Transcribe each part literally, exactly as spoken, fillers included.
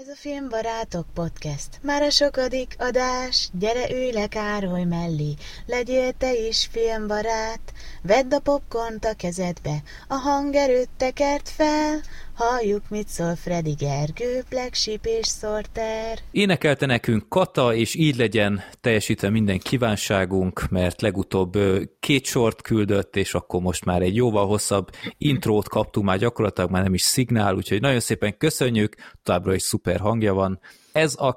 a Filmbarátok Podcast. Már a sokadik adás, gyere ülj le Károly mellé, legyél te is filmbarát, vedd a popcornt a kezedbe, a hangerőt tekert fel, halljuk, mit szól Freddy Gergő, Black Sheep és Sorter. Énekelte nekünk Kata, és így legyen teljesítve minden kívánságunk, mert legutóbb két sort küldött, és akkor most már egy jóval hosszabb intrót kaptunk, már gyakorlatilag már nem is szignál, úgyhogy nagyon szépen köszönjük, továbbra is szuper hangja van. Ez a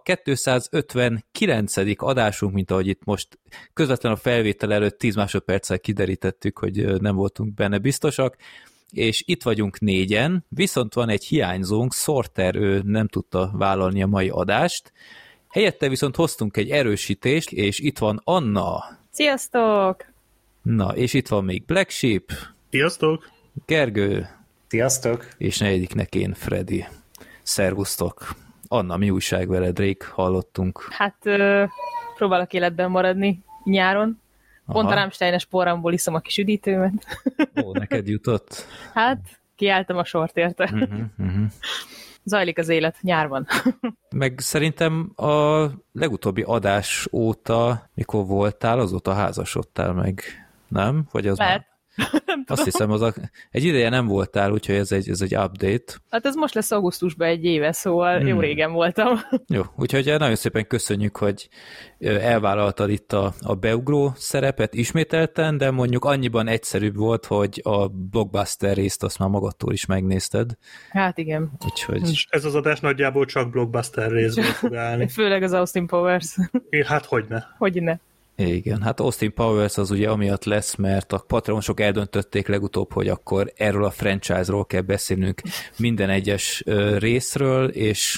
kétszázötvenkilencedik adásunk, mint ahogy itt most közvetlen a felvétel előtt tíz másodperccel kiderítettük, hogy nem voltunk benne biztosak, és itt vagyunk négyen, viszont van egy hiányzónk, Sorter, ő nem tudta vállalni a mai adást. Helyette viszont hoztunk egy erősítést, és itt van Anna. Sziasztok! Na, és itt van még Black Sheep. Sziasztok! Gergő. Sziasztok! És negyediknek én, Freddy. Szervusztok! Anna, mi újság veled? Rég hallottunk. Hát ö, próbálok életben maradni nyáron. Pont Aha. a Rammstein-es porramból iszom a kis üdítőmet. Ó, neked jutott? Hát, kiálltam a sort érte. Uh-huh, uh-huh. Zajlik az élet, nyár van. Meg szerintem a legutóbbi adás óta, mikor voltál, azóta házasodtál meg, nem? Vagy az Lehet. már... Azt hiszem, az a... egy ideje nem voltál, úgyhogy ez egy, ez egy update. Hát ez most lesz augusztusban egy éve, szóval hmm. jó régen voltam. Jó, úgyhogy nagyon szépen köszönjük, hogy elvállaltad itt a, a beugró szerepet ismételten, de mondjuk annyiban egyszerűbb volt, hogy a blockbuster részt azt már magadtól is megnézted. Hát igen. Úgyhogy... És ez az adás nagyjából csak blockbuster részből fog állni. Főleg az Austin Powers. É, hát hogyne. Hogyne. Igen, hát Austin Powers az ugye amiatt lesz, mert a patronosok eldöntötték legutóbb, hogy akkor erről a franchise-ról kell beszélnünk minden egyes ö, részről, és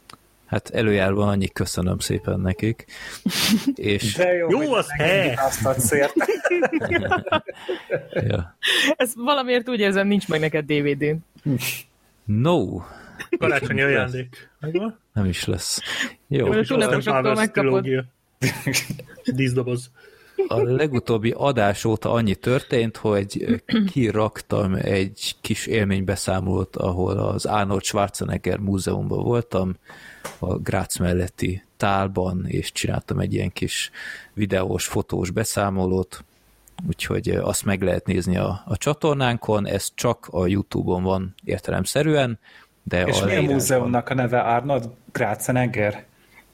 hát előjárva annyi köszönöm szépen nekik. És... De jó, jó az he! Azt adsz érte. ja. Ez valamiért úgy érzem, nincs meg neked dé vé dén. No! Karácsonyi ajándék. Megvan? Nem is lesz. Jó. A túlnaposoktól megkapod. Díszdoboz. A legutóbbi adás óta annyi történt, hogy kiraktam egy kis élménybeszámolót, ahol az Arnold Schwarzenegger múzeumban voltam, a Graz melletti Tálban, és csináltam egy ilyen kis videós, fotós beszámolót, úgyhogy azt meg lehet nézni a, a csatornánkon, ez csak a YouTube-on van értelemszerűen, de és a milyen múzeumnak a neve? Arnold Schwarzenegger?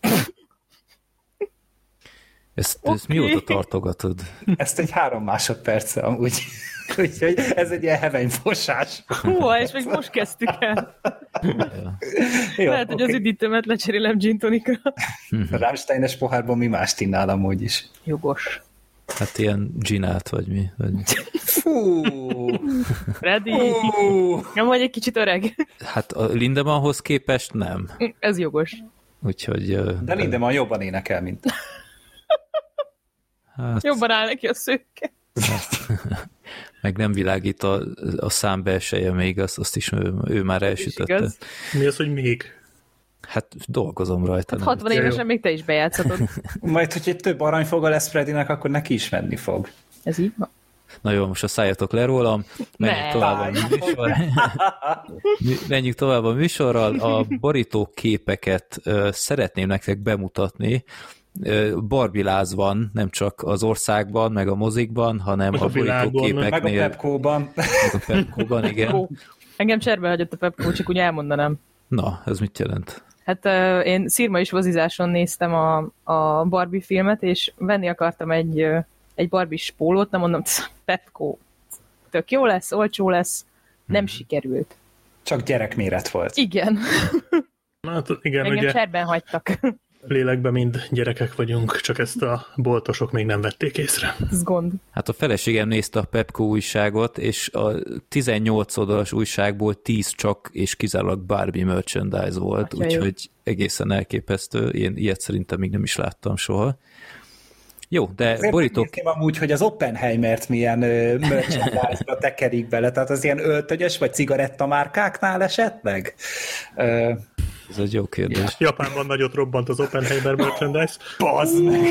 Ezt, okay. ezt mióta tartogatod? Ezt egy három másodperce amúgy. Úgyhogy ez egy ilyen hevenyfosás. Húha, és még most kezdtük el. Ja. Jó, Lehet, hogy okay. az üdítőmet lecserélem gin tonicra. A Rammstein-es pohárban mi mást innál amúgy is? Jogos. Hát ilyen ginát, vagy mi? Vagy... Fú! Freddy! Fú! Nem vagy egy kicsit öreg? Hát a Lindemanhoz képest nem. Ez jogos. Úgyhogy... De Lindemann jobban énekel, mint... Hát, Jobban áll neki a szőke. meg nem világít a, a szám belseje még, azt, azt is ő, ő már elsütötte. Mi az, hogy még? Hát dolgozom rajta. Hát hatvan évesen még te is bejátszhatod. Majd, hogy egy több aranyfoga lesz Freddynek, akkor neki is menni fog. Ez így van. Na jó, most a szálljatok le rólam. Menjünk Ne. tovább a műsor. Menjünk tovább a műsorral. A borítóképeket uh, szeretném nektek bemutatni. Barbiláz van, nem csak az országban, meg a mozikban, hanem meg a, a borítóképeknél. Meg a Pepco-ban. Meg a Pepco-ban, igen. Ó, engem cserbe hagyott a Pepco, csak úgy elmondanám. Na, ez mit jelent? Hát uh, én Szirma is vozizáson néztem a, a Barbie filmet, és venni akartam egy, uh, egy Barbie-s pólót, nem mondom, Pepco, tök jó lesz, olcsó lesz, nem hmm. sikerült. Csak gyerekméret volt. Igen. Hát igen, engem ugye cserben hagytak. lélekben mind gyerekek vagyunk, csak ezt a boltosok még nem vették észre. Ez gond. Hát a feleségem nézte a Pepco újságot, és a tizennyolc oldalas újságból tíz csak és kizárólag Barbie merchandise volt, Atya úgyhogy jó. Egészen elképesztő. Én ilyet szerintem még nem is láttam soha. Jó, de Azért borítók... Azért amúgy, hogy az Oppenheimert milyen uh, merchandise-ba tekerik bele, tehát az ilyen öltönyös vagy cigarettamárkáknál esetleg? Uh, Ez egy jó kérdés. Japánban nagyot robbant az Oppenheimer merchandise. Bazd meg!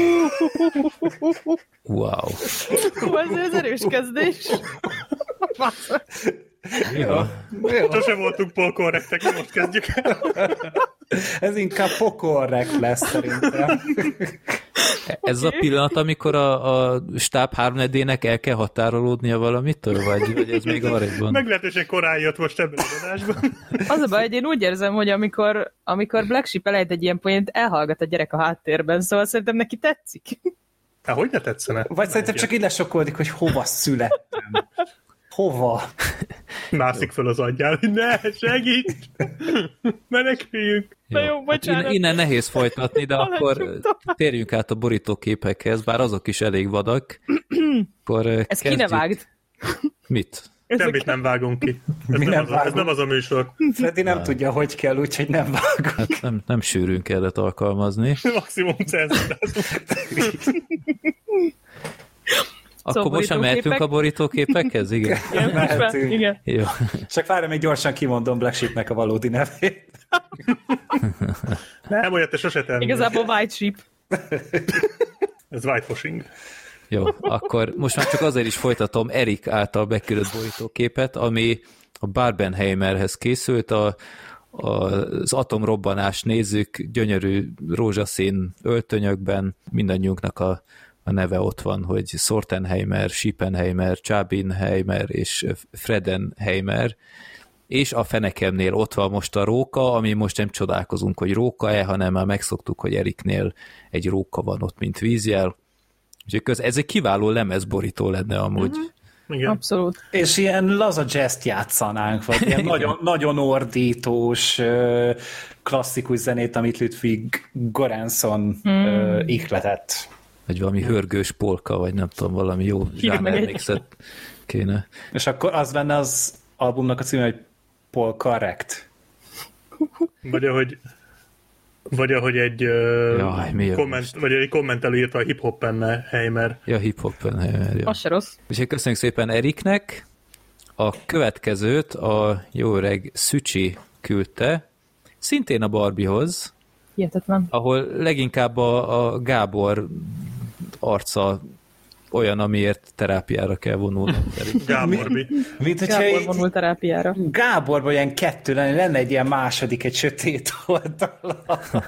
Wow. Hú, ez, ez erős kezdés. Ja. Sose voltunk polkorrektek, most kezdjük el. Ez inkább pokorrekt lesz szerintem. Ez a pillanat, amikor a, a stáb háromnegyedének el kell határolódnia valamitől, vagy, vagy ez még arrébb van? Meglehetősen korán jött most ebben az adásban. Az a baj, hogy én úgy érzem, hogy amikor, amikor Black Sheep elejt egy ilyen poént, elhallgat a gyerek a háttérben, szóval szerintem neki tetszik. Há, hogy ne tetszene? Vagy szerintem csak így lesokkoldik, hogy hova születtem. Hova? Mászik föl az agyjál, hogy ne, segíts! Meneküljünk! Na jó, Hát bocsánat. innen, innen nehéz folytatni, de akkor térjünk át a borítóképekhez, bár azok is elég vadak. Akkor Ezt ki ne vágd. Mit? Semmit nem vágunk ki. Ez Mi nem, nem az, a- ez vágunk? nem az a műsor. Freddy nem tudja, hogy kell, úgyhogy nem vágunk. Hát nem, nem sűrűn kellett alkalmazni. Maximum cenzúrázunk. Akkor Szóval most már mehetünk borítóképek? a borítóképekhez? Igen. Igen, most már- Mehetünk. igen. Jó. Csak várj, még gyorsan kimondom Black Sheepnek a valódi nevét. Nem, olyat te sose tennél. Igazából White Sheep. Ez whitewashing. Jó, akkor most már csak azért is folytatom Erik által beküldött borítóképet, ami a Barbenheimerhez készült, a, a, az atomrobbanást nézzük, gyönyörű rózsaszín öltönyökben, mindannyiunknak a, a neve ott van, hogy Sortenheimer, Schippenheimer, Csabinheimer és Fredenheimer, és a fenekemnél ott van most a róka, ami most nem csodálkozunk, hogy róka-e, hanem már megszoktuk, hogy Eriknél egy róka van ott, mint vízjel. Úgyhogy köz, ez egy kiváló lemezborító lenne amúgy. Uh-huh. Igen. Abszolút. És ilyen laza jazzt játszanánk, vagy ilyen nagyon, nagyon ordítós, ö, klasszikus zenét, amit Ludwig Göransson hmm. ihletett. Vagy valami hörgős polka, vagy nem tudom, valami jó zsánermixet kéne. És akkor az lenne az albumnak a címe, hogy Paul Correct. Vagy ahogy, vagy ahogy egy, Jaj, mi komment, vagy egy kommentelő írta, a hip-hop enne Heimer. Ja, hip-hop. Ja. Az se rossz. Úgyhogy köszönjük szépen Eriknek. A következőt a jó öreg Szücsi küldte, szintén a Barbiehoz, Hihetetlen. ahol leginkább a, a Gábor arca olyan, amiért terápiára kell vonulni. Gáborbi. Mint hogyha Gábor így vonul terápiára. Gáborban ilyen kettő lenne, lenne egy ilyen második, egy sötét oldala.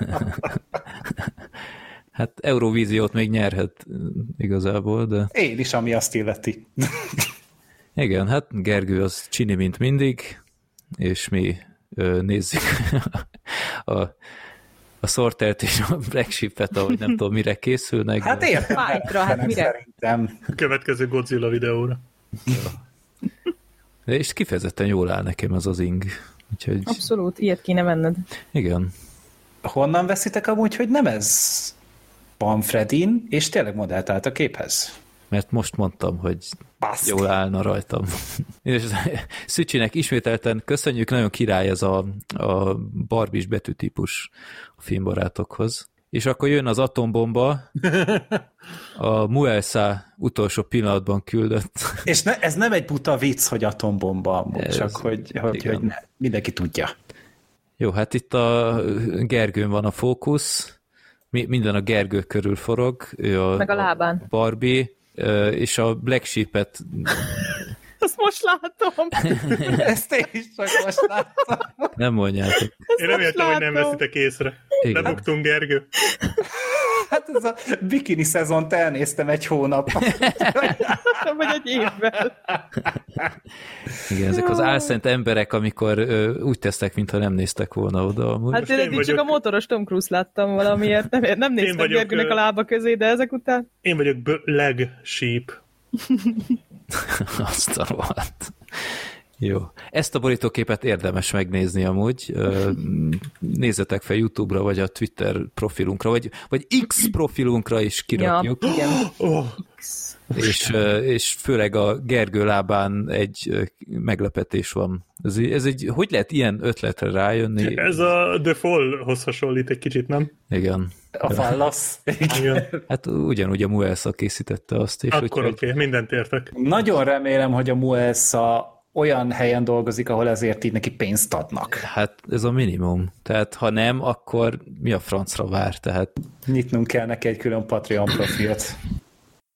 Hát Eurovíziót még nyerhet igazából, de... Én is, ami azt illeti. Igen, hát Gergő az csini, mint mindig, és mi ö, nézzük a, a Sortert és a Black Sheep-et, ahogy nem tudom, mire készülnek. Hát értem. Fájtra, hát mire? Szerintem. Következő Godzilla videóra. De és kifejezetten jól áll nekem ez az ing. Úgyhogy Abszolút, ilyet kéne venned. igen. Honnan veszitek amúgy, hogy nem ez van Fredin, és tényleg modellt állt a képhez? Mert most mondtam, hogy Baszki. jól állna rajtam. És Szücsinek ismételten köszönjük, nagyon király ez a, a Barbie-s betűtípus a filmbarátokhoz. És akkor jön az atombomba, a Muelsa utolsó pillanatban küldött. És ne, ez nem egy buta vicc, hogy atombomba amúgy, Ez- csak hogy, hogy, hogy ne, mindenki tudja. Jó, hát itt a Gergőn van a fókusz, Mi, minden a Gergő körül forog, ő a, Meg a lábán. a Barbie, ö, és a Black Sheep-et Azt most látom. Ezt én is csak most láttam. nem mondjátok. Én reméltem, hogy nem látom. veszitek észre. Igen. Lebuktunk, Gergő. Hát ez a bikini szezont elnéztem egy hónap. Vagy egy évvel. Igen, ezek az álszent emberek, amikor ö, úgy tesznek, mintha nem néztek volna oda. Amúgy. Hát Most én én eddig csak vagyok- a motoros Tom Cruise láttam valamiért. Nem, nem néztem vagyok, Gergőnek ö- a lába közé, de ezek után... Én vagyok Black Sheep. Azt a rohadt. Jó. Ezt a borítóképet érdemes megnézni amúgy. Ö, Nézzetek fel YouTube-ra, vagy a Twitter profilunkra, vagy, vagy X profilunkra is kirakjuk. Ja, igen. Oh, És, ö, és főleg a Gergő lábán egy ö, meglepetés van. Ez, egy- ez egy, hogy lehet ilyen ötletre rájönni? ez a The Fall-hoz hasonlít egy kicsit, nem? Igen. A fallasz. Igen. Hát ugyanúgy a Muelsa készítette azt is. Akkor úgyhogy- oké, okay, mindent értek. Nagyon remélem, hogy a Muelsa olyan helyen dolgozik, ahol ezért így neki pénzt adnak. Hát ez a minimum. Tehát ha nem, akkor mi a francra vár? Tehát Nyitnunk kell neki egy külön Patreon profilt.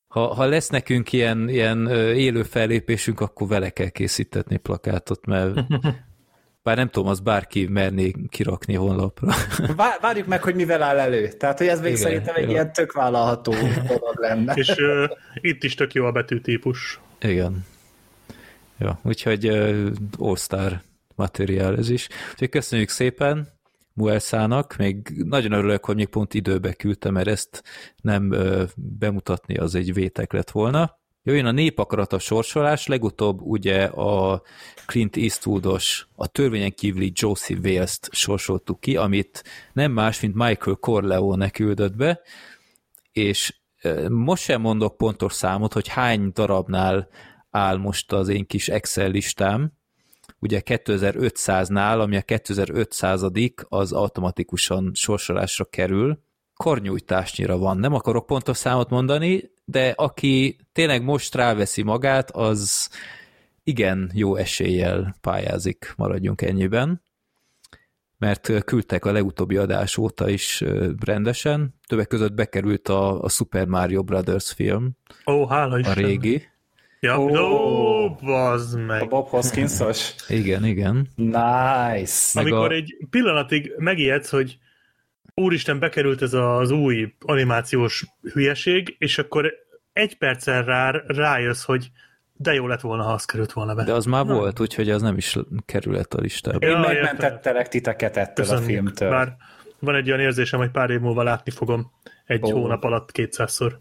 Ha, ha lesz nekünk ilyen, ilyen élő fellépésünk, akkor vele kell készítetni plakátot, mert bár nem tudom, az bárki merné kirakni honlapra. Várjuk meg, hogy mivel áll elő. Tehát, hogy ez még igen, szerintem egy jó. ilyen tök vállalható dolog lenne. És uh, itt is tök jó a betűtípus. Igen. Ja, úgyhogy uh, all-star materiál ez is. Úgyhogy köszönjük szépen Muelszának, még nagyon örülök, hogy még pont időbe küldtem, mert ezt nem uh, bemutatni az egy vétek lett volna. Jöjjön a Népakarata sorsolás, legutóbb ugye a Clint Eastwoodos, a törvényen kívüli Josie Wales-t sorsoltuk ki, amit nem más, mint Michael Corleone küldött be, és most sem mondok pontos számot, hogy hány darabnál áll most az én kis Excel listám, ugye kétezer-ötszáznál, ami a kétezer-ötszázadik, az automatikusan sorsolásra kerül, karnyújtásnyira van. Nem akarok pontos számot mondani, de aki tényleg most ráveszi magát, az igen jó eséllyel pályázik, maradjunk ennyiben, mert küldtek a legutóbbi adás óta is rendesen, többek között bekerült a, a Super Mario Brothers film, Ó, hála a Isten. régi. Ja, ó, oh, bazd meg. A Bob Hoskinsos. Igen, igen. Nice. Amikor a... egy pillanatig megijedsz, hogy úristen, bekerült ez az új animációs hülyeség, és akkor egy perccel rá, rájössz, hogy de jó lett volna, ha az került volna be. De az már Na. volt, úgyhogy az nem is került a listába. Én ja, megmentettelek titeket ettől Köszönjük. a filmtől. Bár van egy olyan érzésem, hogy pár év múlva látni fogom egy oh. hónap alatt kétszázszor.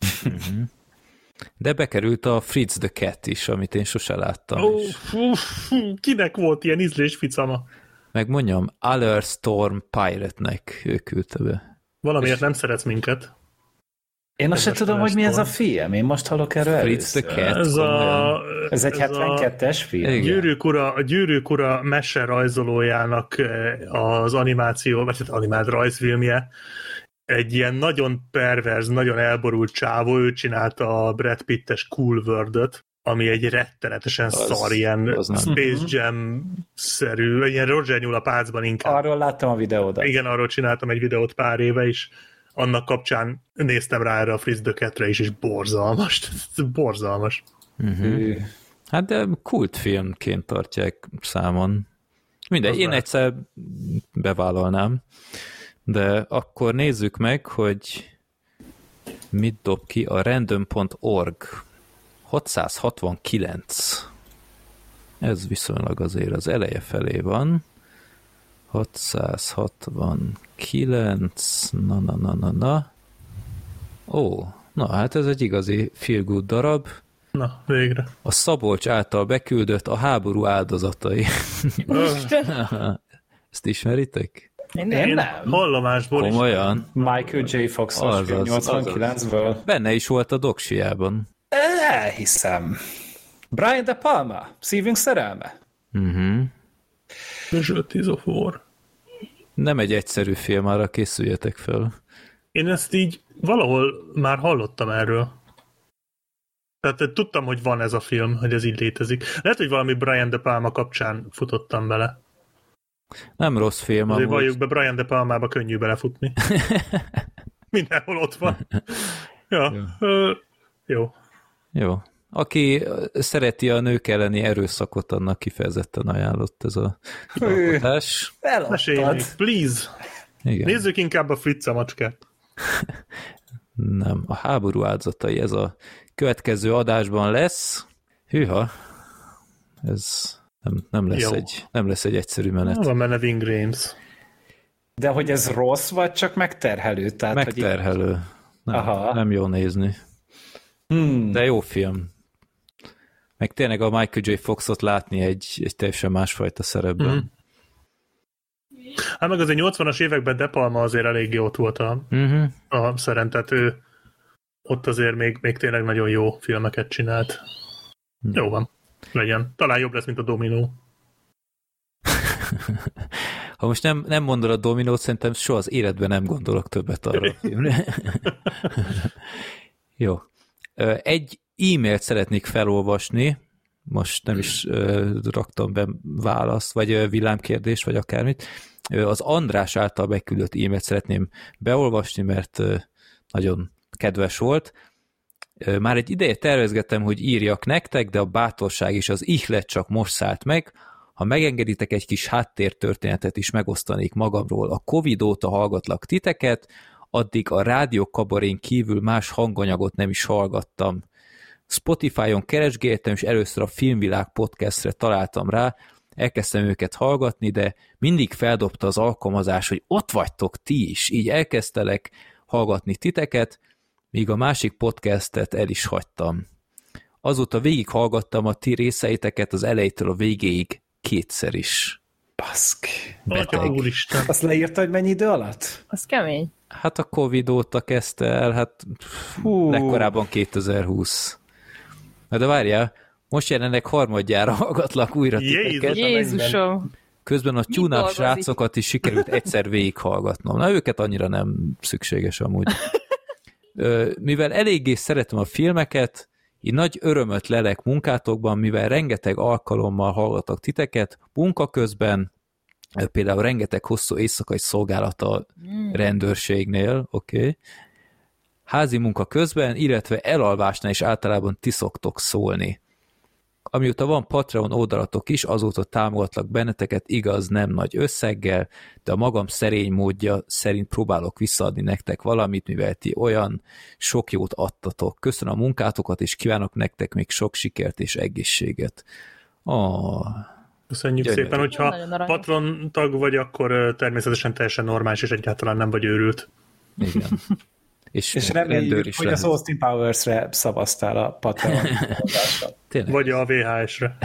De bekerült a Fritz the Cat is, amit én sose láttam. Oh, fú, fú, kinek volt ilyen ízlésficama? Meg mondjam, Aller Storm Pirate-nek ő küldte be. Valamiért és... nem szeretsz minket. Én azt sem tudom, hogy mi ez a film. Én most hallok erről Fritz the Cat. Ez, a, ez egy hetvenkettes film? A Gyűrűk ura, a Gyűrűk ura mese rajzolójának az animáció, vagy hát animált rajzfilmje. Egy ilyen nagyon perverz, nagyon elborult csávó, ő csinálta a Brad Pitt-es Cool World-öt, ami egy rettenetesen az, szar, ilyen Space Jam-szerű, ilyen Roger Nyúl a pácban inkább. Arról láttam a videódat. Igen, arról csináltam egy videót pár éve is. Annak kapcsán néztem rá erre a Fritz the Cat-re is, és borzalmas. Borzalmas. Uh-huh. Hát de kultfilmként tartják számon. Mindegy, én egyszer bevállalnám. De akkor nézzük meg, hogy mit dob ki a random pont org. hatszázhatvankilenc. Ez viszonylag azért az eleje felé van. hatszázhatvankilenc. Na, na, na, na, na. Ó, na hát ez egy igazi feel good darab. Na, végre. A Szabolcs által beküldött A háború áldozatai. Ezt ismeritek? Én nem. Én nem. Hallomásból Komolyan. is. Michael J. Fox-os film nyolcvankilencből. Benne is volt a doksiában. Elhiszem. Brian De Palma, Szívünk szerelme. Uh-huh. Casualties of War. Nem egy egyszerű film, arra készüljetek fel. Én ezt így valahol már hallottam erről. Tehát tudtam, hogy van ez a film, hogy ez így létezik. Lehet, hogy valami Brian De Palma kapcsán futottam bele. Nem rossz film. Azért valljuk be, Brian De Palmába könnyű belefutni. Mindenhol ott van. Ja, jó. Ö, jó. Jó. Aki szereti a nők elleni erőszakot, annak kifejezetten ajánlott ez a alkotás. Mesélj, please. Igen. Nézzük inkább a Fritza macskát. Nem, a háború áldozatai, ez a következő adásban lesz. Hűha, ez nem, nem, lesz, egy, nem lesz egy egyszerű menet. Van benne Ving Rhames. De hogy ez rossz, vagy csak megterhelő? Tehát, megterhelő. Hogy... Nem, Aha. nem jó nézni. Hmm. De jó film. Meg tényleg a Michael J. Foxot látni egy, egy teljesen másfajta szerepben. Mm. Hát meg azért nyolcvanas években De Palma azért eléggé ott volt a, mm-hmm. a szeren, tehát ő ott azért még, még tényleg nagyon jó filmeket csinált. Mm. Jó van, legyen. Talán jobb lesz, mint a Dominó. Ha most nem, nem mondod a Dominót, szerintem soha az életben nem gondolok többet arra a filmre. Jó. Egy e-mailt szeretnék felolvasni, most nem is uh, raktam be választ, vagy uh, villámkérdést, vagy akármit. Uh, az András által beküldött e-mailt szeretném beolvasni, mert uh, nagyon kedves volt. Már egy ideje tervezgettem, hogy írjak nektek, de a bátorság és az ihlet csak most szállt meg. Ha megengeditek, egy kis háttértörténetet is megosztanék magamról. A Covid óta hallgatlak titeket, addig a rádió kabarén kívül más hanganyagot nem is hallgattam. Spotify-on keresgéltem, és először a Filmvilág podcastre találtam rá, elkezdtem őket hallgatni, de mindig feldobta az alkalmazás, hogy ott vagytok ti is, így elkezdtelek hallgatni titeket, míg a másik podcastet el is hagytam. Azóta végighallgattam a ti részeiteket az elejétől a végéig kétszer is. Baszk. Atya úristen. Azt leírta, hogy mennyi idő alatt? Az kemény. Hát a Covid óta kezdte el, hát Hú. legkorábban kétezer-húsz. Na de várjál, most jelenleg harmadjára hallgatlak újra titeket. Jézusom! Közben a tune-up dolgozik? srácokat is sikerült egyszer végighallgatnom. Na őket annyira nem szükséges amúgy. Ö, mivel eléggé szeretem a filmeket, így nagy örömöt lelek munkátokban, mivel rengeteg alkalommal hallgatok titeket, munka közben, például rengeteg hosszú éjszakai szolgálat a rendőrségnél, oké, okay. Házi munka közben, illetve elalvásnál is általában ti szoktok szólni. Amióta van Patreon oldalatok is, azóta támogatlak benneteket, igaz, nem nagy összeggel, de a magam szerény módja szerint próbálok visszaadni nektek valamit, mivel ti olyan sok jót adtatok. Köszönöm a munkátokat, és kívánok nektek még sok sikert és egészséget. Oh, Köszönjük gyönyörű. szépen, hogyha patron tag vagy, akkor természetesen teljesen normális, és egyáltalán nem vagy őrült. Igen. És, És rendőr reméljük, is hogy lehet. az Austin Powers-re szavaztál a Patreon. Tényleg? Vagy a vé há es-re.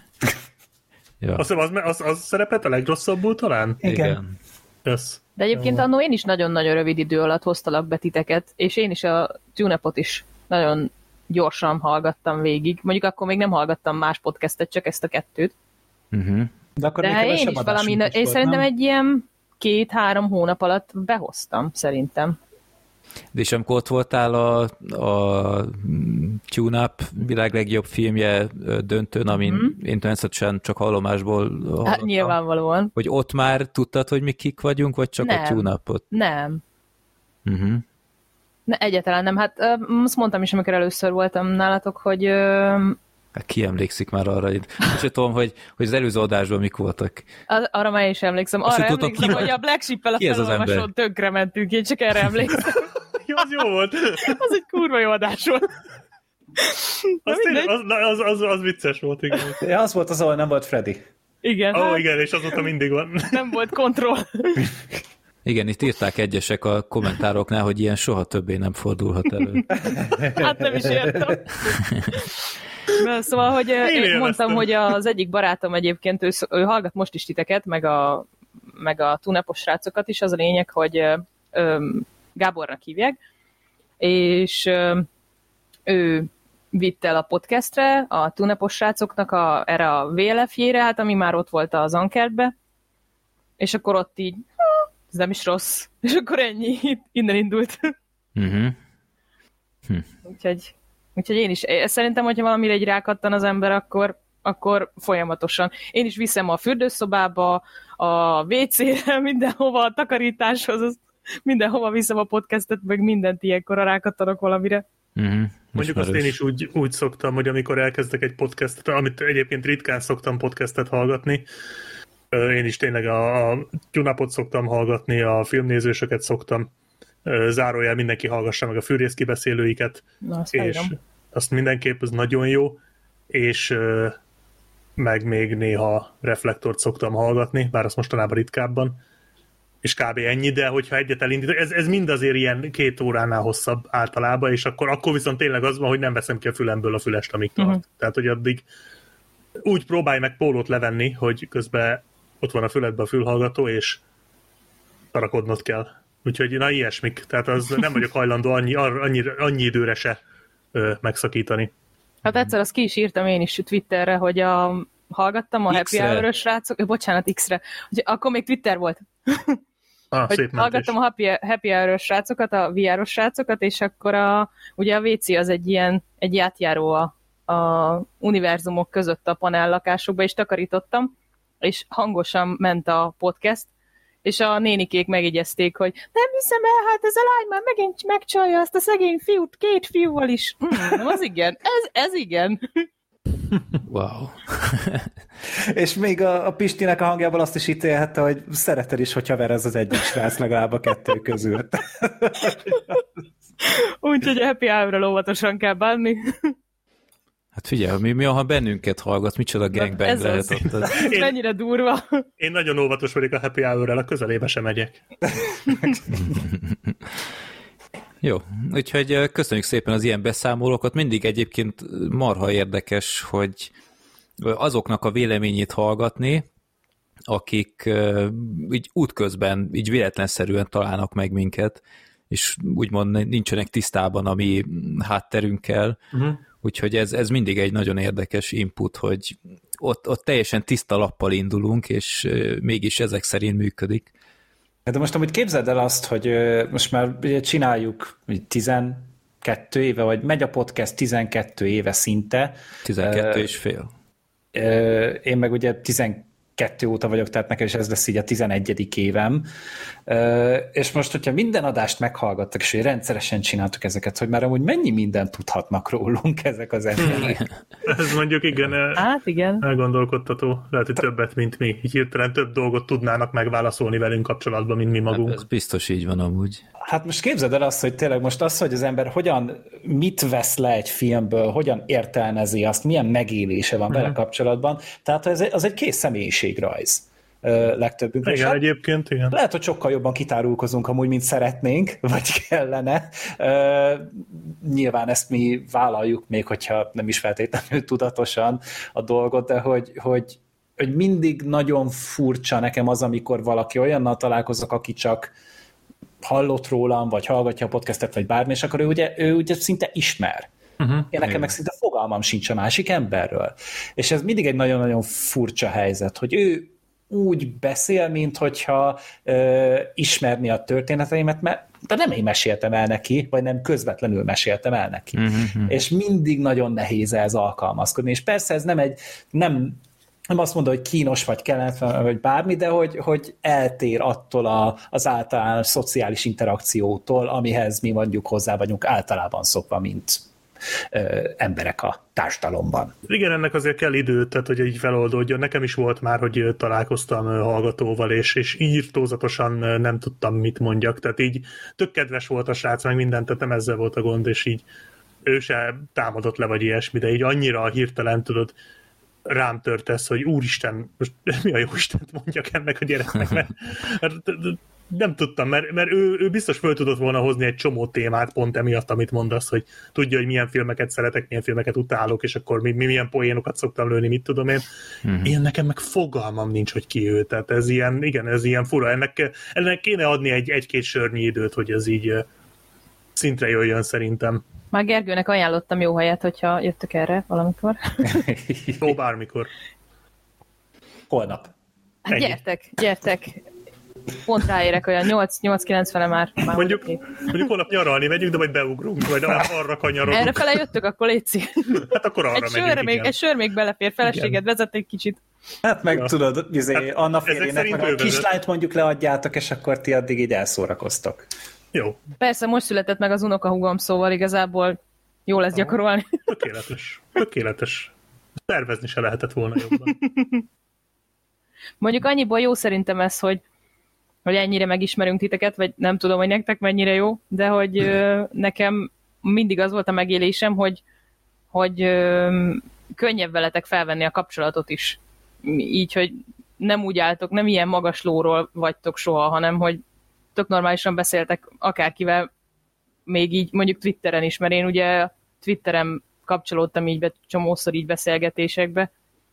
Ja. Azt hiszem, az, az, az szerepet a legrosszabbul talán? Igen. Igen. Yes. De egyébként annó én is nagyon-nagyon rövid idő alatt hoztalak be titeket, és én is a tune-upot is nagyon gyorsan hallgattam végig. Mondjuk akkor még nem hallgattam más podcastet, csak ezt a kettőt. Uh-huh. De akkor még De én kevesebb is adásunk valami, is én volt, szerintem nem? egy ilyen két-három hónap alatt behoztam, szerintem. De és amikor ott voltál a, a Tune-Up világ legjobb filmje döntőn, amin mm-hmm. én természetesen csak hallomásból hallottam, Hát, nyilvánvalóan. hogy ott már tudtad, hogy mi kik vagyunk, vagy csak Nem. a Tune-Upot? Nem. Uh-huh. Ne, egyáltalán nem. Hát azt mondtam is, amikor először voltam nálatok, hogy... Hát ki emlékszik már arra? Én most tudom, hogy, hogy az előző adásban mik voltak. Az, arra már is emlékszem. Azt Arra tudom, emlékszem, ki- hogy a Black Sheep-el a ki ez az felolvasón ember? tönkre mentünk. Én csak erre emlékszem. Jó, az jó volt. Az egy kurva jó adás volt. Az, tényleg, az, az, az, az vicces volt, igen. Ja, az volt az, ahol nem volt Freddy. Igen, Ó, oh, hát igen, és azóta mindig van. nem volt kontroll. Igen, itt írták egyesek a kommentároknál, hogy ilyen soha többé nem fordulhat elő. Hát nem is értem. Na, szóval, hogy én, én élveztem. mondtam, hogy az egyik barátom egyébként, ő, ő hallgat most is titeket, meg a, meg a tunapos srácokat is, az a lényeg, hogy ö, Gábornak hívják, és ö, ő vitt el a podcastre, a tunapos srácoknak a, erre a vé el ef-jére, hát ami már ott volt az Ankertbe, és akkor ott így, ez nem is rossz, és akkor ennyi, innen indult. Uh-huh. Hm. Úgyhogy, úgyhogy én is, szerintem, hogyha valamire egy rákattan az ember, akkor, akkor folyamatosan. Én is viszem a fürdőszobába, a vé cére, mindenhova, a takarításhoz, az, mindenhova viszem a podcastet, meg mindent ilyenkor rákattanok valamire. Uh-huh. Mondjuk azt én is úgy, úgy szoktam, hogy amikor elkezdek egy podcastet, amit egyébként ritkán szoktam podcastet hallgatni, én is tényleg a, a tune-upot szoktam hallgatni, a filmnézősöket szoktam, zárójel mindenki hallgassa meg a fűrész kibeszélőiket, Na, azt és elírom. azt mindenképp, az nagyon jó, és meg még néha reflektort szoktam hallgatni, bár azt mostanában ritkábban, és kb. Ennyi, de hogyha egyet elindítok, ez, ez mind azért ilyen két óránál hosszabb általában, és akkor, akkor viszont tényleg az van, hogy nem veszem ki a fülemből a fülest, amíg tart. Uh-huh. Tehát, hogy addig úgy próbálj meg pólót levenni, hogy közben ott van a füledben a fülhallgató, és tarakodnod kell. Úgyhogy na ilyesmik. Tehát az nem vagyok hajlandó annyi, annyi, annyi időre se ö, megszakítani. Hát egyszer azt ki is írtam én is Twitterre, hogy a, hallgattam a X-re. Happy Hour-ös srácok, ö, bocsánat, X-re, hogy akkor még Twitter volt. Ah, Hogy szép mentés. hallgattam a Happy, Happy Hour-ös srácokat, a vé er-os srácokat, és akkor a, ugye a vé cé az egy ilyen, egy átjáró a, a univerzumok között a panellakásokba, és takarítottam, és hangosan ment a podcast, és a nénikék megigyezték, hogy nem hiszem el, hát ez a lány már megint megcsalja azt a szegény fiút két fiúval is. Mm, az igen, ez, ez igen. Wow. És még a, a Pistinek a hangjából azt is ítélhette, hogy szereted is, hogyha verez az egyik srác legalább a kettő közül. Úgyhogy a happy hour-ral óvatosan kell bánni. Hát figyelj, mi, mi ha bennünket hallgat, micsoda gangbang lehet ott. Az. Én, mennyire durva. Én nagyon óvatos vagyok a happy hour-rel, a közelébe sem megyek. Jó, úgyhogy köszönjük szépen az ilyen beszámolókat. Mindig egyébként marha érdekes, hogy azoknak a véleményét hallgatni, akik így útközben, így véletlenszerűen találnak meg minket, és úgymond nincsenek tisztában a mi hátterünkkel, uh-huh. Úgyhogy ez, ez mindig egy nagyon érdekes input, hogy ott, ott teljesen tiszta lappal indulunk, és mégis ezek szerint működik. De most amúgy képzeld el azt, hogy most már csináljuk tizenkettő éve, vagy megy a podcast tizenkettő éve szinte. tizenkettő és fél. Én meg ugye tizenkettő óta vagyok, tehát nekem is ez lesz így a tizenegyedik évem. És most, hogyha minden adást meghallgattak, és hogy rendszeresen csináltuk ezeket, hogy már amúgy mennyi mindent tudhatnak rólunk ezek az emberek. Ez mondjuk igen, hát igen, elgondolkodtató. Lehet, hogy többet, mint mi. Így hirtelen több dolgot tudnának megválaszolni velünk kapcsolatban, mint mi magunk. Hát ez biztos így van amúgy. Hát most képzeld el azt, hogy tényleg most az, hogy az ember hogyan, mit vesz le egy filmből, hogyan értelmezi azt, milyen megélése van vele kapcsolatban, tehát az egy, az egy kész személyiségrajz legtöbbünk. Igen, hát egyébként, igen. Lehet, hogy sokkal jobban kitárulkozunk amúgy, mint szeretnénk, vagy kellene. Uh, nyilván ezt mi vállaljuk, még hogyha nem is feltétlenül tudatosan a dolgot, de hogy, hogy, hogy mindig nagyon furcsa nekem az, amikor valaki olyannal találkozok, aki csak hallott rólam, vagy hallgatja a podcastet, vagy bármi, és akkor ő ugye, ő ugye szinte ismer. Uh-huh. Én nekem meg szinte fogalmam sincs a másik emberről. És ez mindig egy nagyon-nagyon furcsa helyzet, hogy ő úgy beszél, mint hogyha ö, ismerni a történeteimet, mert de nem én meséltem el neki, vagy nem közvetlenül meséltem el neki. Uh-huh. És mindig nagyon nehéz ez alkalmazkodni. És persze ez nem egy, nem, nem azt mondom, hogy kínos, vagy kellemetlen, vagy bármi, de hogy, hogy eltér attól a, az általános szociális interakciótól, amihez mi mondjuk hozzá vagyunk általában szokva, mint ö, emberek a társadalomban. Igen, ennek azért kell idő, tehát hogy így feloldódjon. Nekem is volt már, hogy találkoztam hallgatóval, és, és írtózatosan nem tudtam, mit mondjak. Tehát így tök kedves volt a srác, meg mindent, tehát nem ezzel volt a gond, és így ő se támadott le, vagy ilyesmi, de így annyira hirtelen tudod, rám törtesz, hogy úristen, most mi a jóistent mondjak ennek a gyereknek, mert, mert nem tudtam, mert, mert ő, ő biztos föl tudott volna hozni egy csomó témát pont emiatt, amit mondasz, hogy tudja, hogy milyen filmeket szeretek, milyen filmeket utálok, és akkor mi, mi milyen poénokat szoktam lőni, mit tudom én. Mm-hmm. Én nekem meg fogalmam nincs, hogy ki ő. Tehát ez ilyen, igen, ez ilyen fura. Ennek, ennek kéne adni egy, egy-két sörnyi időt, hogy ez így szintre jöjjön szerintem. Már Gergőnek ajánlottam jó helyet, hogyha jöttök erre valamikor. Ó, bármikor. Holnap. Hát gyertek, gyertek. Pont ráérek, olyan nyolc-kilenc fele már. már mondjuk, mondjuk holnap nyaralni megyünk, de majd beugrunk, vagy arra kanyarolunk. Erre fele jöttök, akkor létszik. Hát akkor arra egy megyünk, sör még, Egy sör még belefér, feleséged vezet egy kicsit. Hát meg ja. tudod, izé, hát Anna férjének meg a kislányt mondjuk leadjátok, és akkor ti addig így elszórakoztok. Jó. Persze, most született meg az unokahúgom, szóval igazából jó lesz gyakorolni. Tökéletes. Tökéletes. Tervezni se lehetett volna jobban. Mondjuk annyiból jó szerintem ez, hogy hogy ennyire megismerünk titeket, vagy nem tudom, hogy nektek mennyire jó, de hogy ö, nekem mindig az volt a megélésem, hogy, hogy ö, könnyebb veletek felvenni a kapcsolatot is. Így, hogy nem úgy álltok, nem ilyen magas lóról vagytok soha, hanem hogy tök normálisan beszéltek akárkivel, még így mondjuk Twitteren is, mert én ugye Twitteren kapcsolódtam így be, csomószor így beszélgetésekbe,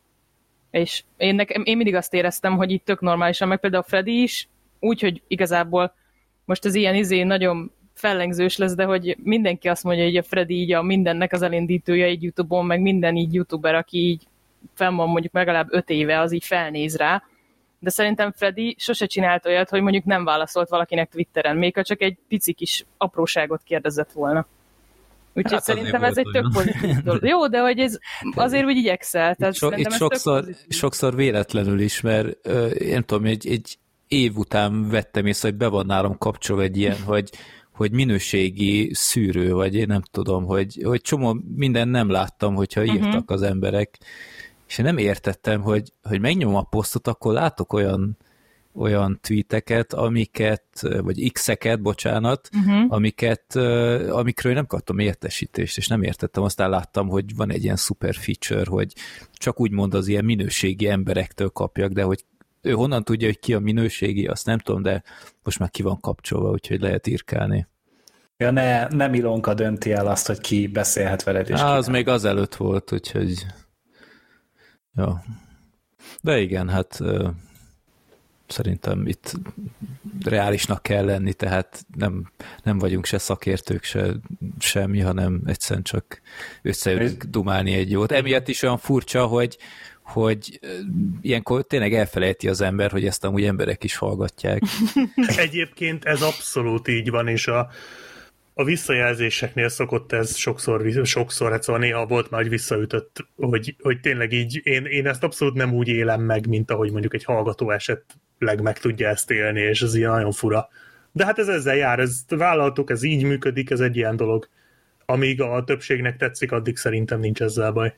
és én, nekem, én mindig azt éreztem, hogy itt tök normálisan, meg például Freddy is, úgyhogy igazából most az ilyen izé nagyon fellengzős lesz, de hogy mindenki azt mondja, hogy a Freddy így a mindennek az elindítója így YouTube-on, meg minden így youtuber, aki így fenn van mondjuk legalább öt éve, az így felnéz rá. De szerintem Freddy sose csinált olyat, hogy mondjuk nem válaszolt valakinek Twitteren, még ha csak egy pici kis apróságot kérdezett volna. Úgyhogy hát szerintem ez egy tök pozitív dolog. Jó, de hogy ez azért úgy igyekszel. Tehát so, itt sokszor, sokszor véletlenül is, mert uh, én tudom, egy, egy év után vettem észre, hogy be van nálam kapcsolva egy ilyen, hogy, hogy minőségi szűrő, vagy én nem tudom, hogy, hogy csomó minden nem láttam, hogyha írtak uh-huh. az emberek, és én nem értettem, hogy, hogy megnyomom a posztot, akkor látok olyan olyan tweeteket, amiket, vagy x-eket, bocsánat, uh-huh. amiket, amikről nem kaptam értesítést, és nem értettem, aztán láttam, hogy van egy ilyen szuper feature, hogy csak úgymond az ilyen minőségi emberektől kapjak, de hogy ő honnan tudja, hogy ki a minőségi, azt nem tudom, de most már ki van kapcsolva, úgyhogy lehet írkálni. Ja, ne, nem Ilonka dönti el azt, hogy ki beszélhet veled, és Á, ki az nem. még azelőtt volt, úgyhogy ja. De igen, hát szerintem itt reálisnak kell lenni, tehát nem, nem vagyunk se szakértők, se semmi, hanem egyszerűen csak összejöttünk dumálni egy jót. Emiatt is olyan furcsa, hogy, hogy ilyenkor tényleg elfelejti az ember, hogy ezt amúgy emberek is hallgatják. Egyébként ez abszolút így van, és a, a visszajelzéseknél szokott ez sokszor, sokszor, hát szóval néha volt már, hogy visszaütött, hogy, hogy tényleg így, én, én ezt abszolút nem úgy élem meg, mint ahogy mondjuk egy hallgató esetleg meg tudja ezt élni, és ez ilyen nagyon fura. De hát ez ezzel jár, ez vállaltuk, ez így működik, ez egy ilyen dolog. Amíg a többségnek tetszik, addig szerintem nincs ezzel baj.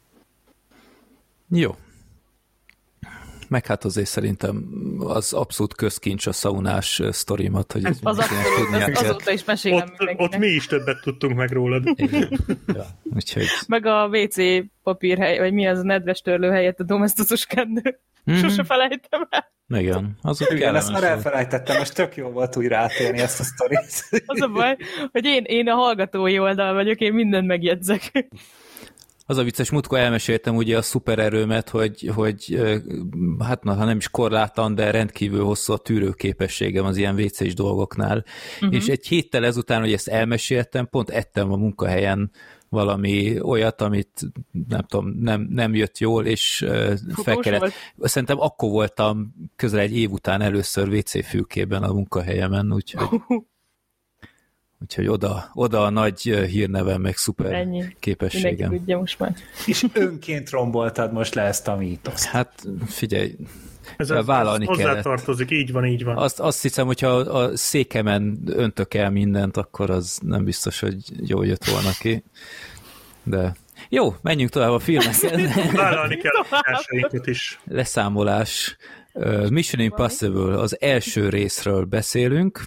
Jó. Meg hát azért szerintem az abszolút közkincs a szaunás sztorimat, hogy ez az abszolút, az, azóta is mesélem ott, mindenkinek. ott mi is többet tudtunk meg rólad. Ja, úgyhogy... Meg a vé cé papírhely, vagy mi az a nedves törlő helyett a domesztosos kendő. Mm-hmm. Sose felejtem el. Igen, azok Igen, ezt már elfelejtettem, most tök jó volt újra átélni ezt a sztorit. Az a baj, hogy én, én a hallgatói oldal vagyok, én mindent megjegyzek. Az a vicces, múltkor elmeséltem ugye a szupererőmet, hogy, hogy hát na, ha nem is korlátlan, de rendkívül hosszú a tűrőképességem az ilyen vé cés dolgoknál. Uh-huh. És egy héttel ezután, hogy ezt elmeséltem, pont ettem a munkahelyen valami olyat, amit nem tudom, nem, nem jött jól, és uh, fel kellett. Volt. Szerintem akkor voltam közel egy év után először vé cé fülkében a munkahelyemen, úgyhogy... Úgyhogy oda, oda a nagy hírnevem, meg szuper ennyi. Képességem. Mindenki tudja most már. És önként romboltad most le ezt a mítoszt. Hát figyelj, ez vállalni ez kellett. Hozzátartozik, így van, így van. Azt, azt hiszem, hogyha a székemen öntök el mindent, akkor az nem biztos, hogy jól jött volna ki. De jó, menjünk tovább a filmeken. Vállalni kell a társaikat is. Leszámolás. Mission Impossible, az első részről beszélünk,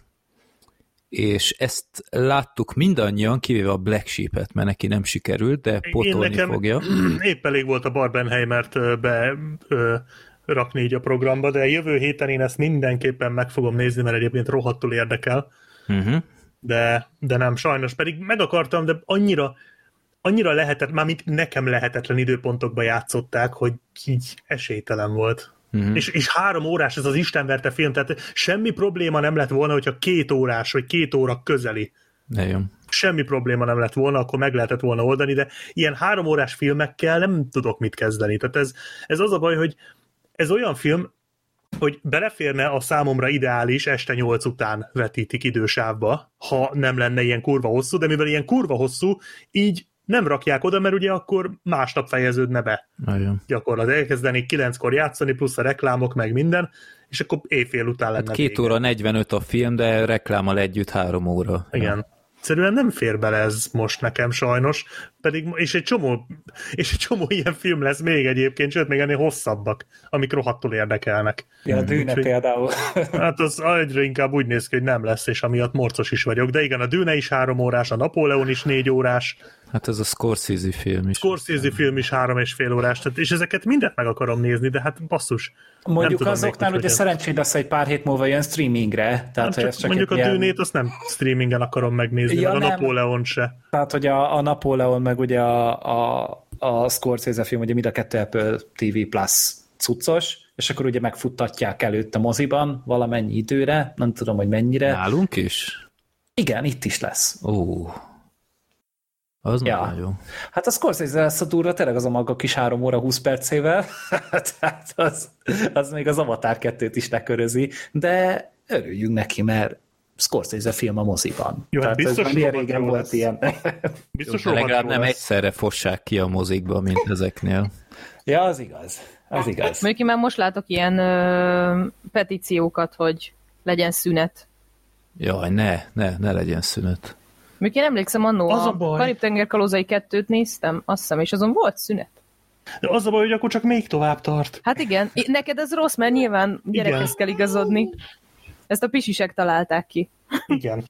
és ezt láttuk mindannyian, kivéve a Black Sheep-et, mert neki nem sikerült, de pótolni nekem fogja. Épp elég volt a Barbenheimert be ö, rakni így a programba, de jövő héten én ezt mindenképpen meg fogom nézni, mert egyébként rohadtul érdekel. Uh-huh. De, de nem, sajnos pedig meg akartam, de annyira, annyira lehetett, mármint nekem lehetetlen időpontokba játszották, hogy így esélytelen volt. Uh-huh. És, és három órás ez az istenverte film, tehát semmi probléma nem lett volna, hogyha két órás, vagy két óra közeli. Nagyon. Semmi probléma nem lett volna, akkor meg lehetett volna oldani, de ilyen három órás filmekkel nem tudok mit kezdeni. Tehát ez, ez az a baj, hogy ez olyan film, hogy beleférne a számomra ideális este nyolc után vetítik idősávba, ha nem lenne ilyen kurva hosszú, de mivel ilyen kurva hosszú, így nem rakják oda, mert ugye akkor másnap fejeződne be. Nagyon. Gyakorlatilag elkezdenék kilenckor játszani, plusz a reklámok, meg minden, és akkor éjfél után lenne hát két vége. óra negyvenöt a film, de reklámmal együtt három óra. Igen. Ja. Egyszerűen nem fér bele ez most nekem sajnos, pedig, és egy csomó, és egy csomó ilyen film lesz még egyébként, sőt, még ennél hosszabbak, amik rohadtul érdekelnek. Ja, a Dűne Úgyhogy, például. Hát az egyre inkább úgy néz ki, hogy nem lesz, és amiatt morcos is vagyok, de igen, a Dűne is három órás, a Napóleon is négy órás. Hát ez a Scorsese film is. Scorsese film is három és fél órás, tehát, és ezeket mindet meg akarom nézni, de hát basszus. Mondjuk tudom, azoknál ugye szerencsét lesz, hogy pár hét múlva jön streamingre. Tehát, csak, ez csak mondjuk a ilyen... Dűnét azt nem streamingen akarom megnézni, ja, meg a Napóleon se. Tehát, hogy a, a Napóleon meg ugye a, a, a Scorsese film, ugye mind a kettő Apple té vé Plus cuccos, és akkor ugye megfuttatják előtt a moziban valamennyi időre, nem tudom, hogy mennyire. Nálunk is? Igen, itt is lesz. Ó, az ja. Nagyon. Hát a Scorsese lesz a durva, tényleg az a maga kis három óra húsz percével, tehát az, az még az Avatar kettőt is lekörözi, de örüljünk neki, mert Scorsese film a moziban. Jó, hát tehát biztos milyen régen volt lesz. Ilyen. Biztos jó, legalább nem lesz. Egyszerre fossák ki a mozikba, mint ezeknél. Ja, az igaz. Az igaz. Mondjuk én már most látok ilyen ö, petíciókat, hogy legyen szünet. Jaj, ne, ne, ne legyen szünet. Mondjuk én emlékszem annó, Az a a baj. Karib-tenger kalózai kettőt néztem, azt hiszem, és azon volt szünet. De az a baj, hogy akkor csak még tovább tart. Hát igen, I- neked ez rossz, mert nyilván gyerekhez Igen. kell igazodni. Ezt a pisisek találták ki. Igen.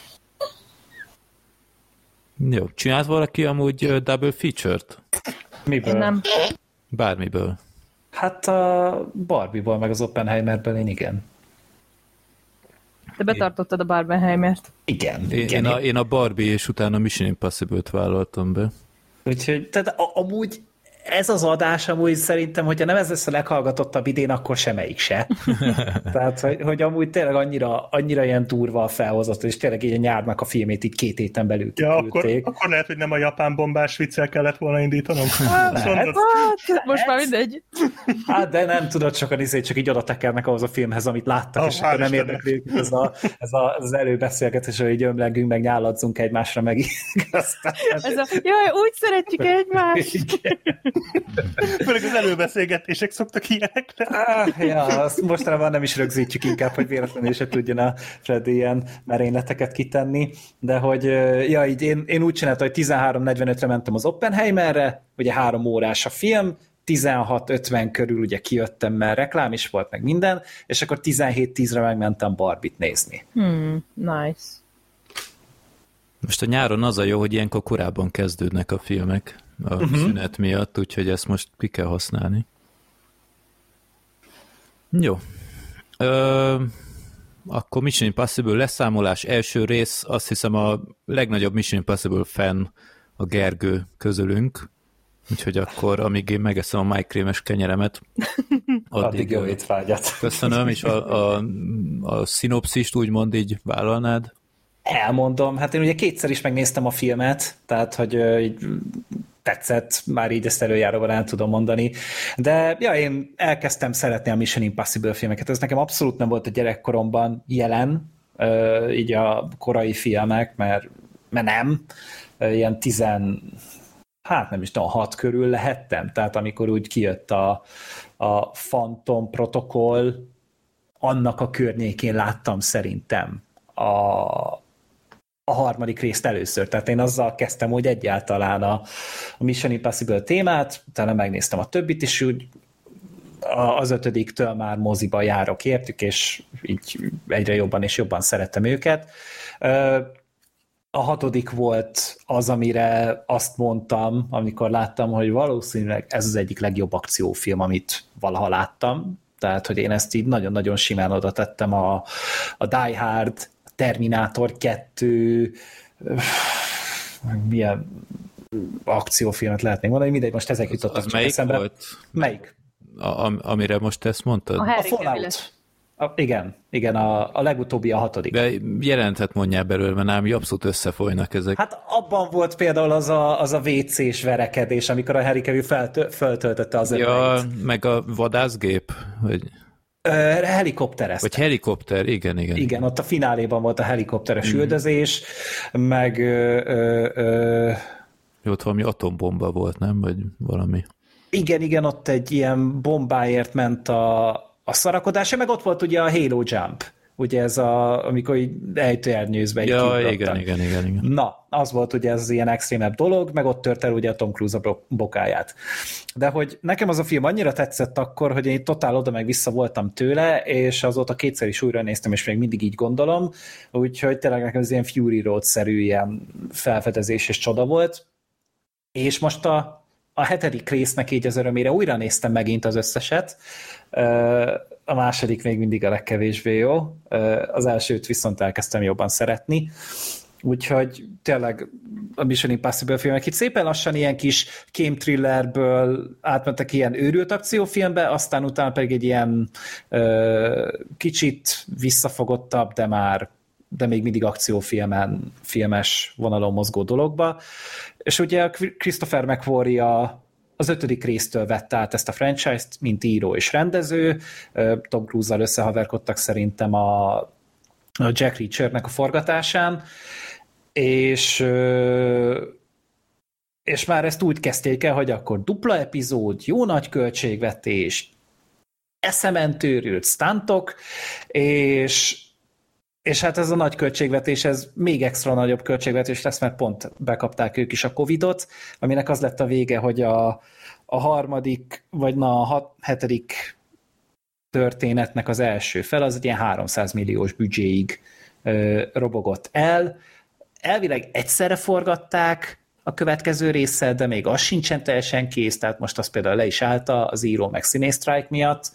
Jó, csinált valaki amúgy ö, double feature-t? Miből? Én nem. Bármiből. Hát a Barbie-ból, meg az Oppenheimerből én igen. Te betartottad a Barbenheimert. Igen, Én, igen. én, a, én a Barbie és utána Mission Impossible-t vállaltam be. Úgyhogy, tehát a, amúgy ez az adás amúgy szerintem, hogyha nem ez lesz a leghallgatottabb idén, akkor semmelyik se. Tehát, hogy, hogy amúgy tényleg annyira, annyira ilyen durva a felhozott, és tényleg így a nyárnak a filmét így két héten belül Ja, akkor, kiküldték. akkor lehet, hogy nem a japán bombás viccel kellett volna indítanom. Azt mondod, Hát, most már mindegy. Hát, de nem tudod, sokan izé csak így oda tekernek ahhoz a filmhez, amit láttak, Ah, és akkor hál' nem Istennek. érdekli őket ez, a, ez, a, ez az előbeszélgetés, hogy így ömlengünk, meg nyáladzunk egymásra, meg így. Aztán... Ez a, jaj, úgy szeretjük egymást. Igen. főleg az előbeszélgetések szoktak ilyenek lenni. Ah, ja, azt mostanában nem is rögzítjük inkább, hogy véletlenül se tudjon a Freddy ilyen merényleteket kitenni, de hogy ja, így én, én úgy csináltam, hogy tizenhárom negyvenötre mentem az Oppenheimerre, ugye három órás a film, tizenhat ötven körül ugye kijöttem, mert reklám is volt, meg minden, és akkor tizenhét tízre megmentem Barbie-t nézni. Hmm, nice. Most a nyáron az a jó, hogy ilyenkor korábban kezdődnek a filmek a uh-huh. szünet miatt, úgyhogy ezt most ki kell használni. Jó. Ö, akkor Mission Impossible leszámolás első rész, azt hiszem a legnagyobb Mission Impossible fan a Gergő közülünk, úgyhogy akkor, amíg én megeszem a májkrémes kenyeremet, Addig, addig jó étvágyat. Köszönöm, és a, a, a szinopszist úgymond így vállalnád? Elmondom, hát én ugye kétszer is megnéztem a filmet, tehát, hogy uh, így tetszett, már így ezt előjáróban el tudom mondani, de ja, én elkezdtem szeretni a Mission Impossible filmeket, ez nekem abszolút nem volt a gyerekkoromban jelen, uh, így a korai filmek, mert, mert nem, uh, ilyen tizen, hát nem is tudom, hat körül lehettem, tehát amikor úgy kijött a, a Phantom Protocol, annak a környékén láttam szerintem a a harmadik részt először. Tehát én azzal kezdtem, hogy egyáltalán a, a Mission Impossible témát, utána megnéztem a többit, és úgy az ötödiktől már moziba járok értük, és így egyre jobban és jobban szerettem őket. A hatodik volt az, amire azt mondtam, amikor láttam, hogy valószínűleg ez az egyik legjobb akciófilm, amit valaha láttam. Tehát, hogy én ezt így nagyon-nagyon simán oda tettem a, a Die Hard, Terminátor kettő, milyen akciófilmet lehetnénk mondani, mindegy, most ezek jutottak az csak melyik eszembe. volt? Melyik? A, am, amire most ezt mondtad? A A Harry Fallout. Cavill-es. A, igen, igen, a, a legutóbbi a hatodik. De jelentet mondjál belőle, mert nálam abszolút összefolynak ezek. Hát abban volt például az a, az a vé cés verekedés, amikor a Harry Cavill feltö- feltöltötte az Ja, ötletet. meg a vadászgép? Vagy, Ö, helikopterezte. vagy helikopter, igen, igen. Igen, ott a fináléban volt a helikopteres mm. üldözés, meg ö, ö, ö, Ott valami atombomba volt, nem? Vagy valami. igen, igen, ott egy ilyen bombáért ment a, a szarakodása, meg ott volt ugye a Halo Jump, ugye ez a, amikor így ejtőernyőzbe Ja, kiugrottak. igen, igen, igen, igen. Na, az volt ugye ez az ilyen extrémebb dolog, meg ott tört el ugye a Tom Cruise a bro- bokáját. De hogy nekem az a film annyira tetszett akkor, hogy én totál oda meg vissza voltam tőle, és azóta kétszer is újra néztem, és még mindig így gondolom, úgyhogy tényleg nekem ez ilyen Fury Road-szerű ilyen felfedezés és csoda volt. És most a, a hetedik résznek így az örömére újra néztem megint az összeset, a második még mindig a legkevésbé jó, az elsőt viszont elkezdtem jobban szeretni, úgyhogy tényleg a Mission Impossible filmek itt szépen lassan ilyen kis kém thrillerből átmentek ilyen őrült akciófilmbe, aztán utána pedig egy ilyen ö, kicsit visszafogottabb, de már de még mindig akciófilmen, filmes vonalon mozgó dologba. És ugye a Christopher McQuarrie a az ötödik résztől vette át ezt a franchise-t, mint író és rendező. Tom Cruise-zal összehaverkodtak szerintem a, a Jack Reacher-nek a forgatásán, és, és már ezt úgy kezdték el, hogy akkor dupla epizód, jó nagy költségvetés, eszementőrült stuntok, és És hát ez a nagy költségvetés, ez még extra nagyobb költségvetés lesz, mert pont bekapták ők is a Covidot, aminek az lett a vége, hogy a, a harmadik, vagy na a hat, hetedik történetnek az első fel, az egy ilyen háromszáz milliós büdzséig ö, robogott el. Elvileg egyszerre forgatták a következő résszel, de még az sincsen teljesen kész, tehát most az például le is állta az író meg színészsztrájk miatt.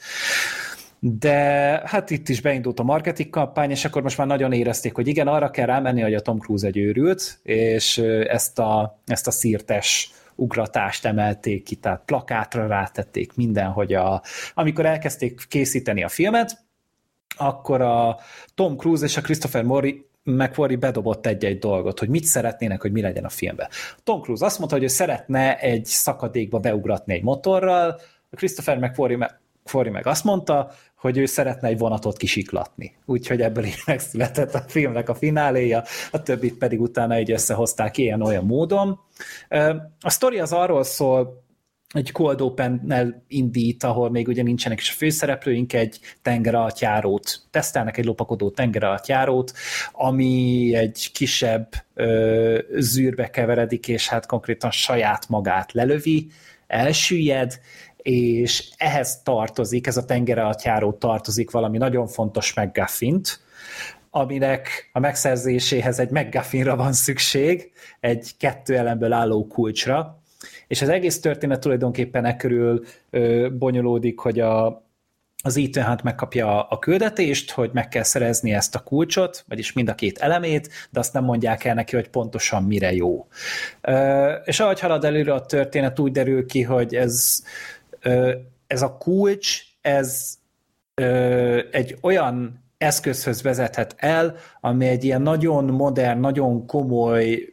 De hát itt is beindult a marketing kampány, és akkor most már nagyon érezték, hogy igen, arra kell rámenni, hogy a Tom Cruise egy őrült, és ezt a, ezt a szirtes ugratást emelték ki, tehát plakátra rátették minden, hogy a, amikor elkezdték készíteni a filmet, akkor a Tom Cruise és a Christopher Mori McQuarrie bedobott egy-egy dolgot, hogy mit szeretnének, hogy mi legyen a filmben. Tom Cruise azt mondta, hogy ő szeretne egy szakadékba beugratni egy motorral, a Christopher McQuarrie Forri meg azt mondta, hogy ő szeretne egy vonatot kisiklatni. Úgyhogy ebből így megszületett a filmnek a fináléja, a többit pedig utána így összehozták ilyen-olyan módon. A sztori az arról szól, egy cold open-nel indít, ahol még ugye nincsenek is a főszereplőink, egy tengeralattjárót tesztelnek, egy lopakodó tengeralattjárót, ami egy kisebb ö, zűrbe keveredik, és hát konkrétan saját magát lelövi, elsüllyed, és ehhez tartozik, ez a tengeralattjáró tartozik valami nagyon fontos MacGuffin-t, aminek a megszerzéséhez egy MacGuffinra van szükség, egy kettő elemből álló kulcsra, és az egész történet tulajdonképpen e körül ö, bonyolódik, hogy a, az Ethan Hunt megkapja a küldetést, hogy meg kell szerezni ezt a kulcsot, vagyis mind a két elemét, de azt nem mondják el neki, hogy pontosan mire jó. Ö, és ahogy halad előre a történet, úgy derül ki, hogy ez ez a kulcs, ez ö, egy olyan eszközhöz vezethet el, ami egy ilyen nagyon modern, nagyon komoly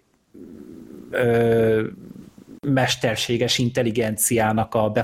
ö, mesterséges intelligenciának a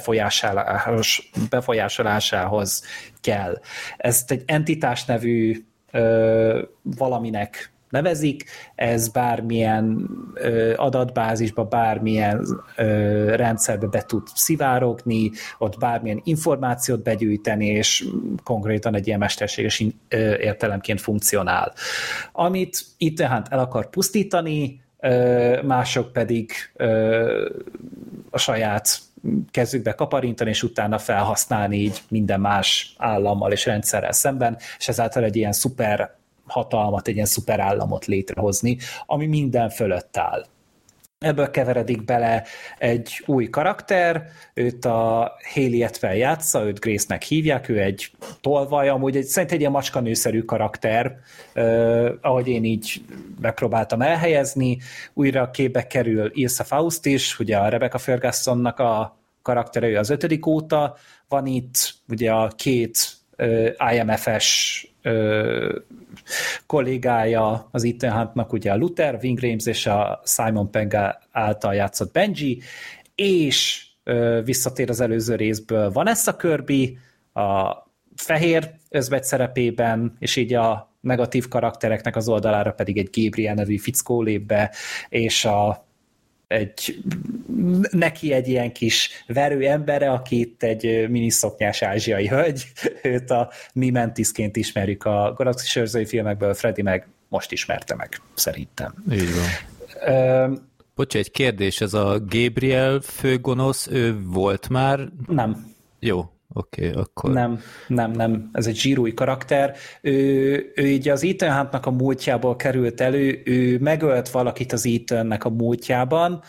befolyásolásához kell. Ezt egy entitás nevű ö, valaminek nevezik, ez bármilyen ö, adatbázisba, bármilyen ö, rendszerbe be tud szivárogni, ott bármilyen információt begyűjteni, és konkrétan egy ilyen mesterséges ö, értelemként funkcionál. Amit itt tehát el akar pusztítani, ö, mások pedig ö, a saját kezükbe kaparintani, és utána felhasználni így minden más állammal és rendszerrel szemben, és ezáltal egy ilyen szuper hatalmat, egy ilyen szuperállamot létrehozni, ami minden fölött áll. Ebből keveredik bele egy új karakter, őt a Hayley Atwell játsza, őt Grace-nek hívják, ő egy tolvaj, amúgy egy, szerint egy ilyen macskanőszerű karakter, eh, ahogy én így megpróbáltam elhelyezni. Újra képbe kerül Ilsa Faust is, ugye a Rebecca Fergusonnak a karaktere, ő az ötödik óta van itt, ugye a két eh, I M F-es eh, kollégája az Ethan Huntnak, ugye a Luther Wingrames és a Simon Pegg által játszott Benji, és ö, visszatér az előző részből Vanessa Kirby a fehér özvegy szerepében, és így a negatív karaktereknek az oldalára pedig egy Gabriel nevű fickó lép be, és a egy, neki egy ilyen kis verő embere, aki itt egy miniszoknyás ázsiai hölgy, őt a Mi Mantisként ismerjük a Galaxis őrzői filmekből, Freddy meg most ismerte meg, szerintem. Így van. Ö, Bocs, egy kérdés, ez a Gabriel főgonosz, ő volt már? Nem. Jó. Oké, okay, akkor... Nem, nem, nem, ez egy zsírúj karakter. Ő, ő így az Ethan Huntnak a múltjából került elő, ő megölt valakit az Ethannek a múltjában,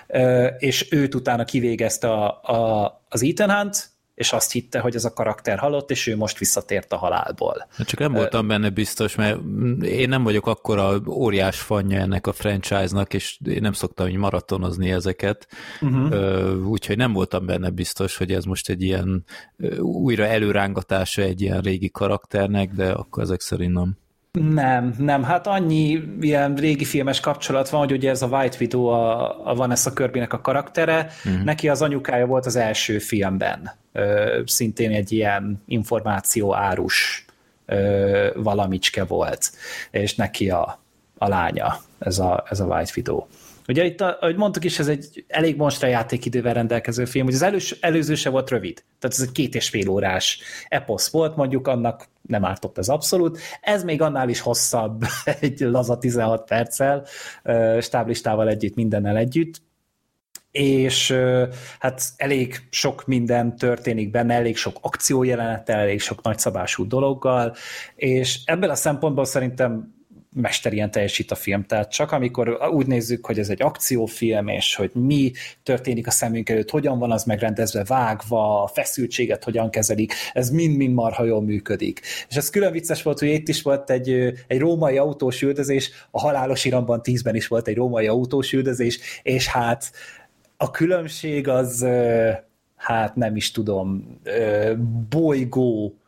és őt utána kivégezte a, a, az Ethan Hunt, és azt hitte, hogy ez a karakter halott, és ő most visszatért a halálból. Csak nem voltam benne biztos, mert én nem vagyok akkora óriás fanja ennek a franchise-nak, és én nem szoktam így maratonozni ezeket, uh-huh. úgyhogy nem voltam benne biztos, hogy ez most egy ilyen újra előrángatása egy ilyen régi karakternek, de akkor ezek szerint nem. Nem, nem, hát annyi ilyen régi filmes kapcsolat van, hogy ugye ez a White Widow, a, a Vanessa Kirbynek a karaktere, uh-huh. neki az anyukája volt az első filmben, ö, szintén egy ilyen információ árus ö, valamicske volt, és neki a a lánya, ez a, ez a White Widow. Ugye itt, ahogy mondtuk is, ez egy elég monstra játékidővel rendelkező film, hogy az elős, előző se volt rövid, tehát ez egy két és fél órás eposz volt, mondjuk annak nem ártott ez abszolút. Ez még annál is hosszabb, egy laza tizenhat perccel, stáblistával együtt, mindennel együtt, és hát elég sok minden történik benne, elég sok akciójelenettel, elég sok nagyszabású dologgal, és ebből a szempontból szerintem mesterien teljesít a film, tehát csak amikor úgy nézzük, hogy ez egy akciófilm, és hogy mi történik a szemünk előtt, hogyan van az megrendezve, vágva, a feszültséget hogyan kezelik, ez mind-mind marha jól működik. És ez külön vicces volt, hogy itt is volt egy, egy római autós üldözés, a Halálos Iramban tízben is volt egy római autós üldözés, és hát a különbség az, hát nem is tudom, bolygó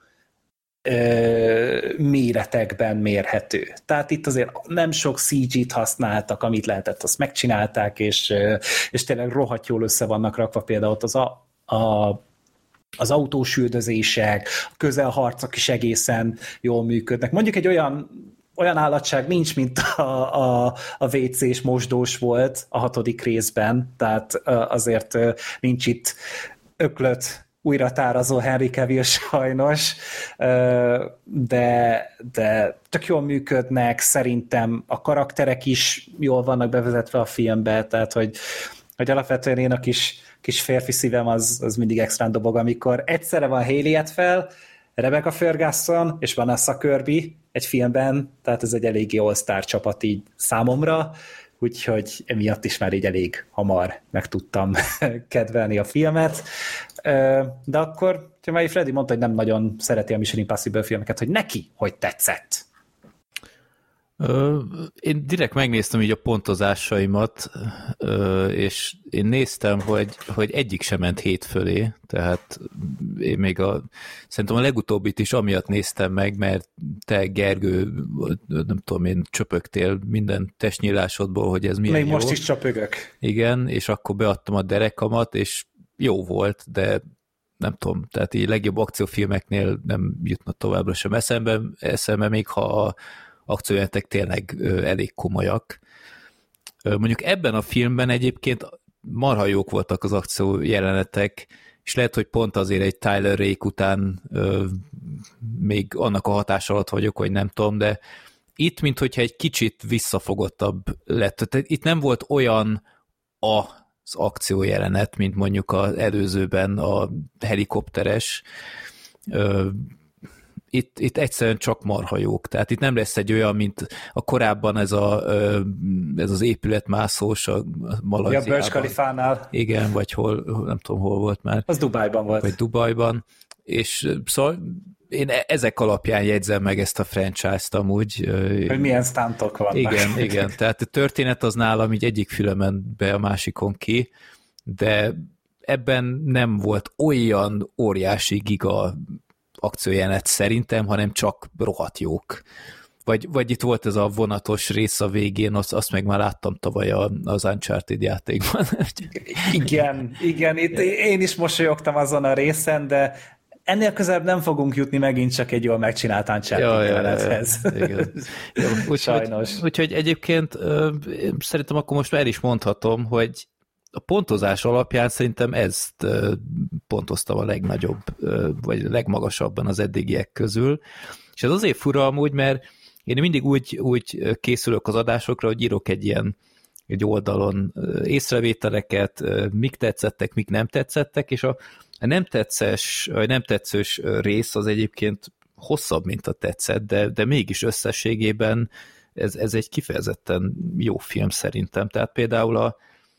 méretekben mérhető. Tehát itt azért nem sok cé gét használtak, amit lehetett, azt megcsinálták, és, és tényleg rohadt jól össze vannak rakva például ott az a, a az autós üldözések, a közelharcok is egészen jól működnek. Mondjuk egy olyan olyan állatság nincs, mint a, a, a vé cés mosdós volt a hatodik részben, tehát azért nincs itt öklöt újra tárazó Henry Cavill sajnos, de, de tök jól működnek, szerintem a karakterek is jól vannak bevezetve a filmbe, tehát hogy, hogy alapvetően én a kis, kis férfi szívem az, az mindig extrán dobog, amikor egyszerre van Hayley Atwell, Rebecca Ferguson és Vanessa Kirby egy filmben, tehát ez egy eléggé all-star csapat így számomra, úgyhogy emiatt is már így elég hamar meg tudtam kedvelni a filmet. De akkor Mai Freddy mondta, hogy nem nagyon szereti a Mission Impossible filmeket, hogy neki hogy tetszett? Én direkt megnéztem így a pontozásaimat, és én néztem, hogy, hogy egyik sem ment hét fölé, tehát én még a, szerintem a legutóbbit is amiatt néztem meg, mert te, Gergő, nem tudom én, csöpögtél minden testnyílásodból, hogy ez milyen még jó. Most is csöpögök. Igen, és akkor beadtam a derekamat, és jó volt, de nem tudom, tehát így legjobb akciófilmeknél nem jutna továbbra sem eszembe, eszembe még ha a akciójelenetek tényleg ö, elég komolyak. Ö, mondjuk ebben a filmben egyébként marha jók voltak az akciójelenetek, és lehet, hogy pont azért egy Tyler Rake után ö, még annak a hatás alatt vagyok, hogy nem tudom, de itt, minthogyha egy kicsit visszafogottabb lett. Tehát itt nem volt olyan az akciójelenet, mint mondjuk az előzőben a helikopteres. Ö, Itt, itt egyszerűen csak marha jók. Tehát itt nem lesz egy olyan, mint a korábban ez, a, ez az épületmászós a Malajziában. Ja, Burj Khalifánál. Igen, vagy hol, nem tudom, hol volt már. Az Dubajban volt. Vagy Dubajban. És szóval én ezek alapján jegyzem meg ezt a franchise-t amúgy. Hogy milyen stuntok vannak. Igen, igen. Tehát a történet az nálam így egyik fülemen be, a másikon ki, de ebben nem volt olyan óriási giga akciójelenet szerintem, hanem csak rohadt jók. Vagy, vagy itt volt ez a vonatos rész a végén, azt, azt meg már láttam tavaly az Uncharted játékban. Igen, igen, itt én is mosolyogtam azon a részen, de ennél közelebb nem fogunk jutni megint csak egy jól megcsinált Uncharted ja, jelenethez. Ja, ja, úgy, Sajnos. Úgy, úgyhogy egyébként szerintem akkor most már el is mondhatom, hogy a pontozás alapján szerintem ezt pontoztam a legnagyobb, vagy legmagasabban az eddigiek közül. És ez azért fura amúgy, mert én mindig úgy, úgy készülök az adásokra, hogy írok egy ilyen egy oldalon észrevételeket, mik tetszettek, mik nem tetszettek, és a nem tetszes, vagy nem tetszős rész az egyébként hosszabb, mint a tetszett, de, de mégis összességében ez, ez egy kifejezetten jó film szerintem. Tehát például a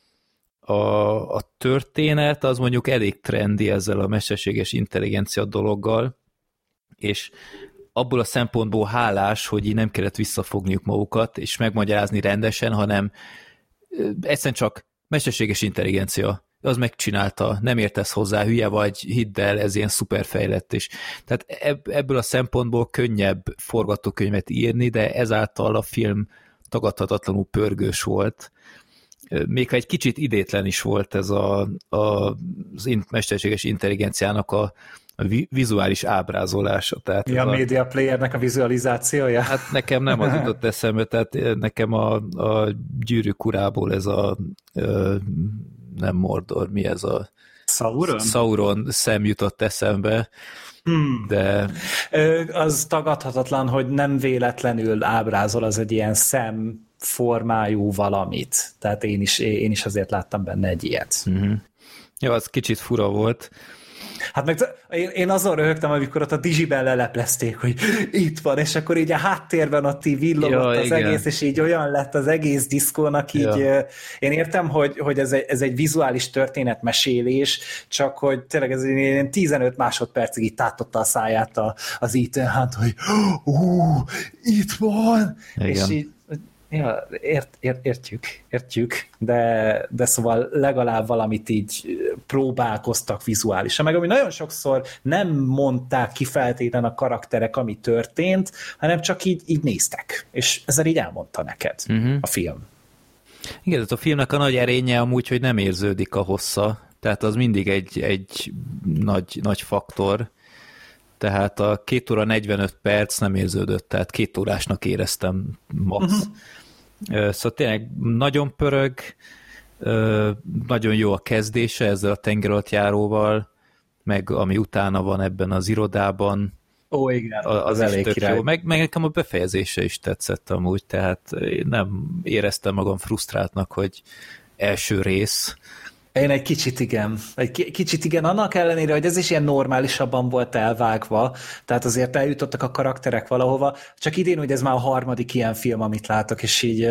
A, a történet az mondjuk elég trendi ezzel a mesterséges intelligencia dologgal, és abból a szempontból hálás, hogy így nem kellett visszafogniuk magukat, és megmagyarázni rendesen, hanem egyszerűen csak mesterséges intelligencia, az megcsinálta, nem értesz hozzá, hülye vagy, hidd el, ez ilyen szuperfejlett is. Tehát ebből a szempontból könnyebb forgatókönyvet írni, de ezáltal a film tagadhatatlanul pörgős volt. Még ha egy kicsit idétlen is volt ez a, a, az mesterséges intelligenciának a, a vi- vizuális ábrázolása. Tehát Mi a, a média playernek a vizualizációja? Hát nekem nem az jutott eszembe, tehát nekem a, a Gyűrűk urából ez a ö, nem Mordor, mi ez a Sauron? Sauron szem jutott eszembe, hmm. de... Ö, az tagadhatatlan, hogy nem véletlenül ábrázol az egy ilyen szem formájú valamit. Tehát én is, én is azért láttam benne egy ilyet. Uh-huh. Jó, az kicsit fura volt. Hát meg én, én azon röhögtem, amikor ott a Digiben leleplezték, hogy itt van, és akkor így a háttérben ott így villogott ja, az igen. egész, és így olyan lett az egész diszkónak, így ja. Én értem, hogy, hogy ez, egy, ez egy vizuális történetmesélés, csak hogy tényleg ez egy tizenöt másodpercig így tátotta a száját a, az Ethan Hunt, hogy ú, itt van! Igen. És így ja, ért, ért, értjük, értjük, de, de szóval legalább valamit így próbálkoztak vizuálisan, meg ami nagyon sokszor nem mondták ki feltétlen a karakterek, ami történt, hanem csak így, így néztek, és ezzel így elmondta neked uh-huh. a film. Igen, tehát a filmnek a nagy erénye amúgy, hogy nem érződik a hossza, tehát az mindig egy, egy nagy, nagy faktor, tehát a két óra negyvenöt perc nem érződött, tehát két órásnak éreztem max. Uh-huh. Szóval tényleg nagyon pörög, nagyon jó a kezdése ezzel a tengeralattjáróval, meg ami utána van ebben az irodában. Ó, igen, az, az elég király. Jó. Meg, meg nekem a befejezése is tetszett amúgy, tehát én nem éreztem magam frusztráltnak, hogy első rész. Én egy kicsit igen. Egy kicsit igen, annak ellenére, hogy ez is ilyen normálisabban volt elvágva, tehát azért eljutottak a karakterek valahova, csak idén, hogy ez már a harmadik ilyen film, amit látok, és így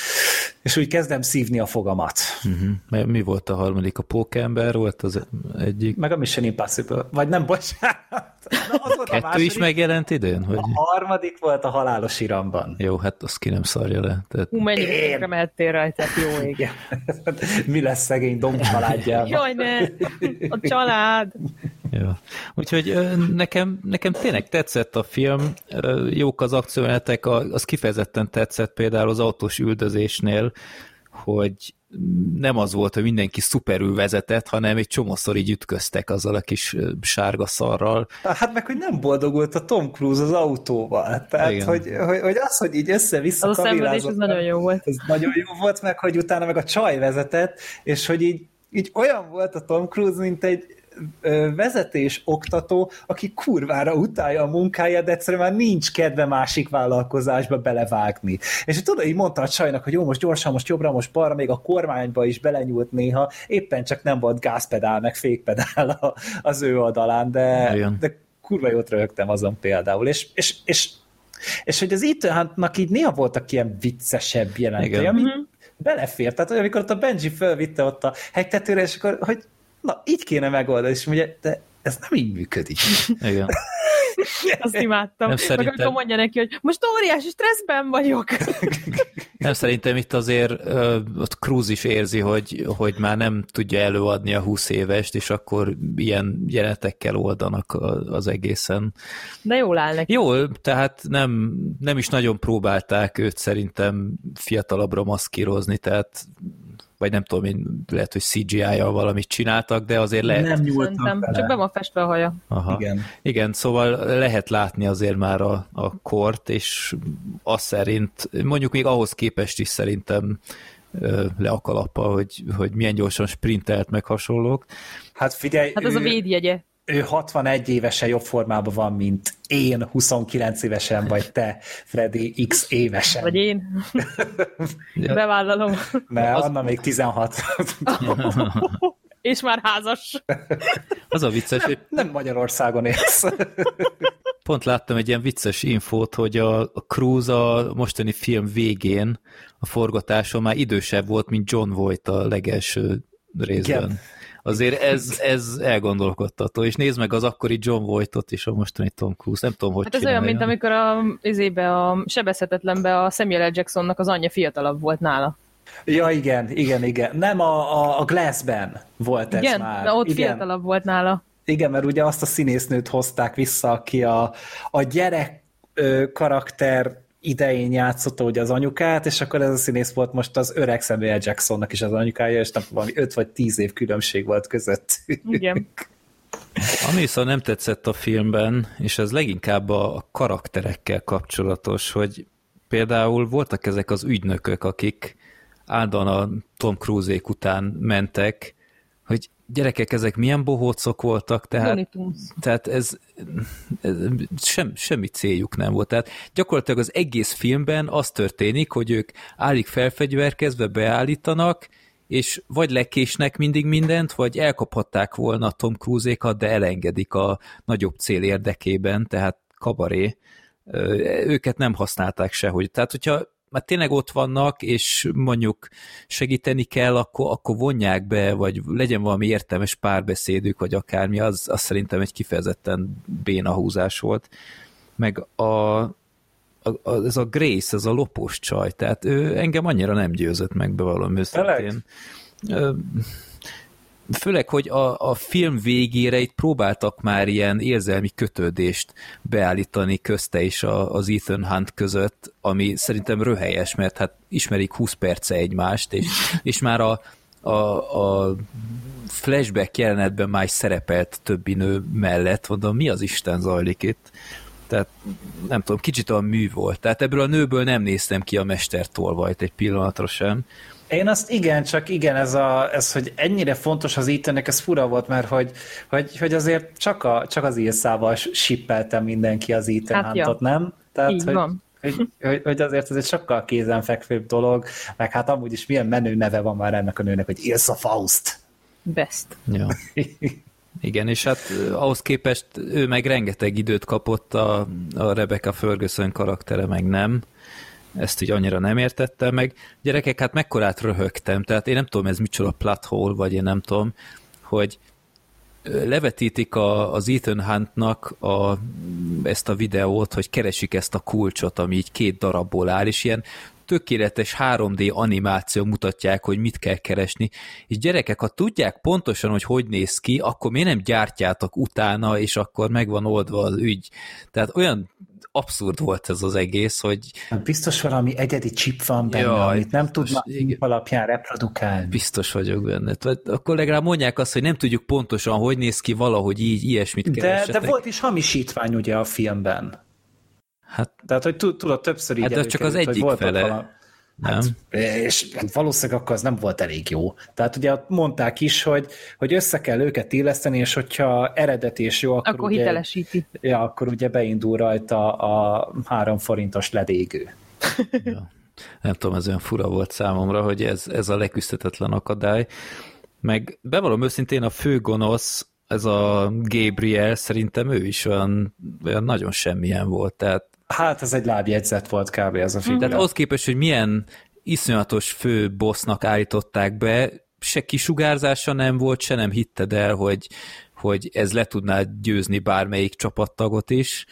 és úgy kezdem szívni a fogamat. Uh-huh. Mi volt a harmadik? A Pókember volt az egyik? Meg a Mission Impossible. Vagy nem, bocsánat. Na, az volt Kettő a is megjelent idén? Hogy... A harmadik volt a Halálos Iramban. Jó, hát azt ki nem szarja le. Tehát... Hú, mennyire tökre mehettél rajta, jó ég. Mi lesz szegény Dom családjával? Jaj, ne! A család! Jó. Úgyhogy nekem, nekem tényleg tetszett a film, jók az akciójelenetek, az kifejezetten tetszett például az autós üldözésnél, hogy nem az volt, hogy mindenki szuperül vezetett, hanem egy csomószor így ütköztek azzal a kis sárga szarral. Hát meg, hogy nem boldogult a Tom Cruise az autóval. Tehát, hogy, hogy, hogy az, hogy így össze-vissza az kavilázott. Az a szenvedés, ez nagyon jó volt. Ez nagyon jó volt, meg, hogy utána meg a csaj vezetett, és hogy így, így olyan volt a Tom Cruise, mint egy vezetés oktató, aki kurvára utálja a munkáját, de egyszerűen már nincs kedve másik vállalkozásba belevágni. És tudod, így mondta a csajnak, hogy jó, most gyorsan, most jobbra, most balra, még a kormányba is belenyúlt néha, éppen csak nem volt gázpedál, meg fékpedál az ő oldalán, de, de kurva jót röhögtem azon például. És, és, és, és hogy az Ethan Huntnak így néha voltak ilyen viccesebb jelentői, ami mm-hmm. belefér. Tehát, hogy amikor ott a Benji fölvitte ott a hegytetőre, és akkor, hogy na, így kéne megoldani, és ugye, de ez nem így működik. Igen. Azt imádtam. Nem szerintem... Meg amikor mondja neki, hogy most óriási stresszben vagyok. Nem, szerintem itt azért uh, ott Cruise is érzi, hogy, hogy már nem tudja előadni a húsz évest, és akkor ilyen jelenetekkel oldanak az egészen. De jól áll neki. Jól, tehát nem, nem is nagyon próbálták őt szerintem fiatalabbra maszkírozni, tehát vagy nem tudom én, lehet, hogy cé gé í-jal valamit csináltak, de azért lehet... Nem nyúltam bele. Csak be van festve a haja. Aha. Igen. Igen, szóval lehet látni azért már a, a kort, és azt szerint, mondjuk még ahhoz képest is szerintem le a kalappa, hogy, hogy milyen gyorsan sprintelt meg hasonlók. Hát figyelj... Hát az ő... a védjegye. Ő hatvanegy évesen jobb formában van, mint én huszonkilenc évesen, vagy te, Freddy, x évesen. Vagy én. Bevállalom. Ne, az... Anna még tizenhat. És már házas. Az a vicces, nem, hogy... Nem Magyarországon élsz. Pont láttam egy ilyen vicces infót, hogy a, a Cruise a mostani film végén a forgatáson már idősebb volt, mint John Voight a legelső részben. Igen. Azért ez, ez elgondolkodtató, és nézd meg az akkori John Voightot és a mostani Tom Cruise, nem tudom, hogy hát ez olyan, mint amikor a, izébe, a Sebezhetetlenbe a Samuel L. Jacksonnak az anyja fiatalabb volt nála. Ja, igen, igen, igen. Nem a, a, a Glassben volt igen, ez már. Igen, de ott igen. fiatalabb volt nála. Igen, mert ugye azt a színésznőt hozták vissza, aki a, a gyerek ö, karakter idején játszotta ugye az anyukát, és akkor ez a színész volt most az öreg Samuel Jacksonnak is az anyukája, és nem valami öt vagy tíz év különbség volt között. Igen. Ami viszont nem tetszett a filmben, és ez leginkább a karakterekkel kapcsolatos, hogy például voltak ezek az ügynökök, akik állandóan a Tom Cruise-ék után mentek, hogy gyerekek, ezek milyen bohócok voltak, tehát, tehát ez, ez sem, semmi céljuk nem volt. Tehát gyakorlatilag az egész filmben az történik, hogy ők állig felfegyverkezve beállítanak, és vagy lekésnek mindig mindent, vagy elkaphatták volna Tom Cruise-ékat, de elengedik a nagyobb cél érdekében, tehát kabaré. Őket nem használták sehogy. Tehát, hogyha már tényleg ott vannak, és mondjuk segíteni kell, akkor, akkor vonják be, vagy legyen valami értelmes párbeszédük, vagy akármi, az, az szerintem egy kifejezetten béna húzás volt. Meg a, a, a, ez a Grace, ez a lopós csaj, tehát ő engem annyira nem győzött meg, bevallom őszintén. Főleg, hogy a, a film végére itt próbáltak már ilyen érzelmi kötődést beállítani közte és a, az Ethan Hunt között, ami szerintem röhelyes, mert hát ismerik húsz perce egymást, és, és már a, a, a flashback jelenetben már is szerepelt többi nő mellett, mondom, mi az Isten zajlik itt? Tehát nem tudom, kicsit olyan mű volt. Tehát ebből a nőből nem néztem ki a mestertolvajt egy pillanatra sem. Én azt igen, csak igen, ez, a, ez hogy ennyire fontos az Ethannek, ez fura volt, mert hogy, hogy, hogy azért csak, a, csak az Ilszával sippeltem mindenki az Ethan hát Huntot, ja. Nem? Tehát, így hogy, van. Hogy, hogy, hogy azért ez egy sokkal kézenfekvőbb dolog, meg hát amúgy is milyen menő neve van már ennek a nőnek, hogy Ilsa Faust. Best. Ja. Igen, és hát ahhoz képest ő meg rengeteg időt kapott, a, a Rebecca Ferguson karaktere meg nem. Ezt így annyira nem értettem meg. Gyerekek, hát mekkorát röhögtem, tehát én nem tudom, ez micsoda plot hole, vagy én nem tudom, hogy levetítik a, az Ethan Huntnak a, ezt a videót, hogy keresik ezt a kulcsot, ami így két darabból áll, és ilyen tökéletes három dé animáció mutatják, hogy mit kell keresni, és gyerekek, ha tudják pontosan, hogy hogy néz ki, akkor miért nem gyártjátok utána, és akkor megvan oldva az ügy. Tehát olyan abszurd volt ez az egész, hogy... Biztos valami egyedi chip van benne, jaj, amit nem tudnak alapján reprodukálni. Biztos vagyok benne. Akkor legalább mondják azt, hogy nem tudjuk pontosan, hogy néz ki, valahogy így, ilyesmit keressetek. De, de volt is hamisítvány ugye a filmben. Hát, tehát, hogy tudod, többször így hát de csak az egyik fele. Vala... Hát, és valószínűleg akkor az nem volt elég jó. Tehát ugye mondták is, hogy, hogy össze kell őket illeszteni, és hogyha eredet és jó, akkor, akkor ugye, hitelesíti. Ja, akkor ugye beindul rajta a három forintos ledégő. Ja. Nem tudom, ez olyan fura volt számomra, hogy ez, ez a leküzdhetetlen akadály. Meg bevallom őszintén, a főgonosz, ez a Gabriel, szerintem ő is olyan, olyan nagyon semmilyen volt, tehát hát ez egy lábjegyzet volt kb. Ez a figura. Tehát ahhoz képest, hogy milyen iszonyatos fő bossnak állították be, se kisugárzása nem volt, se nem hitted el, hogy, hogy ez le tudná győzni bármelyik csapattagot is.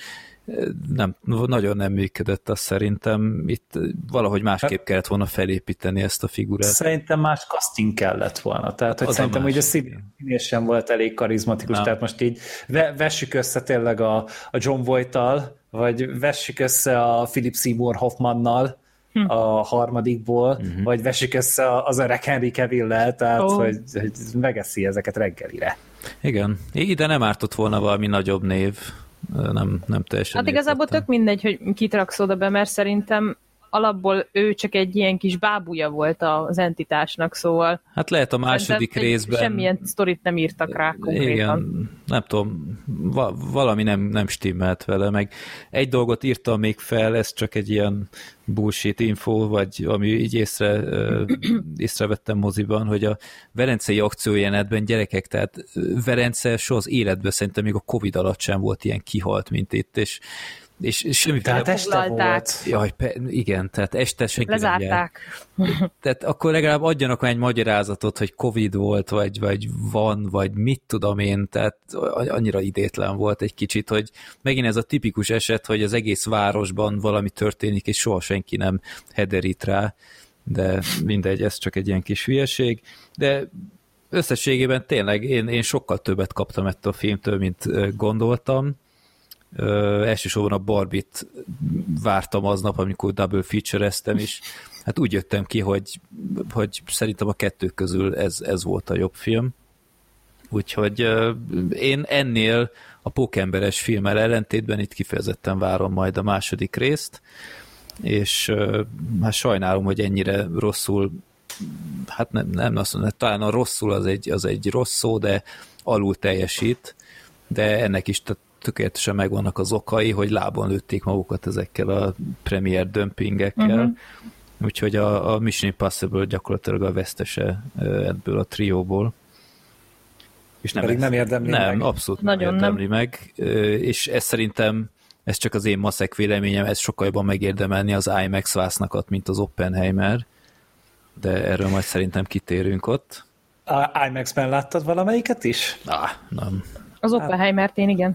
Nem, nagyon nem működött az szerintem. Itt valahogy másképp kellett volna felépíteni ezt a figurát. Szerintem más casting kellett volna. Tehát, hogy az szerintem hogy a színés sem volt elég karizmatikus. Na. Tehát most így vessük össze tényleg a, a John Voight-tal, vagy vessük össze a Philip Seymour Hoffmannal hm. a harmadikból, uh-huh. vagy vessük össze az öreg Henry Cavill-lel, tehát oh. hogy, hogy megeszi ezeket reggelire. Igen. Ide nem ártott volna valami nagyobb név. Nem, nem teljesen hát igazából értettem. Tök mindegy, hogy kit raksz oda be, mert szerintem alapból ő csak egy ilyen kis bábúja volt az entitásnak, szóval... Hát lehet a második részben... Semmilyen sztorit nem írtak rá konkrétan. Igen, nem tudom, va- valami nem, nem stimmelt vele, meg egy dolgot írtam még fel, ez csak egy ilyen bullshit info, vagy ami így észre, uh, észrevettem moziban, hogy a Velencei akciójelenetben gyerekek, tehát Velence soha az életben szerintem még a Covid alatt sem volt ilyen kihalt, mint itt, és és semmi tehát este volt. Jaj, pe, igen, tehát este senki lezárták. Nem jár. Tehát akkor legalább adjanak egy magyarázatot, hogy Covid volt, vagy, vagy van, vagy mit tudom én, tehát annyira idétlen volt egy kicsit, hogy megint ez a tipikus eset, hogy az egész városban valami történik, és soha senki nem hederít rá, de mindegy, ez csak egy ilyen kis hülyeség, de összességében tényleg én, én sokkal többet kaptam ettől a filmtől, mint gondoltam. Ö, elsősorban a Barbie-t vártam aznap, amikor double feature-eztem, és hát úgy jöttem ki, hogy, hogy szerintem a kettő közül ez, ez volt a jobb film. Úgyhogy uh, én ennél a pókemberes filmmel ellentétben itt kifejezetten várom majd a második részt, és uh, hát sajnálom, hogy ennyire rosszul, hát nem, nem azt mondom, talán a rosszul az egy, az egy rossz szó, de alul teljesít, de ennek is tökéletesen megvannak az okai, hogy lábon lőtték magukat ezekkel a premier dömpingekkel, uh-huh. Úgyhogy a, a Mission Impossible gyakorlatilag a vesztese ebből a trióból. És nem, Pedig nem érdemli nem, meg. Abszolút Nagyon nem érdemli nem. meg, és ez szerintem, ez csak az én maszek véleményem, ez sokkal jobban megérdemelni az IMAX vásznakat, mint az Oppenheimer, de erről majd szerintem kitérünk ott. A IMAX-ben láttad valamelyiket is? Ah, nem. Az Oppenheimert én igen.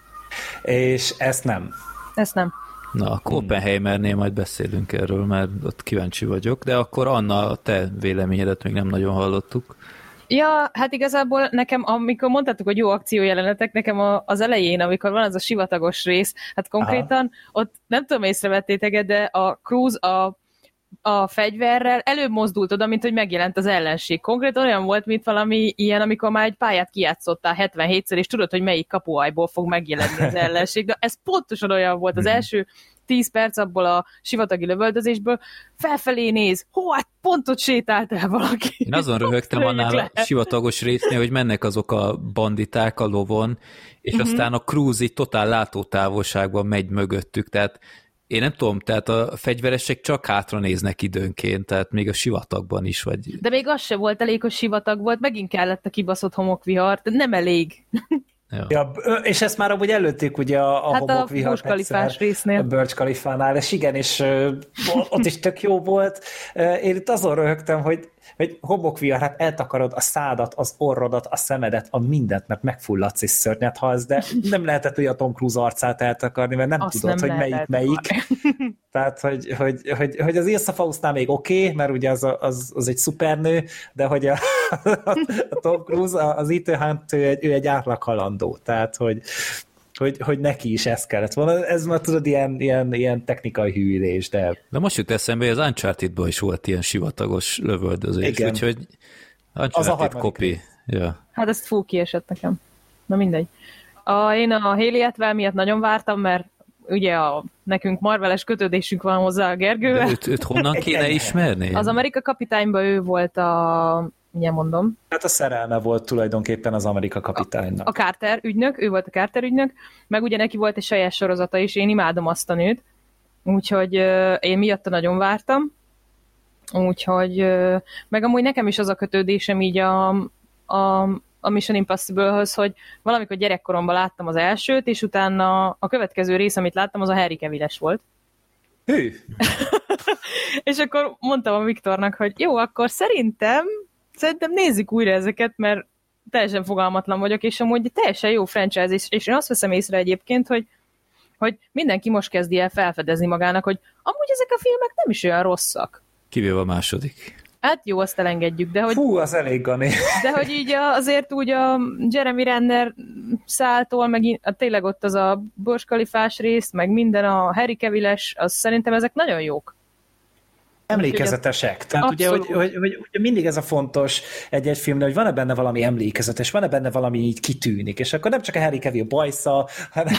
És ezt nem. Ezt nem. Na, akkor Oppenheimernél majd beszélünk erről, mert ott kíváncsi vagyok, de akkor Anna, a te véleményedet még nem nagyon hallottuk. Ja, hát igazából nekem, amikor mondtátok, hogy jó akciójelenetek, nekem a, az elején, amikor van az a sivatagos rész, hát konkrétan Aha. ott nem tudom, észrevettétek, de a Cruise a, a fegyverrel előbb mozdult oda, mint hogy megjelent az ellenség. Konkrétan olyan volt, mint valami ilyen, amikor már egy pályát kijátszottál hetvenhétszer, és tudod, hogy melyik kapuajból fog megjelenni az ellenség, de ez pontosan olyan volt. Az első tíz perc abból a sivatagi lövöldözésből felfelé néz, hó, hát pont ott sétált el valaki. Én azon röhögtem annál a sivatagos résznél, hogy mennek azok a banditák a lovon, és uh-huh. aztán a Cruise így totál látótávolságban megy mögöttük, tehát én nem tudom, tehát a fegyveresek csak hátra néznek időnként, tehát még a sivatagban is vagy. De még az se volt elég, hogy sivatag volt, megint kellett a kibaszott homokvihar, de nem elég. Ja. Ja, és ezt már amúgy előtték ugye a, a hát homokvihar a Burj Khalifás résznél. A Burj Khalifánál, és igen, és uh, ott is tök jó volt. Uh, én itt azon röhögtem, hogy, hogy homokvihar, hát eltakarod a szádat, az orrodat, a szemedet, a mindent, mert megfulladsz és szörnyet halsz, de nem lehetett ugye a Tom Cruise arcát eltakarni, mert nem Azt tudod, nem hogy melyik melyik. Tehát, hogy, hogy, hogy, hogy az Ilsa Faustnál még oké, okay, mert ugye az, az, az egy szupernő, de hogy a, a Tom Cruise, az Ethan Hunt, ő egy, ő egy átlag halandó. Tehát, hogy, hogy, hogy neki is ez kellett volna. Ez már tudod, ilyen, ilyen, ilyen technikai hűlés, de... De most jut eszembe, hogy az Uncharted-ban is volt ilyen sivatagos lövöldözés, igen. Úgyhogy Uncharted copy. Ja. Hát ezt fú, kiesett nekem. Na mindegy. A, én a Haley Atwell miatt nagyon vártam, mert ugye a, nekünk marveles kötődésünk van hozzá a Gergővel. De őt, őt honnan kéne ismerni? Az Amerika kapitányban ő volt a... Mindjárt mondom. Hát a szerelme volt tulajdonképpen az Amerika kapitánynak. A, a Carter ügynök, ő volt a Carter ügynök, meg ugye neki volt egy saját sorozata is, én imádom azt a nőt, úgyhogy uh, én miatta nagyon vártam, úgyhogy uh, meg amúgy nekem is az a kötődésem így a, a, a Mission Impossible-höz, hogy valamikor gyerekkoromban láttam az elsőt, és utána a következő rész, amit láttam, az a Henry Cavill-es volt. Hű! És akkor mondtam a Viktornak, hogy jó, akkor szerintem Szerintem nézzük újra ezeket, mert teljesen fogalmatlan vagyok, és amúgy teljesen jó franchise, és, és én azt veszem észre egyébként, hogy, hogy mindenki most kezdi el felfedezni magának, hogy amúgy ezek a filmek nem is olyan rosszak. Kivéve a második. Hát jó, azt elengedjük, de hogy... Fú, az elég gani. De hogy így a, azért úgy a Jeremy Renner száltól, meg a, tényleg ott az a Burj Khalifás rész, meg minden a Henry Cavill-es, az szerintem ezek nagyon jók. Emlékezetesek. Tehát ugye, hogy, hogy, hogy, hogy mindig ez a fontos egy-egy filmnél, hogy van-e benne valami emlékezetes, van-e benne valami így kitűnik, és akkor nem csak a Henry Cavill bajsza, hanem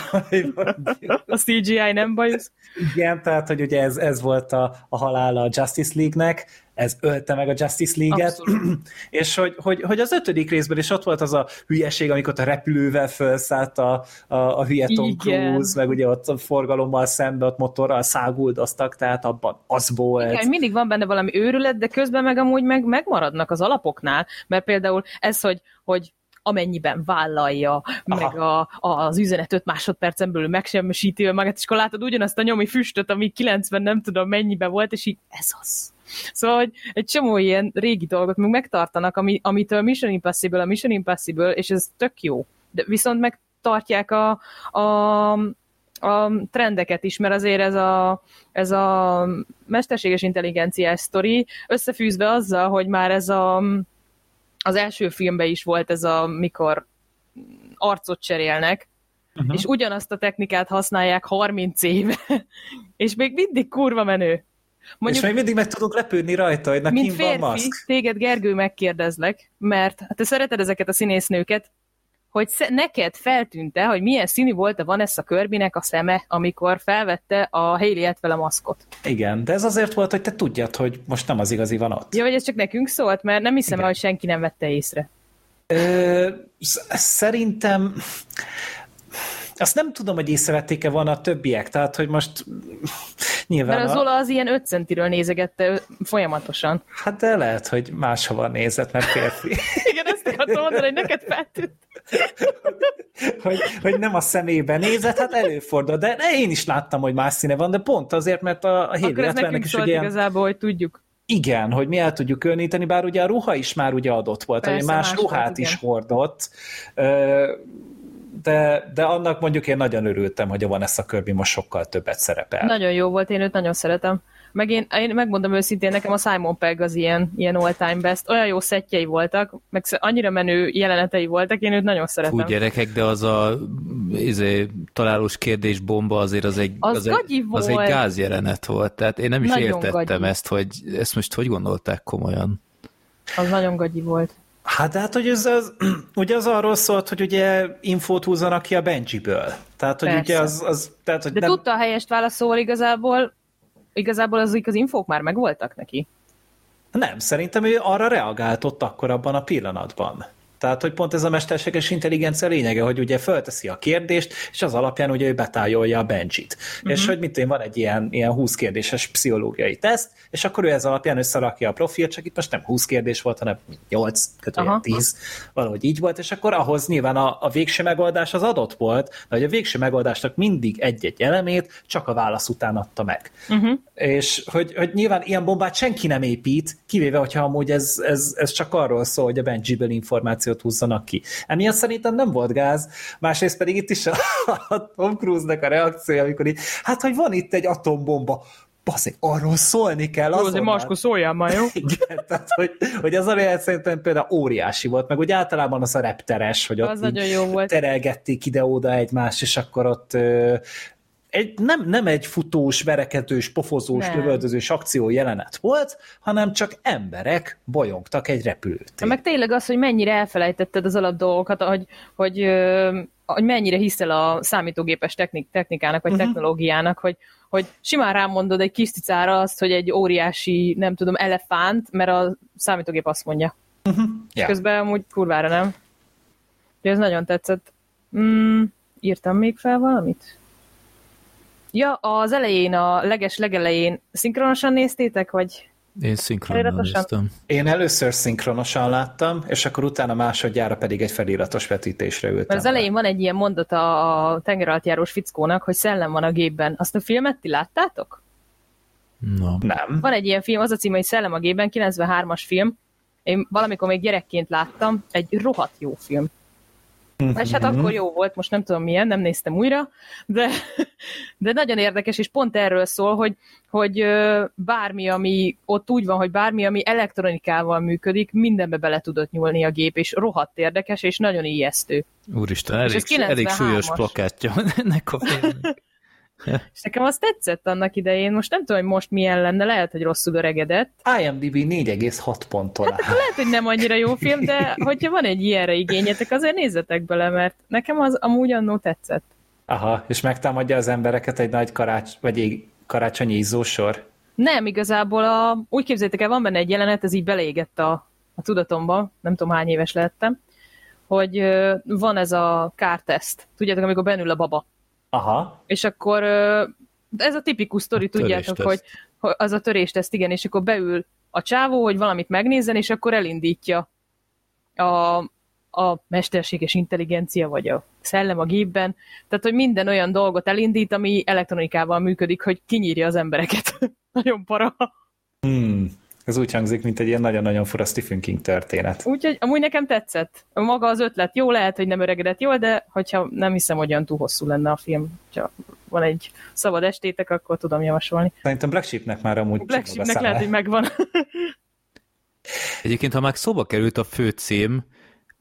a cé gé i nem bajsz. Igen, tehát, hogy ugye ez, ez volt a, a halála a Justice League-nek, ez ölte meg a Justice League-et, és hogy, hogy, hogy az ötödik részben is ott volt az a hülyeség, amikor a repülővel felszállt a, a, a hülye Tom Cruise, meg ugye ott a forgalommal szembe, ott motorral száguldoztak, tehát abban az volt. Igen, mindig van benne valami őrület, de közben meg amúgy meg megmaradnak az alapoknál, mert például ez, hogy, hogy amennyiben vállalja, Aha. meg a, a, az üzenet öt másodpercen belül megsemmisíti magát, és akkor látod ugyanazt a nyomi füstöt, ami kilencven nem tudom mennyiben volt, és így ez az. Szóval, hogy egy csomó ilyen régi dolgot még megtartanak, ami, amitől Mission Impossible a Mission Impossible, és ez tök jó. De viszont megtartják a, a, a trendeket is, mert azért ez a, ez a mesterséges intelligenciás sztori összefűzve azzal, hogy már ez a az első filmben is volt ez a, mikor arcot cserélnek, uh-huh. és ugyanazt a technikát használják harminc éve, és még mindig kurva menő. Mondjuk, és még mindig meg tudunk lepődni rajta, hogy mint nekem van maszk. Téged, Gergő, megkérdezlek, mert te szereted ezeket a színésznőket, hogy neked feltűnte, hogy milyen színű volt a Vanessa Kirbynek a szeme, amikor felvette a Hayley Atwell a maszkot. Igen, de ez azért volt, hogy te tudjad, hogy most nem az igazi van ott. Ja, vagy ez csak nekünk szólt, mert nem hiszem, hogy senki nem vette észre. Ö, szerintem azt nem tudom, hogy észrevették-e volna a többiek, tehát, hogy most nyilván... Mert az Zola az ilyen öt centiről nézegette folyamatosan. Hát de lehet, hogy máshova nézett, mert férfi. Igen, ezt akartam mondani, hogy neked feltűnt. hogy, hogy nem a szemébe nézett, hát előfordul, de én is láttam, hogy más színe van, de pont azért, mert a, a Hayley Atwellnek is ugye... igazából, hogy tudjuk. Igen, hogy mi el tudjuk különíteni, bár ugye a ruha is már ugye adott volt, hogy más, más ruhát volt, is hordott, de, de annak mondjuk én nagyon örültem, hogy a Vanessa Kirby most sokkal többet szerepel. Nagyon jó volt, én őt nagyon szeretem. Meg én, én megmondom őszintén, nekem a Simon Pegg az ilyen, ilyen all-time best. Olyan jó szettjei voltak, meg annyira menő jelenetei voltak, én őt nagyon szeretem. Fú, gyerekek, de az a izé, találós kérdésbomba azért az egy, az az egy, az egy gázjelenet volt. Tehát én nem is nagyon értettem gagyi. Ezt, hogy ezt most hogy gondolták komolyan. Az nagyon gagyi volt. Hát, hát hogy ez az, ugye az arról szólt, hogy ugye infót húzzanak ki a Benjiből. Tehát, hogy Persze. ugye az... az tehát, hogy de nem... tudta a helyest válaszol igazából, igazából azok az infók már megvoltak neki. Nem, szerintem ő arra reagált ott akkor abban a pillanatban. Tehát, hogy pont ez a mesterséges intelligencia lényege, hogy ugye fölteszi a kérdést, és az alapján ugye ő betájolja a Benjit. Uh-huh. És hogy mit én, van egy ilyen, ilyen húsz kérdéses pszichológiai teszt, és akkor ő ez alapján összerakja a profilt, csak itt most nem húsz kérdés volt, hanem nyolc, kötően tíz, valahogy így volt, és akkor ahhoz nyilván a, a végső megoldás az adott volt, de hogy a végső megoldásnak mindig egy-egy elemét csak a válasz után adta meg. Uh-huh. És hogy, hogy nyilván ilyen bombát senki nem épít, kivéve, hogyha amúgy ez, ez, ez csak arról szól, hogy a Benjiből információ húzzanak ki. Emiatt szerintem nem volt gáz, másrészt pedig itt is a, a Tom Cruise-nek a reakciója, amikor így, hát, hogy van itt egy atombomba, baszik, arról szólni kell. Jó, azért Maskó, szóljál már, jó? Igen, tehát, hogy, hogy az a szerintem például óriási volt, meg úgy általában az a repteres, hogy ott terelgették ide-oda egymást, és akkor ott egy, nem, nem egy futós, verekedős, pofozós, nem. lövöldözős akció jelenet volt, hanem csak emberek bolyongtak egy repülőtéren. Meg tényleg az, hogy mennyire elfelejtetted az alap dolgokat, hogy, hogy, hogy mennyire hiszel a számítógépes technik, technikának, vagy uh-huh. technológiának, hogy, hogy simán rámondod egy kis cicára azt, hogy egy óriási, nem tudom, elefánt, mert a számítógép azt mondja. Uh-huh. Yeah. Közben amúgy kurvára nem. De ez nagyon tetszett. Mm, írtam még fel valamit? Ja, az elején, a leges legelején szinkronosan néztétek, vagy? Én szinkronosan néztem. Én először szinkronosan láttam, és akkor utána másodjára pedig egy feliratos vetítésre ültem. Mert az elején van egy ilyen mondata a tengeralattjárós fickónak, hogy szellem van a gépben. Azt a filmet ti láttátok? No. Nem. Van egy ilyen film, az a címe, hogy Szellem a gépben, kilencvenhármas film. Én valamikor még gyerekként láttam, egy rohadt jó film. Mm-hmm. És hát akkor jó volt, most nem tudom milyen, nem néztem újra, de, de nagyon érdekes, és pont erről szól, hogy, hogy bármi, ami ott úgy van, hogy bármi, ami elektronikával működik, mindenbe bele tudott nyúlni a gép, és rohadt érdekes, és nagyon ijesztő. Úristen, elég, elég súlyos plakátja ennek a filmnek. És nekem azt tetszett annak idején, most nem tudom, hogy most milyen lenne, lehet, hogy rosszul öregedett. IMDb négy egész hat ponttól. Hát akkor lehet, hogy nem annyira jó film, de hogyha van egy ilyenre igényetek, azért nézzetek bele, mert nekem az amúgy annó tetszett. Aha, és megtámadja az embereket egy nagy karács, vagy karácsonyi izzósor? Nem, igazából a, úgy képzeljétek el, van benne egy jelenet, ez így beleégett a, a tudatomba, nem tudom hány éves lehettem, hogy van ez a kárteszt. Tudjátok, amikor benül a baba. Aha. És akkor ez a tipikus sztori, tudjátok, hogy, hogy az a törésteszt, igen, és akkor beül a csávó, hogy valamit megnézzen, és akkor elindítja a, a mesterséges intelligencia, vagy a szellem a gépben. Tehát, hogy minden olyan dolgot elindít, ami elektronikával működik, hogy kinyírja az embereket. Nagyon para. Hmm. Ez úgy hangzik, mint egy ilyen nagyon-nagyon fura Stephen King történet. Úgyhogy amúgy nekem tetszett. Maga az ötlet jó, lehet, hogy nem öregedett jól, de hogyha nem hiszem, hogy olyan túl hosszú lenne a film. Ha van egy szabad estétek, akkor tudom javasolni. Szerintem Black Sheepnek már amúgy Black Sheepnek lehet, hogy megvan. Egyébként, ha már szóba került a főcím,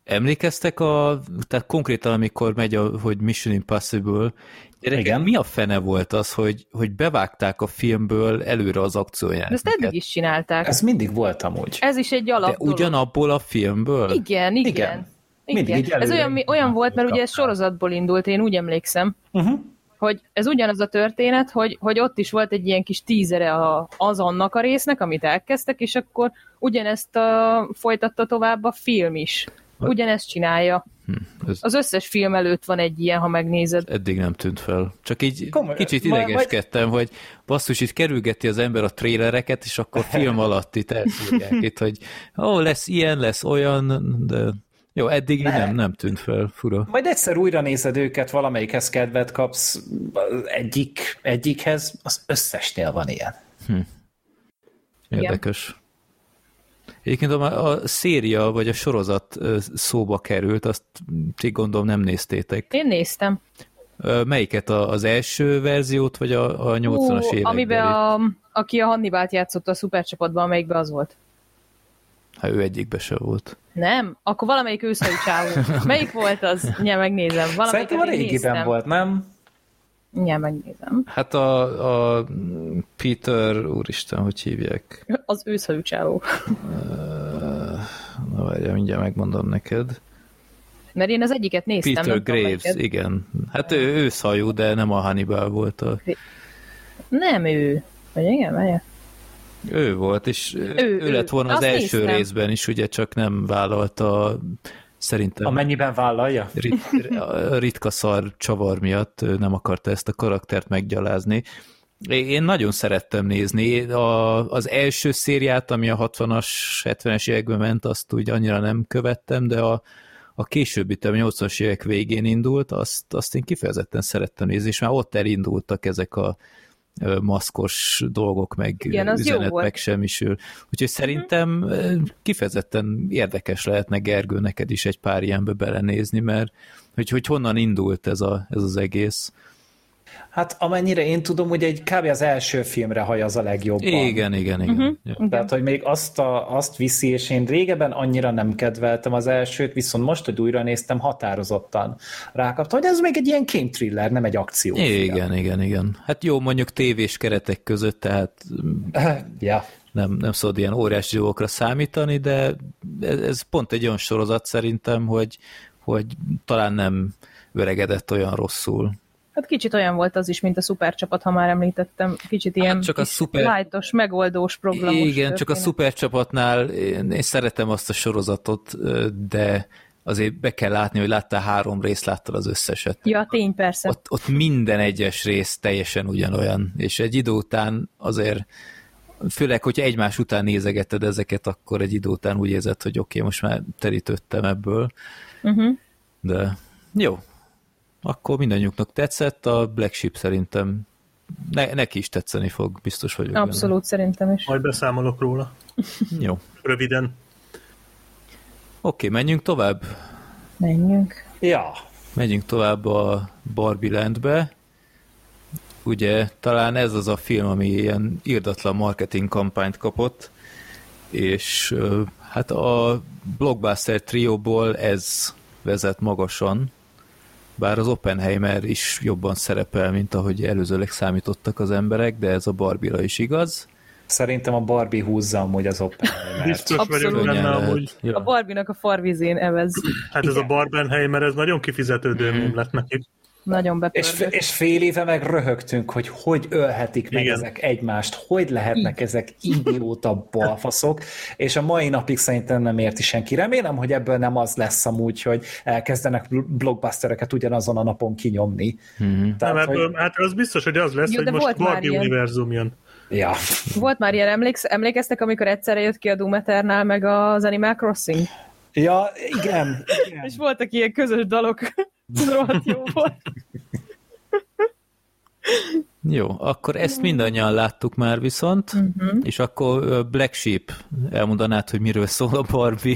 Emlékeztek a, tehát konkrétan amikor megy, a, hogy Mission Impossible, gyerekek, mi a fene volt az, hogy, hogy bevágták a filmből előre az akcióját? Ezt eddig is csinálták. Ez mindig volt amúgy. Ez is egy alap De ugyanabból a filmből? Igen, igen. igen. igen. Ez olyan, olyan volt, mert ugye ez sorozatból indult, én úgy emlékszem, uh-huh. hogy ez ugyanaz a történet, hogy, hogy ott is volt egy ilyen kis tízere a, az annak a résznek, amit elkezdtek, és akkor ugyanezt a, folytatta tovább a film is. Ugyanezt csinálja. Hm, ez... Az összes film előtt van egy ilyen, ha megnézed. Eddig nem tűnt fel. Csak így Komoly, kicsit majd, idegeskedtem, hogy basszus, itt kerülgeti az ember a trélereket, és akkor film alatt itt elszúrják itt, hogy ó, oh, lesz ilyen, lesz olyan, de jó, eddig ne. nem, nem tűnt fel, fura. Majd egyszer újra nézed őket, valamelyikhez kedvet kapsz, egyik, egyikhez, az összesnél van ilyen. Hm. Érdekes. Igen. Egyébként a, a széria, vagy a sorozat szóba került, azt ti gondolom nem néztétek. Én néztem. Melyiket? Az első verziót, vagy a, a nyolcvanas években? Amiben a, aki a Hannibalt játszott a szupercsapatban, amelyikben az volt. Hát ő egyikben se volt. Nem? Akkor valamelyik őszhajú csávó. Melyik volt az? Nyilván megnézem. Szerintem a régiben volt, nem? Nyilván megnézem. Hát a, a Peter, úristen, hogy hívják? Az őszhajú csávó. Na várjál, mindjárt megmondom neked. Mert én az egyiket néztem. Peter Graves, igen. Hát ő őszhajú, de nem a Hannibal volt. A... Nem ő. Vagy igen, várjál. Ő volt, és ő, ő, ő lett volna az első néztem. részben is, ugye csak nem vállalta, szerintem... Amennyiben vállalja? Rit, ritka szar csavar miatt nem akarta ezt a karaktert meggyalázni. Én nagyon szerettem nézni. A, az első szériát, ami a hatvanas, hetvenes években ment, azt úgy annyira nem követtem, de a, a későbbi, a nyolcvanas évek végén indult, azt, azt én kifejezetten szerettem nézni, és már ott elindultak ezek a maszkos dolgok, meg igen, üzenet megsemmisül. Úgyhogy szerintem kifejezetten érdekes lehetne, Gergő, neked is egy pár ilyenbe belenézni, mert hogy, hogy honnan indult ez, a, ez az egész. Hát amennyire én tudom, hogy egy kb. Az első filmre hajaz a legjobban. Igen, igen, igen. Uh-huh. Ja. Tehát, hogy még azt, a, azt viszi, és én régebben annyira nem kedveltem az elsőt, viszont most, hogy újra néztem, határozottan rákaptam, hogy ez még egy ilyen game thriller, nem egy akciófilm. Igen, igen, igen. Hát jó, mondjuk tévés keretek között, tehát ja. nem, nem szabad ilyen óriási dolgokra számítani, de ez, ez pont egy olyan sorozat szerintem, hogy, hogy talán nem öregedett olyan rosszul. Hát kicsit olyan volt az is, mint a szupercsapat, ha már említettem. Kicsit ilyen hát csak a szuper... lightos, megoldós, programos. Igen, történet. Csak a szupercsapatnál én, én szeretem azt a sorozatot, de azért be kell látni, hogy láttál három részt, láttál az összeset. Ja, tény, persze. Ott, ott minden egyes rész teljesen ugyanolyan, és egy idő után azért, főleg, hogyha egymás után nézegeted ezeket, akkor egy idő után úgy érzed, hogy oké, okay, most már terítődtem ebből. Uh-huh. De jó. Akkor mindannyiuknak tetszett, a Black Sheep szerintem ne, neki is tetszeni fog, biztos vagyok. Abszolút, benne. Szerintem is. Majd beszámolok róla. Jó. Röviden. Oké, okay, menjünk tovább? Menjünk. Ja. Menjünk tovább a Barbie Landbe. Ugye talán ez az a film, ami ilyen irdatlan marketing kampányt kapott, és hát a blockbuster trióból ez vezet magasan, bár az Oppenheimer is jobban szerepel, mint ahogy előzőleg számítottak az emberek, de ez a Barbie-ra is igaz. Szerintem a Barbie húzza amúgy az Oppenheimer. Biztos vagyok benne amúgy. Ja. A Barbie-nak a farvizén evez. Hát ez igen. A Barbenheimer, ez nagyon kifizetődő mém lett nekik. Nagyon és, és fél éve meg röhögtünk, hogy hogy ölhetik meg igen. ezek egymást, hogy lehetnek így. Ezek idióta balfaszok, és a mai napig szerintem nem érti senki. Remélem, hogy ebből nem az lesz amúgy, hogy elkezdenek blockbustereket ugyanazon a napon kinyomni. Mm-hmm. Tehát, nem, ebből, hogy... hát az biztos, hogy az lesz, jó, hogy most Barbie univerzum jön. Ja. Volt már ilyen, emléksz, emlékeztek, amikor egyszerre jött ki a Doom Eternal meg az Animal Crossing? Ja, igen. igen. És voltak ilyen közös dalok. Rohadt jó volt. Jó, akkor ezt mindannyian láttuk már viszont, uh-huh. és akkor Black Sheep, elmondanád, hogy miről szól a Barbie?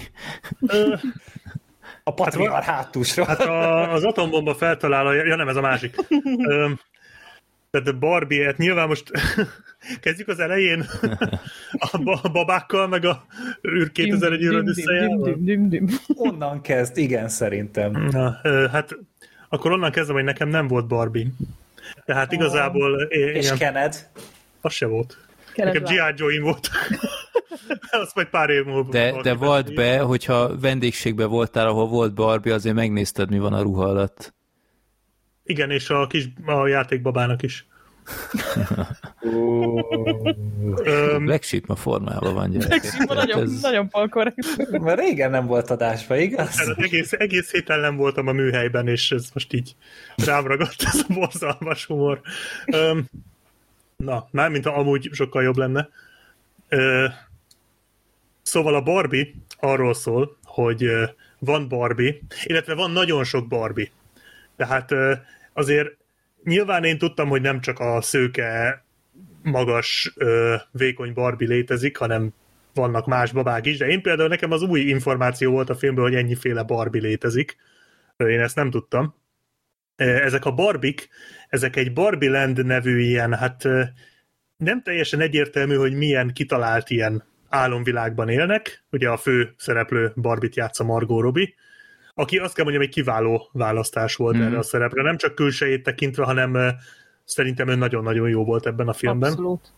A patriarhátusra. Hát a, az atombomba feltalálója, ja nem, ez a másik. Tehát a Barbie, hát nyilván most kezdjük az elején a babákkal, meg a űr kétezer-egy űr Odüsszejával. Onnan kezd, igen, szerintem. Na, hát akkor onnan kezdem, hogy nekem nem volt Barbie. Tehát igazából... És ilyen... Kenned? Az se volt. Kenned nekem G I. Joe-im volt. Azt majd pár év múlva. De, de volt be, hogyha vendégségben voltál, ahol volt Barbie, azért megnézted, mi van a ruha alatt. Igen, és a kis a játékbabának is. Black Sheep ma formában van, gyerekek. Black Sheep nagyon, ez... nagyon palkorrekt. Mert régen nem volt adásban, igaz? Egész, egész héten nem voltam a műhelyben, és ez most így rám ragadt ez a borzalmas humor. Um, na, mármint amúgy sokkal jobb lenne. Uh, szóval a Barbie arról szól, hogy uh, van Barbie, illetve van nagyon sok Barbie. Tehát uh, azért nyilván én tudtam, hogy nem csak a szőke, magas, uh, vékony Barbie létezik, hanem vannak más babák is, de én például nekem az új információ volt a filmből, hogy ennyiféle Barbie létezik. Én ezt nem tudtam. Ezek a Barbik, ezek egy Barbie Land nevű ilyen, hát nem teljesen egyértelmű, hogy milyen kitalált ilyen álomvilágban élnek. Ugye a fő szereplő Barbie-t játsza Margot Robbie, aki azt kell mondjam, egy kiváló választás volt mm. erre a szerepre. Nem csak külsejét tekintve, hanem szerintem ő nagyon-nagyon jó volt ebben a filmben. Abszolút.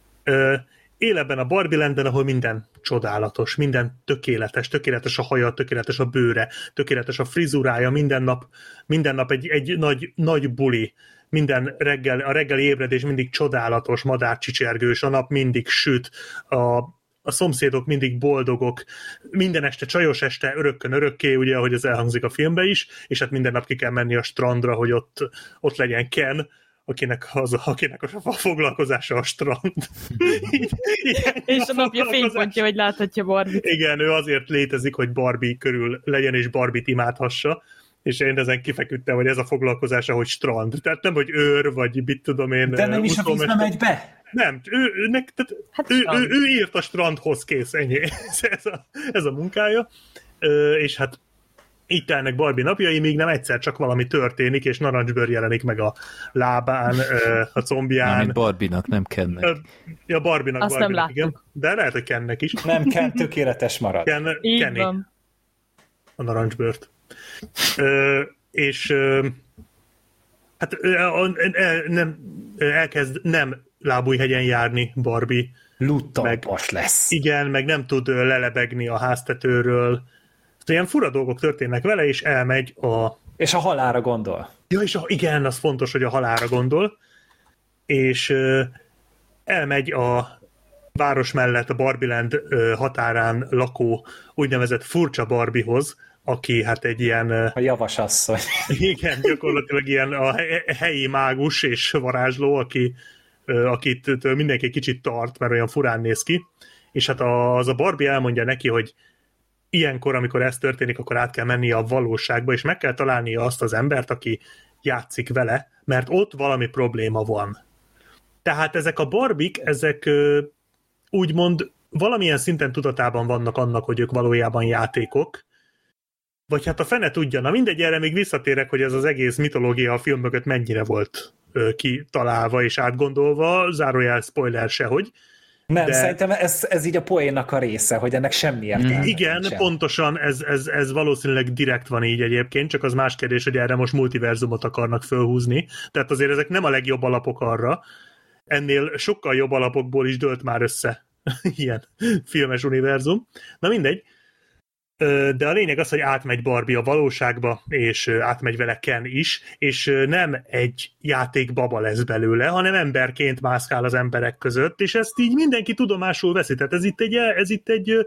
Él ebben a Barbie Landben, ahol minden csodálatos, minden tökéletes, tökéletes a haja, tökéletes a bőre, tökéletes a frizurája, minden nap, minden nap egy, egy nagy, nagy buli, minden reggel, a reggeli ébredés mindig csodálatos, madárcsicsergős, a nap mindig süt, a, a szomszédok mindig boldogok, minden este csajos este, örökkön örökké, ugye, ahogy ez elhangzik a filmben is, és hát minden nap ki kell menni a strandra, hogy ott, ott legyen Ken, akinek, az, akinek a foglalkozása a strand. És a napja fénypontja, hogy láthatja Barbie-t. Igen, ő azért létezik, hogy Barbie körül legyen, és Barbie-t imádhassa, és én ezen kifeküdtem, hogy ez a foglalkozása, hogy strand. Tehát nem, hogy őr, vagy mit tudom én. De nem is a vízbe megy be? Nem, ő, ő, nek, tehát hát ő, ő, ő írt a strandhoz, kész, ennyi. ez, a, ez a munkája. Ö, és hát itt telnek Barbie napjai, míg nem egyszer csak valami történik, és narancsbőr jelenik meg a lábán, a combján. Nem, Barbie-nak, nem Kennek. Ja, Barbie-nak, azt Barbie-nak, nem igen. De lehet, hogy Kennek is. Nem, Ken tökéletes marad. Ken, Kenny. Van. A narancsbőrt. Ö, és ö, hát ö, nem, elkezd nem lábújhegyen járni Barbie. Luttalpas lesz. Igen, meg nem tud lelebegni a háztetőről. Ilyen fura dolgok történnek vele, és elmegy a... És a halálra gondol. Ja, és a, igen, az fontos, hogy a halálra gondol. És ö, elmegy a város mellett a Barbie-land ö, határán lakó úgynevezett furcsa Barbiehoz, aki hát egy ilyen... A javasasszony. Igen, gyakorlatilag ilyen a helyi mágus és varázsló, aki, akit mindenki kicsit tart, mert olyan furán néz ki. És hát az a Barbie elmondja neki, hogy ilyenkor, amikor ez történik, akkor át kell mennie a valóságba, és meg kell találnia azt az embert, aki játszik vele, mert ott valami probléma van. Tehát ezek a Barbik, ezek úgymond valamilyen szinten tudatában vannak annak, hogy ők valójában játékok, vagy hát a fene tudja. Na mindegy, erre még visszatérek, hogy ez az egész mitológia a film mögött mennyire volt kitalálva és átgondolva, zárójel spoiler sehogy. Nem, de... szerintem ez, ez így a poénnak a része, hogy ennek semmi értelme. Igen, nincsen. Pontosan, ez, ez, ez valószínűleg direkt van így egyébként, csak az más kérdés, hogy erre most multiverzumot akarnak fölhúzni. Tehát azért ezek nem a legjobb alapok arra. Ennél sokkal jobb alapokból is dőlt már össze ilyen filmes univerzum. Na mindegy. De a lényeg az, hogy átmegy Barbie a valóságba, és átmegy vele Ken is, és nem egy játékbaba lesz belőle, hanem emberként mászkál az emberek között, és ezt így mindenki tudomásul veszi. Tehát ez itt egy, ez itt egy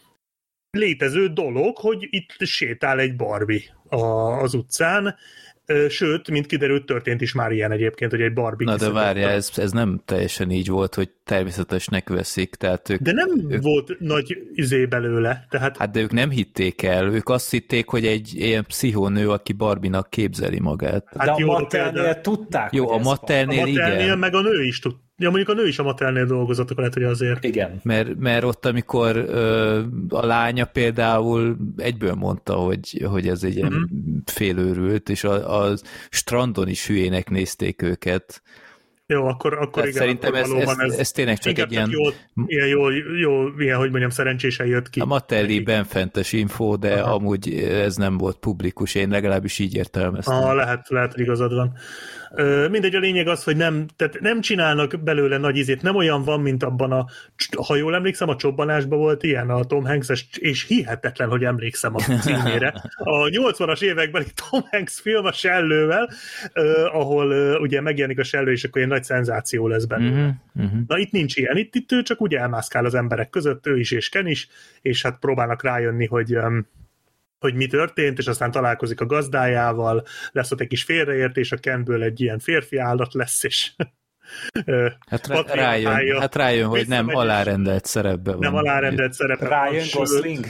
létező dolog, hogy itt sétál egy Barbie az utcán, sőt, mint kiderült, történt is már ilyen egyébként, hogy egy Barbie Na de várjál, ez, ez nem teljesen így volt, hogy természetesnek veszik, tehát ők... De nem ők, volt nagy izé belőle, tehát... Hát de ők nem hitték el, ők azt hitték, hogy egy ilyen pszichónő, aki Barbie-nak képzeli magát. Hát de a Mattelnél tudták, jó, a Mattelnél igen. A Mattelnél meg a nő is tudta. Ja, mondjuk a nő is a Mattelnél dolgozott, akkor lehet, hogy azért. Igen. Mert, mert ott, amikor ö, a lánya például egyből mondta, hogy, hogy ez egy ilyen mm-hmm. félőrült, és a, a strandon is hülyének nézték őket, Jó, akkor, akkor igen. Szerintem akkor ez, ez, ez, ez tényleg csak egy ilyen... Jó, ilyen jó, jó, ilyen, hogy mondjam, szerencsésen jött ki. A Mattelli benfentes info, de aha, amúgy ez nem volt publikus, én legalábbis így értelmeztem. Ah, lehet, lehet, hogy igazad van. Mindegy, a lényeg az, hogy nem, tehát nem csinálnak belőle nagy izét, nem olyan van, mint abban a, ha jól emlékszem, a Csobbanásban volt ilyen, a Tom Hanks, és hihetetlen, hogy emlékszem a címére. A nyolcvanas években egy Tom Hanks film a Sellővel, uh, ahol uh, ugye megjelenik a Sellő, és akkor ilyen nagy szenzáció lesz belőle. Uh-huh, uh-huh. Na itt nincs ilyen, itt, itt ő csak úgy elmászkál az emberek között, ő is és Ken is, és hát próbálnak rájönni, hogy um, hogy mi történt, és aztán találkozik a gazdájával, lesz ott egy kis félreértés, a Kenből egy ilyen férfi állat lesz, és hát rájön, hát rájön, hogy nem alárendelt szerepben van. Nem alárendelt szerepben van. Ryan Gosling.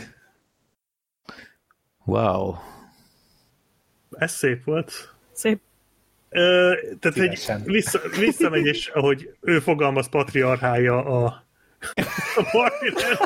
Wow. Ez szép volt. Szép. Ö, tehát, hogy vissza, visszamegy, és ahogy ő fogalmaz, patriarchája a, a Barbie.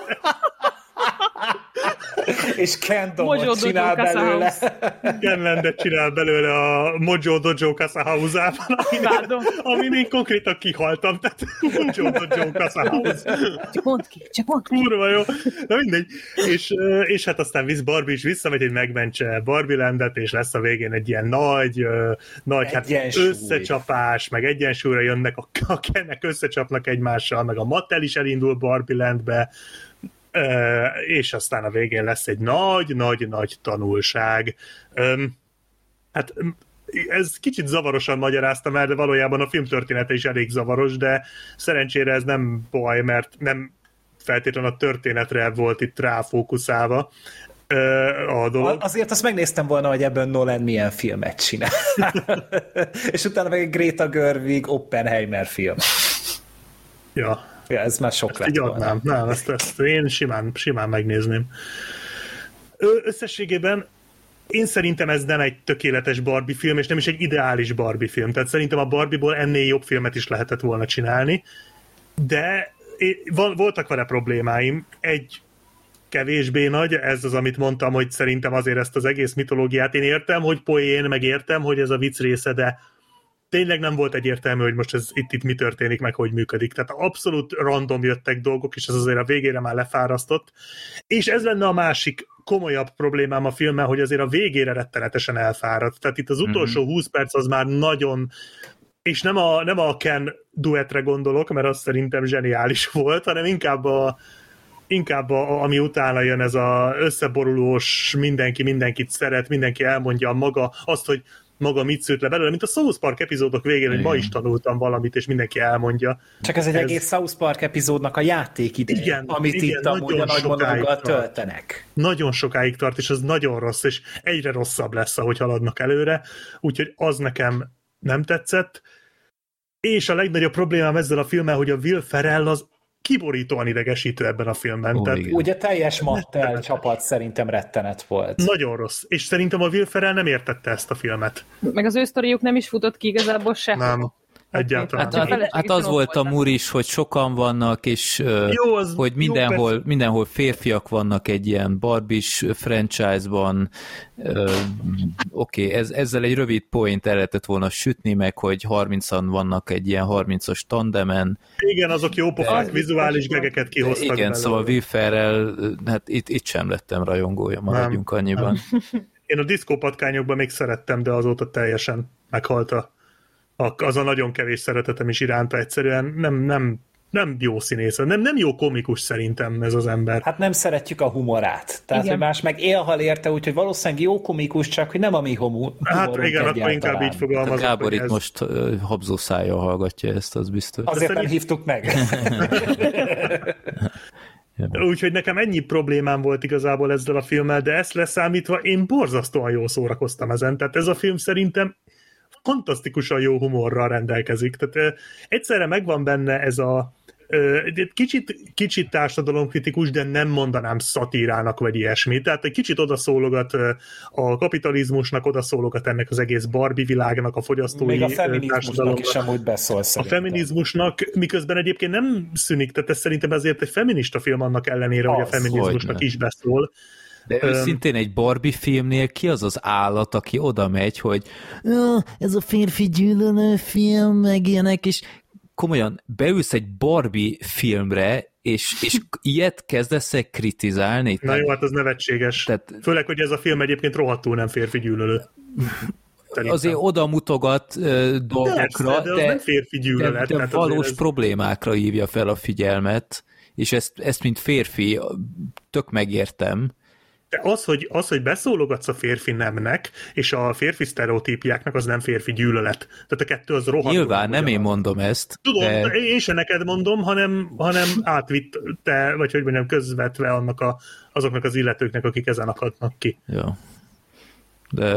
És Ken Domot csinál belőle. Ken Landet csinál belőle a Mojo Dojo Casa House-ában, amin én konkrétan kihaltam, tehát Mojo Dojo Casa House. Csak mondd ki, csak mondd ki. Kurva jó. Na mindegy. És, és hát aztán visz Barbie is visszamegy, hogy megmentse Barbie Landet, és lesz a végén egy ilyen nagy, nagy hát összecsapás, meg egyensúlyra jönnek, a, a Kennek összecsapnak egymással, meg a Mattel is elindul Barbie Landbe, Uh, és aztán a végén lesz egy nagy-nagy-nagy tanulság. Um, hát ez kicsit zavarosan magyaráztam, mert valójában a film története is elég zavaros, de szerencsére ez nem baj, mert nem feltétlenül a történetre volt itt ráfókuszálva uh, a dolog. Azért azt megnéztem volna, hogy ebben Nolan milyen filmet csinál. És utána meg egy Greta Gerwig Oppenheimer film. Ja. Ja, ez már sok lett volna. Nem, ezt, ezt én simán, simán megnézném. Összességében én szerintem ez nem egy tökéletes Barbie film, és nem is egy ideális Barbie film. Tehát szerintem a Barbie-ból ennél jobb filmet is lehetett volna csinálni, de voltak vele problémáim. Egy kevésbé nagy, ez az, amit mondtam, hogy szerintem azért ezt az egész mitológiát én értem, hogy poén, meg értem, hogy ez a vicc része, de tényleg nem volt egyértelmű, hogy most ez itt, itt mi történik, meg hogy működik. Tehát abszolút random jöttek dolgok, és ez azért a végére már lefárasztott. És ez lenne a másik komolyabb problémám a filmmel, hogy azért a végére rettenetesen elfáradt. Tehát itt az utolsó mm-hmm. húsz perc az már nagyon, és nem a, nem a Ken duetre gondolok, mert az szerintem zseniális volt, hanem inkább a inkább a, ami utána jön, ez az összeborulós, mindenki mindenkit szeret, mindenki elmondja maga, azt, hogy maga mit szült le belőle, mint a South Park epizódok végén, igen, hogy ma is tanultam valamit, és mindenki elmondja. Csak ez egy ez... egész South Park epizódnak a játék ideje, igen, amit igen, itt amúgy a nagy monológgal töltenek. Nagyon sokáig tart, és az nagyon rossz, és egyre rosszabb lesz, ahogy haladnak előre, úgyhogy az nekem nem tetszett. És a legnagyobb problémám ezzel a filmmel, hogy a Will Ferrell az kiborítóan idegesítő ebben a filmben. Oh, Tehát, ugye teljes Mattel csapat szerintem rettenet volt. Nagyon rossz. És szerintem a Will Ferrell nem értette ezt a filmet. Meg az ő sztoriuk nem is futott ki igazából se. Nem. Egyáltalán. Hát, hát, hát az volt a múr is, hogy sokan vannak, és jó, az hogy mindenhol, mindenhol férfiak vannak egy ilyen Barbie-s franchise-ban. Uh, Oké, okay, ez, ezzel egy rövid point el lehetett volna sütni, meg hogy harmincan vannak egy ilyen harmincas tandemen. Igen, azok jó pofák, vizuális gegeket kihoztak. Igen, belőle. Szóval Will Ferrell, hát itt, itt sem lettem rajongója, maradjunk nem, annyiban. Nem. Én a diszkópatkányokban még szerettem, de azóta teljesen meghalt a az a nagyon kevés szeretetem is iránta, egyszerűen nem, nem, nem jó színész, nem, nem jó komikus szerintem ez az ember. Hát nem szeretjük a humorát. Tehát, igen, hogy más meg élhal érte, úgyhogy valószínűleg jó komikus, csak hogy nem a mi humorunk. Hát igen, akkor inkább így fogalmazok. Gábor itt ez... most uh, habzószájjal hallgatja ezt, az biztos. Azért nem szerint... hívtuk meg. Úgyhogy nekem ennyi problémám volt igazából ezzel a filmmel, de ezt leszámítva én borzasztóan jól szórakoztam ezen. Tehát ez a film szerintem fantasztikusan jó humorral rendelkezik. Tehát uh, egyszerre megvan benne ez a uh, kicsit, kicsit társadalomkritikus, de nem mondanám szatírának, vagy ilyesmi. Tehát egy kicsit odaszólogat uh, a kapitalizmusnak, odaszólogat ennek az egész Barbie világnak, a fogyasztói még a feminizmusnak is amúgy beszól szerintem. A feminizmusnak, miközben egyébként nem szűnik, tehát ez szerintem ezért egy feminista film annak ellenére, az, hogy a feminizmusnak is beszól. De őszintén egy Barbie filmnél ki az az állat, aki oda megy, hogy ez a férfi gyűlölő film, meg ilyenek, és komolyan beülsz egy Barbie filmre, és, és ilyet kezdesz el kritizálni? Na jó, hát az nevetséges. Tehát, főleg, hogy ez a film egyébként rohadtul nem férfi gyűlölő. Szerintem. Azért oda mutogat uh, dolgokra, de, de, de, de, de valós ez... problémákra hívja fel a figyelmet, és ezt, ezt mint férfi tök megértem. De az hogy, az, hogy beszólogatsz a férfi nemnek, és a férfi sztereotípiáknak, az nem férfi gyűlölet. Tehát a kettő az rohadt. Nyilván nem én mondom ezt. Tudom, de... én sem neked mondom, hanem, hanem átvitte, vagy hogy mondjam, közvetve annak a, azoknak az illetőknek, akik ezen akadnak ki. Jó. De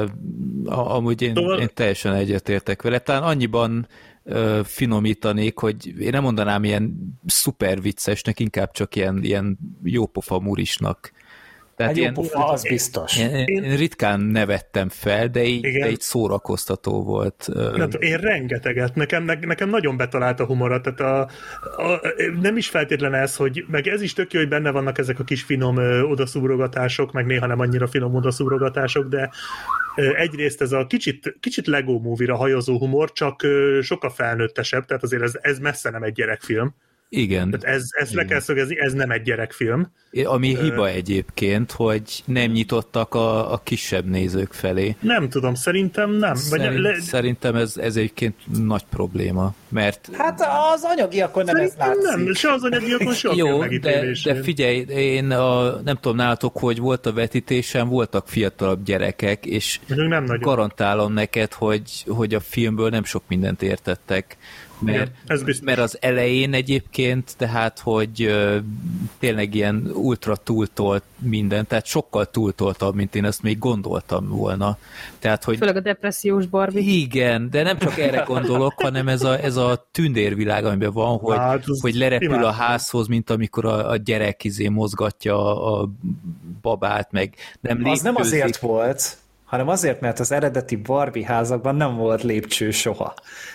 amúgy én, szóval... én teljesen egyetértek vele. Talán annyiban ö, finomítanék, hogy én nem mondanám ilyen szuper viccesnek, inkább csak ilyen, ilyen jópofa murisnak. Tehát hát ilyen, jópofa, az biztos. Én, én ritkán nevettem fel, de így, de így szórakoztató volt. Nem, én rengeteget. Nekem, nekem nagyon betalált a humora. Tehát a, a, nem is feltétlen ez, hogy meg ez is tök jó, hogy benne vannak ezek a kis finom ö, odaszúrogatások, meg néha nem annyira finom odaszúrogatások, de ö, egyrészt ez a kicsit, kicsit Lego movie-ra hajozó humor, csak ö, sokkal felnőttesebb, tehát azért ez, ez messze nem egy gyerekfilm. Igen. Tehát ez, ezt le kell szögezni, ez nem egy gyerekfilm. Ami hiba egyébként, hogy nem nyitottak a, a kisebb nézők felé. Nem tudom, szerintem nem. Szerint, Vagy le... Szerintem ez, ez egyébként nagy probléma, mert... Hát az anyagiakon nem ez látszik. Nem, se az anyagiakon, se a jó, de, de figyelj, én a, nem tudom nálatok, hogy volt a vetítésen, voltak fiatalabb gyerekek, és nem garantálom neked, hogy, hogy a filmből nem sok mindent értettek. Mert, mert az elején egyébként, tehát, hogy ö, tényleg ilyen ultra túltolt minden, tehát sokkal túltoltabb, mint én ezt még gondoltam volna. Tehát, hogy, főleg a depressziós Barbie. Igen, de nem csak erre gondolok, hanem ez a, ez a tündérvilág, amiben van, hogy, hát, hogy lerepül imádom. A házhoz, mint amikor a, a gyerek izé mozgatja a babát, meg nem lépcsőzik. Az nem azért volt, hanem azért, mert az eredeti Barbie házakban nem volt lépcső soha.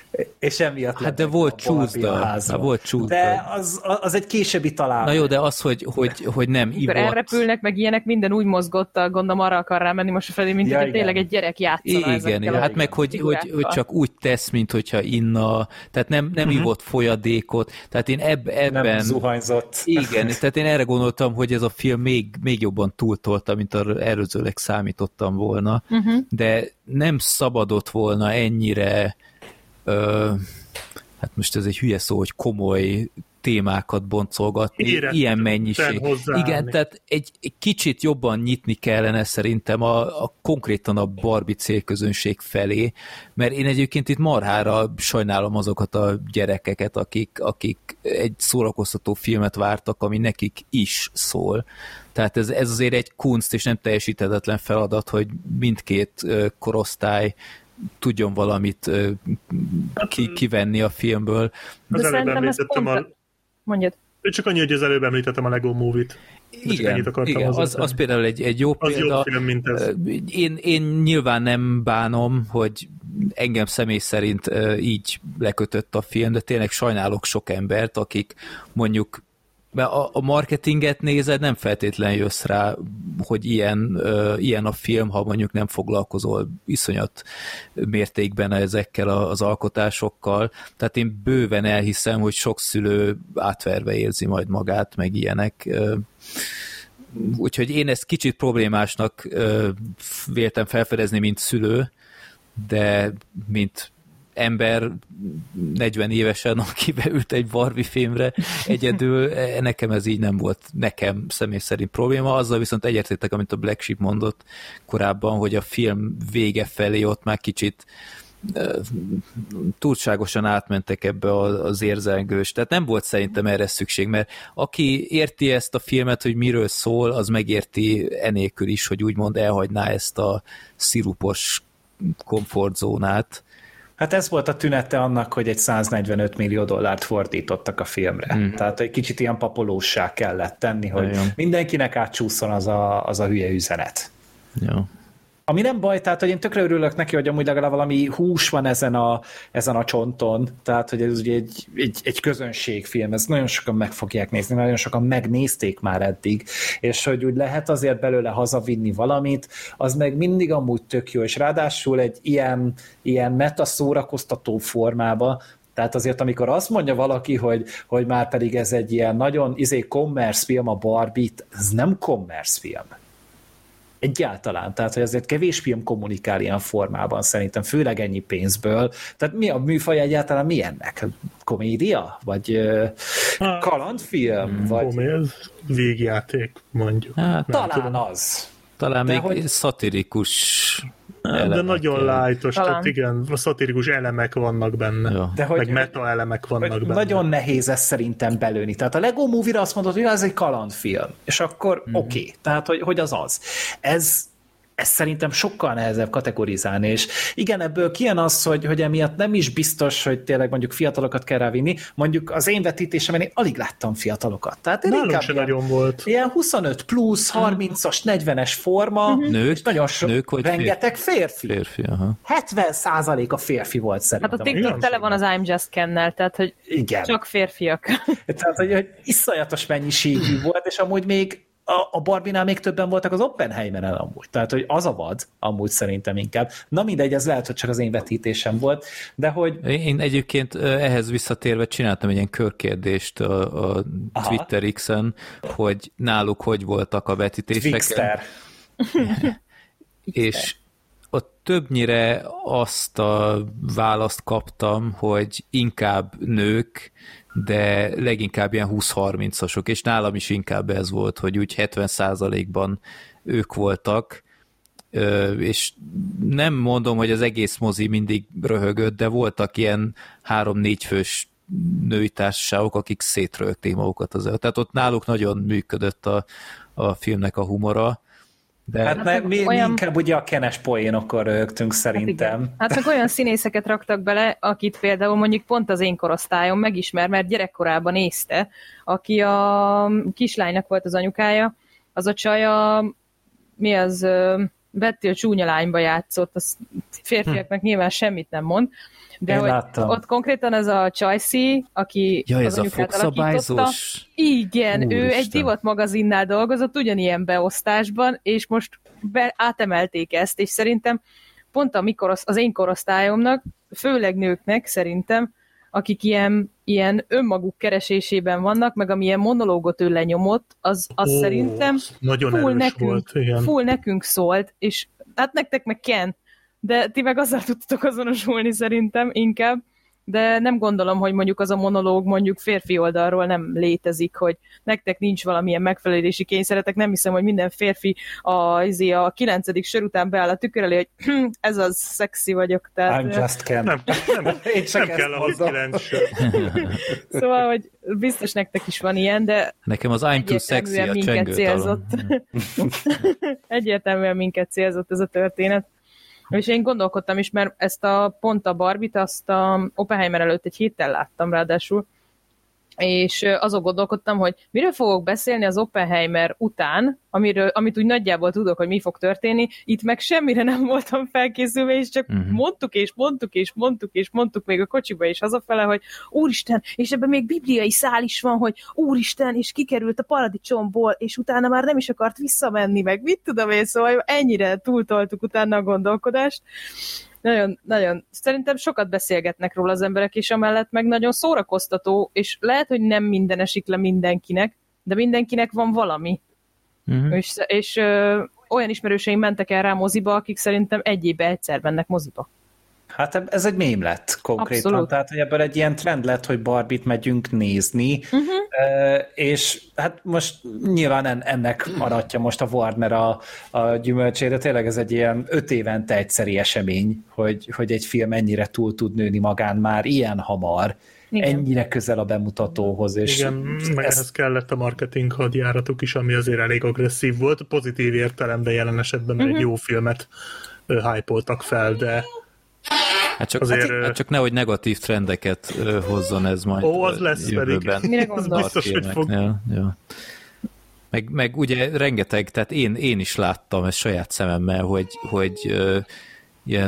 És emiatt hát de volt csúszda. Hát volt csúszda. De az, az egy későbbi találat. Na jó, de az, hogy, hogy, hogy nem ivott. Amikor elrepülnek, meg ilyenek, minden úgy mozgott, gondolom arra akar rámenni most a felé, mint ja, hogy tényleg egy gyerek játszana. Igen, igen. Hát meg, hogy, hogy, hogy csak úgy tesz, mint hogyha inna, tehát nem, nem uh-huh. ivott folyadékot, tehát én eb, ebben... Nem zuhanyzott. Igen, tehát én erre gondoltam, hogy ez a film még, még jobban túltolta, mint arra előzőleg számítottam volna, uh-huh. de nem szabadott volna ennyire Ö, hát most ez egy hülye szó, hogy komoly témákat boncolgatni, Érett, ilyen mennyiség. Igen, tehát egy, egy kicsit jobban nyitni kellene szerintem a, a konkrétan a Barbie célközönség felé, mert én egyébként itt marhára sajnálom azokat a gyerekeket, akik, akik egy szórakoztató filmet vártak, ami nekik is szól. Tehát ez, ez azért egy kunst és nem teljesíthetetlen feladat, hogy mindkét korosztály tudjon valamit ki, kivenni a filmből. Az előbb említettem a... Mondjad. Csak annyi, hogy az előbb említettem a Lego Movie-t. Igen, igen az, az például egy, egy jó az példa. Jó film, mint ez. Én, én nyilván nem bánom, hogy engem személy szerint így lekötött a film, de tényleg sajnálok sok embert, akik mondjuk mert a, a marketinget nézed, nem feltétlenül jössz rá, hogy ilyen, ö, ilyen a film, ha mondjuk nem foglalkozol iszonyat mértékben ezekkel az alkotásokkal. Tehát én bőven elhiszem, hogy sok szülő átverve érzi majd magát, meg ilyenek. Úgyhogy én ezt kicsit problémásnak ö, véltem felfedezni, mint szülő, de mint ember negyven évesen, aki beült egy Barbie filmre egyedül, nekem ez így nem volt, nekem személy szerint probléma, azzal viszont egyetértek, amit a Black Sheep mondott korábban, hogy a film vége felé ott már kicsit túlságosan átmentek ebbe az érzelgős, tehát nem volt szerintem erre szükség, mert aki érti ezt a filmet, hogy miről szól, az megérti enélkül is, hogy úgymond elhagyná ezt a szirupos komfortzónát. Hát ez volt a tünete annak, hogy egy száznegyvenöt millió dollárt fordítottak a filmre. Mm. Tehát egy kicsit ilyen papolóssá kellett tenni, hogy Jaj. mindenkinek átcsúszson az a, az a hülye üzenet. Jó. Ami nem baj, tehát hogy én tökre örülök neki, hogy amúgy legalább valami hús van ezen a, ezen a csonton, tehát hogy ez ugye egy, egy, egy közönségfilm, ez nagyon sokan meg fogják nézni, nagyon sokan megnézték már eddig, és hogy úgy lehet azért belőle hazavinni valamit, az meg mindig amúgy tök jó, és ráadásul egy ilyen, ilyen meta szórakoztató formába, Tehát azért, amikor azt mondja valaki, hogy, hogy már pedig ez egy ilyen nagyon izé commerce film a Barbie, ez nem commerce film. Egyáltalán. Tehát, hogy azért kevés film kommunikál ilyen formában szerintem, főleg ennyi pénzből. Tehát mi a műfaj egyáltalán mi ennek? Komédia? Vagy uh, kalandfilm? Vagy... Ez végjáték, mondjuk. Hát, talán tudom. az. Talán de még hogy... szatirikus De nagyon lájtos, Talán. tehát igen, a szatirikus elemek vannak benne, Ja. De hogy, meg meta elemek vannak hogy benne. nagyon nehéz ezt szerintem belőni. Tehát a Lego Movie-ra azt mondod, hogy ez egy kalandfilm, és akkor mm. oké, okay. Tehát hogy, hogy az az. Ez ez szerintem sokkal nehezebb kategorizálni, és igen, ebből kijön az, hogy, hogy emiatt nem is biztos, hogy tényleg mondjuk fiatalokat kell rávinni, mondjuk az én vetítésemben én alig láttam fiatalokat. Tehát én Nálunk se ilyen, nagyon volt. Ilyen huszonöt plusz, harmincas, negyvenes forma, Nők, és nagyon sok, nők vagy rengeteg férfi. Férfi, aha. hetven százalék a férfi volt szerintem. Hát a TikTok tele van az I'm Just Ken-nel, tehát hogy Igen. csak férfiak. Tehát, hogy, hogy iszonyatos mennyiségű volt, és amúgy még a, a Barbie-nál még többen voltak az Oppenheimeren amúgy. Tehát, hogy az a vad, amúgy szerintem inkább. Na mindegy, ez lehet, hogy csak az én vetítésem volt, de hogy... Én egyébként ehhez visszatérve csináltam egy ilyen körkérdést a, a Twitter X-en, hogy náluk hogy voltak a vetítések. Twixter. És ott többnyire azt a választ kaptam, hogy inkább nők, de leginkább ilyen húsz-harmincasok, és nálam is inkább ez volt, hogy úgy hetven százalékban ők voltak, és nem mondom, hogy az egész mozi mindig röhögött, de voltak ilyen három-négy fős női társaságok, akik szétröhögték magukat az el. Tehát ott náluk nagyon működött a, a filmnek a humora. De... Hát ne, mi, olyan... mi inkább ugye a kenes poénokkal röhögtünk szerintem. Hát, hát meg olyan színészeket raktak bele, akit például mondjuk pont az én korosztályom megismer, mert gyerekkorában nézte, aki a kislánynak volt az anyukája, az a csaj a, mi az, Betty a csúnya lányba játszott, az férfiaknak hm. nyilván semmit nem mond, de hogy ott konkrétan ez a Csajci, aki ja, az anyukát alakította. Igen, Úristen. Ő egy divatmagazinnál dolgozott, ugyanilyen beosztásban, és most be, átemelték ezt, és szerintem pont a mikorosz, az én korosztályomnak, főleg nőknek szerintem, akik ilyen, ilyen önmaguk keresésében vannak, meg amilyen monológot ő lenyomott, az, az Ó, szerintem full nekünk, volt, igen. full nekünk szólt, és hát nektek meg Ken, de ti meg azzal tudtok azonosulni szerintem inkább, de nem gondolom, hogy mondjuk az a monológ mondjuk férfi oldalról nem létezik, hogy nektek nincs valamilyen megfelelési kényszeretek, nem hiszem, hogy minden férfi a, a kilencedik sor után beáll a tükör elé, hogy ez az, szexi vagyok. Tehát, I'm just Ken. Nem, nem, Én nem kell ahhoz kilenc sor. Szóval, hogy biztos nektek is van ilyen, de nekem az I'm too sexy a csengőtalom. Egyértelműen minket célzott ez a történet. És én gondolkodtam is, mert ezt a pont a Barbie-t, azt a Oppenheimer előtt egy héttel láttam ráadásul, és azon gondolkodtam, hogy miről fogok beszélni az Oppenheimer után, amiről, amit úgy nagyjából tudok, hogy mi fog történni, itt meg semmire nem voltam felkészülve, és csak uh-huh. mondtuk, és mondtuk, és mondtuk, és mondtuk még a kocsiba is hazafele, hogy úristen, és ebben még bibliai szál is van, hogy úristen, és kikerült a paradicsomból, és utána már nem is akart visszamenni, meg mit tudom én, szóval ennyire túltoltuk utána a gondolkodást. Nagyon, nagyon, szerintem sokat beszélgetnek róla az emberek, és amellett meg nagyon szórakoztató, és lehet, hogy nem minden esik le mindenkinek, de mindenkinek van valami. Uh-huh. És, és ö, olyan ismerőseim mentek el rá moziba, akik szerintem egy évben egyszer mennek moziba. Hát ez egy mém lett konkrétan, Abszolút. Tehát hogy ebből egy ilyen trend lett, hogy Barbie-t megyünk nézni, uh-huh. és hát most nyilván ennek aratja most a Warner a, a gyümölcsét, de tényleg ez egy ilyen öt évente egyszeri esemény, hogy, hogy egy film ennyire túl tud nőni magán már ilyen hamar, igen. ennyire közel a bemutatóhoz. És igen, meg ez... ehhez kellett a marketing hadjáratuk is, ami azért elég agresszív volt, pozitív értelemben jelen esetben, mert uh-huh. egy jó filmet hype-oltak fel, de Hát csak, Azért, hát csak nehogy negatív trendeket hozzon ez majd ó, az lesz jövőben. Pedig. Mire gondolsz? Biztos, hogy fog. Ja. Meg, meg ugye rengeteg, tehát én, én is láttam ezt saját szememmel, hogy, hogy uh, ilyen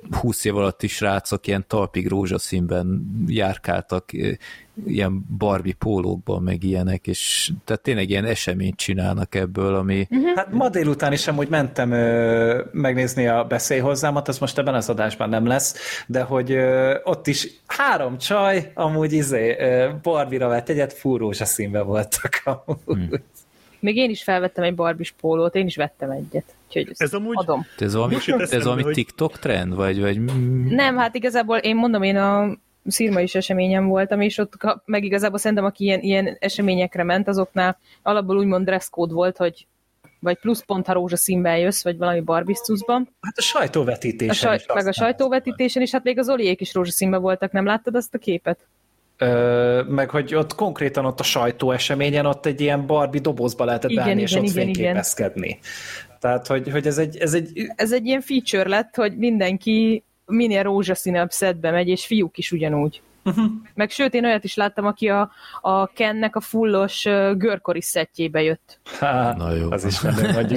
húsz év alatt is srácok ilyen talpig rózsaszínben járkáltak, ilyen Barbie pólókban, meg ilyenek, és tehát tényleg ilyen eseményt csinálnak ebből, ami... Uh-huh. Hát ma délután is amúgy mentem ö, megnézni a Beszélj hozzámat, az most ebben az adásban nem lesz, de hogy ö, ott is három csaj amúgy izé, ö, Barbie-ra vett egyet, full rózsaszínben voltak amúgy. Hmm. Még én is felvettem egy Barbie-s pólót, én is vettem egyet. Úgyhogy ez amúgy... adom. Ez valami, ez valami hogy... TikTok trend? Vagy, vagy... Nem, hát igazából én mondom, én a Szirma is eseményem voltam, és ott meg igazából szerintem, aki ilyen, ilyen eseményekre ment, azoknál alapból úgymond dress code volt, hogy vagy plusz pont, ha rózsaszínben jössz, vagy valami Barbie-cuszban. Hát a sajtóvetítésen a saj... is. Meg a sajtóvetítésen is, hát még az Oliék is rózsaszínben voltak, nem láttad azt a képet? Ö, meg hogy ott konkrétan ott a sajtóeseményen ott egy ilyen Barbie dobozba lehetett igen, beállni, igen, és ott igen, fényképezkedni. Igen. Tehát, hogy, hogy ez egy... Ez egy... ez egy ilyen feature lett, hogy mindenki minél rózsaszínebb szedbe megy, és fiúk is ugyanúgy. Uh-huh. Meg sőt, én olyat is láttam, aki a, a Kennek a fullos uh, görkori szettjébe jött. Há, na jó. Az is menő, mondjuk.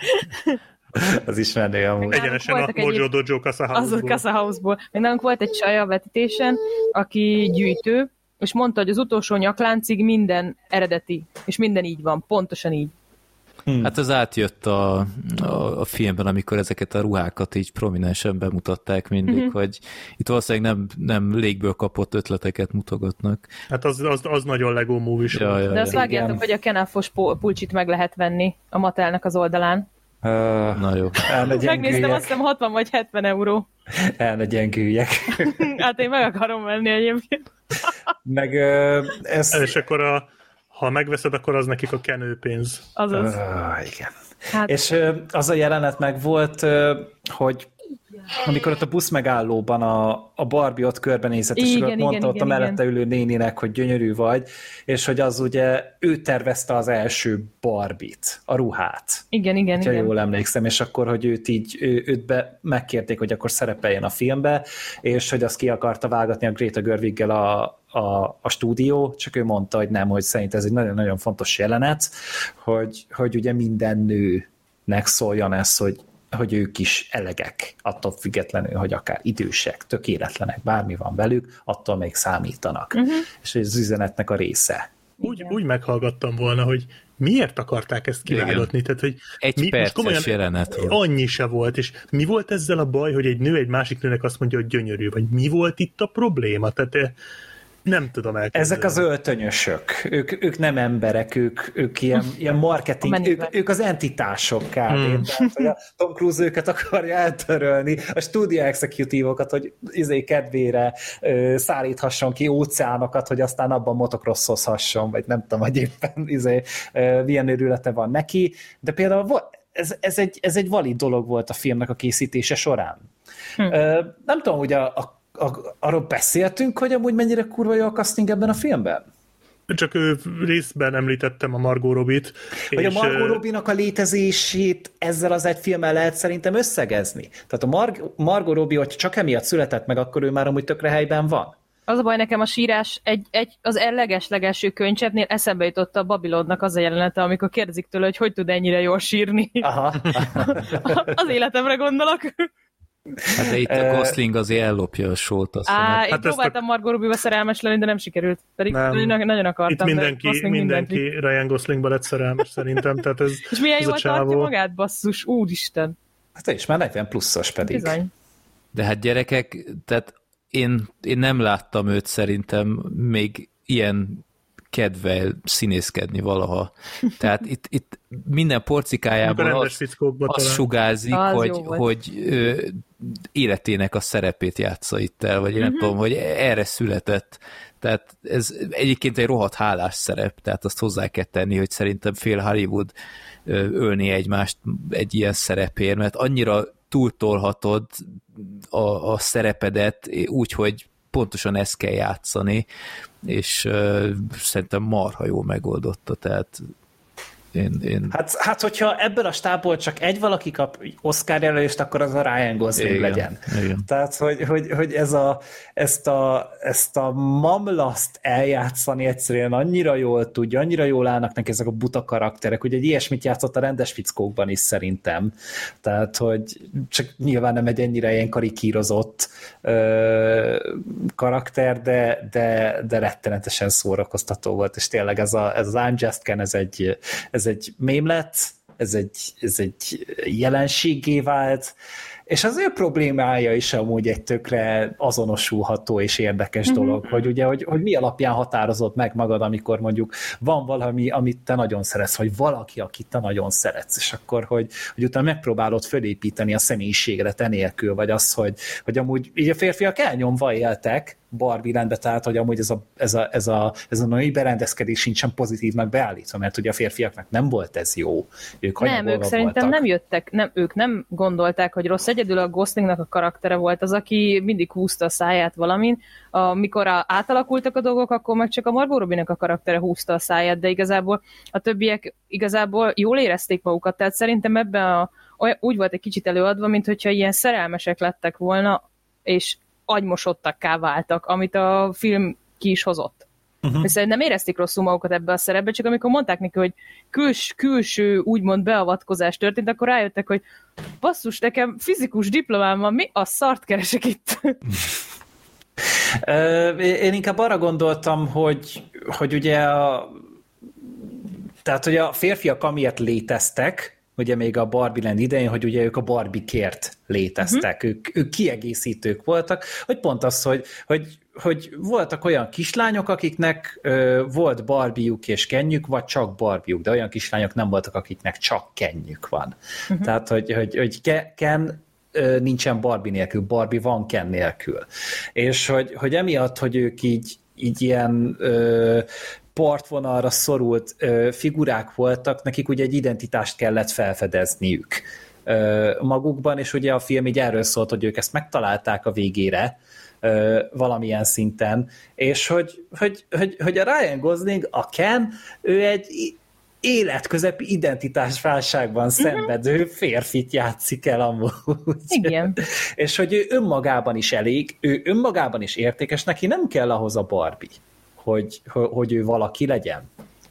Az is menő amúgy. Egyenesen a Mojo Dojo Casa House-ból. Az a Casa House-ból. Még nálunk volt egy csaj a vetítésen, aki gyűjtő, és mondta, hogy az utolsó nyakláncig minden eredeti, és minden így van, pontosan így. Hmm. Hát ez átjött a, a, a filmben, amikor ezeket a ruhákat így prominensen bemutatták mindig, mm-hmm. hogy itt valószínűleg nem, nem légből kapott ötleteket mutogatnak. Hát az, az, az nagyon Lego Movie-s. Ja, ja, de azt vágjátok, hogy a Kenelfos pulcsit meg lehet venni a Mattelnek az oldalán. Uh, Na jó. Megnéztem, azt hiszem hatvan vagy hetven euró. El ne gyengüljek. Hát én meg akarom venni egyébként. Meg uh, ez... És akkor a ha megveszed, akkor az nekik a kenőpénz. Azaz. Uh, igen. Hát... És uh, az a jelenet meg volt, uh, hogy amikor ott a busz megállóban a, a Barbie ott körbenézett, és igen, mondta igen, ott igen, a mellette ülő néninek, hogy gyönyörű vagy, és hogy az ugye ő tervezte az első Barbie-t, a ruhát. Igen, igen, ha igen. jól emlékszem, és akkor, hogy őt így, ő, őt be, megkérték, hogy akkor szerepeljen a filmbe, és hogy azt ki akarta vágatni a Greta Gerwiggel a, a, a stúdió, csak ő mondta, hogy nem, hogy szerint ez egy nagyon-nagyon fontos jelenet, hogy, hogy ugye minden nőnek szóljon ez, hogy hogy ők is elegek, attól függetlenül, hogy akár idősek, tökéletlenek, bármi van velük, attól még számítanak. Uh-huh. És ez az üzenetnek a része. Úgy, úgy meghallgattam volna, hogy miért akarták ezt kivágatni? Tehát, hogy egy mi, perces jelenet volt. Annyi se volt, és mi volt ezzel a baj, hogy egy nő egy másik nőnek azt mondja, hogy gyönyörű, vagy mi volt itt a probléma? Tehát nem tudom elképzelni. Ezek az öltönyösök, ők, ők nem emberek, ők, ők ilyen, ilyen marketing, ők, ők az entitások kb. Hmm. Tehát, hogy a Tom Cruise őket akarja eltörölni, a studio executívokat, hogy izé kedvére ö, szállíthasson ki óceánokat, hogy aztán abban motocrosszozhasson, vagy nem tudom, hogy éppen izé, ö, milyen örülete van neki, de például ez, ez, egy, ez egy valid dolog volt a filmnek a készítése során. Hmm. Ö, nem tudom, hogy a, a arról beszéltünk, hogy amúgy mennyire kurva jó a casting ebben a filmben? Csak ő részben említettem a Margot Robbie-t. Hogy és a Margot Robbie-nak a létezését ezzel az egy filmmel lehet szerintem összegezni. Tehát a Mar- Margot Robbie, hogy csak emiatt született meg, akkor ő már amúgy tökre helyben van. Az a baj nekem a sírás, egy, egy, az leges-legelső könycseppnél eszembe jutott a Babylonnak az a jelenete, amikor kérdezik tőle, hogy hogy tud ennyire jól sírni. Aha. Az életemre gondolok. Hát de itt a Gosling azért ellopja a sót. Á, én hát próbáltam a... Margot Robbie-ba szerelmes lenni, de nem sikerült. Pedig nem. Nagyon akartam. Itt mindenki, mindenki, mindenki Ryan Goslingba lett szerelmes szerintem. Tehát ez, és milyen ez jól tartja magát, basszus, úristen. Hát és már negyven pluszos pedig. Bizony. De hát gyerekek, tehát én, én nem láttam őt szerintem még ilyen kedvel színészkedni valaha. Tehát itt, itt minden porcikájában az, az sugázik, az hogy, hogy ö, életének a szerepét játsza itt el, vagy én uh-huh. nem tudom, hogy erre született. Tehát ez egyébként egy rohadt hálás szerep, tehát azt hozzá kell tenni, hogy szerintem fél Hollywood ö, ölné egymást egy ilyen szerepért, mert annyira túltolhatod a, a szerepedet úgy, hogy pontosan ezt kell játszani, és uh, szerintem marha jól megoldotta, tehát Én, én... Hát, hát, hogyha ebből a stábból csak egy valaki kap Oscar jelölést, akkor az a Ryan Gosling igen, legyen. Igen. Tehát, hogy, hogy, hogy ez a, ezt, a, ezt a mamlaszt eljátszani egyszerűen annyira jól tudja, annyira jól állnak neki ezek a buta karakterek, hogy egy ilyesmit játszott a Rendes fickókban is szerintem. Tehát, hogy csak nyilván nem egy ennyire ilyen karikírozott ö, karakter, de, de, de rettenetesen szórakoztató volt, és tényleg ez, a, ez az I'm Just Ken, ez egy, ez egy mém lett, ez egy, ez egy jelenséggé vált, és az ő problémája is amúgy egy tökre azonosulható és érdekes mm-hmm. dolog, hogy ugye, hogy, hogy mi alapján határozod meg magad, amikor mondjuk van valami, amit te nagyon szeretsz, vagy valaki, akit te nagyon szeretsz, és akkor, hogy, hogy utána megpróbálod fölépíteni a személyiségre te nélkül, vagy az, hogy, hogy amúgy így a férfiak elnyomva éltek Barbie Landbe, tehát, hogy amúgy ez a, ez a, ez a, ez a női berendezkedés sincsen pozitívnak beállítva, mert ugye a férfiaknak nem volt ez jó. Ők nem, ők szerintem voltak. nem jöttek, nem, ők nem gondolták, hogy rossz. Egyedül a Goslingnak a karaktere volt az, aki mindig húzta a száját valamin. Amikor átalakultak a dolgok, akkor meg csak a Margot Robbie-nak a karaktere húzta a száját, de igazából a többiek igazából jól érezték magukat, tehát szerintem ebben a, úgy volt egy kicsit előadva, mint hogyha ilyen szerelmesek lettek volna, és agymosottakká váltak, amit a film ki is hozott. Uh-huh. Szerintem nem érezték rosszul magukat ebbe a szerepbe, csak amikor mondták neki, hogy küls, külső úgymond beavatkozás történt, akkor rájöttek, hogy basszus, nekem fizikus diplomám van, mi a szart keresek itt? Én inkább arra gondoltam, hogy, hogy ugye a, tehát, hogy a férfiak amiért léteztek, ugye még a Barbie Land idején, hogy ugye ők a Barbie-kért léteztek, uh-huh. ők, ők kiegészítők voltak, hogy pont az, hogy, hogy, hogy voltak olyan kislányok, akiknek ö, volt Barbie-juk és Kenjük, vagy csak Barbie-juk, de olyan kislányok nem voltak, akiknek csak Kenjük van. Uh-huh. Tehát, hogy, hogy, hogy Ken ö, nincsen Barbie nélkül, Barbie van Ken nélkül. És hogy, hogy emiatt, hogy ők így, így ilyen ö, partvonalra szorult ö, figurák voltak, nekik ugye egy identitást kellett felfedezniük ö, magukban, és ugye a film így erről szólt, hogy ők ezt megtalálták a végére ö, valamilyen szinten, és hogy, hogy, hogy, hogy a Ryan Gosling, a Ken, ő egy életközepi identitásválságban uh-huh. szenvedő férfit játszik el amúgy. Igen. És hogy ő önmagában is elég, ő önmagában is értékes, neki nem kell ahhoz a Barbie, hogy, hogy ő valaki legyen.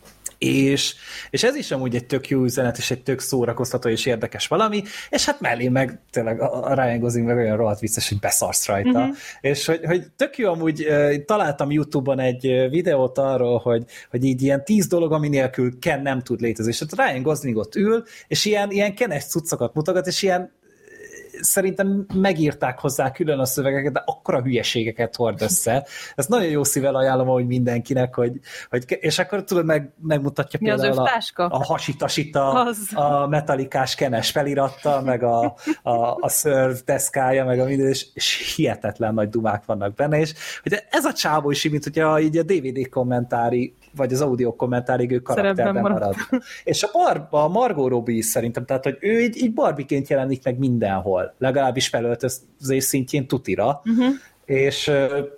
És, és ez is amúgy egy tök jó üzenet, és egy tök szórakoztató és érdekes valami, és hát mellé meg tényleg a Ryan Gosling meg olyan rohadt vicces, hogy beszarsz rajta. Uh-huh. És hogy, hogy tök jó amúgy, találtam YouTube-on egy videót arról, hogy, hogy így ilyen tíz dolog, ami nélkül Ken nem tud létezni. És ott Ryan Gosling ott ül, és ilyen, ilyen Kenes cuccokat mutogat, és ilyen szerintem megírták hozzá külön a szövegeket, de akkora hülyeségeket hord össze. Ezt nagyon jó szívvel ajánlom hogy mindenkinek, hogy, hogy és akkor tudod, meg, megmutatja mi például a, a hasitasita, a metalikás Kenes felirattal, meg a, a, a szörv deszkája, meg a minden, és, és hihetetlen nagy dumák vannak benne, és hogy ez a csávó is, mint hogyha így a dé vé dé kommentári vagy az audio kommentárig ő karakterben marad. marad. És a, Bar- a Margot Robbie is szerintem, tehát, hogy ő így, így Barbie-ként jelenik meg mindenhol, legalábbis felöltözés szintjén tutira, uh-huh. és,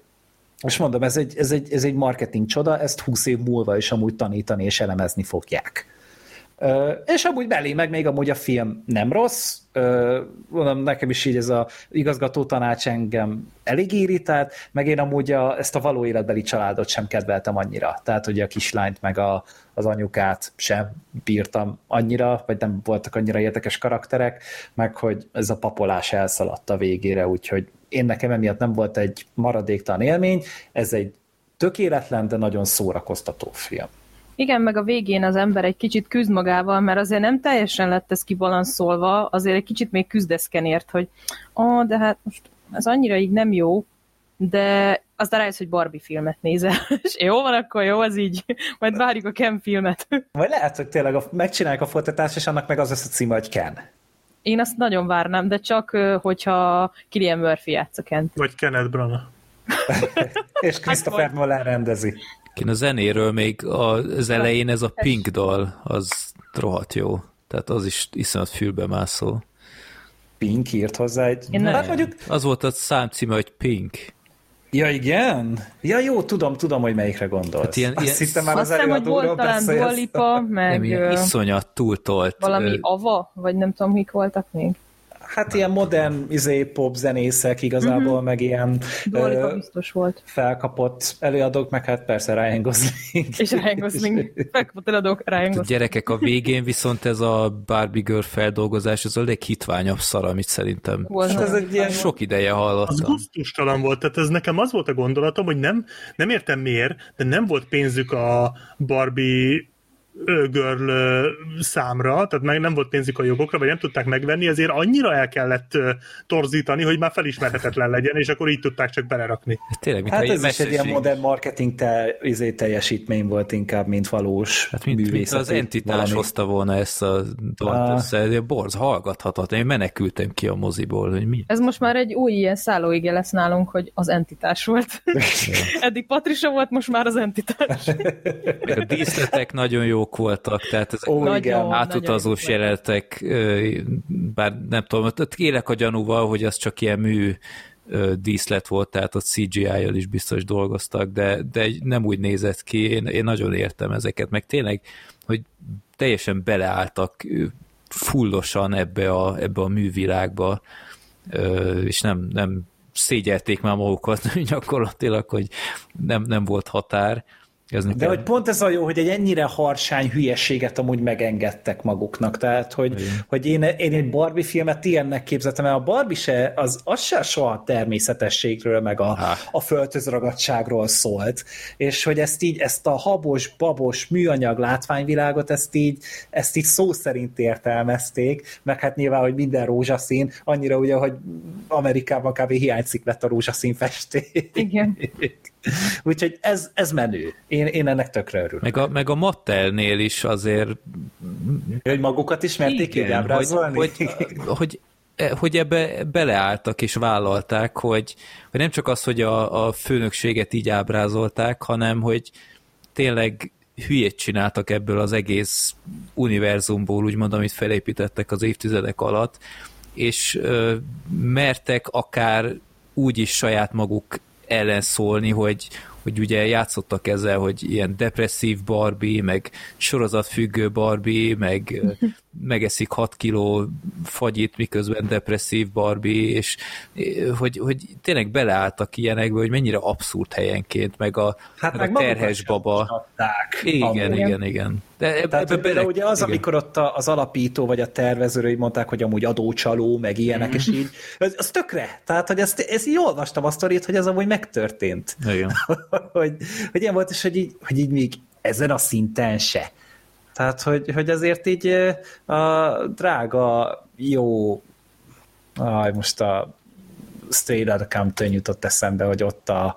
és mondom, ez egy, ez, egy, ez egy marketing csoda, ezt húsz év múlva is amúgy tanítani és elemezni fogják. És amúgy belé meg még amúgy a film nem rossz, mondom, nekem is így ez a igazgató tanács engem elég irritált, meg én amúgy a, ezt a való életbeli családot sem kedveltem annyira, tehát ugye a kislányt meg a, az anyukát sem bírtam annyira, vagy nem voltak annyira érdekes karakterek, meg hogy ez a papolás elszaladt a végére, úgyhogy én nekem emiatt nem volt egy maradéktalan élmény, ez egy tökéletlen, de nagyon szórakoztató film. Igen, meg a végén az ember egy kicsit küzd magával, mert azért nem teljesen lett ez kibalanszolva, azért egy kicsit még küzdesz Kenért, hogy ó, de hát most ez annyira így nem jó, de aztán rájössz, hogy Barbie filmet nézel, és jó van, akkor jó, az így, majd várjuk a Ken filmet. Vagy lehet, hogy tényleg a, megcsinálják a folytatást, és annak meg az lesz a címe, hogy Ken. Én azt nagyon várnám, de csak, hogyha Cillian Murphy játsz a Kent. Vagy Kenneth Branagh. És Christopher Nolan rendezi. Én a zenéről még az elején ez a Pink dal, az rohadt jó. Tehát az is iszonyat fülbe mászó. Pink írt hozzá egy... Hát mondjuk... Az volt a számcíme, hogy Pink. Ja, igen? Ja, jó, tudom, tudom, hogy melyikre gondolsz. Hát ilyen, Azt ilyen... hittem már Azt az hiszem, hogy volt talán Dua Lipa, meg nem, ilyen iszonyat túltolt. valami ö... Ava, vagy nem tudom, mik voltak még. Hát ilyen modern izé, pop zenészek igazából, uh-huh. meg ilyen Dua Lipa biztos volt. Felkapott előadók, meg hát persze Ryan Gosling. És Ryan Gosling. Felkapott előadók Ryan Gosling. Gyerekek, a végén viszont ez a Barbie Girl feldolgozás, ez a leghitványabb szar, amit szerintem sok, ez egy ilyen... sok ideje hallottam. Az gusztustalan volt, tehát ez nekem az volt a gondolatom, hogy nem, nem értem miért, de nem volt pénzük a Barbie Girl számra, tehát meg nem volt pénzük a jogokra, vagy nem tudták megvenni, ezért annyira el kellett torzítani, hogy már felismerhetetlen legyen, és akkor így tudták csak belerakni. Tényleg, hát ez is egy ilyen modern marketing te, izé, teljesítmény volt inkább, mint valós hát mint, mint az entitás valami. Hozta volna ezt a dalt össze, borz, hallgathatatlan. Én menekültem ki a moziból, hogy mi. Ez most már egy új ilyen szállóige lesz nálunk, hogy az entitás volt. Eddig Patricia volt, most már az entitás. Meg a díszletek nagyon jók voltak, tehát ezek Ó, nagyon, átutazós jelenetek, bár nem tudom, élek a gyanúval, hogy az csak ilyen mű díszlet volt, tehát ott cé gé í-jal is biztos dolgoztak, de, de nem úgy nézett ki, én, én nagyon értem ezeket, meg tényleg, hogy teljesen beleálltak fullosan ebbe a, ebbe a művilágba, és nem, nem szégyelték már magukat gyakorlatilag, hogy nem, nem volt határ. Ez de hogy pont ez a jó, hogy egy ennyire harsány hülyességet amúgy megengedtek maguknak, tehát hogy, hogy én, én egy Barbie filmet ilyennek képzeltem, mert a Barbie se, az, az se soha a természetességről, meg a, a földhözragadtságról szólt, és hogy ezt így, ezt a habos, babos, műanyag látványvilágot, ezt így, ezt így szó szerint értelmezték, meg hát nyilván, hogy minden rózsaszín, annyira ugye, hogy Amerikában kb. Hiányzik lett a rózsaszín festék. Igen. Úgyhogy ez, ez menő. Én, én ennek tökre örülök. Meg a, meg a Mattelnél is azért... Hogy magukat ismerték így ábrázolni? Hogy, hogy, hogy, hogy ebbe beleálltak és vállalták, hogy, hogy nem csak az, hogy a, a főnökséget így ábrázolták, hanem hogy tényleg hülyét csináltak ebből az egész univerzumból, úgymond, amit felépítettek az évtizedek alatt, és ö, mertek akár úgy is saját maguk ellen szólni, hogy, hogy ugye játszottak ezzel, hogy ilyen depresszív Barbie, meg sorozatfüggő Barbie, meg megeszik hat kiló fagyit, miközben depresszív Barbie, és hogy, hogy tényleg beleálltak ilyenekbe, hogy mennyire abszurd helyenként, meg a, hát meg a terhes baba. Igen, igen, igen, igen. De ebbe, Tehát, ebbe bele, ugye az, igen. Amikor ott az alapító vagy a tervezőrői mondták, hogy amúgy adócsaló, meg ilyenek, mm. és így, az, az tökre. Tehát, hogy ezt, ezt így olvastam a sztorit, hogy ez amúgy megtörtént. Igen. hogy, hogy ilyen volt, és hogy így, hogy így még ezen a szinten se. Tehát, hogy, hogy azért így a drága, jó, aj, most a Straight Outta Compton jutott eszembe, hogy ott a,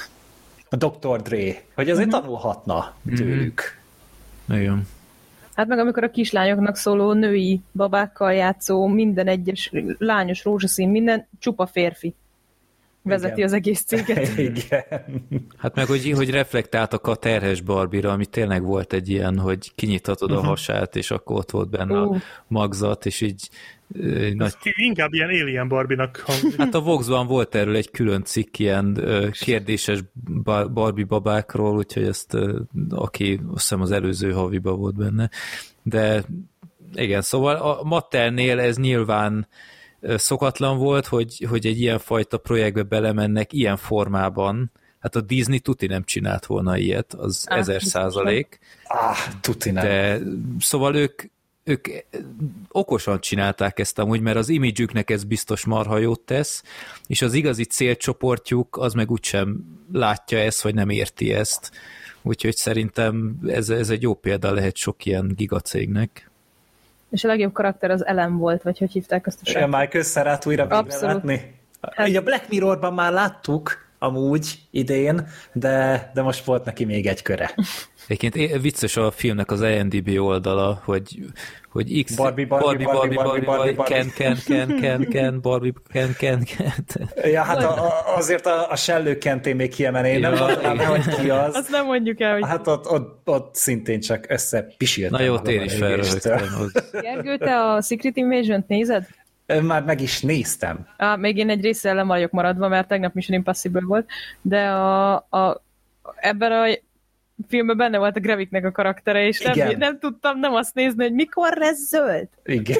a doktor Dre, hogy azért mm-hmm. tanulhatna tőlük. Igen. Hát meg amikor a kislányoknak szóló női babákkal játszó, minden egyes lányos rózsaszín, minden csupa férfi vezeti igen. az egész céget. Igen. Hát meg, hogy, hogy reflektáltak a terhes Barbie-ra, ami tényleg volt egy ilyen, hogy kinyithatod uh-huh. a hasát, és akkor ott volt benne uh. a magzat, és így uh, nagy... inkább ilyen Alien Barbie-nak hangzik. Hát a Vox-ban volt erről egy külön cikk ilyen uh, kérdéses Barbie babákról, úgyhogy ezt uh, aki azt hiszem az előző haviba volt benne. De igen, szóval a Mattelnél ez nyilván szokatlan volt, hogy, hogy egy ilyen fajta projektbe belemennek ilyen formában. Hát a Disney tuti nem csinált volna ilyet, az ah, ezer százalék. Ah, tuti nem. De szóval ők, ők okosan csinálták ezt amúgy, mert az imidzsüknek ez biztos marha jót tesz, és az igazi célcsoportjuk az meg úgysem látja ezt, vagy nem érti ezt. Úgyhogy szerintem ez, ez egy jó példa lehet sok ilyen gigacégnek. És a legjobb karakter az Ellen volt, vagy hogy hívták azt a srácot? Michael Cera-t újra végre látni. Hát... Így a Black Mirrorban már láttuk, amúgy idén, de, de most volt neki még egy köre. Egyébként vicces a filmnek az I M D B oldala, hogy, hogy X... Barbie, Barbie, Barbie, Barbie, Barbie, Barbie, Ken, Ken, Ken, Ken, Ken, Barbie, Ken, Ken, Ken. Ja, hát a, a, azért a, a sellőkentén még kiemelném, nem mondanám, hogy ki az. Azt nem mondjuk el, hogy... Hát ott, ott, ott szintén csak összepisiltem. Na jó, én is felröhögtem. Gergő, te a Secret Invasion-t nézed? Már meg is néztem. Á, még én egy résszel nem vagyok maradva, mert tegnap Mission Impossible volt, de a, a, ebben a filmben benne volt a Graviknek a karaktere, és nem, nem tudtam nem azt nézni, hogy mikor lesz zöld. Igen.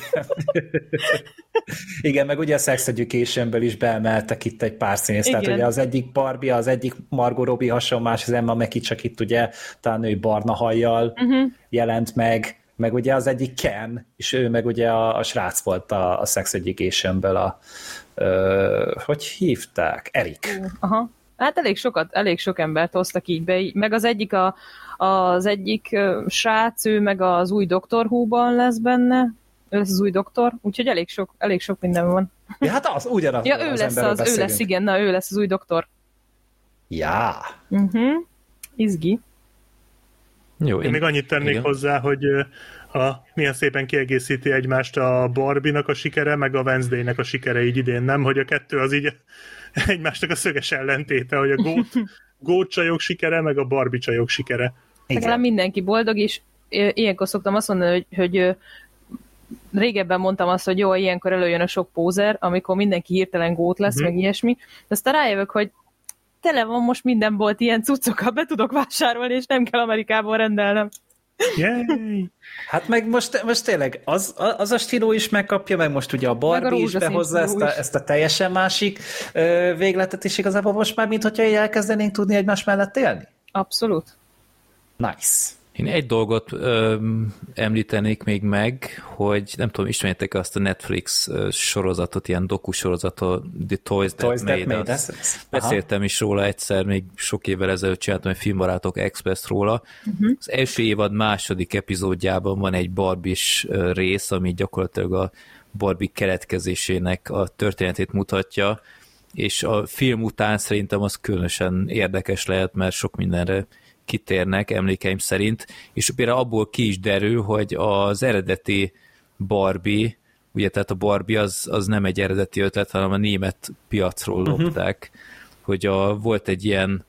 Igen, meg ugye a Sex Educationből is beemeltek itt egy pár színészt, tehát ugye az egyik Barbie, az egyik Margot Robbie hasonló, más az Emma Mackey, csak itt ugye talán ő barna hajjal uh-huh. jelent meg, meg ugye az egyik Ken, és ő meg ugye a, a srác volt a, a Sex Educationből a ö, hogy hívták? Erik. Uh, aha. Hát elég sokat, elég sok embert hoztak így be, meg az egyik a, az egyik uh, srác, ő meg az új Doctor Who-ban lesz benne, ő lesz az új doktor, úgyhogy elég sok, elég sok minden van. Ja, hát az ugyanaz. Ja, ő lesz az, beszélünk. ő lesz, igen, na, ő lesz az új doktor. Ja. Uh-huh. Izgi. Jó, én, én még annyit tennék igen. hozzá, hogy a, milyen szépen kiegészíti egymást a Barbie-nak a sikere, meg a Wednesday-nek a sikere így idén, nem? Hogy a kettő az így egymásnak a szöges ellentéte, hogy a gót, gót csajok sikere, meg a Barbie csajok sikere. Legalább mindenki boldog, és ilyenkor szoktam azt mondani, hogy, hogy régebben mondtam azt, hogy jó, ilyenkor előjön a sok pózer, amikor mindenki hirtelen gót lesz, uh-huh. meg ilyesmi, de aztán rájövök, hogy tele van most minden bolt ilyen cuccokkal, be tudok vásárolni, és nem kell Amerikából rendelnem. Yay. Hát meg most, most tényleg az, az a stíló is megkapja, meg most ugye a Barbie meg a is behozza ezt a, ezt a teljesen másik ö, végletet is igazából most már, mint hogyha elkezdenénk tudni egymás mellett élni. Abszolút. Nice. Én egy dolgot ö, említenék még meg, hogy nem tudom, ismerjétek azt a Netflix ö, sorozatot, ilyen dokusorozatot, The Toys That, Toys Made, that made Us. us. Beszéltem is róla egyszer, még sok évvel ezelőtt csináltam egy Filmbarátok Express róla. Uh-huh. Az első évad második epizódjában van egy Barbie-s rész, ami gyakorlatilag a Barbie keletkezésének a történetét mutatja, és a film után szerintem az különösen érdekes lehet, mert sok mindenre kitérnek emlékeim szerint, és például abból ki is derül, hogy az eredeti Barbie, ugye tehát a Barbie az, az nem egy eredeti ötlet, hanem a német piacról uh-huh. lopták, hogy a, volt egy ilyen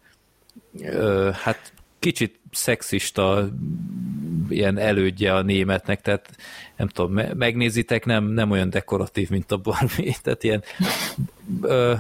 ö, hát kicsit szexista ilyen elődje a németnek, tehát nem tudom, megnézitek, nem, nem olyan dekoratív, mint a Barbie, tehát ilyen ö,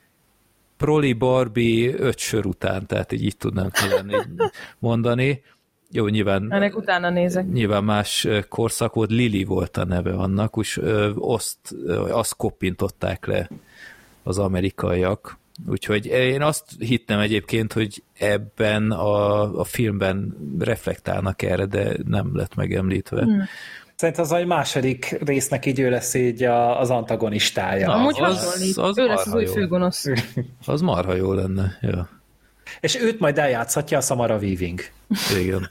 Proli Barbie öt sör után, tehát így, így tudnám talán mondani. Jó, nyilván... Ennek utána nézek. Nyilván más korszak volt, Lili volt a neve annak, és azt, azt koppintották le az amerikaiak. Úgyhogy én azt hittem egyébként, hogy ebben a, a filmben reflektálnak erre, de nem lett megemlítve. Hmm. Szerintem az a második résznek így ő lesz így az antagonistája. Na, amúgy az, az ő lesz az új főgonosz. Az marha jó lenne, ja. És őt majd eljátszhatja a Samara Weaving. Igen.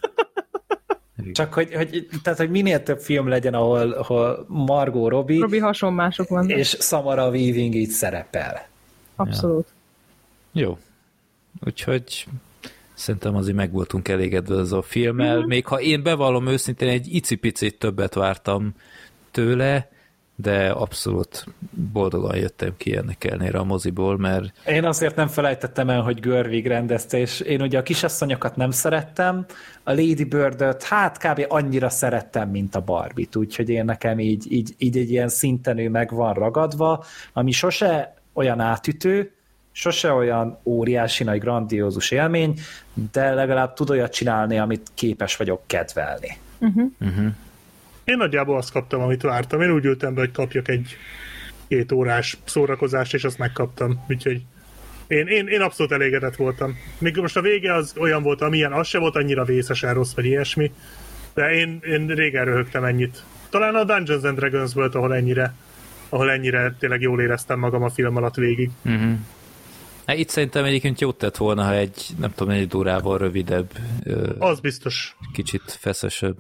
Csak hogy, hogy, tehát, hogy minél több film legyen, ahol, ahol Margot Robbie, Robbie hasonmások vannak. És Samara Weaving így szerepel. Abszolút. Ja. Jó. Úgyhogy szerintem azért meg voltunk elégedve ez a filmmel. Mm-hmm. Még ha én bevallom őszintén, egy icipicit többet vártam tőle, de abszolút boldogan jöttem ki ennek ellenére a moziból, mert... Én azért nem felejtettem el, hogy Gerwig rendezte, és én ugye a kisasszonyokat nem szerettem, a Lady Bird-öt hát kb. Annyira szerettem, mint a Barbie-t, úgyhogy én nekem így, így, így egy ilyen szinten ő meg van ragadva, ami sose olyan átütő, sose olyan óriási nagy grandiózus élmény, de legalább tud olyat csinálni, amit képes vagyok kedvelni. Uh-huh. Uh-huh. Én nagyjából azt kaptam, amit vártam. Én úgy ültem be, hogy kapjak egy két órás szórakozást, és azt megkaptam. Úgyhogy én, én, én abszolút elégedett voltam. Még most a vége az olyan volt, amilyen, az se volt annyira vészesen rossz, vagy ilyesmi, de én, én régen röhögtem ennyit. Talán a Dungeons and Dragons volt, ahol ennyire, ahol ennyire tényleg jól éreztem magam a film alatt végig. Uh-huh. Hát itt szerintem egyébként jót tett volna, ha egy, nem tudom, egy órával rövidebb. Az biztos. Kicsit feszesebb.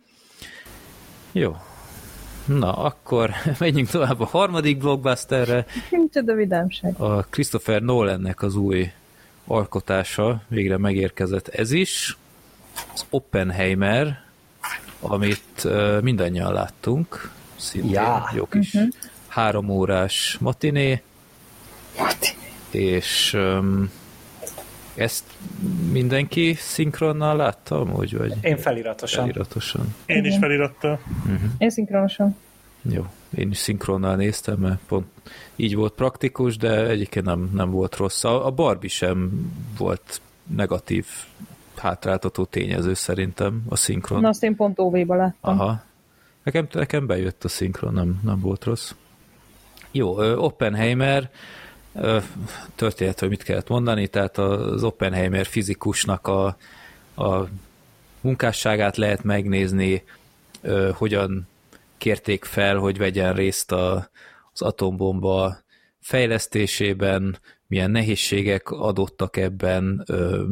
Jó. Na, akkor menjünk tovább a harmadik blockbusterre. Micsoda vidámság. A Christopher Nolannek az új alkotása, végre megérkezett ez is. Az Oppenheimer, amit uh, mindannyian láttunk. Szintén ja. jó kis uh-huh. három órás matiné. Matiné. És um, ezt mindenki szinkronnal látta amúgy, vagy? Én feliratosan. Feliratosan. Én is felirattal. Uh-huh. Én szinkronosan. Jó, én is szinkronnal néztem, mert pont így volt praktikus, de egyébként nem, nem volt rossz. A, a Barbie sem volt negatív hátráltató tényező szerintem, a szinkron. Na, azt én pont ó vé-ba láttam. Aha. Nekem, nekem bejött a szinkron, nem, nem volt rossz. Jó, Oppenheimer, történet, hogy mit kellett mondani, tehát az Oppenheimer fizikusnak a, a munkásságát lehet megnézni, hogyan kérték fel, hogy vegyen részt a, az atombomba fejlesztésében, milyen nehézségek adottak ebben,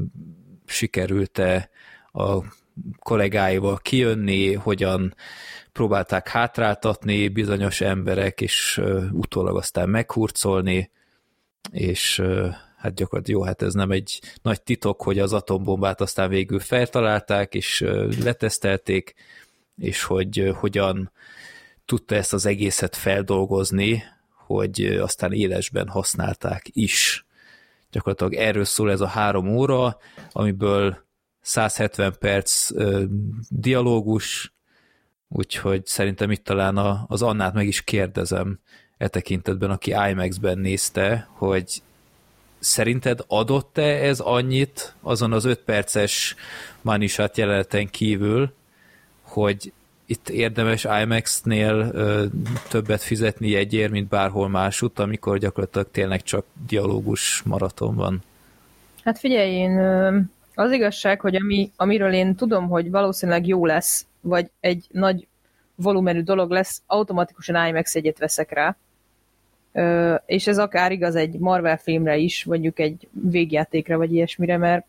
sikerült-e a kollégáival kijönni, hogyan próbálták hátráltatni bizonyos emberek, és utólag aztán meghurcolni, és hát gyakorlatilag jó, hát ez nem egy nagy titok, hogy az atombombát aztán végül feltalálták, és letesztelték, és hogy hogyan tudta ezt az egészet feldolgozni, hogy aztán élesben használták is. Gyakorlatilag erről szól ez a három óra, amiből száz hetven perc ö, dialógus, úgyhogy szerintem itt talán a, az Annát meg is kérdezem e tekintetben, aki IMAX-ben nézte, hogy szerinted adott-e ez annyit azon az öt perces manisát jeleneten kívül, hogy itt érdemes IMAX-nél ö, többet fizetni jegyért, mint bárhol másút, amikor gyakorlatilag tényleg csak dialógus maraton van? Hát figyelj, én az igazság, hogy ami, amiről én tudom, hogy valószínűleg jó lesz, vagy egy nagy volumenű dolog lesz, automatikusan IMAX egyet veszek rá. Ö, és ez akár igaz egy Marvel filmre is, mondjuk egy végjátékra, vagy ilyesmire, mert,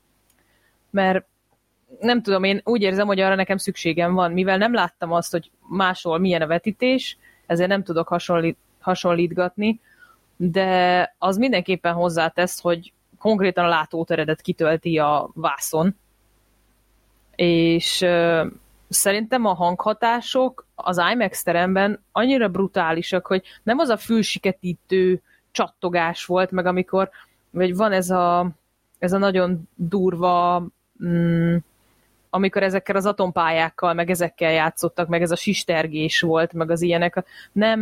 mert nem tudom, én úgy érzem, hogy arra nekem szükségem van, mivel nem láttam azt, hogy máshol milyen a vetítés, ezért nem tudok hasonlít, hasonlítgatni, de az mindenképpen hozzátesz, hogy konkrétan a látóteredet kitölti a vászon, és uh, szerintem a hanghatások az IMAX teremben annyira brutálisak, hogy nem az a fülsiketítő csattogás volt, meg amikor vagy van ez a, ez a nagyon durva mm, amikor ezekkel az atompályákkal, meg ezekkel játszottak, meg ez a sistergés volt, meg az ilyenek, nem,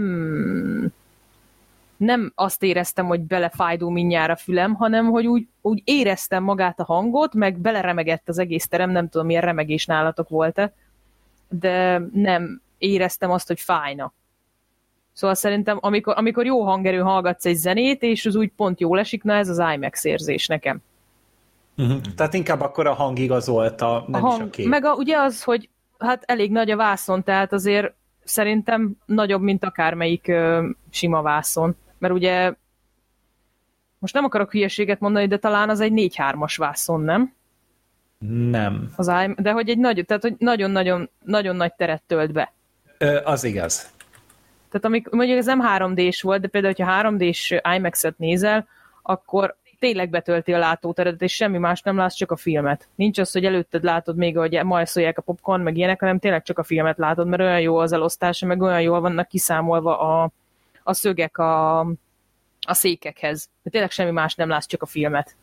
nem azt éreztem, hogy belefájdul mindjárt a fülem, hanem hogy úgy, úgy éreztem magát a hangot, meg beleremegett az egész terem, nem tudom, milyen remegés nálatok volt-e, de nem éreztem azt, hogy fájna. Szóval szerintem, amikor, amikor jó hangerő hallgatsz egy zenét, és az úgy pont jól esik, na ez az IMAX érzés nekem. Uh-huh. Tehát inkább akkor a hang igazolta, nem a hang, is a kép. Meg a, ugye az, hogy hát elég nagy a vászon, tehát azért szerintem nagyobb, mint akármelyik ö, sima vászon. Mert ugye most nem akarok hülyeséget mondani, de talán az egy négy hármas vászon, nem? Nem. Az I, de hogy egy nagy, tehát hogy nagyon-nagyon nagyon nagy teret tölt be. Ö, az igaz. Tehát amik, mondjuk ez nem három dés volt, de például, hogyha három dés IMAX-et nézel, akkor tényleg betölti a látóteredet, és semmi más nem látsz, csak a filmet. Nincs az, hogy előtted látod még, hogy majszolják a popcorn, meg ilyenek, hanem tényleg csak a filmet látod, mert olyan jó az elosztása, meg olyan jól vannak kiszámolva a, a szögek a, a székekhez. De tényleg semmi más nem látsz, csak a filmet.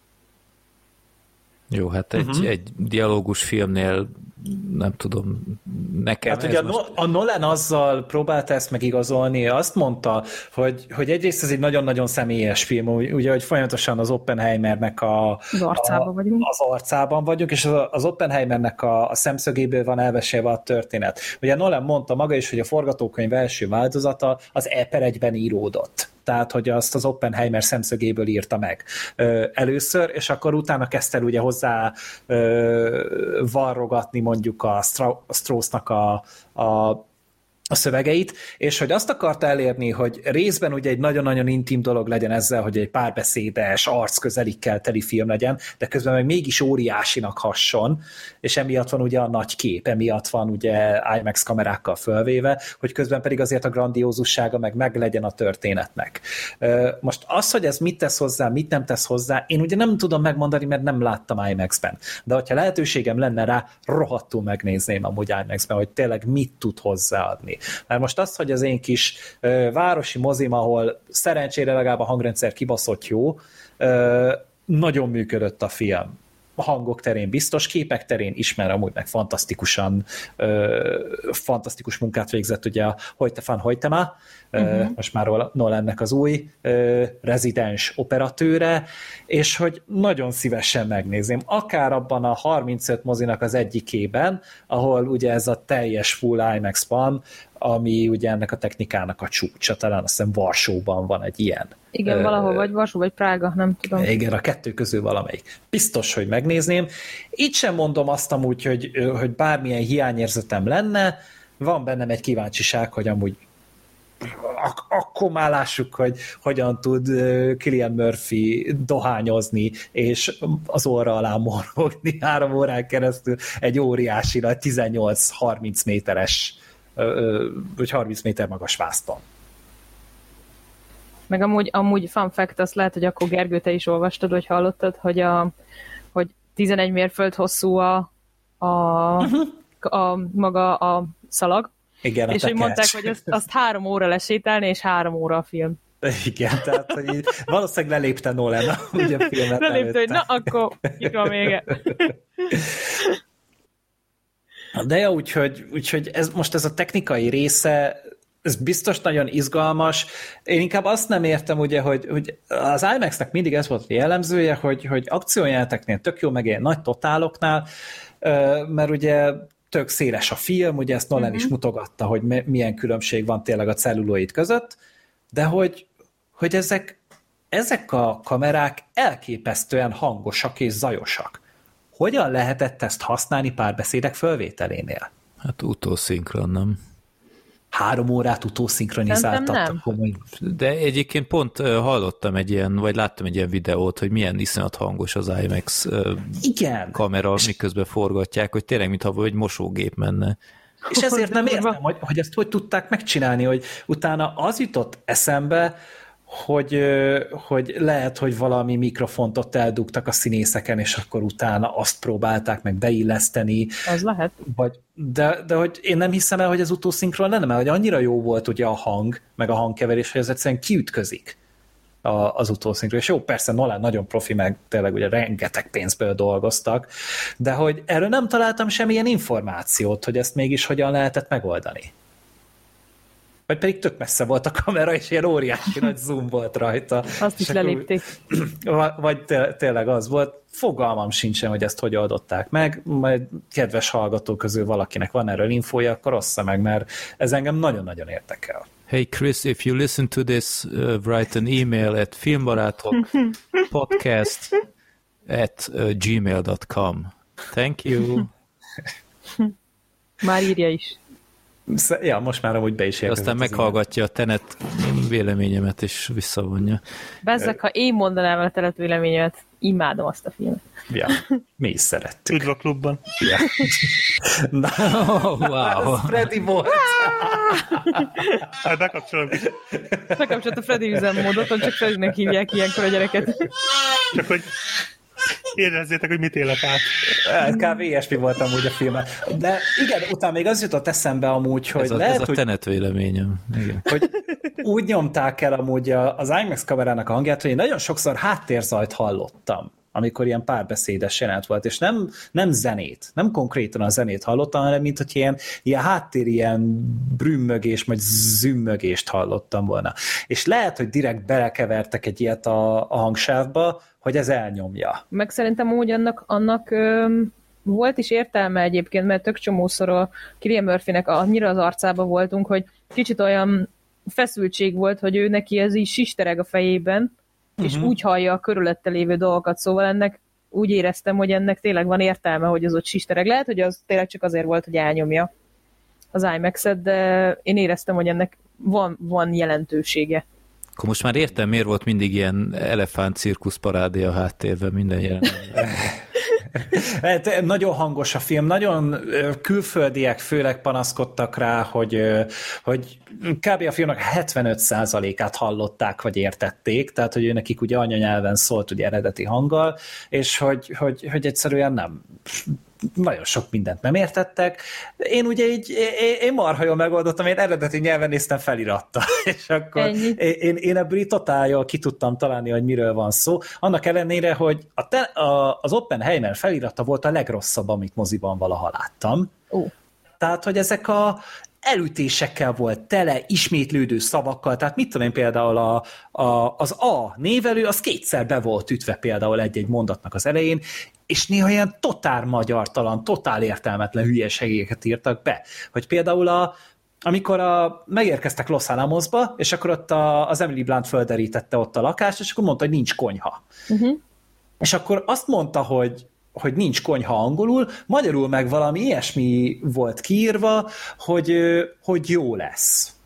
Jó, hát egy, uh-huh. egy dialógus filmnél nem tudom, nekem hát ugye most... a Nolan azzal próbálta ezt megigazolni, azt mondta, hogy, hogy egyrészt ez egy nagyon-nagyon személyes film, ugye, hogy folyamatosan az Oppenheimernek a, az arcában a, vagyunk. Az arcában vagyunk, és az, az Oppenheimernek a, a szemszögéből van elmesélve a történet. Ugye Nolan mondta maga is, hogy a forgatókönyv első változata az E per egyben íródott. Tehát, hogy azt az Oppenheimer szemszögéből írta meg ö, először, és akkor utána kezdte el ugye hozzá ö, varrogatni mondjuk a, Stra- a Straussnak a, a a szövegeit, és hogy azt akarta elérni, hogy részben ugye egy nagyon-nagyon intim dolog legyen ezzel, hogy egy párbeszédes, arcközelikkel teli film legyen, de közben meg mégis óriásinak hasson, és emiatt van ugye a nagy kép, emiatt van ugye IMAX kamerákkal fölvéve, hogy közben pedig azért a grandiózussága meg meg legyen a történetnek. Most az, hogy ez mit tesz hozzá, mit nem tesz hozzá, én ugye nem tudom megmondani, mert nem láttam IMAX-ben, de hogyha lehetőségem lenne rá, rohadtul megnézném amúgy IMAX-ben, hogy tényleg mit tud hozzáadni. Mert most az, hogy az én kis ö, városi mozim, ahol szerencsére legalább a hangrendszer kibaszott jó, ö, nagyon működött a film. hangok terén biztos, képek terén ismer, amúgy meg fantasztikusan ö, fantasztikus munkát végzett ugye a Hoyte van Hoytema, uh-huh. most már Nolannek az új ö, rezidens operatőre, és hogy nagyon szívesen megnézném, akár abban a harmincöt mozinak az egyikében, ahol ugye ez a teljes full IMAX van, ami ugye ennek a technikának a csúcsa, talán azt hiszem Varsóban van egy ilyen. Igen, valahol vagy Varsó, vagy Prága, nem tudom. Igen, a kettő közül valamelyik. Biztos, hogy megnézném. Itt sem mondom azt amúgy, hogy, hogy bármilyen hiányérzetem lenne, van bennem egy kíváncsiság, hogy amúgy ak- akkor már lássuk, hogy hogyan tud Cillian Murphy dohányozni, és az orra alá morogni három órán keresztül egy óriási, nagy tizennyolc-harminc méteres vagy harminc méter magas vászton. Meg amúgy, amúgy fun fact, azt lehet, hogy akkor Gergő, te is olvastad, vagy hallottad, hogy, a, hogy tizenegy mérföld hosszú a, a, uh-huh. a maga a szalag, igen, és hogy mondták, hogy azt, azt három óra lesétálni, és három óra a film. Igen, tehát hogy így, valószínűleg lelépte Nolan ugye a filmet. Lelépte, hogy na, akkor itt van vége. De ja, úgyhogy, úgyhogy ez, most ez a technikai része, ez biztos nagyon izgalmas. Én inkább azt nem értem, ugye, hogy, hogy az IMAX-nek mindig ez volt a jellemzője, hogy, hogy akciójeleneteknél tök jó, meg ilyen nagy totáloknál, mert ugye tök széles a film, ugye ezt Nolan uh-huh. is mutogatta, hogy milyen különbség van tényleg a celluloid között, de hogy, hogy ezek, ezek a kamerák elképesztően hangosak és zajosak. Hogyan lehetett ezt használni párbeszédek fölvételénél? Hát utószinkron, nem? Három órát utószinkronizáltattak. De egyébként pont hallottam egy ilyen, vagy láttam egy ilyen videót, hogy milyen iszonyat hangos az IMAX igen. kamera, miközben forgatják, hogy tényleg, mintha egy mosógép menne. És ezért nem értem, hogy, hogy ezt hogy tudták megcsinálni, hogy utána az jutott eszembe, hogy, hogy lehet, hogy valami mikrofont ott eldugtak a színészeken, és akkor utána azt próbálták meg beilleszteni. Ez lehet. Vagy, de, de hogy én nem hiszem el, hogy ez utószinkron lenne, mert hogy annyira jó volt ugye a hang, meg a hangkeverés, hogy ez egyszerűen kiütközik a, az utószinkron. És jó, persze Nolan nagyon profi, meg tényleg ugye rengeteg pénzből dolgoztak, de hogy erről nem találtam semmilyen információt, hogy ezt mégis hogyan lehetett megoldani. Vagy pedig tök messze volt a kamera, és ilyen óriási nagy zoom volt rajta. Azt is lelépték. Vagy tényleg az volt. Fogalmam sincsen, hogy ezt hogy oldották meg. Majd kedves hallgató közül valakinek van erről infója, akkor ossza meg, mert ez engem nagyon-nagyon érdekel. Hey Chris, if you listen to this, uh, write an email at filmbarátok podcast at uh, gmail dot com. Thank you. Már írja is. Ja, most már amúgy be is érkezett. Aztán meghallgatja a Tenet véleményemet, és visszavonja. Bezzek, ha én mondanám el a Tenet véleményemet, imádom azt a filmet. Ja, mi is szerettük. Üdv a klubban. Ja. Na, oh, wow. Ez Freddy volt. Hát bekapcsolom. Bekapcsolt a Freddy üzemmódot, csak Freddynek hívják ilyenkor a gyereket. Csak hogy érezzétek, hogy mit élek át. Kb. Ilyesmi volt amúgy a filmen. De igen, utána még az jutott eszembe amúgy, hogy ez a, lehet, ez a hogy, Tenet véleményem. Igen. Hogy úgy nyomták el amúgy az IMAX kamerának a hangját, hogy én nagyon sokszor háttérzajt hallottam, amikor ilyen párbeszédes jelenet volt, és nem, nem zenét, nem konkrétan a zenét hallottam, hanem mint hogy ilyen, ilyen háttér, ilyen brümmögés, vagy zümmögést hallottam volna. És lehet, hogy direkt belekevertek egy ilyet a, a hangsávba, hogy ez elnyomja. Meg szerintem úgy annak, annak öm, volt is értelme egyébként, mert tök csomószor a Cillian Murphynek annyira az arcába voltunk, hogy kicsit olyan feszültség volt, hogy ő neki ez így sistereg a fejében, és uh-huh. úgy hallja a körülötte lévő dolgokat, szóval ennek úgy éreztem, hogy ennek tényleg van értelme, hogy az ott sistereg. Lehet, hogy az tényleg csak azért volt, hogy elnyomja az IMAX-et, de én éreztem, hogy ennek van, van jelentősége. Akkor most már értem, miért volt mindig ilyen elefánt cirkusz parádé a háttérben minden jelenetben. Nagyon hangos a film, nagyon külföldiek főleg panaszkodtak rá, hogy, hogy kb. A filmnek hetvenöt százalékát hallották, vagy értették, tehát hogy ő nekik ugye anyanyelven szólt ugye eredeti hanggal, és hogy, hogy, hogy egyszerűen nem nagyon sok mindent nem értettek. Én ugye így, én, én marha jól megoldottam, én eredeti nyelven néztem felirattal, és akkor én, én ebből így totál jól ki tudtam találni, hogy miről van szó. Annak ellenére, hogy a te, a, az Oppenheimer felirata volt a legrosszabb, amit moziban valaha láttam. Oh. Tehát, hogy ezek a elütésekkel volt tele, ismétlődő szavakkal, tehát mit tudom én például a, a, az A névelő, az kétszer be volt ütve például egy-egy mondatnak az elején, és néha ilyen totál magyartalan, totál értelmetlen hülyeségeket írtak be. Hogy például a, amikor a, megérkeztek Los Alamosba, és akkor ott a, az Emily Blunt földerítette ott a lakást, és akkor mondta, hogy nincs konyha. Uh-huh. És akkor azt mondta, hogy hogy nincs konyha angolul, magyarul meg valami ilyesmi volt kiírva, hogy, hogy jó lesz.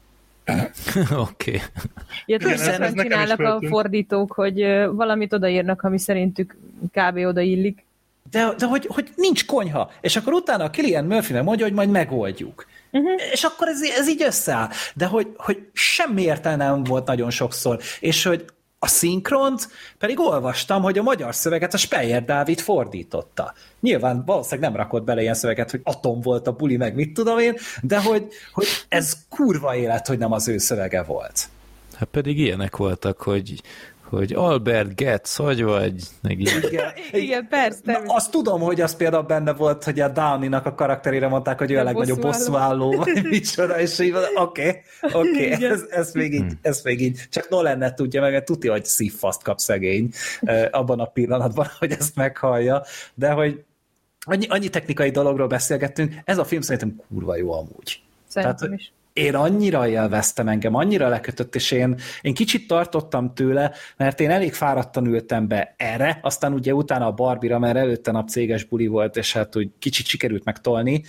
Oké. Okay. Ja, többször csinálnak a fordítók, hogy valamit odaírnak, ami szerintük kb. Odaillik. De, de hogy, hogy nincs konyha, és akkor utána a Cillian Murphy meg mondja, hogy majd megoldjuk. Uh-huh. És akkor ez, ez így összeáll. De hogy, hogy semmi értelme nem volt nagyon sokszor, és hogy a szinkront pedig olvastam, hogy a magyar szöveget a Speyer Dávid fordította. Nyilván valószínűleg nem rakott bele ilyen szöveget, hogy atom volt a buli, meg mit tudom én, de hogy, hogy ez kurva élet, hogy nem az ő szövege volt. Hát pedig ilyenek voltak, hogy hogy Albert Getz, hogy vagy? Igen, igen, persze. Na, azt tudom, hogy az például benne volt, hogy a Downey-nak a karakterére mondták, hogy ő a legnagyobb bosszúálló, vagy micsoda, és így oké, oké, ez, ez, még így, ez még így, csak Nolan ne tudja meg, mert tudja, hogy szívfaszt kap szegény abban a pillanatban, hogy ezt meghallja, de hogy annyi, annyi technikai dologról beszélgettünk, ez a film szerintem kurva jó amúgy. Szerintem Tehát, is. Én annyira élveztem engem, annyira lekötött, és én, én kicsit tartottam tőle, mert én elég fáradtan ültem be erre, aztán ugye utána a Barbie-ra, mert előtte nap céges buli volt, és hát úgy kicsit sikerült megtolni,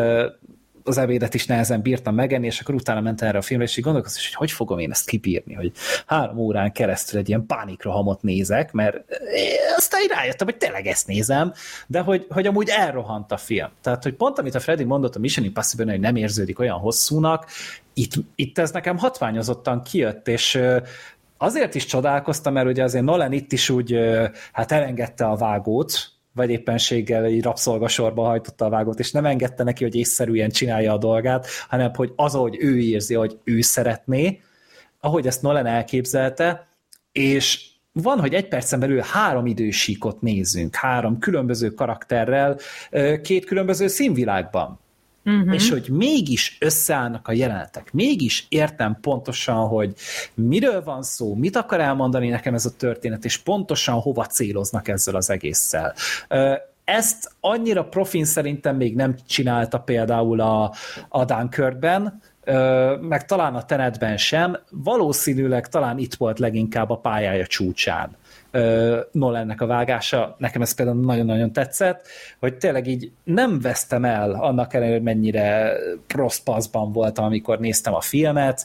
az ebédet is nehezen bírtam megenni, és akkor utána ment erre a filmre, és így gondolkoztam, hogy hogy fogom én ezt kibírni, hogy három órán keresztül egy ilyen pánikrohamot nézek, mert aztán így rájöttem, hogy tényleg ezt nézem, de hogy, hogy amúgy elrohant a film. Tehát, hogy pont amit a Freddy mondott a Mission Impossible, hogy nem érződik olyan hosszúnak, itt, itt ez nekem hatványozottan kijött, és azért is csodálkoztam, mert ugye azért Nolan itt is úgy hát elengedte a vágót, vagy éppenséggel egy rabszolgasorba hajtotta a vágót, és nem engedte neki, hogy észszerűen csinálja a dolgát, hanem hogy az, ahogy ő érzi, hogy ő szeretné, ahogy ezt Nolan elképzelte, és van, hogy egy percen belül három idősíkot nézzünk, három különböző karakterrel, két különböző színvilágban. Uh-huh. És hogy mégis összeállnak a jelenetek, mégis értem pontosan, hogy miről van szó, mit akar elmondani nekem ez a történet, és pontosan hova céloznak ezzel az egésszel. Ezt annyira profin szerintem még nem csinálta például a, a Dunkirkben, meg talán a Tenetben sem, valószínűleg talán itt volt leginkább a pályája csúcsán Nolannek a vágása, nekem ez például nagyon-nagyon tetszett, hogy tényleg így nem vesztem el annak ellenére, hogy mennyire proszpaszban voltam, amikor néztem a filmet,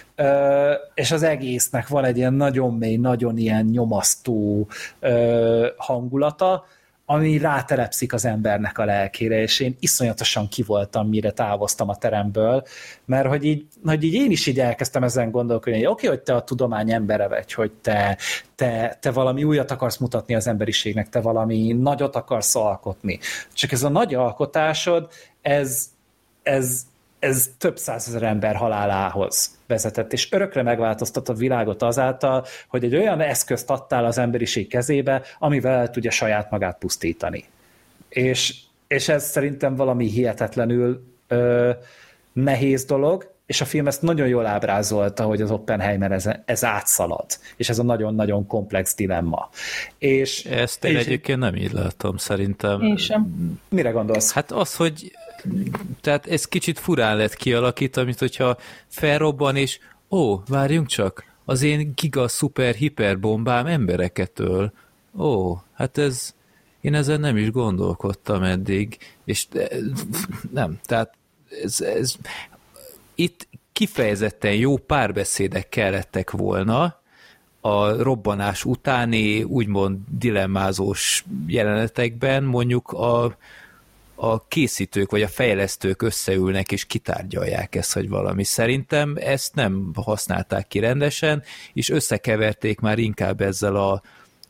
és az egésznek van egy ilyen nagyon mély, nagyon ilyen nyomasztó hangulata, ami rátelepszik az embernek a lelkére, és én iszonyatosan kivoltam, mire távoztam a teremből, mert hogy így, hogy így én is így elkezdtem ezen gondolkodni, hogy oké, okay, hogy te a tudomány embere vagy, hogy te, te, te valami újat akarsz mutatni az emberiségnek, te valami nagyot akarsz alkotni. Csak ez a nagy alkotásod, ez, ez, ez több százezer ember halálához vezetett, és örökre megváltoztat a világot azáltal, hogy egy olyan eszközt adtál az emberiség kezébe, amivel el tudja saját magát pusztítani. És, és ez szerintem valami hihetetlenül ö, nehéz dolog, és a film ezt nagyon jól ábrázolta, hogy az Oppenheimer ez, ez átszalad, és ez a nagyon-nagyon komplex dilemma. És, ezt én és egyébként nem így látom, szerintem. Én sem. Mire gondolsz? Hát az, hogy tehát ez kicsit furán lett kialakítva, mint hogyha felrobban, és ó, várjunk csak, az én giga szuper hiperbombám embereket öl. Ó, hát ez, én ezen nem is gondolkodtam eddig, és nem, tehát ez, ez, itt kifejezetten jó párbeszédek kellettek volna a robbanás utáni, úgymond dilemmázós jelenetekben, mondjuk a a készítők vagy a fejlesztők összeülnek és kitárgyalják ezt, hogy valami. Szerintem ezt nem használták ki rendesen, és összekeverték már inkább ezzel a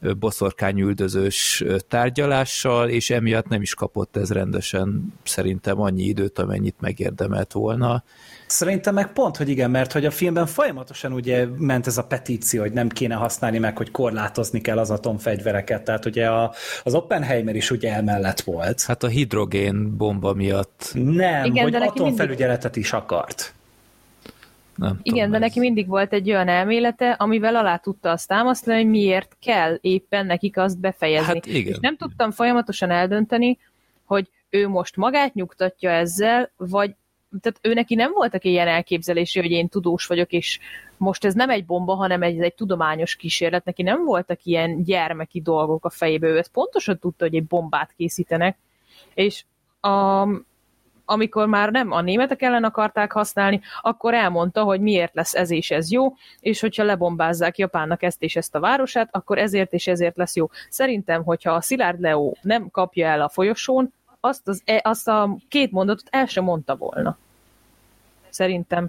boszorkányüldözős tárgyalással, és emiatt nem is kapott ez rendesen szerintem annyi időt, amennyit megérdemelt volna. Szerintem meg pont, hogy igen, mert hogy a filmben folyamatosan ugye ment ez a petíció, hogy nem kéne használni meg, hogy korlátozni kell az atomfegyvereket, tehát ugye a, az Oppenheimer is ugye emellett volt. Hát a hidrogén bomba miatt. Nem, igen, hogy atomfelügyeletet mindig... is akart. Nem igen, tudom, de ez... neki mindig volt egy olyan elmélete, amivel alá tudta azt támasztani, hogy miért kell éppen nekik azt befejezni. Hát igen. És nem tudtam folyamatosan eldönteni, hogy ő most magát nyugtatja ezzel, vagy tehát ő neki nem voltak ilyen elképzelési, hogy én tudós vagyok, és most ez nem egy bomba, hanem egy, egy tudományos kísérlet, neki nem voltak ilyen gyermeki dolgok a fejébe, ő ezt pontosan tudta, hogy egy bombát készítenek, és a, amikor már nem a németek ellen akarták használni, akkor elmondta, hogy miért lesz ez és ez jó, és hogyha lebombázzák Japánnak ezt és ezt a városát, akkor ezért és ezért lesz jó. Szerintem, hogyha a Szilárd Leó nem kapja el a folyosón, azt, az, azt a két mondatot el sem mondta volna. Szerintem.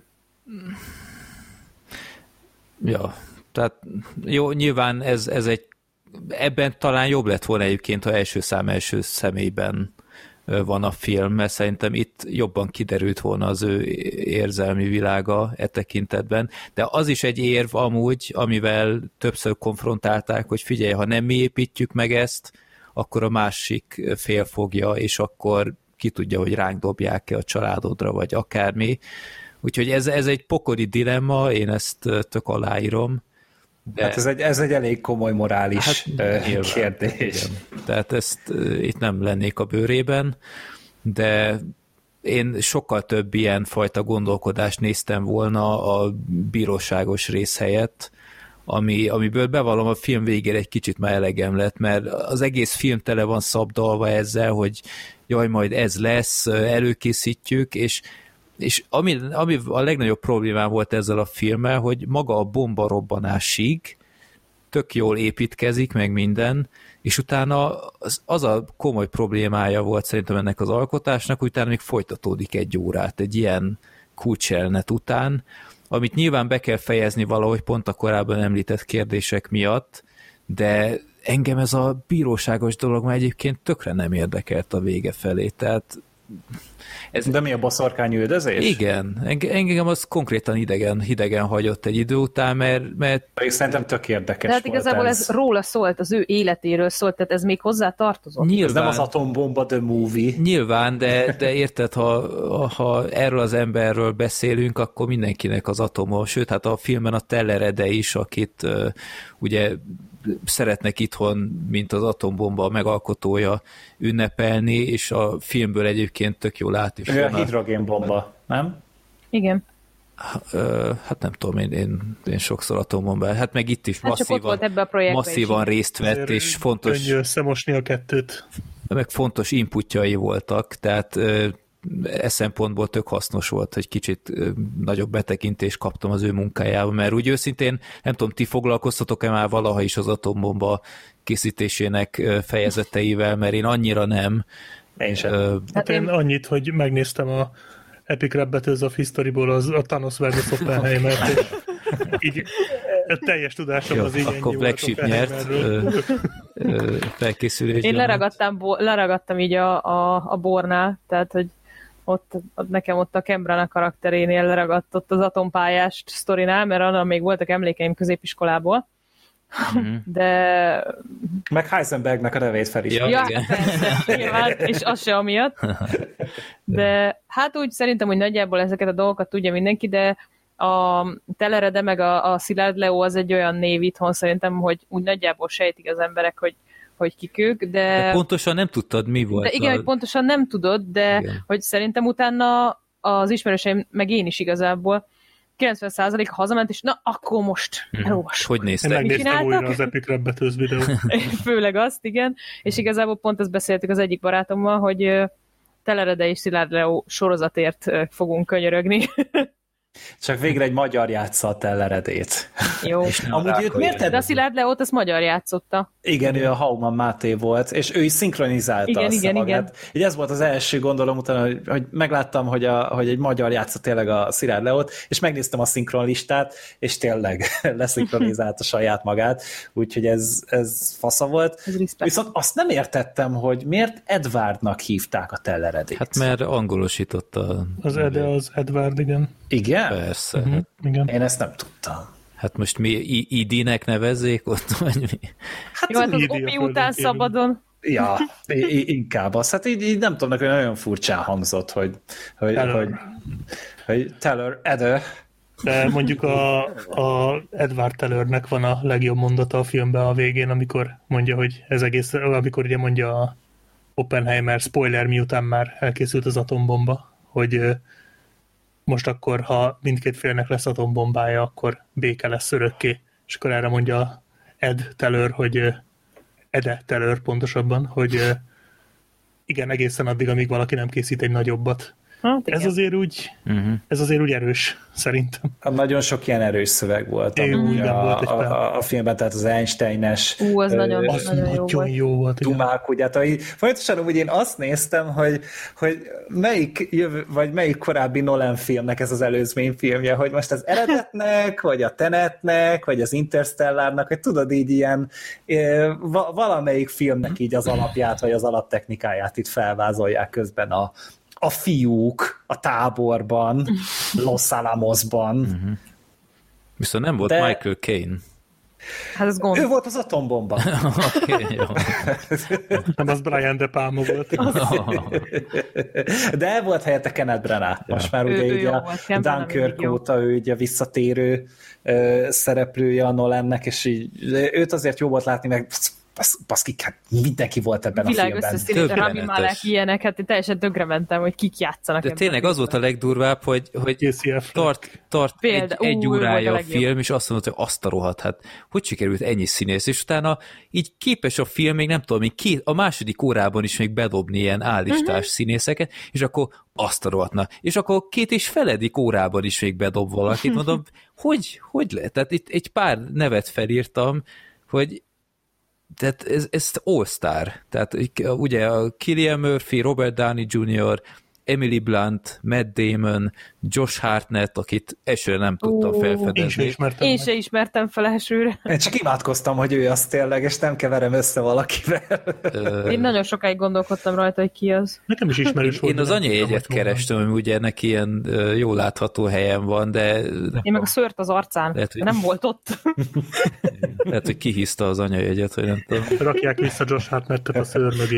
Ja, tehát jó, nyilván ez, ez egy, ebben talán jobb lett volna egyébként, ha első szám első személyben van a film, mert szerintem itt jobban kiderült volna az ő érzelmi világa e tekintetben, de az is egy érv amúgy, amivel többször konfrontálták, hogy figyelj, ha nem mi építjük meg ezt, akkor a másik fél fogja, és akkor ki tudja, hogy ránk dobják-e a családodra, vagy akármi. Úgyhogy ez, ez egy pokoli dilemma, én ezt tök aláírom. De... Hát ez egy, ez egy elég komoly morális hát, nyilván, kérdés. Igen. Tehát ezt itt nem lennék a bőrében, de én sokkal több ilyen fajta gondolkodást néztem volna a bíróságos rész helyett, ami, amiből bevallom, a film végére egy kicsit már elegem lett, mert az egész film tele van szabdalva ezzel, hogy jaj, majd ez lesz, előkészítjük, és, és ami, ami a legnagyobb problémám volt ezzel a filmmel, hogy maga a bomba robbanásig tök jól építkezik, meg minden, és utána az, az a komoly problémája volt szerintem ennek az alkotásnak, hogy utána még folytatódik egy órát, egy ilyen kulcselnet után, amit nyilván be kell fejezni valahogy pont a korábban említett kérdések miatt, de engem ez a bíróságos dolog már egyébként tökre nem érdekelt a vége felé, tehát ez... De mi a boszorkányüldözés? Igen, engem az konkrétan idegen, hidegen hagyott egy idő után, mert... mert... Szerintem tök érdekes hát igazából ez. ez róla szólt, az ő életéről szólt, tehát ez még hozzá tartozott. Nyilván, ez nem az atombomba the movie. Nyilván, de, de érted, ha, ha erről az emberről beszélünk, akkor mindenkinek az atoma, sőt, hát a filmen a Tellerede is, akit uh, ugye szeretnek itthon, mint az atombomba megalkotója ünnepelni, és a filmből egyébként tök jól át is. Ő a hidrogénbomba, nem? Igen. Hát nem tudom, én, én, én sokszor atombombán. Hát meg itt is hát masszívan, masszívan részt vett, Ezért és fontos... Könnyű összemosni a kettőt. Meg fontos inputjai voltak, tehát e szempontból tök hasznos volt, hogy kicsit nagyobb betekintést kaptam az ő munkájába, mert úgy őszintén, nem tudom, ti foglalkoztatok-e már valaha is az atombomba készítésének fejezeteivel, mert én annyira nem. Én sem. Uh, hát én annyit, hogy megnéztem a Epic Rap Battles of History-ból az, a Thanos versus Oppenheimert, és így teljes tudásom jó, az így akkor Black Sheep nyert felkészülés. Én leragadtam, leragadtam így a, a, a bornál, tehát, hogy ott, ott nekem ott a Kembrana karakterénél leragadt ott az atompályást sztorinál, mert annak még voltak emlékeim középiskolából. Mm-hmm. De... Meg Heisenbergnek a nevét fel is. Ja, ja persze, nyilván, és az se amiatt. De hát úgy szerintem, hogy nagyjából ezeket a dolgokat tudja mindenki, de a Tellerede meg a, a Szilárd Leó az egy olyan név itthon szerintem, hogy úgy nagyjából sejtik az emberek, hogy hogy kik ők, de... de pontosan nem tudtad, mi volt. De igen, a... hogy pontosan nem tudod, de igen. Hogy szerintem utána az ismerőseim, meg én is igazából kilencven százalék hazament, és na, akkor most elolvasom. Hogy néztek? Én megnéztem újra az Epic Rap Battles videót. Főleg azt, igen. És igazából pont ezt beszéltük az egyik barátommal, hogy Tellerede és Szilárd Leó sorozatért fogunk könyörögni. Csak végre egy magyar játsza a Telleredét. Jó. Amúgy őt miért De a Szilárd Leót azt magyar játszotta. Igen, ő a Hauman Máté volt, és ő is szinkronizálta igen, azt igen, a magát. Igen. Így ez volt az első gondolom utána, hogy, hogy megláttam, hogy, a, hogy egy magyar játszott tényleg a Szilárd Leót, és megnéztem a szinkronlistát, és tényleg leszinkronizálta saját magát, úgyhogy ez, ez fasza volt. Ez viszont azt nem értettem, hogy miért Edwardnak hívták a Telleredét. Hát mert angolosította. Az Ede, az Edward, igen. Igen? Persze. Uh-huh, igen. Én ezt nem tudtam. Hát most mi I D-nek nevezzék ott, vagy mi? Hát, Jó, hát az Opi után szabadon. Ja, inkább az. Hát így, így nem tudom, nekem nagyon furcsán hangzott, hogy, hogy, hogy, hogy Teller, Ede. De mondjuk a, a Edward Tellernek van a legjobb mondata a filmben a végén, amikor mondja, hogy ez egész, amikor ugye mondja a Oppenheimer, spoiler, miután már elkészült az atombomba, hogy most akkor, ha mindkét félnek lesz atombombája, akkor béke lesz örökké. És akkor erre mondja Ed Teller, hogy Ede Teller pontosabban, hogy igen, egészen addig, amíg valaki nem készít egy nagyobbat. Hát, ez azért úgy, uh-huh. ez azért úgy erős, szerintem. Nagyon sok ilyen erős szöveg volt a, a, a, a filmben, tehát az Einstein-es Ú, az ö, nagyon, az nagyon jó, nagyon jó volt. Dumák, ugye, tehát folyamatosan úgy én azt néztem, hogy, hogy melyik jövő, vagy melyik korábbi Nolan filmnek ez az előzmény filmje, hogy most az Eredetnek, vagy a Tenetnek, vagy az Interstellárnak, hogy tudod így ilyen valamelyik filmnek így az alapját, vagy az alaptechnikáját itt felvázolják közben a a fiúk a táborban, Los Alamosban. Uh-huh. Viszont nem volt de... Michael Caine. Hát ez gond. Ő volt az atombomba. Oké, jó. Nem, az Brian De Palma volt. De volt helyette Kenneth Branagh. Most ja. már ugye ő, így ő a Dunkirk óta ő így a visszatérő uh, szereplője a Nolannek, és így őt azért jó volt látni, meg baszkik, hát mindenki volt ebben Világ a filmben. Világ összeszínűt, Rami Malek ilyenek, hát én teljesen tönkrementem, hogy kik játszanak. De tényleg az volt a legdurvább, hogy, hogy tart, tart Példa, egy, egy órája a, a film, és azt mondod, hogy azt a rohadt, hát hogy sikerült ennyi színész, és utána így képes a film, még nem tudom, még két, a második órában is még bedobni ilyen állistás uh-huh. színészeket, és akkor azt a rohadna. És akkor két és feledik órában is még bedob valakit. Mondom, hogy, hogy lehet? Tehát itt egy pár nevet felírtam, hogy tehát ez, ez All-Star. Tehát ugye a Cillian Murphy, Robert Downey junior, Emily Blunt, Matt Damon, Josh Hartnett, akit elsőre nem tudtam uh, felfedezni. Én se ismertem, én se ismertem fel elsőre. Én csak imádkoztam, hogy ő az tényleg, és nem keverem össze valakivel. Uh, én nagyon sokáig gondolkodtam rajta, hogy ki az. Nekem is ismerős volt. Én az anyajegyet kerestem, ami ugye ennek ilyen jól látható helyen van, de... Én meg a szőrt az arcán, lehet, hogy... nem volt ott. Lehet, hogy kihiszta az anyajegyet, vagy nem tudom. Rakják vissza Josh Hartnettet a szőr mögé.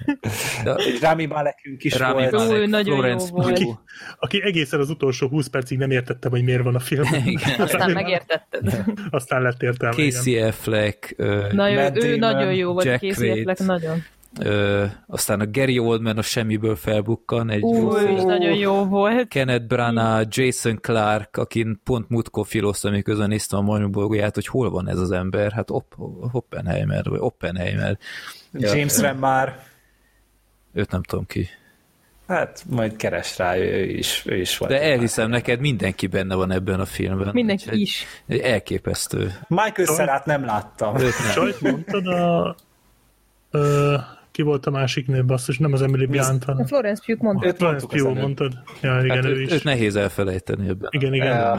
Rami Malekünk is Rami volt. Malek, nagyon Florence jó volt. Aki, aki egészen az utolsó húsz percig nem értettem, hogy miért van a film. Aztán megértetted. Aztán lett értelme. Casey Affleck, uh, Na, ő, ő nagyon jó volt, Jack Casey Affleck, nagyon. Uh, aztán a Gary Oldman a semmiből felbukkan. Egy Ú, ő is nagyon jó volt. Kenneth Branagh, Jason Clarke, akin pont múltkor filoztam, miközben néztem a Majmú hogy hol van ez az ember. Hát Opp- Oppenheimer, vagy Oppenheimer. James Remar. Őt nem tudom ki. Hát majd keres rá, ő is, ő is volt. De elhiszem neked, mindenki benne van ebben a filmben. Mindenki egy, is. Egy elképesztő. Michael Cera-t nem láttam. Sajt mondtad a... Ö, ki volt a másik nő, basszus, nem az Emily Blunt, hanem... Florence Pugh mondtad. Florence Pugh mondtad. Ja, igen, hát ő őt, is. Őt nehéz elfelejteni ebben. Igen, igen. Ja.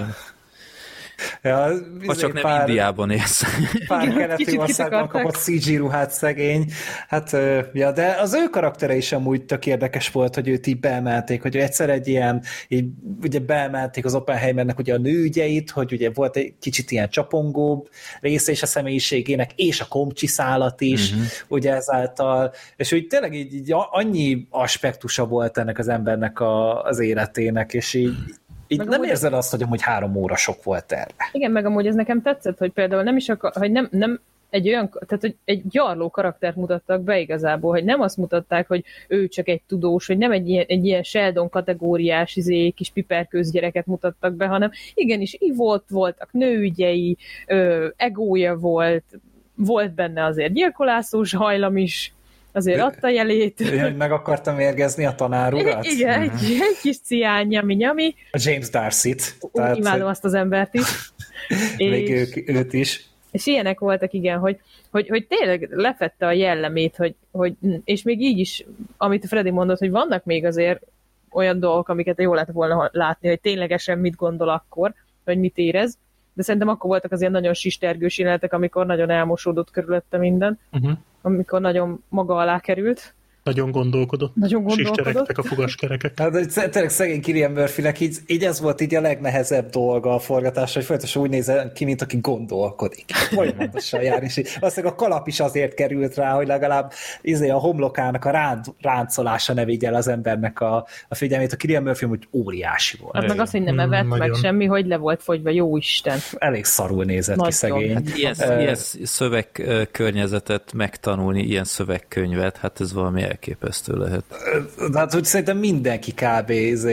Ja, ha csak nem pár, Indiában élsz. Pár keleti országban kapott cé gé ruhát szegény. Hát, ja, de az ő karaktere is amúgy tök érdekes volt, hogy őt így beemelték, hogy ő egyszer egy ilyen, így ugye beemelték az Oppenheimernek ugye a nőügyeit, hogy ugye volt egy kicsit ilyen csapongóbb része is a személyiségének, és a komcsi szálat is, uh-huh. ugye ezáltal, és úgy tényleg így, így annyi aspektusa volt ennek az embernek a, az életének, és így Így nem amúgy... érzed azt, hogy amúgy három óra sok volt erre. Igen, meg amúgy ez nekem tetszett, hogy például nem is akar, hogy nem, nem egy olyan, tehát hogy egy gyarló karaktert mutattak be igazából, hogy nem azt mutatták, hogy ő csak egy tudós, hogy nem egy ilyen, egy ilyen Sheldon kategóriás izé, kis piperkőzgyereket mutattak be, hanem igenis ivott, voltak nőügyei, ö, egója volt, volt benne azért gyilkolászós hajlam is, azért adta jelét. Hogy meg akartam mérgezni a tanár urat? Igen, egy, egy kis cián, nyami-nyami. A James Darcy-t. Ó, imádom azt az embert is. Még és, ők, őt is. És ilyenek voltak, igen, hogy, hogy, hogy tényleg lefette a jellemét, hogy, hogy, és még így is, amit Freddy mondott, hogy vannak még azért olyan dolgok, amiket jól lett volna látni, hogy ténylegesen mit gondol akkor, vagy mit érez, de szerintem akkor voltak az ilyen nagyon sistergős jelenetek, amikor nagyon elmosódott körülötte minden, uh-huh. amikor nagyon maga alá került. Nagyon gondolkodott. Nagyon gondolkodott. Sisteregtek a fogaskerekek. Hát tényleg szegény Cillian Murphynek így, így ez volt így a legnehezebb dolga a forgatás, hogy folyamatosan úgy nézel ki, mint aki gondolkodik. Folyamatosan jár, és így, valószínűleg a kalap is azért került rá, hogy legalább izé, a homlokának a ránc, ráncolása ne vigye el az embernek a, a figyelmét. A Cillian Murphy úgy óriási volt. Hát meg azt, hogy nem evett, mm, meg nagyon. Semmi, hogy le volt fogyva, jó Isten. Elég szarul nézett nagyon. Ki szegény. Hát ilyen, uh, ilyen szövegkörnyezetet megtanulni, ilyen szövegkönyvet, hát ez valami elképesztő lehet. De hát úgy szerintem mindenki kb.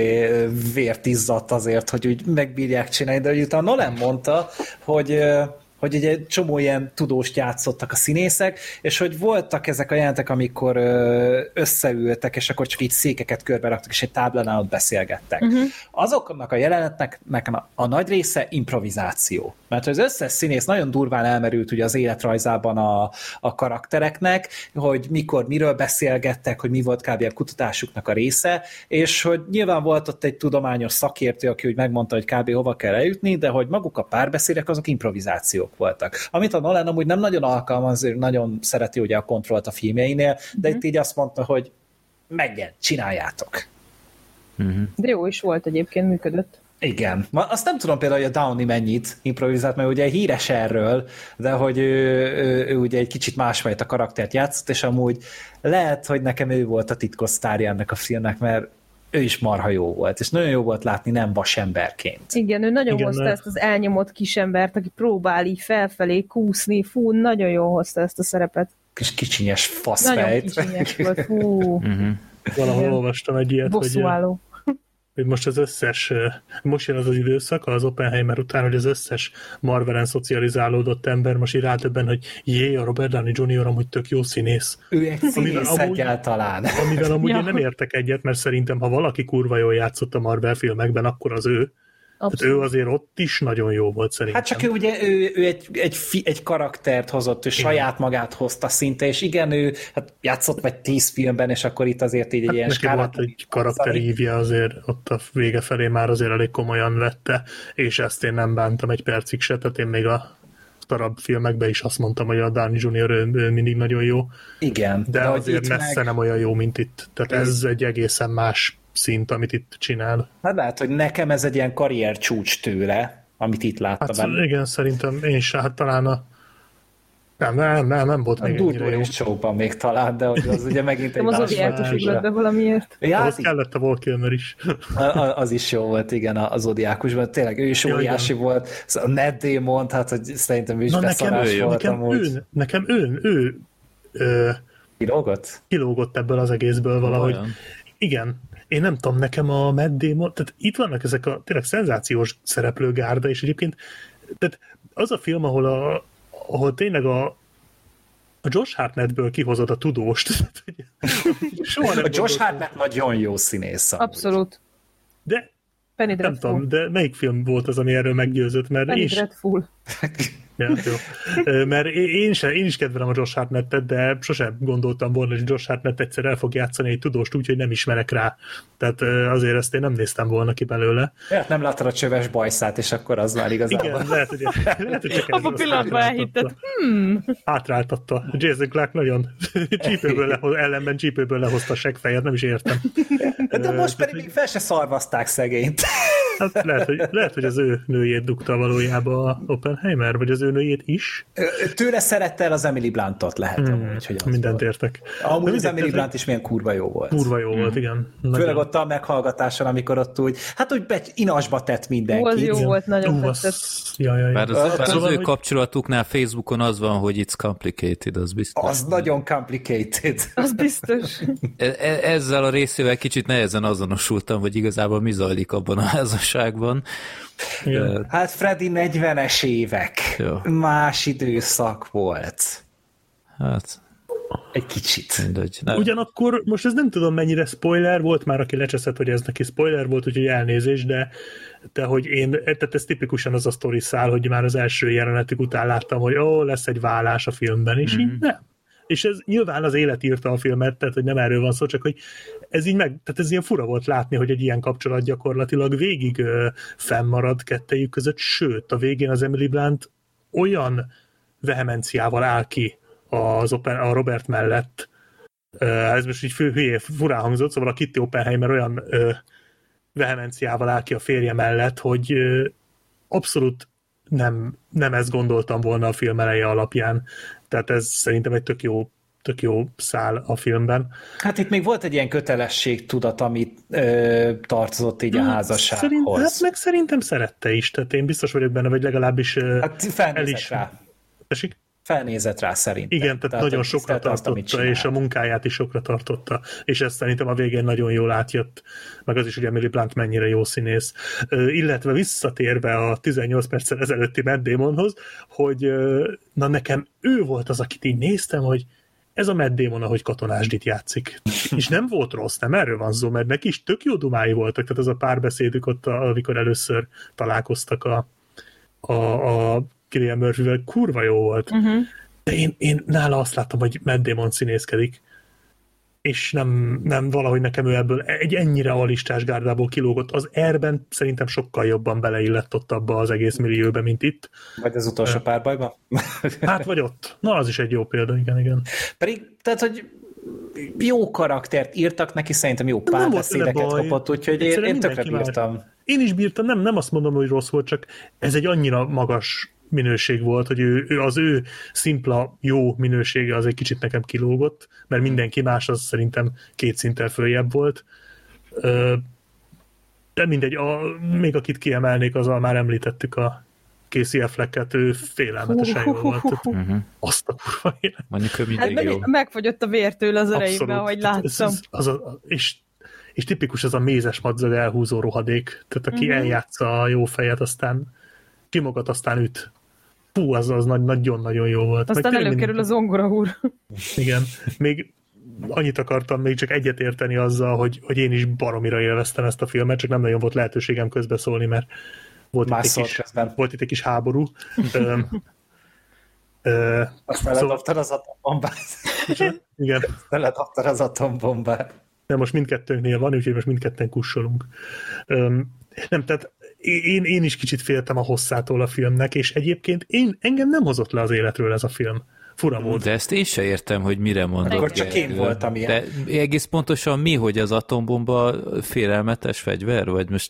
Vért izzadt azért, hogy úgy megbírják csinálni, de utána Nolan mondta, hogy hogy egy csomó ilyen tudóst játszottak a színészek, és hogy voltak ezek a jelentek, amikor összeültek, és akkor csak így székeket körbe raktak, és egy táblánál ott beszélgettek. Uh-huh. Azoknak a jelenetnek a, a nagy része improvizáció. Mert az összes színész nagyon durván elmerült ugye az életrajzában a, a karaktereknek, hogy mikor, miről beszélgettek, hogy mi volt kb. A kutatásuknak a része, és hogy nyilván volt ott egy tudományos szakértő, aki úgy megmondta, hogy kb. Hova kell eljutni, de hogy maguk a párbeszédek azok improvizációk voltak. Amit a Nolan amúgy nem nagyon alkalmaz, nagyon szereti ugye a kontrollt a filmjeinél, de mm-hmm. itt így azt mondta, hogy megyen, csináljátok. Mm-hmm. De jó is volt egyébként, működött. Igen. Azt nem tudom például, hogy a Downey mennyit improvizált, mert ugye híres erről, de hogy ő, ő, ő ugye egy kicsit másfajta karaktert játszott, és amúgy lehet, hogy nekem ő volt a titkos sztárja ennek a filmnek, mert ő is marha jó volt, és nagyon jó volt látni nem vasemberként. Igen, ő nagyon Igen, hozta ne? ezt az elnyomott kisembert, aki próbál így felfelé kúszni, fú, nagyon jól hozta ezt a szerepet. Kis kicsinyes faszfejt. Nagyon kicsinyes volt, fú. Valahol olvastam egy ilyet, bosszúálló. hogy, hogy most az összes, most jön az az időszak az Oppenheimer után, hogy az összes Marvelen szocializálódott ember most így rátöbben, hogy jé, a Robert Downey junior amúgy tök jó színész. Ő egy színész egyáltalán. Amivel amúgy ja. én nem értek egyet, mert szerintem, ha valaki kurva jól játszott a Marvel filmekben, akkor az ő. Tehát ő azért ott is nagyon jó volt szerintem. Hát csak ő ugye ő, ő egy, egy, fi, egy karaktert hozott, ő igen. saját magát hozta szinte, és igen, ő hát játszott vagy tíz filmben, és akkor itt azért így egy hát ilyen skálát. Volt egy karakterívja azért, ott a vége felé már azért elég komolyan vette, és ezt én nem bántam egy percig se, tehát én még a darab filmekben is azt mondtam, hogy a Downey junior ő, ő mindig nagyon jó. Igen. De, de azért messze meg... nem olyan jó, mint itt. Tehát ez, ez egy egészen más szint, amit itt csinál. Hát lehet, hogy nekem ez egy ilyen karrier csúcs tőle, amit itt láttam. Hát benne. Igen, szerintem én is, hát talán a nem, nem, nem, nem volt a még ennyire jó. A Show-ban még talán, de az ugye megint egy más. Nem az Zodiákus ugrott be valamiért. Ja, ahhoz kellett a Val Kilmer is. Az is jó volt, igen, az Zodiákusban. Tényleg ő is óriási ja, volt. A Ned Damon, hát hogy szerintem ő is beszarás volt nekem amúgy. Ő, nekem ő, ő, ő kilógott? Kilógott ebből az egészből valahogy. Olyan. Igen. Én nem tudom, nekem a Matt Damon, tehát itt vannak ezek a tényleg szenzációs szereplőgárda, és egyébként tehát az a film, ahol, a, ahol tényleg a, a Josh Hartnettből kihozod a tudóst. Soha nem a Josh Hartnett nagyon jó színész. Abszolút. De Penny nem tudom, de melyik film volt az, ami erről meggyőzött? Mert Penny Dreadful. Ja, jó. Mert én, sem, én is kedvelem a Josh Hartnettet, de sosem gondoltam volna, hogy Josh Hartnett egyszer el fog játszani egy tudóst úgy, hogy nem ismerek rá. Tehát azért ezt én nem néztem volna ki belőle. Ja, nem láttad a csöves bajszát, és akkor az már igazából. Igen, lehet, hogy, lehet, hogy csak abban a pillanatban elhitted. Hmm. Hátráltatta. Jason Clarke nagyon csípőből lehoz, ellenben csípőből lehozta a seggfejet, nem is értem. De most pedig még fel se szarvazták szegényt. Hát lehet, hogy, lehet, hogy az ő nőjét dugta valójában a Oppenheimer, vagy az ő nőjét is. Tőle szerette el az Emily Blunt-ot, lehet hmm, amúgy, hogy az mindent volt. Értek. Amúgy az Emily Blunt is milyen kurva jó volt. Kurva jó hmm. volt, igen. Nagyon. Főleg ott a meghallgatáson, amikor ott úgy, hát úgy be, inasba tett mindenkit. Az jó volt, nagyon uh, tetszett. Ja, ja, ja. Bár az, bár az szóval, ő hogy... kapcsolatuknál Facebookon az van, hogy it's complicated, az biztos. Az nagyon complicated. Az biztos. Ezzel a részével kicsit nehezen azonosultam, hogy igazából mi zajlik abban a házasságban. Ja. Hát Freddy negyvenes évek. Jó. Más időszak volt. Hát... Egy kicsit. Mindegy. Nem. Ugyanakkor most ez nem tudom mennyire spoiler volt, már aki lecseszett, hogy ez neki spoiler volt, úgyhogy elnézés, de, de hogy én, tehát ez tipikusan az a sztori szál, hogy már az első jelenetük után láttam, hogy ó, lesz egy vállás a filmben, és mm-hmm. így nem. És ez nyilván az élet írta a filmet, tehát hogy nem erről van szó, csak hogy ez így meg, tehát ez ilyen fura volt látni, hogy egy ilyen kapcsolat gyakorlatilag végig ö, fennmarad kettejük között, sőt, a végén az Emily Blunt olyan vehemenciával áll ki az open, a Robert mellett, ö, ez most így fő, hülyé, furán hangzott, szóval a Kitty Oppenheimer olyan ö, vehemenciával áll ki a férje mellett, hogy ö, abszolút nem, nem ezt gondoltam volna a film eleje alapján. Tehát ez szerintem egy tök jó, tök jó szál a filmben. Hát itt még volt egy ilyen kötelességtudat, amit ö, tartozott így a házassághoz. Szerint, hát meg szerintem szerette is, tehát én biztos vagyok benne, vagy legalábbis hát felnézett is, rá. Tessék? Felnézett rá szerintem. Igen, tehát, tehát nagyon sokra tartotta, azt, és a munkáját is sokra tartotta, és ez szerintem a végén nagyon jól átjött, meg az is, hogy Emily Blunt mennyire jó színész. Uh, illetve visszatérve a tizennyolc perccel ezelőtti Matt Damonhoz, hogy uh, na nekem ő volt az, akit így néztem, hogy ez a Matt Damon, ahogy katonásdit játszik. És nem volt rossz, nem erről van szó, mert neki is tök jó dumái voltak, tehát az a párbeszédük ott, amikor először találkoztak a, a, a Cillian Murphyvel, kurva jó volt. Uh-huh. De én, én nála azt láttam, hogy Matt Damon színészkedik, és nem, nem valahogy nekem ő ebből egy ennyire alistás gárdából kilógott. Az Airben szerintem sokkal jobban beleillett ott abba az egész millióbe, mint itt. Vagy az utolsó párbajban? Hát vagy ott. Na, az is egy jó példa, igen, igen. Pedig, tehát, hogy jó karaktert írtak neki, szerintem jó párbeszédeket kapott, úgyhogy én, én tökre bírtam. Már. Én is bírtam, nem, nem azt mondom, hogy rossz volt, csak ez egy annyira magas minőség volt, hogy ő, ő, az ő szimpla jó minősége az egy kicsit nekem kilógott, mert mindenki más az szerintem két szinttel följebb volt. De mindegy, a, még akit kiemelnék, azzal már említettük a Casey Afflecket, ő félelmetesen jó volt. Uh-huh. Azt a kurva élet. Mondjuk ő mindig hát jó. Megfogyott a vértől az erejében, ahogy láttam. Ez, ez, az a, és, és tipikus az a mézes madzag elhúzó rohadék. Tehát aki uh-huh. eljátsza a jó fejet, aztán kimogat, aztán üt. Hú, az, az nagyon-nagyon jó volt. Aztán előkerül az zongora úr. Igen. Még annyit akartam még csak egyetérteni azzal, hogy, hogy én is baromira élveztem ezt a filmet, csak nem nagyon volt lehetőségem közbeszólni, mert volt, itt egy, kis, volt itt egy kis háború. Öm, ö, Aztán szóval... ledobtad az atombombát. Igen. Aztán ledobtad az atombombát. De most mindkettőnknél van, úgyhogy most mindketten kussolunk. Öm, nem, tehát én, én is kicsit féltem a hosszától a filmnek, és egyébként én, engem nem hozott le az életről ez a film. Fura volt. De ezt én se értem, hogy mire mondod. Akkor csak én voltam ilyen. De egész pontosan mi, hogy az atombomba félelmetes fegyver? Vagy most...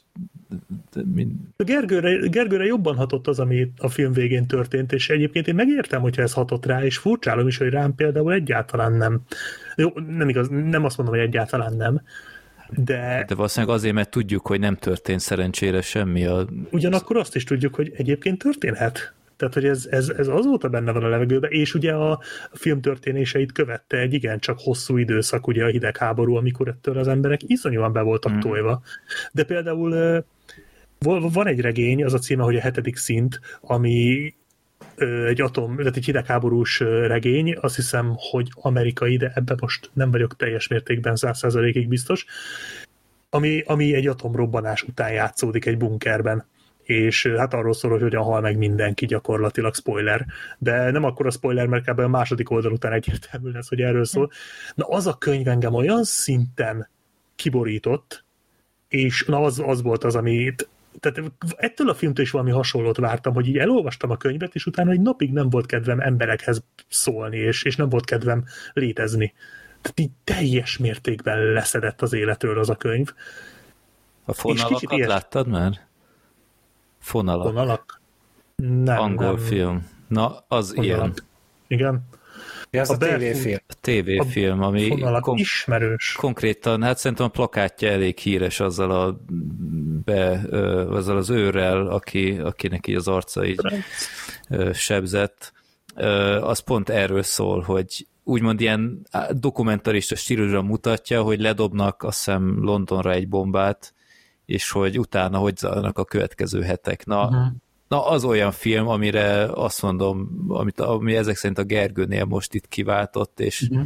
Gergőre, Gergőre jobban hatott az, ami a film végén történt, és egyébként én megértem, hogyha ez hatott rá, és furcsálom is, hogy rám például egyáltalán nem. Jó, nem igaz, nem azt mondom, hogy egyáltalán nem. De, de valószínűleg azért, mert tudjuk, hogy nem történt szerencsére semmi. A... Ugyanakkor azt is tudjuk, hogy egyébként történhet. Tehát, hogy ez, ez, ez azóta benne van a levegőben, és ugye a film történéseit követte egy igencsak hosszú időszak, ugye a hidegháború, amikor ettől az emberek iszonyúan be voltak mm. tojva. De például van egy regény, az a címe, hogy a hetedik szint, ami egy atom, tehát egy hidegháborús regény, azt hiszem, hogy amerikai, de ebben most nem vagyok teljes mértékben száz százalékig biztos, ami, ami egy atomrobbanás után játszódik egy bunkerben. És hát arról szól, hogy hogyan hal meg mindenki, gyakorlatilag spoiler. De nem akkor a spoiler, mert kb. A második oldal után egyértelmű lesz, hogy erről szól. Na az a könyv engem olyan szinten kiborított, és na az, az volt az, amit tehát ettől a filmtől is valami hasonlót vártam, hogy így elolvastam a könyvet, és utána egy napig nem volt kedvem emberekhez szólni, és, és nem volt kedvem létezni. Tehát így teljes mértékben leszedett az életről az a könyv. A fonalakat ilyes... láttad már? Fonalak. Fonalak? Nem, angol nem. film. Na, az Fonalak. Ilyen. Igen. Ja, az a, a tévéfilm. A tévéfilm, ami kon- ismerős. Konkrétan, hát szerintem a plakátja elég híres azzal a be, azzal az őrrel, aki, akinek így az arca így sebzett. Az pont erről szól, hogy úgymond ilyen dokumentarista stílusra mutatja, hogy ledobnak azt hiszem Londonra egy bombát, és hogy utána hogy zajlanak a következő hetek. Na, uh-huh. na, az olyan film, amire azt mondom, amit, ami ezek szerint a Gergőnél most itt kiváltott, és uh-huh.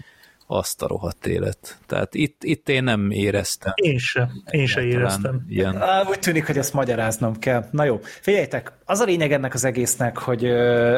azt a rohadt élet. Tehát itt, itt én nem éreztem. Én se, én se éreztem. Ilyen... Úgy tűnik, hogy ezt magyaráznom kell. Na jó, figyeljetek, az a lényeg ennek az egésznek, hogy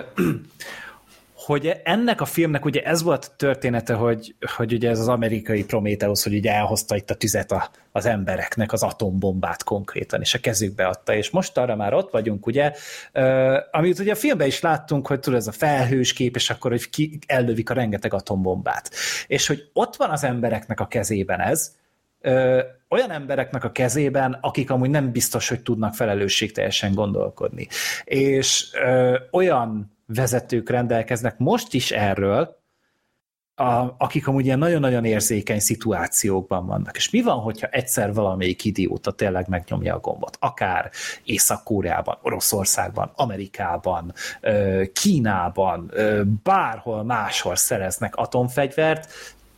hogy ennek a filmnek ugye ez volt a története, hogy, hogy ugye ez az amerikai Prometheus, hogy ugye elhozta itt a tüzet a, az embereknek, az atombombát konkrétan, és a kezükbe adta, és most arra már ott vagyunk, ugye, uh, amit ugye a filmben is láttunk, hogy tudod, ez a felhős kép, és akkor, hogy ki ellövik a rengeteg atombombát. És hogy ott van az embereknek a kezében ez, uh, olyan embereknek a kezében, akik amúgy nem biztos, hogy tudnak felelősségteljesen gondolkodni. És uh, olyan vezetők rendelkeznek most is erről, a, akik amúgy ilyen nagyon-nagyon érzékeny szituációkban vannak. És mi van, hogyha egyszer valamelyik idióta tényleg megnyomja a gombot? Akár Észak-Koreában, Oroszországban, Amerikában, Kínában, bárhol máshol szereznek atomfegyvert,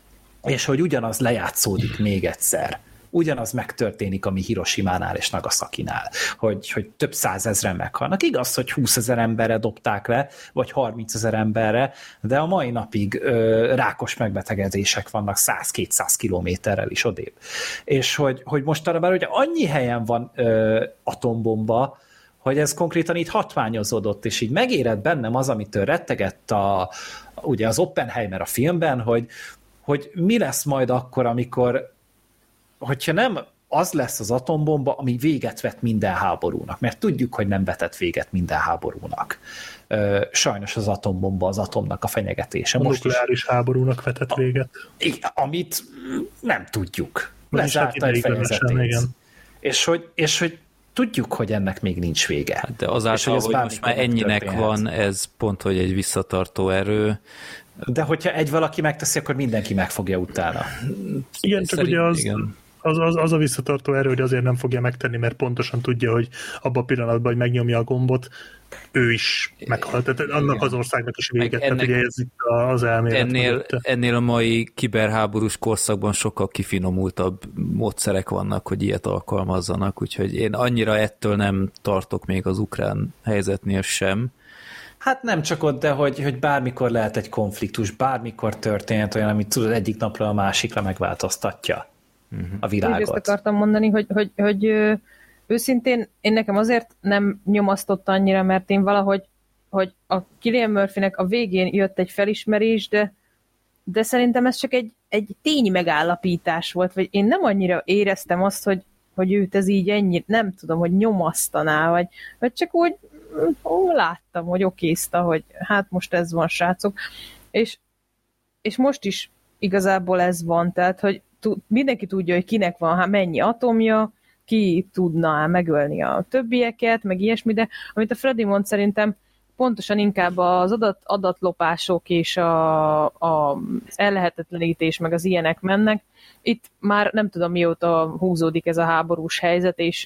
és hogy ugyanaz lejátszódik még egyszer. Ugyanaz megtörténik, ami Hiroshimánál és Nagasakinál, hogy, hogy több százezren meghalnak. Igaz, hogy húszezer emberre dobták le, vagy harmincezer emberre, de a mai napig ö, rákos megbetegedések vannak száz-kétszáz kilométerrel is odébb. És hogy, hogy most arra már ugye annyi helyen van ö, atombomba, hogy ez konkrétan így hatványozódott, és így megérett bennem az, amitől rettegett a, ugye az Oppenheimer a filmben, hogy, hogy mi lesz majd akkor, amikor hogyha nem az lesz az atombomba, ami véget vet minden háborúnak, mert tudjuk, hogy nem vetett véget minden háborúnak. Sajnos az atombomba az atomnak a fenyegetése. A most nukleáris is, háborúnak vetett véget. A, amit nem tudjuk. Lezárta Lezárta egy fejezetét. És hogy, és hogy tudjuk, hogy ennek még nincs vége. Hát de azáltal, hogy, hogy most már ennyinek történhet. Van, ez pont, hogy egy visszatartó erő. De hogyha egy valaki megteszi, akkor mindenki megfogja utána. Igen, csak ugye az... Igen. Az, az, az a visszatartó erő, hogy azért nem fogja megtenni, mert pontosan tudja, hogy abban a pillanatban, hogy megnyomja a gombot, ő is meghalt. Tehát annak igen. Az országnak is véget. Ennek, tehát ugye ez itt az elmélet. Ennél, ennél a mai kiberháborús korszakban sokkal kifinomultabb módszerek vannak, hogy ilyet alkalmazzanak, úgyhogy én annyira ettől nem tartok még az ukrán helyzetnél sem. Hát nem csak ott, de hogy, hogy bármikor lehet egy konfliktus, bármikor történhet olyan, amit tudod egyik napra a másikra megváltoztatja a világot. Úgy ezt akartam mondani, hogy, hogy, hogy ö, őszintén én nekem azért nem nyomasztott annyira, mert én valahogy, hogy a Cillian Murphynek a végén jött egy felismerés, de, de szerintem ez csak egy, egy tény megállapítás volt, vagy én nem annyira éreztem azt, hogy, hogy őt ez így ennyi, nem tudom, hogy nyomasztaná, vagy, vagy csak úgy ó, láttam, hogy okézta, hogy hát most ez van, srácok. És, és most is igazából ez van, tehát, hogy mindenki tudja, hogy kinek van, hát mennyi atomja, ki tudna megölni a többieket, meg ilyesmi, de amit a Freddy mond, szerintem pontosan inkább az adat, adatlopások és a, a ellehetetlenítés, meg az ilyenek mennek. Itt már nem tudom mióta húzódik ez a háborús helyzet, és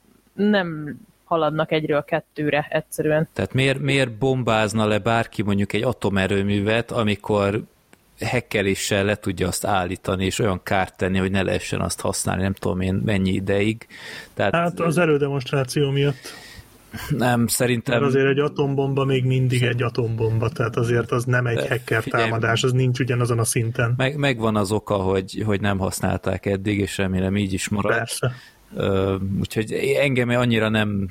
nem haladnak egyről kettőre egyszerűen. Tehát miért, miért bombázna le bárki mondjuk egy atomerőművet, amikor hackeréssel le tudja azt állítani, és olyan kárt tenni, hogy ne lehessen azt használni, nem tudom én mennyi ideig. Tehát, hát az elődemonstráció miatt. Nem, szerintem... Mert azért egy atombomba még mindig egy atombomba, tehát azért az nem egy hacker támadás, az nincs ugyanazon a szinten. Meg, megvan az oka, hogy, hogy nem használták eddig, és remélem így is marad. Persze. Uh, úgyhogy engem annyira nem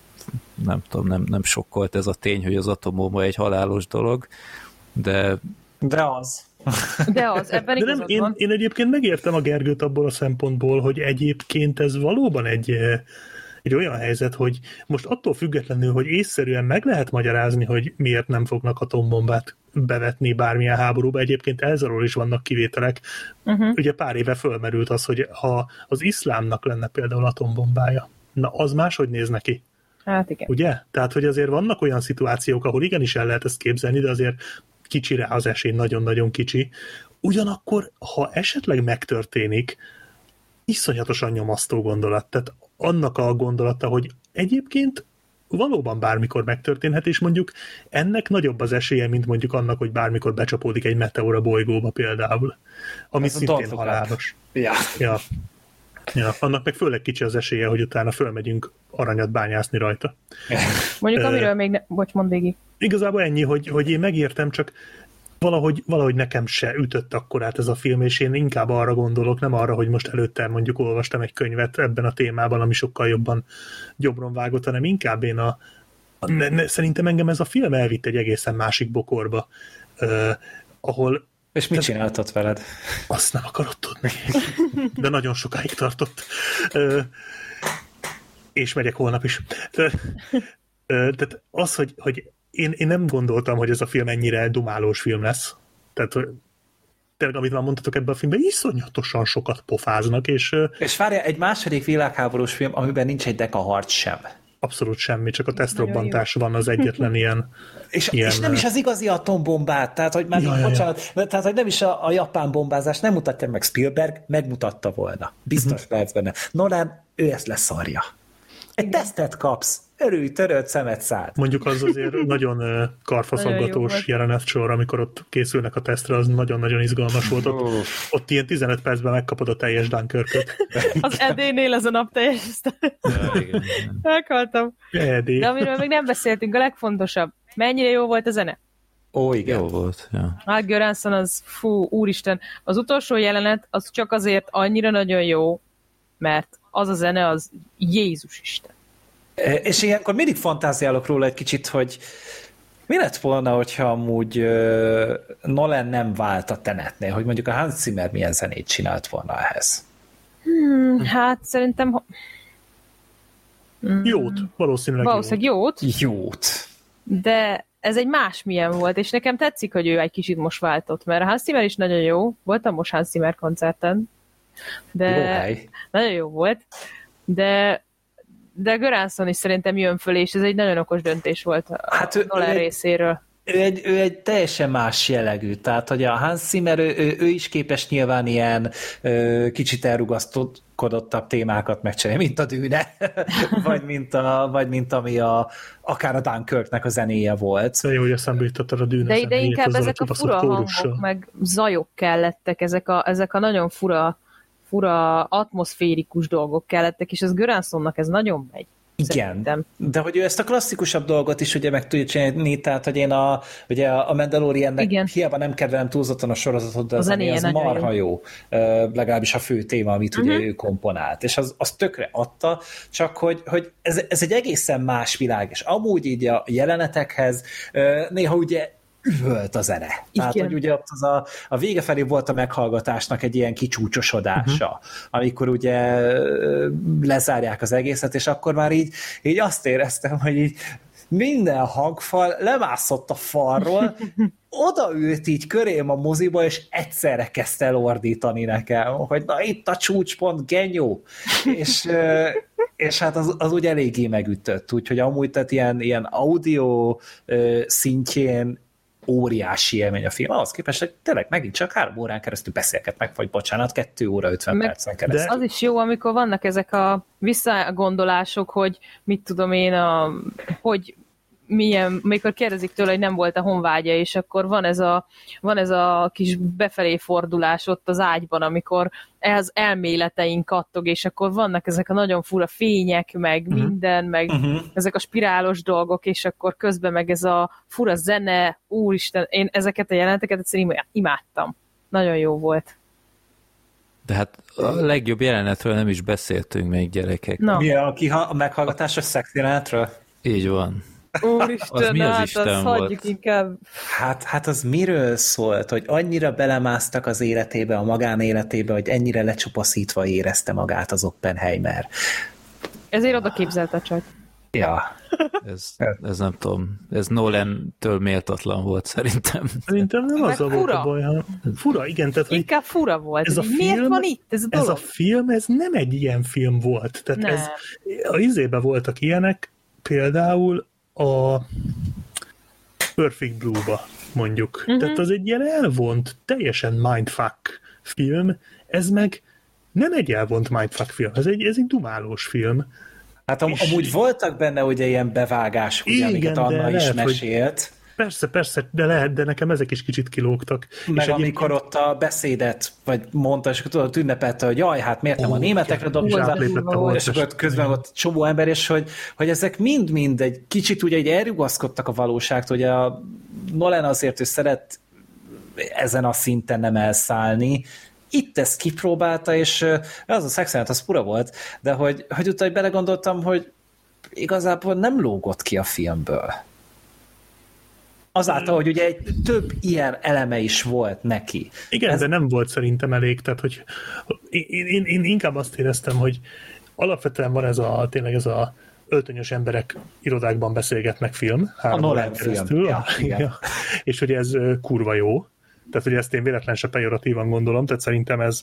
nem tudom, nem, nem sokkolt ez a tény, hogy az atombomba egy halálos dolog, de... De az. De az, ebben de nem, én, én egyébként megértem a Gergőt abból a szempontból, hogy egyébként ez valóban egy, egy olyan helyzet, hogy most attól függetlenül, hogy észszerűen meg lehet magyarázni, hogy miért nem fognak atombombát bevetni bármilyen háborúba, egyébként ezzel is vannak kivételek. Uh-huh. Ugye pár éve fölmerült az, hogy ha az iszlámnak lenne például atombombája, na az máshogy néz neki. Hát igen. Ugye? Tehát, hogy azért vannak olyan szituációk, ahol igenis el lehet ezt képzelni, de azért kicsi rá az esély, nagyon-nagyon kicsi. Ugyanakkor, ha esetleg megtörténik, iszonyatosan nyomasztó gondolat. Tehát annak a gondolata, hogy egyébként valóban bármikor megtörténhet, és mondjuk ennek nagyobb az esélye, mint mondjuk annak, hogy bármikor becsapódik egy meteor a bolygóba például. Ami ez szintén halálos. Ja. Ja. Ja, annak meg főleg kicsi az esélye, hogy utána fölmegyünk aranyat bányászni rajta. Mondjuk amiről uh, még ne... Bocs, mondd végig. Igazából ennyi, hogy, hogy én megértem, csak valahogy, valahogy nekem se ütött akkor át ez a film, és én inkább arra gondolok, nem arra, hogy most előtte mondjuk olvastam egy könyvet ebben a témában, ami sokkal jobban gyomron vágott, hanem inkább én a, a ne, ne, szerintem engem ez a film elvitt egy egészen másik bokorba, uh, ahol és mit csináltad veled? Azt nem akarod tudni. De nagyon sokáig tartott. Uh, és megyek holnap is. Tehát az, hogy, hogy én, én nem gondoltam, hogy ez a film ennyire dumálós film lesz. Tehát tényleg, amit már mondtatok ebben a filmben, iszonyatosan sokat pofáznak, és... És várja, egy második világháborús film, amiben nincs egy dekaharc sem. Abszolút semmi, csak a tesztrobbantás van az egyetlen ilyen... És, ilyen, és nem is az igazi atombombát, tehát hogy, már, ja, ja, bocsánat, ja. tehát, hogy nem is a, a japán bombázás, nem mutatja meg Spielberg, megmutatta volna. Biztos uh-huh. lehetsz benne. Nolan, ő ezt leszarja. Egy igen. tesztet kapsz, örülj, töröd, szemet szállt. Mondjuk az azért nagyon karfaszaggatós jelenet-sor, amikor ott készülnek a tesztre, az nagyon-nagyon izgalmas volt. Ott, ott ilyen tizenöt percben megkapod a teljes Dunkirköt. Az Edénél ez a nap teljes. Meghaltam. Edé. De amiről még nem beszéltünk, a legfontosabb. Mennyire jó volt a zene? Ó, igen. Jó volt, ja. Hát Göransson az, fú, úristen, az utolsó jelenet az csak azért annyira nagyon jó, mert az a zene az Jézus Isten. És ilyenkor mindig fantáziálok róla egy kicsit, hogy mi lett volna, hogyha amúgy uh, Nolan nem vált a Tenetnél, hogy mondjuk a Hans Zimmer milyen zenét csinált volna ehhez? Hmm, hát szerintem... Hmm. Jót, valószínűleg Valószínűleg jót. Jót. Jót. De ez egy másmilyen volt, és nekem tetszik, hogy ő egy kicsit most váltott, mert a Hans Zimmer is nagyon jó. Voltam most Hans Zimmer koncerten, de jó nagyon jó volt, de de Göransson is szerintem jön föl, és ez egy nagyon okos döntés volt a hát Nolan részéről. Ő egy, ő egy teljesen más jellegű, tehát hogy a Hans Zimmer, ő, ő, ő is képes nyilván ilyen ö, kicsit elrugasztottabb témákat megcsinálni, mint a Dűne, vagy, mint a, vagy mint ami a, akár a Dunkirknek a zenéje volt. De jó, hogy eszembe jutottad a Dűne De, de inkább ezek a fura hangok, meg zajok kellettek, ezek a, ezek a nagyon fura fura, atmoszférikus dolgok kellettek, és az Göranssonnak ez nagyon megy. Igen, szerintem. De hogy ő ezt a klasszikusabb dolgot is ugye meg tudja csinálni, tehát hogy én a, ugye a Mandaloriannek igen. hiába nem kedvelem túlzottan a sorozatot, de a zenéje az marha jó. jó. Uh, legalábbis a fő téma, amit uh-huh. ugye ő komponált. És az, az tökre adta, csak hogy, hogy ez, ez egy egészen más világ, és amúgy így a jelenetekhez uh, néha ugye üvölt a zene. Tehát, igen. hogy ugye ott az a, a vége felé volt a meghallgatásnak egy ilyen kicsúcsosodása, uh-huh. amikor ugye lezárják az egészet, és akkor már így, így azt éreztem, hogy így minden hangfal lemászott a falról, odaült így körém a moziba, és egyszerre kezdte el ordítani nekem, hogy na itt a csúcspont, genyó! és, és hát az, az úgy eléggé megütött, úgyhogy amúgy tehát ilyen, ilyen audio szintjén óriási élmény a film, ahhoz képest, hogy tényleg megint csak három órán keresztül beszélgetnek, vagy bocsánat, kettő óra ötven meg percen keresztül. De az is jó, amikor vannak ezek a visszagondolások, hogy mit tudom én, a, hogy milyen, amikor kérdezik tőle, hogy nem volt a honvágya, és akkor van ez a, van ez a kis befelé fordulás ott az ágyban, amikor az elméleteink kattog, és akkor vannak ezek a nagyon fura fények, meg uh-huh. minden, meg uh-huh. ezek a spirálos dolgok, és akkor közben meg ez a fura zene, úristen, én ezeket a jeleneteket egyszerűen imádtam. Nagyon jó volt. De hát a legjobb jelenetről nem is beszéltünk még, gyerekek. No. Mi a, a meghallgatásos szex jelenetről? Így van. Úristen, az mi az hát Isten azt volt? hagyjuk inkább. Hát, hát az miről szólt, hogy annyira belemásztak az életébe, a magánéletébe, hogy ennyire lecsupaszítva érezte magát az Oppenheimer. Ezért oda képzelt a csaj. Ja. Ez, ez nem tudom, ez Nolan-től méltatlan volt szerintem. Szerintem nem az a volt a baj, hanem fura, igen. Tehát, inkább fura volt. Ez a film, miért van itt ez a dolog? Ez a film, ez nem egy ilyen film volt. Tehát nem. ez, a izébe voltak ilyenek, például a Perfect Blue-ba mondjuk. Uh-huh. Tehát az egy ilyen elvont, teljesen mindfuck film, ez meg nem egy elvont mindfuck film, ez egy, ez egy dumálós film. Hát am- amúgy voltak benne ugye ilyen bevágások, ugye, amiket Anna is lehet, mesélt. Persze, persze, de lehet, de nekem ezek is kicsit kilógtak. Meg és amikor egyébként... ott a beszédet, vagy mondta, és tudod, ünnepelte, hogy jaj, hát miért nem oh, a németekre dobja, és akkor közben ott csomó ember, és hogy, hogy ezek mind-mind egy kicsit ugye egy elrugaszkodtak a valóságtól, hogy a Nolan azért, ő szeret ezen a szinten nem elszállni. Itt ezt kipróbálta, és az a szexuált, az fura volt, de hogy, hogy utána belegondoltam, hogy igazából nem lógott ki a filmből. Azáltal, hogy ugye egy több ilyen eleme is volt neki. Igen, Ez... de nem volt szerintem elég, tehát hogy én, én, én inkább azt éreztem, hogy alapvetően van ez a, tényleg ez a öltönyös emberek irodákban beszélgetnek film, három órán keresztül, ja, ja, és hogy ez kurva jó, tehát hogy ezt én véletlen se pejoratívan gondolom, tehát szerintem ez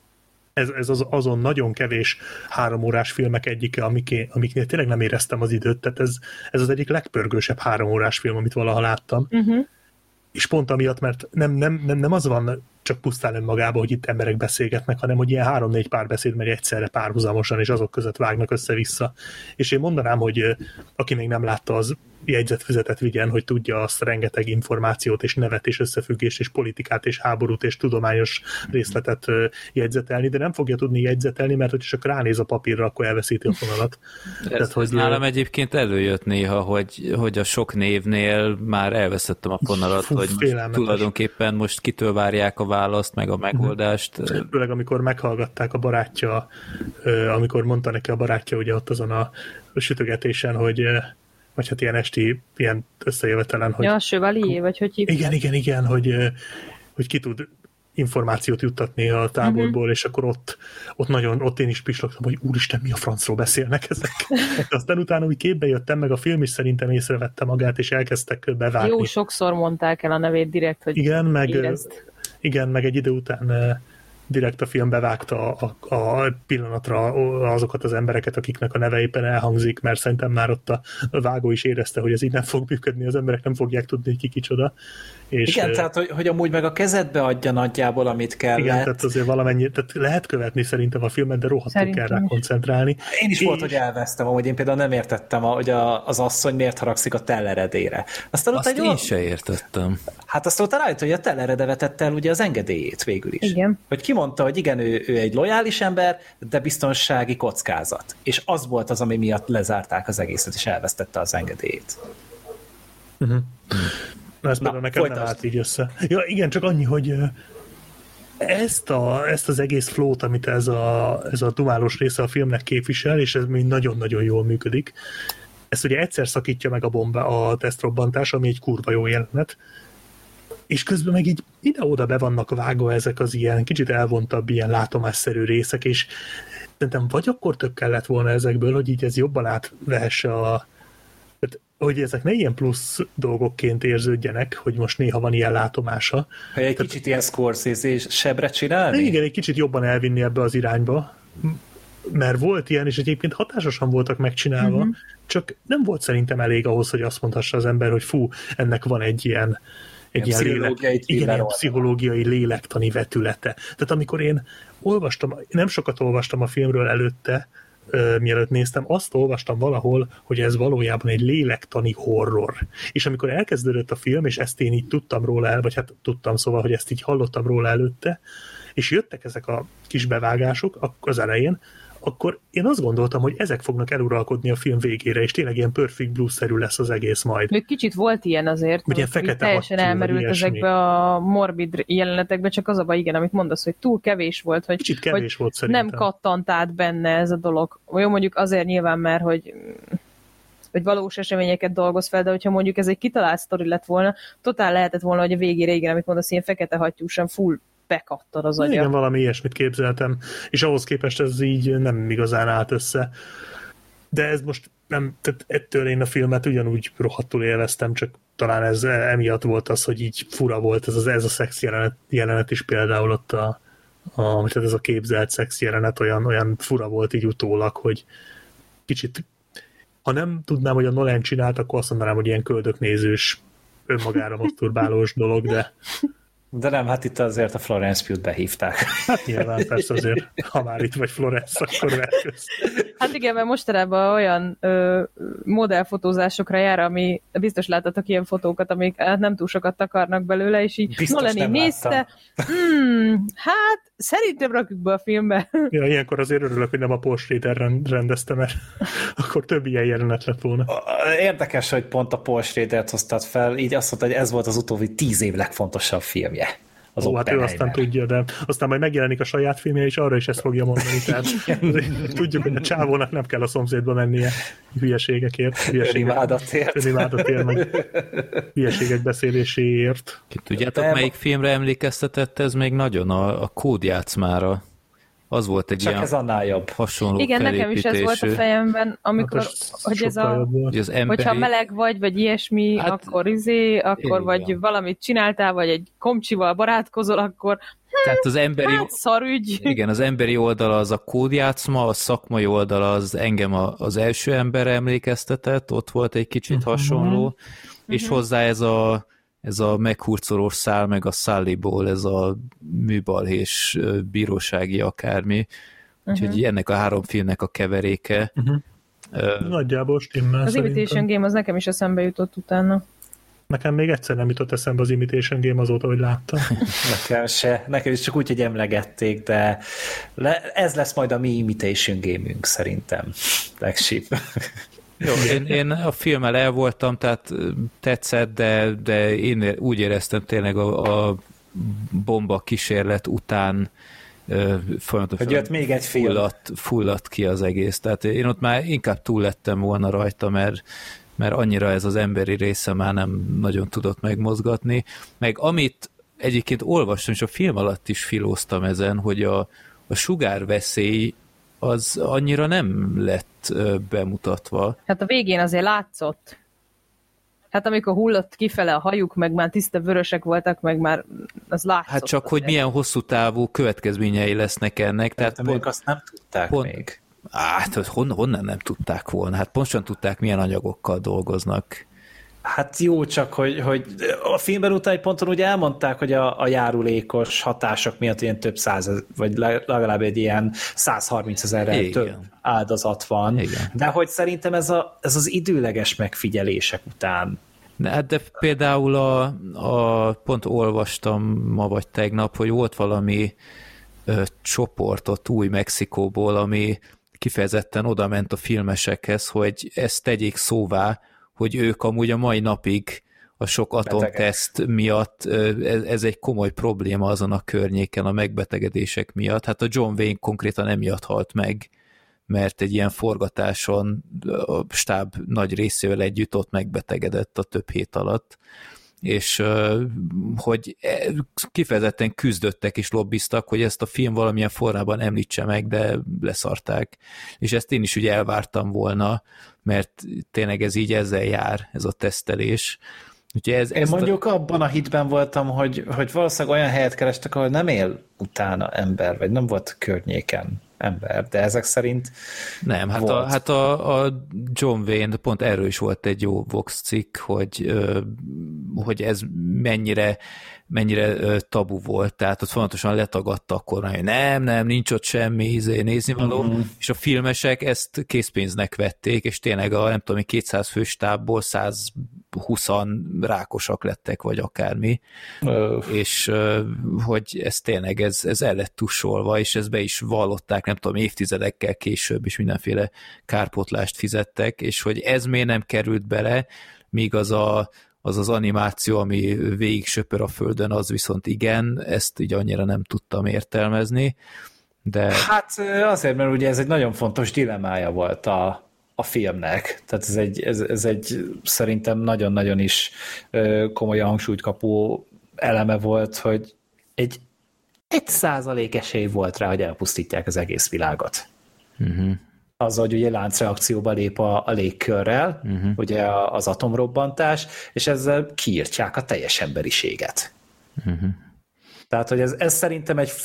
Ez, ez az, azon nagyon kevés három órás filmek egyike, amiké, amiknél tényleg nem éreztem az időt, tehát ez, ez az egyik legpörgősebb három órás film, amit valaha láttam. Uh-huh. És pont amiatt, mert nem, nem, nem, nem az van csak pusztán önmagában, hogy itt emberek beszélgetnek, hanem hogy ilyen három-négy párbeszéd megy egyszerre párhuzamosan, és azok között vágnak össze-vissza. És én mondanám, hogy aki még nem látta, az jegyzetfüzetet vigyen, hogy tudja azt rengeteg információt, és nevet, és összefüggést, és politikát, és háborút, és tudományos részletet jegyzetelni, de nem fogja tudni jegyzetelni, mert hogy csak ránéz a papírra, akkor elveszíti a fonalat. Ez, Tehát, hogy ez nálam egyébként előjött néha, hogy, hogy a sok névnél már elveszettem a fonalat, fú, hogy most tulajdonképpen most kitől várják a választ, meg a megoldást. Főleg amikor meghallgatták a barátja, amikor mondta neki a barátja ugye ott azon a sütögetésen, hogy vagy hát ilyen esti, ilyen összejövetelen, hogy... Ja, a Chevalier, vagy hogy hívják? Igen, igen, igen, hogy, hogy ki tud információt juttatni a táborból, uh-huh. és akkor ott, ott nagyon, ott én is pislogtam, hogy úristen, mi a francról beszélnek ezek. De aztán utána úgy képbe jöttem, meg a film is szerintem észrevette magát, és elkezdtek bevágni. Jó, sokszor mondták el a nevét direkt, hogy igen, meg, érezd. Igen, meg egy idő után direkt a film bevágta a, a pillanatra azokat az embereket, akiknek a neve éppen elhangzik, mert szerintem már ott a vágó is érezte, hogy ez így nem fog működni, az emberek nem fogják tudni, ki kicsoda. És igen, tehát hogy, hogy amúgy meg a kezedbe adja nagyjából, amit kellett. Igen, tehát azért valamennyi, tehát lehet követni szerintem a filmet, de rohadtul kell rá koncentrálni. Én is és... volt, hogy elvesztem, amúgy én például nem értettem, hogy a, az asszony miért haragszik a telleredére. Aztán azt én jól... se értettem. Hát azt ott rájött, hogy a tellerede vetett el ugye az engedélyét végül is. Igen. Hogy kimondta, hogy igen, ő, ő egy lojális ember, de biztonsági kockázat. És az volt az, ami miatt lezárták az egészet, és elvesztette az engedélyét. Uh-huh. Na, ez például nekem folytasd. Nem állt így össze. Ja, igen, csak annyi, hogy ezt, a, ezt az egész flót, amit ez a, ez a dumálós része a filmnek képvisel, és ez még nagyon-nagyon jól működik, ezt ugye egyszer szakítja meg a bomba, a tesztrobbantás, ami egy kurva jó jelenet, és közben meg így ide-oda be vannak vágva ezek az ilyen kicsit elvontabb, ilyen látomásszerű részek, és szerintem vagy akkor több kellett volna ezekből, hogy így ez jobban átvehesse a... Tehát, hogy ezek ne ilyen plusz dolgokként érződjenek, hogy most néha van ilyen látomása. Hogy egy Tehát, kicsit ilyen Scorsese-sebre csinálni? Igen, egy kicsit jobban elvinni ebbe az irányba, mert volt ilyen, és egyébként hatásosan voltak megcsinálva, uh-huh. csak nem volt szerintem elég ahhoz, hogy azt mondhassa az ember, hogy fú, ennek van egy ilyen egy ilyen, ilyen, lélek, igen, ilyen pszichológiai lélektani vetülete. Tehát amikor én olvastam, nem sokat olvastam a filmről előtte, uh, mielőtt néztem, azt olvastam valahol, hogy ez valójában egy lélektani horror. És amikor elkezdődött a film, és ezt én így tudtam róla el, vagy hát tudtam, szóval, hogy ezt így hallottam róla előtte, és jöttek ezek a kis bevágások az elején, akkor én azt gondoltam, hogy ezek fognak eluralkodni a film végére, és tényleg ilyen Perfect Blue-szerű lesz az egész majd. Még kicsit volt ilyen azért, hogy ilyen fekete teljesen elmerült ezekbe a morbid jelenetekbe, csak az a baj, igen, amit mondasz, hogy túl kevés volt, hogy, kicsit kevés hogy volt szerintem. Nem kattant át benne ez a dolog. Jó, mondjuk azért nyilván, mert hogy hogy valós eseményeket dolgoz fel, de hogyha mondjuk ez egy kitalált sztori lett volna, totál lehetett volna, hogy a végére, igen, amit mondasz, ilyen fekete hattyúsan full bekattan az agya. Igen, valami ilyesmit képzeltem, és ahhoz képest ez így nem igazán állt össze. De ez most nem, tehát ettől én a filmet ugyanúgy rohadtul élveztem, csak talán ez emiatt volt az, hogy így fura volt ez, az, ez a szex jelenet, jelenet is például ott a, a tehát ez a képzelt szex jelenet olyan, olyan fura volt így utólag, hogy kicsit, ha nem tudnám, hogy a Nolan csinált, akkor azt mondanám, hogy ilyen köldöknézős, önmagára masturbálós dolog, de De nem, hát itt azért a Florence Pugh-t behívták. Hát nyilván, persze azért, ha már itt vagy Florence, akkor verköz. Hát igen, mert mostanában olyan ö, modellfotózásokra jár, ami biztos láttatok ilyen fotókat, amik hát nem túl sokat takarnak belőle, és így Nolan így nézte, hmm, hát szerintem rakjuk be a filmbe. Ja, ilyenkor azért örülök, hogy nem a Paul Schrader rendezte, mert akkor több ilyen jelenet lett volna. Érdekes, hogy pont a Paul Schradert hoztad fel, így azt mondta, hogy ez volt az utóbbi tíz év legfontosabb filmje. Az Ó, hát ő aztán tudja, de aztán majd megjelenik a saját filmje, és arra is ezt fogja mondani. Tehát tudjuk, hogy a csávónak nem kell a szomszédba mennie hülyeségekért. Önimádatért. Önimádatért, meg hülyeségek beszéléséért. Tudjátok, de melyik filmre emlékeztetett ez még nagyon? A, a Kódjátszmára. Az volt egy Csak ilyen ez annál jobb. hasonló Igen, nekem is ez volt a fejemben, amikor, Hát hogy ez a, az emberi... hogyha meleg vagy, vagy ilyesmi, Hát, akkor izé, akkor igen. vagy valamit csináltál, vagy egy komcsival barátkozol, akkor Tehát az emberi... hát szarügy. Igen, az emberi oldala az a Kódjátszma, a szakmai oldala az engem a, az első ember emlékeztetett, ott volt egy kicsit hasonló, uh-huh. és uh-huh. hozzá ez a ez a meghurcolós szál, meg a Sullyból, ez a műbalhés bírósági akármi. Uh-huh. Úgyhogy ennek a három filmnek a keveréke. Uh-huh. Uh, Nagyjából stimmel. Az szerintem. Imitation Game az nekem is eszembe jutott utána. Nekem még egyszer nem jutott eszembe az Imitation Game azóta, hogy láttam. Nekem se. Nekem is csak úgy, hogy emlegették, de le, ez lesz majd a mi Imitation Game-ünk szerintem. Legship. Jó, én, én a filmmel el voltam, tehát tetszett, de, de én úgy éreztem tényleg a, a bomba kísérlet után folyamatosan hogy jött még egy film. Fulladt, fulladt ki az egész. Tehát én ott már inkább túl lettem volna rajta, mert, mert annyira ez az emberi része már nem nagyon tudott megmozgatni. Meg amit egyébként olvastam, és a film alatt is filóztam ezen, hogy a, a sugárveszély az annyira nem lett bemutatva. Hát a végén azért látszott. Hát amikor hullott kifele a hajuk, meg már tiszta vörösek voltak, meg már az látszott. Hát csak, azért. hogy milyen hosszú távú következményei lesznek ennek. Tehát pont, még azt nem tudták pont, még. Hát honnan, honnan nem tudták volna? Hát pontosan tudták, milyen anyagokkal dolgoznak. Hát jó, csak hogy, hogy a filmben után egy ponton ugye elmondták, hogy a, a járulékos hatások miatt ilyen több száz, vagy legalább egy ilyen százharminc ezerrel több áldozat van. Igen. De hogy szerintem ez, a, ez az időleges megfigyelések után. De, hát de például a, a, pont olvastam ma vagy tegnap, hogy volt valami ö, csoportot Új-Mexikóból, ami kifejezetten oda ment a filmesekhez, hogy ezt tegyék szóvá, hogy ők amúgy a mai napig a sok atomteszt miatt, ez, ez egy komoly probléma azon a környéken a megbetegedések miatt. Hát a John Wayne konkrétan emiatt halt meg, mert egy ilyen forgatáson a stáb nagy részével együtt ott megbetegedett a több hét alatt, és hogy kifejezetten küzdöttek és lobbiztak, hogy ezt a film valamilyen formában említse meg, de leszarták. És ezt én is ugye elvártam volna, mert tényleg ez így ezzel jár, ez a tesztelés. Úgyhogy ez, én mondjuk a... abban a hitben voltam, hogy, hogy valószínűleg olyan helyet kerestek, ahol nem él utána ember, vagy nem volt környéken ember, de ezek szerint nem, hát, a, hát a, a John Wayne, pont erről is volt egy jó Vox cikk, hogy, hogy ez mennyire, mennyire tabu volt, tehát ott fontosan letagadta akkor, hogy nem, nem, nincs ott semmi izé, néznivaló, uh-huh. és a filmesek ezt készpénznek vették, és tényleg a nem tudom, kétszáz fős tábból százhúsz rákosak lettek, vagy akármi, uh. és hogy ez tényleg, ez, ez el lett tussolva, és ezt be is vallották, nem tudom, évtizedekkel később is mindenféle kárpótlást fizettek, és hogy ez miért nem került bele, míg az a, az, az animáció, ami végig söpör a földön, az viszont igen, ezt így annyira nem tudtam értelmezni, de... Hát azért, mert ugye ez egy nagyon fontos dilemmája volt a, a filmnek, tehát ez egy, ez, ez egy szerintem nagyon-nagyon is komoly hangsúlyt kapó eleme volt, hogy egy egy százalék esély volt rá, hogy elpusztítják az egész világot. Uh-huh. Az, hogy ugye láncreakcióba lép a, a légkörrel, uh-huh. ugye az atomrobbantás, és ezzel kiírtják a teljes emberiséget. Uh-huh. Tehát, hogy ez, ez szerintem egy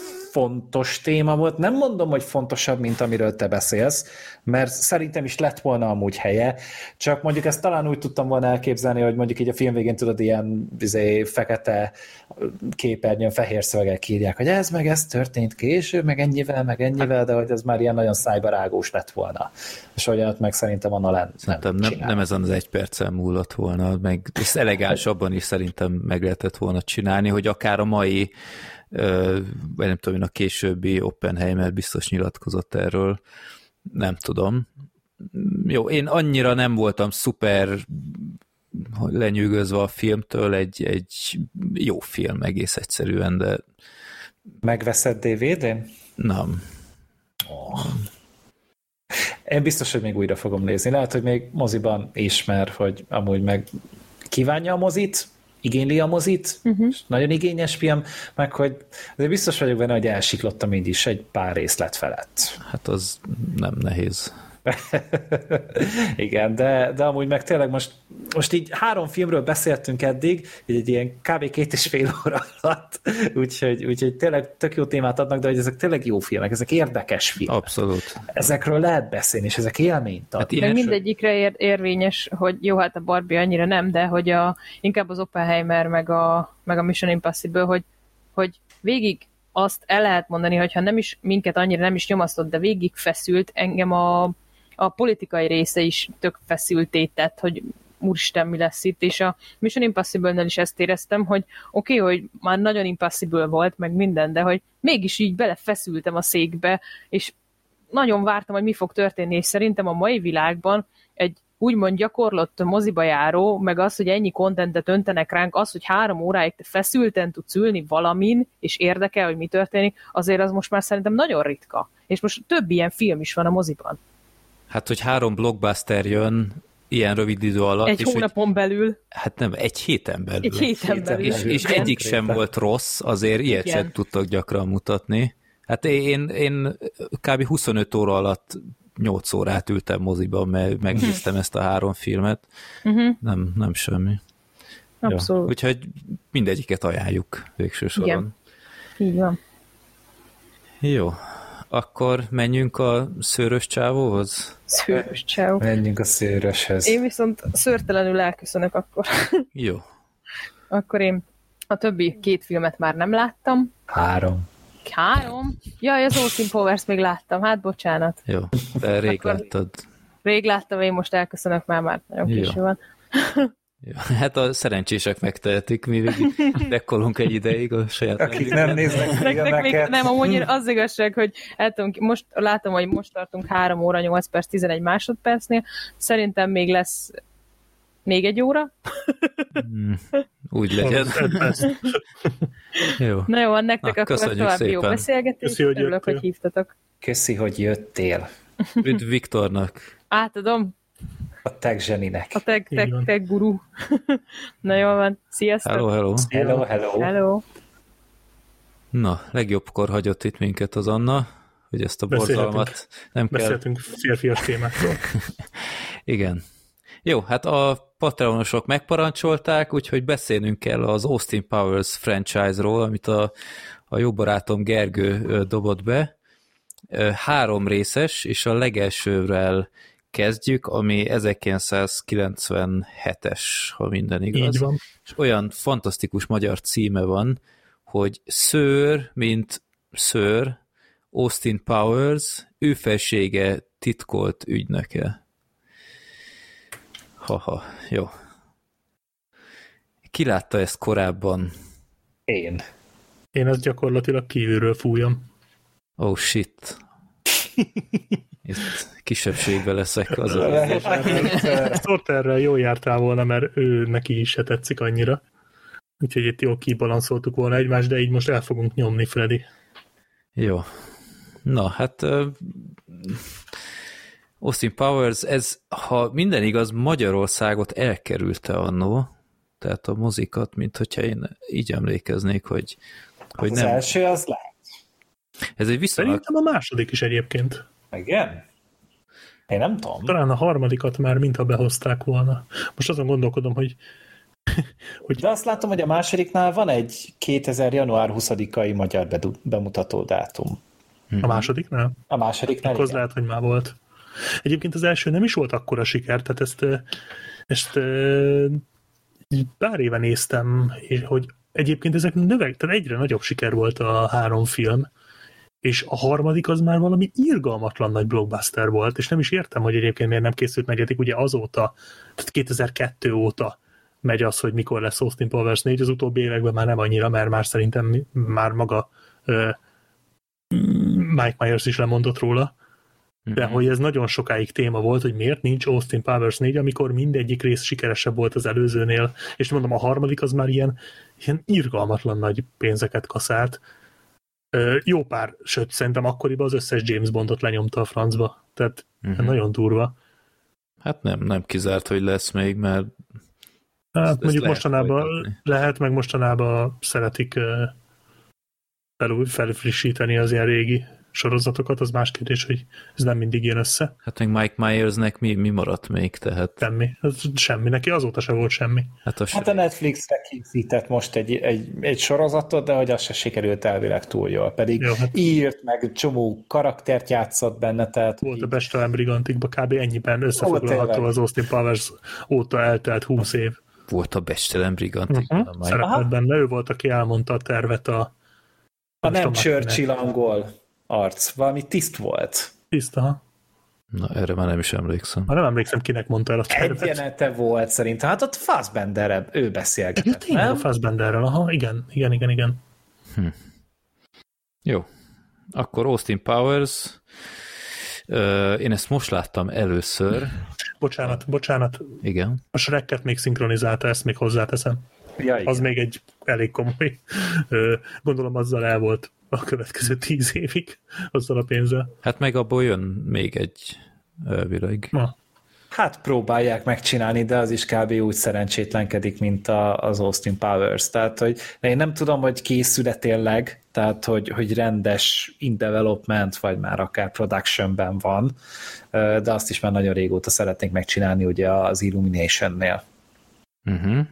fontos téma volt. Nem mondom, hogy fontosabb, mint amiről te beszélsz, mert szerintem is lett volna amúgy helye, csak mondjuk ezt talán úgy tudtam volna elképzelni, hogy mondjuk így a film végén tudod, ilyen bizé, fekete képernyőn, fehér szöveggel írják, hogy ez meg ez történt később, meg ennyivel, meg ennyivel, de hogy ez már ilyen nagyon szájbarágós lett volna. És olyat meg szerintem Anna nem, nem, nem, nem ezen az egy percen múlott volna, meg ezt elegánsabban is szerintem meg lehetett volna csinálni, hogy akár a mai vagy nem tudom, a későbbi Oppenheimer biztos nyilatkozott erről, nem tudom. Jó, én annyira nem voltam szuper lenyűgözve a filmtől, egy, egy jó film egész egyszerűen, de... Megveszed dé vé dén? Nem. Oh. Én biztos, hogy még újra fogom nézni. Lehet, hogy még moziban ismer, hogy amúgy meg kívánja a mozit, igényli a mozit, uh-huh. nagyon igényes film, meg hogy de biztos vagyok benne, hogy elsiklottam így is egy pár részlet felett. Hát az nem nehéz. Igen, de, de amúgy meg tényleg most, most így három filmről beszéltünk eddig, egy ilyen kb. Két és fél óra alatt, úgyhogy, úgyhogy tényleg tök jó témát adnak, de hogy ezek tényleg jó filmek, ezek érdekes filmek. Abszolút. Ezekről lehet beszélni, és ezek élményt ad. Hát meg mindegyikre ér, érvényes, hogy jó, hát a Barbie annyira nem, de hogy a, inkább az Oppenheimer meg a, meg a Mission Impossible, hogy, hogy végig azt el lehet mondani, hogyha nem is minket annyira nem is nyomasztott, de végig feszült engem a a politikai része is tök feszülté tett, hogy úristen, mi lesz itt, és a Mission Impossible-nél is ezt éreztem, hogy oké, okay, hogy már nagyon impossible volt, meg minden, de hogy mégis így belefeszültem a székbe, és nagyon vártam, hogy mi fog történni, és szerintem a mai világban egy úgymond gyakorlott moziba járó, meg az, hogy ennyi kontentet öntenek ránk, az, hogy három óráig te feszülten tudsz ülni valamin, és érdekel, hogy mi történik, azért az most már szerintem nagyon ritka. És most több ilyen film is van a moziban. Hát, hogy három blockbuster jön ilyen rövid idő alatt. Egy és hónapon hogy, belül. Hát nem, egy héten belül. Egy héten belül. És, és egyik sem volt rossz, azért ilyet sem tudtak gyakran mutatni. Hát én, én kb. huszonöt óra alatt nyolc órát ültem moziban, mert megnéztem ezt a három filmet. Uh-huh. Nem, nem semmi. Abszolút. Ja, úgyhogy mindegyiket ajánljuk végső soron. Igen. Így van. Jó. Akkor menjünk a szőrös csávóhoz? Szőrös csávó. Menjünk a szőröshez. Én viszont szőrtelenül elköszönök akkor. Jó. Akkor én a többi két filmet már nem láttam. Három. Három? Jaj, az Austin Powers még láttam, hát bocsánat. Jó, de rég láttad. Rég láttam, én most elköszönök, már már nagyon késő van. Jó. Hát a szerencsések megtehetik, mi végig dekkolunk egy ideig a saját akik nem néznek filmeket. Nem, amúgy az igazság, hogy tudom, most látom, hogy most tartunk három óra, nyolc perc, tizenegy másodpercnél. Szerintem még lesz még egy óra. Hmm, úgy legyen. Jó. Na jó, van nektek, Na, akkor további szépen. Jó beszélgetés. Köszi, hogy Örülök, jöttél. hogy hívtatok. Köszi, hogy jöttél. Üdv Viktornak. Átadom A tech zseninek. a tech, Így tech, van. tech guru. Na jó van, sziasztok. Hello, hello. Hello, hello. Hello. Na, legjobbkor hagyott itt minket az Anna, hogy ezt a borzalmat nem kell... Beszéltünk férfias témákról. Igen. Jó, hát a Patreonosok megparancsolták, úgyhogy beszélnünk kell az Austin Powers franchise-ról, amit a, a jó barátom Gergő dobott be. Három részes, és a legelsővel kezdjük, ami ezerkilencszázkilencvenhetes, ha minden igaz. Így van. És olyan fantasztikus magyar címe van, hogy Sir, mint Sir, Austin Powers, ő felsége titkolt ügynöke. Haha, jó. Ki látta ezt korábban? Én. Én ezt gyakorlatilag kívülről fújom. Oh shit. Itt kisebbségben leszek az a Sorterrel jól jártál volna, mert ő neki is se tetszik annyira. Úgyhogy itt jól kibalanszoltuk volna egymást, de így most el fogunk nyomni, Freddy. Jó. Na, hát uh, Austin Powers, ez, ha minden igaz, Magyarországot elkerülte annó, tehát a mozikat, mint hogyha én így emlékeznék, hogy, hogy az nem. Az első az lehet. Ez egy viszonylag... Szerintem a második is egyébként. Igen? Én nem tudom. Talán a harmadikat már mintha behozták volna. Most azon gondolkodom, hogy... hogy... De azt látom, hogy a másodiknál van egy kétezer január huszadikai magyar bedu- bemutató dátum. A másodiknál? A másodiknál, Akkor az igen. lehet, hogy már volt. Egyébként az első nem is volt akkora siker, tehát ezt, ezt pár éve néztem, hogy egyébként ezek növek, tehát egyre nagyobb siker volt a három film, és a harmadik az már valami irgalmatlan nagy blockbuster volt, és nem is értem, hogy egyébként miért nem készült negyedik, ugye azóta, tehát kétezer-kettő óta megy az, hogy mikor lesz Austin Powers négy, az utóbbi években már nem annyira, mert már szerintem már maga uh, Mike Myers is lemondott róla, de mm-hmm. hogy ez nagyon sokáig téma volt, hogy miért nincs Austin Powers négy, amikor mindegyik rész sikeresebb volt az előzőnél, és mondom, a harmadik az már ilyen, ilyen irgalmatlan nagy pénzeket kaszált. Uh, jó pár, sőt, szerintem akkoriban az összes James Bondot lenyomta a francba, tehát mm-hmm. nagyon durva. Hát nem, nem kizárt, hogy lesz még, mert hát ezt, mondjuk ezt mostanában lehet, lehet, meg mostanában szeretik uh, felfrissíteni az ilyen régi sorozatokat, az más kérdés, hogy ez nem mindig jön össze. Hát meg Mike Myersnek mi, mi maradt még, tehát? Semmi, semmi, neki azóta se volt semmi. Hát a, hát a Netflixre készített most egy, egy, egy sorozatot, de hogy az se sikerült elvileg túl jól, pedig jó, hát írt, meg csomó karaktert játszott benne, tehát... Volt így... a Bestalem Brigantikban kb. Ennyiben összefoglalható az Austin Powers óta eltelt húsz év. Volt a Bestalem Brigantikban. Uh-huh. Szerepelt benne, ő volt, aki elmondta a tervet a... A nem Churchill angol arc, valami tiszt volt. Tiszt, aha. Na, erre már nem is emlékszem. Már nem emlékszem, kinek mondta el a tervet. Egy jelenete volt szerintem. Hát ott Fassbenderrel ő beszélgetett, ja, tényleg, nem? A Fassbenderrel, aha, igen, igen, igen, igen. Hm. Jó. Akkor Austin Powers. Uh, én ezt most láttam először. Bocsánat, a... bocsánat. Igen. A Shrek-et még szinkronizálta, ezt még hozzáteszem. Ja, az még egy elég komoly. Gondolom azzal el volt a következő tíz évig azzal a pénzzel. Hát meg abból jön még egy elvileg. Na. Hát próbálják megcsinálni, de az is kb. Úgy szerencsétlenkedik, mint a, az Austin Powers. Tehát, hogy én nem tudom, hogy készül-e tényleg, tehát, hogy, hogy rendes in development, vagy már akár productionben van, de azt is már nagyon régóta szeretnénk megcsinálni ugye az Illumination-nél. Uh-huh.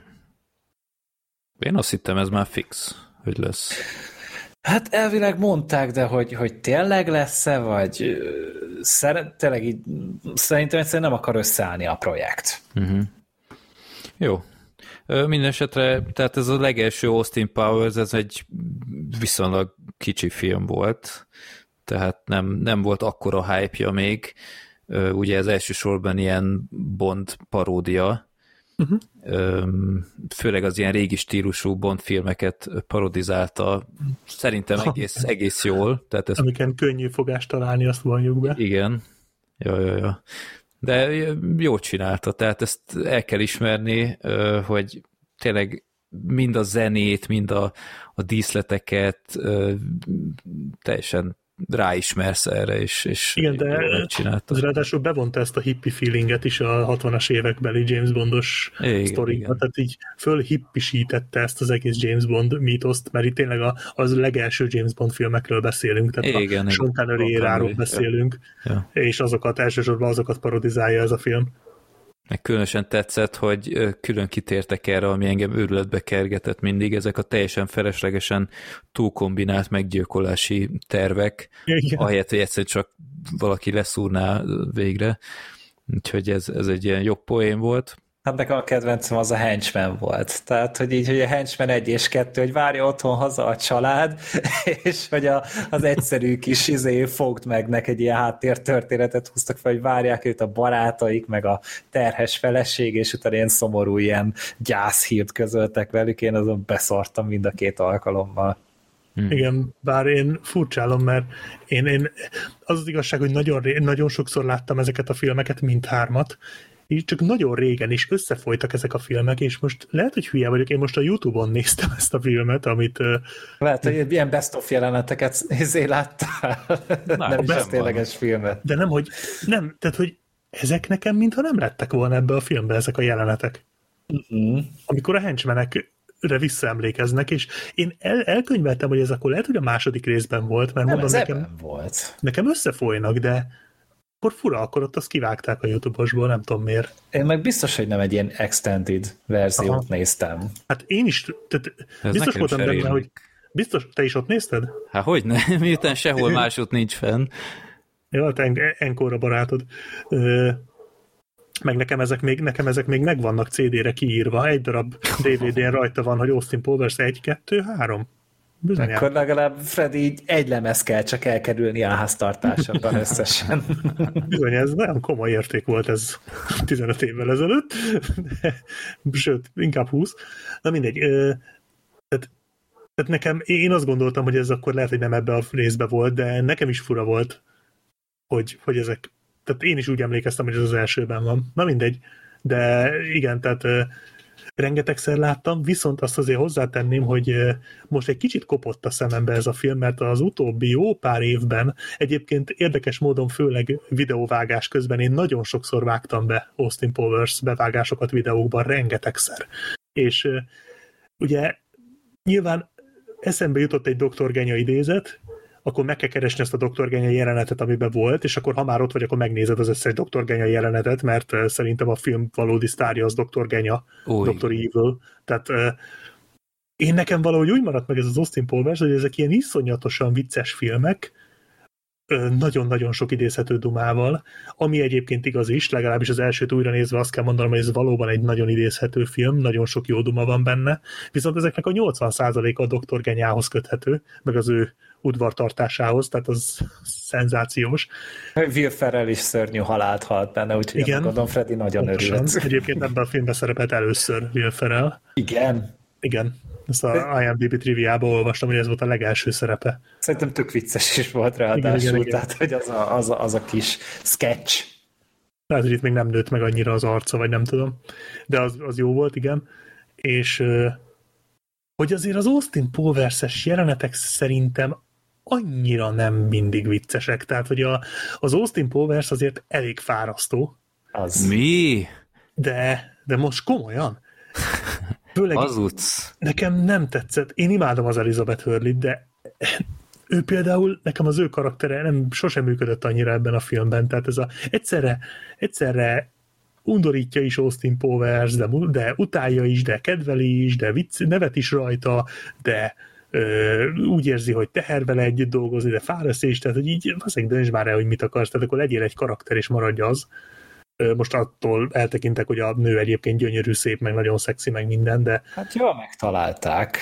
Én azt hittem, ez már fix, hogy lesz. Hát elvileg mondták, de hogy, hogy tényleg lesz-e, vagy szeret, tényleg így, szerintem egyszerűen nem akar összeállni a projekt. Uh-huh. Jó. Mindenesetre, tehát ez a legelső Austin Powers, ez egy viszonylag kicsi film volt, tehát nem, nem volt akkora hype-ja még. Ugye ez elsősorban ilyen Bond paródia, Uh-huh. Főleg az ilyen régi stílusú Bond filmeket parodizálta, szerintem egész, egész jól. Tehát ezt... Amiken könnyű fogást találni, azt mondjuk be. Igen. Ja, ja, ja. De jól csinálta, tehát ezt el kell ismerni, hogy tényleg mind a zenét, mind a, a díszleteket teljesen ráismersz erre, és, és igen, de az ráadásul bevonta ezt a hippie feelinget is a hatvanas évekbeli James Bondos sztoriba, tehát így fölhippisítette ezt az egész James Bond mítoszt, mert itt tényleg a, az legelső James Bond filmekről beszélünk, tehát igen, a Sean Connery éráról beszélünk, ja. És azokat, elsősorban azokat parodizálja ez a film. Meg különösen tetszett, hogy külön kitértek erre, ami engem őrületbe kergetett mindig, ezek a teljesen feleslegesen túlkombinált meggyilkolási tervek, igen. Ahelyett, hogy egyszerűen csak valaki leszúrná végre. Úgyhogy ez, ez egy ilyen jobb poén volt. Hát nekem a kedvencem az a henchman volt. Tehát, hogy így, hogy a henchman egy és kettő, hogy várja otthon haza a család, és hogy a, az egyszerű kis izé fogd meg neki egy ilyen háttértörténetet húztak fel, hogy várják őt a barátaik, meg a terhes feleség, és utána ilyen szomorú ilyen gyászhírt közöltek velük, én azon beszartam mind a két alkalommal. Hmm. Igen, bár én furcsálom, mert én, én az az igazság, hogy nagyon, nagyon sokszor láttam ezeket a filmeket, mindhármat, és csak nagyon régen is összefolytak ezek a filmek, és most lehet, hogy hülye vagyok, én most a YouTube-on néztem ezt a filmet, amit... Lehet, hogy ilyen best of jeleneteket izé láttál. Na, nem is az tényleges filmet. De nem, hogy nem, tehát, hogy ezek nekem mintha nem lettek volna ebbe a filmbe, ezek a jelenetek. Uh-huh. Amikor a henchmenekre visszaemlékeznek, és én el, elkönyveltem, hogy ez akkor lehet, hogy a második részben volt, mert nem, mondom, nekem, volt. nekem összefolynak, de akkor fura, akkor ott azt kivágták a YouTube-osból, nem tudom miért. Én meg biztos, hogy nem egy ilyen extended verziót Aha. néztem. Hát én is, tehát biztos voltam benne, hogy biztos, te is ott nézted? Hát hogy ne, miután sehol másod nincs fenn. Ja, te Encore-a barátod. Meg nekem ezek még, nekem ezek még megvannak cé dére kiírva, egy darab dé vé dén rajta van, hogy Austin Powers egy, kettő, három. Bizonyára. Akkor legalább Freddy egy lemez kell csak elkerülni a háztartásában összesen. Bizony, ez nagyon komoly érték volt ez tizenöt évvel ezelőtt, de, sőt, inkább húsz. Na mindegy. Tehát, tehát nekem, én azt gondoltam, hogy ez akkor lehet, hogy nem ebbe a részbe volt, de nekem is fura volt, hogy, hogy ezek, tehát én is úgy emlékeztem, hogy ez az elsőben van. Na mindegy. De igen, tehát rengetegszer láttam, viszont azt azért hozzátenném, hogy most egy kicsit kopott a szemembe ez a film, mert az utóbbi jó pár évben egyébként érdekes módon, főleg videóvágás közben én nagyon sokszor vágtam be Austin Powers bevágásokat videókban, rengetegszer. És ugye nyilván eszembe jutott egy doktor Genya idézet, akkor meg kell keresni ezt a doktor Genya jelenetet, amiben volt, és akkor ha már ott vagy, akkor megnézed az összes doktor Genya jelenetet, mert uh, szerintem a film valódi sztárja az doktor Genya, Új. doktor Evil. Tehát uh, én nekem valahogy úgy maradt meg ez az Austin Powers, hogy ezek ilyen iszonyatosan vicces filmek, uh, nagyon-nagyon sok idézhető dumával, ami egyébként igaz is, legalábbis az elsőt újra nézve azt kell mondanom, hogy ez valóban egy nagyon idézhető film, nagyon sok jó duma van benne, viszont ezeknek a nyolcvan százaléka a doktor Genyához köthető, meg az ő udvartartásához, tehát az szenzációs. Will Ferrell is szörnyű halált halt benne, úgyhogy igen, gondolom Freddy nagyon örült. Egyébként ebben a filmben szerepelt először Will Ferrell. Igen? Igen. Ezt a I M D B triviában olvastam, hogy ez volt a legelső szerepe. Szerintem tök vicces is volt ráadásul, igen, igen, tehát igen. Hogy az a, az, a, az a kis sketch. Tehát, hogy itt még nem nőtt meg annyira az arca, vagy nem tudom. De az, az jó volt, igen. És hogy azért az Austin Powers-es jelenetek szerintem annyira nem mindig viccesek. Tehát, hogy a, az Austin Powers azért elég fárasztó. Az. Mi? De, de most komolyan. Főleg Hazudsz. Nekem nem tetszett. Én imádom az Elizabeth Hurley-t, de ő például, nekem az ő karaktere nem sosem működött annyira ebben a filmben. Tehát ez a egyszerre, egyszerre undorítja is Austin Powers, de, de utálja is, de kedveli is, de vicc, nevet is rajta, de ö, úgy érzi, hogy teher vele együtt dolgozni, de fáraszt is, tehát hogy így azért dönts már el, hogy mit akarsz, tehát akkor legyél egy karakter, és maradj az. Ö, most attól eltekintek, hogy a nő egyébként gyönyörű, szép, meg nagyon szexi, meg minden, de... Hát jól megtalálták.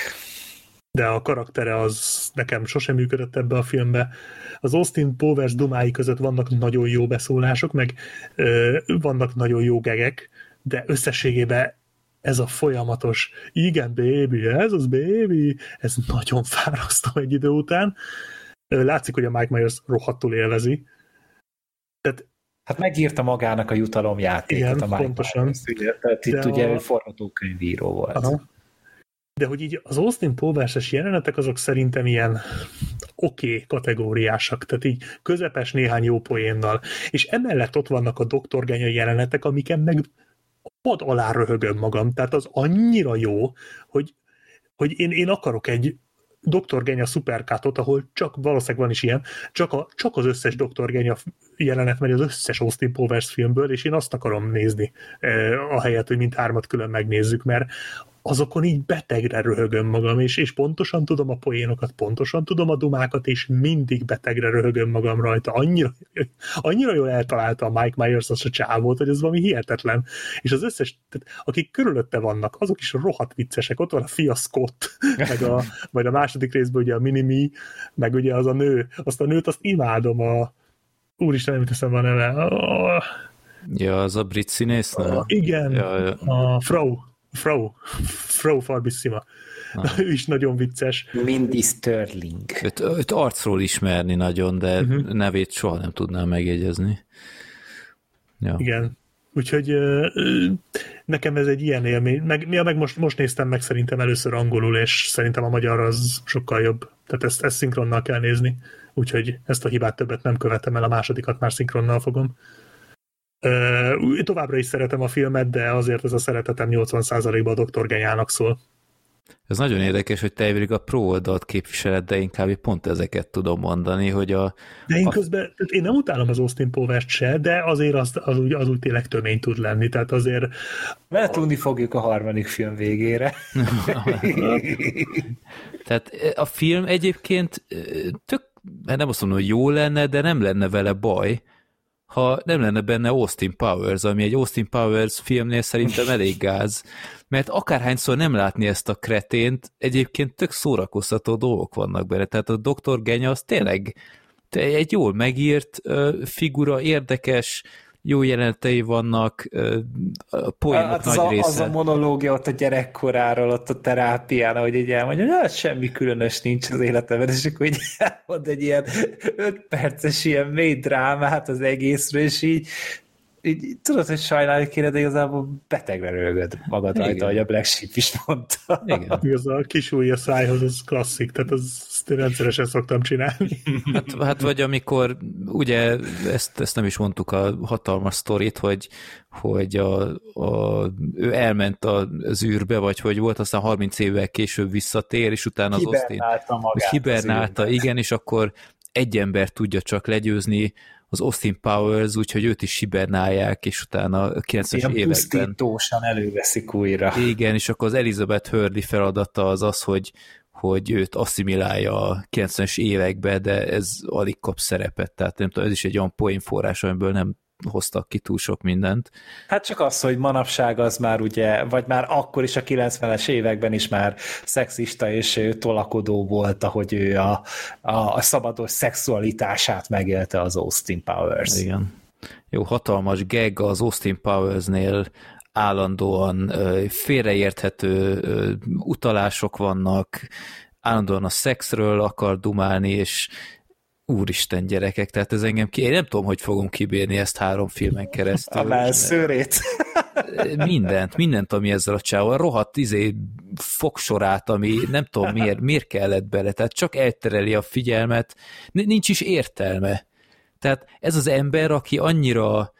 De a karaktere az nekem sosem működött ebbe a filmbe. Az Austin Powers dumái között vannak nagyon jó beszólások, meg ö, vannak nagyon jó gegek, de összességében ez a folyamatos igen, baby, ez az baby, ez nagyon fárasztó egy idő után. Látszik, hogy a Mike Myers rohadtul élvezi. Tehát, hát megírta magának a jutalomjátékot, igen, a Mike pontosan. Myers. Tehát itt de ugye a... forgatókönyvíró volt. Aha. De hogy így az Austin Powers-es jelenetek azok szerintem ilyen oké okay kategóriásak, tehát így közepes néhány jó poénnal. És emellett ott vannak a doktor Genya jelenetek, amiken meg pad alá röhögöm magam. Tehát az annyira jó, hogy, hogy én, én akarok egy doktor Genya szuperkátot, ahol csak, valószínűleg van is ilyen, csak, a, csak az összes doktor Genya jelenet megy az összes Austin Powers filmből, és én azt akarom nézni, eh, ahelyett, hogy mind hármat külön megnézzük, mert azokon így betegre röhögöm magam, és, és pontosan tudom a poénokat, pontosan tudom a dumákat, és mindig betegre röhögöm magam rajta. Annyira, annyira jól eltalálta a Mike Myers azt a csávót, hogy ez valami hihetetlen. És az összes, tehát, akik körülötte vannak, azok is rohadt viccesek. Ott van a fia Scott, meg a, majd a második részben ugye a Minimi, meg ugye az a nő. Azt a nőt azt imádom, a úristen, nem teszem a neve. A... Ja, az a brit színész, a, igen, ja, ja. A Frau. Frau, Frau Farbissima. Ah. Ő is nagyon vicces. Mindy Sterling. Őt, őt arcról ismerni nagyon, de uh-huh. nevét soha nem tudnám megjegyezni. Ja. Igen. Úgyhogy nekem ez egy ilyen élmény. Meg, ja, meg most, most néztem meg szerintem először angolul, és szerintem a magyar az sokkal jobb. Tehát ezt, ezt szinkronnal kell nézni. Úgyhogy ezt a hibát többet nem követem el, a másodikat már szinkronnal fogom. Uh, továbbra is szeretem a filmet, de azért ez a szeretetem nyolcvan százalékban a doktor Genyának szól. Ez nagyon érdekes, hogy te egyébként a pro oldalt képviseled, de inkább pont ezeket tudom mondani, hogy a... De én a... közben, én nem utálom az Austin Powers-t se, de azért az, az, úgy, az úgy tényleg tömény tud lenni, tehát azért... Mert tudni fogjuk a harmadik film végére. Tehát a film egyébként tök, nem azt mondom, hogy jó lenne, de nem lenne vele baj, ha nem lenne benne Austin Powers, ami egy Austin Powers filmnél szerintem elég gáz, mert akárhányszor nem látni ezt a kretént, egyébként tök szórakoztató dolgok vannak benne, tehát a doktor Genya az tényleg egy jól megírt figura, érdekes, jó jelenetei vannak, a poénok hát nagy a, része. Az a monológia ott a gyerekkoráról, ott a terápián, ahogy így elmondja, hogy hát semmi különös nincs az életemben, és akkor így elmond egy ilyen öt perces ilyen mély drámát az egészről, és így, így tudod, hogy sajnálni kéne, de igazából betegre rögöd magad Igen. rajta, ahogy a Black Sheep is mondta. Igen. Ez a kis ujj a szájhoz, az klasszik, tehát az, azt rendszeresen szoktam csinálni. Hát, hát vagy amikor, ugye ezt, ezt nem is mondtuk a hatalmas sztorit, hogy, hogy a, a, ő elment az űrbe, vagy hogy volt, aztán harminc évvel később visszatér, és utána az Austin Hibernálta magát. Hibernálta, igen, és akkor egy ember tudja csak legyőzni, az Austin Powers, úgyhogy őt is hibernálják, és utána a kilencvenes ilyen években... pusztítósan előveszik újra. Igen, és akkor az Elizabeth Hurley feladata az az, hogy, hogy őt asszimilálja a kilencvenes években, de ez alig kap szerepet, tehát nem tudom, ez is egy olyan poénforrás, amiből nem hoztak ki túl sok mindent. Hát csak az, hogy manapság az már ugye, vagy már akkor is a kilencvenes években is már szexista és tolakodó volt, ahogy ő a, a, a szabados szexualitását megélte az Austin Powers. Igen. Jó, hatalmas gag az Austin Powersnél állandóan ö, félreérthető ö, utalások vannak, állandóan a szexről akar dumálni, és úristen gyerekek, tehát ez engem ki... Én nem tudom, hogy fogom kibírni ezt három filmen keresztül. A melszőrét. Mindent, mindent, ami ezzel a csával. Rohadt izé fogsorát, ami nem tudom miért, miért kellett bele, tehát csak eltereli a figyelmet, nincs is értelme. Tehát ez az ember, aki annyira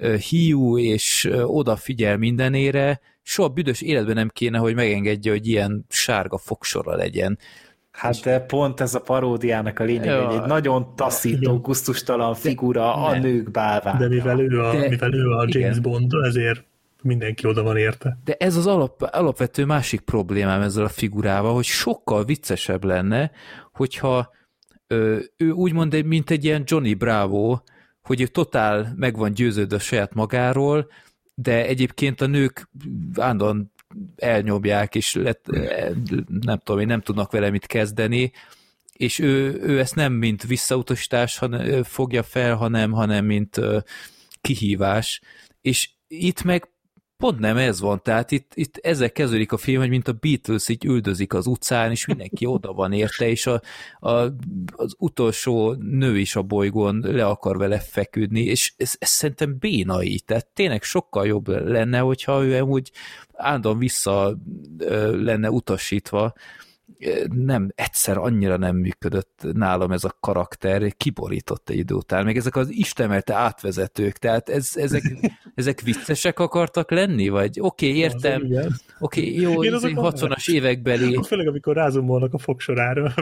hiú és odafigyel mindenére, soha büdös életben nem kéne, hogy megengedje, hogy ilyen sárga fogsora legyen. Hát de pont ez a paródiának a lényeg, ja, hogy egy nagyon taszító, gusztustalan figura a nők bálványa. De mivel ő a, de, mivel ő a James igen. Bond, ezért mindenki oda van érte. De ez az alap, alapvető másik problémám ezzel a figurával, hogy sokkal viccesebb lenne, hogyha ö, ő úgymond, mint egy ilyen Johnny Bravo, hogy ő totál meg van győződve saját magáról, de egyébként a nők állandóan elnyomják, és lett, nem tudom én, nem tudnak vele mit kezdeni, és ő, ő ezt nem mint visszautasítás hanem, fogja fel, hanem, hanem mint uh, kihívás, és itt meg pont nem ez van, tehát itt, itt ezzel kezdődik a film, hogy mint a Beatles így üldözik az utcán, és mindenki oda van érte, és a, a, az utolsó nő is a bolygón le akar vele feküdni, és ez, ez szerintem bénai, tehát tényleg sokkal jobb lenne, hogyha ő úgy állandóan vissza lenne utasítva. Nem, egyszer annyira nem működött nálam ez a karakter, kiborított egy idő után, meg ezek az istemelte átvezetők, tehát ez, ezek, ezek viccesek akartak lenni, vagy oké, okay, értem, oké, okay, jó, ez egy hatvanas évekbeli... Főleg, amikor rázumolnak a fogsorára.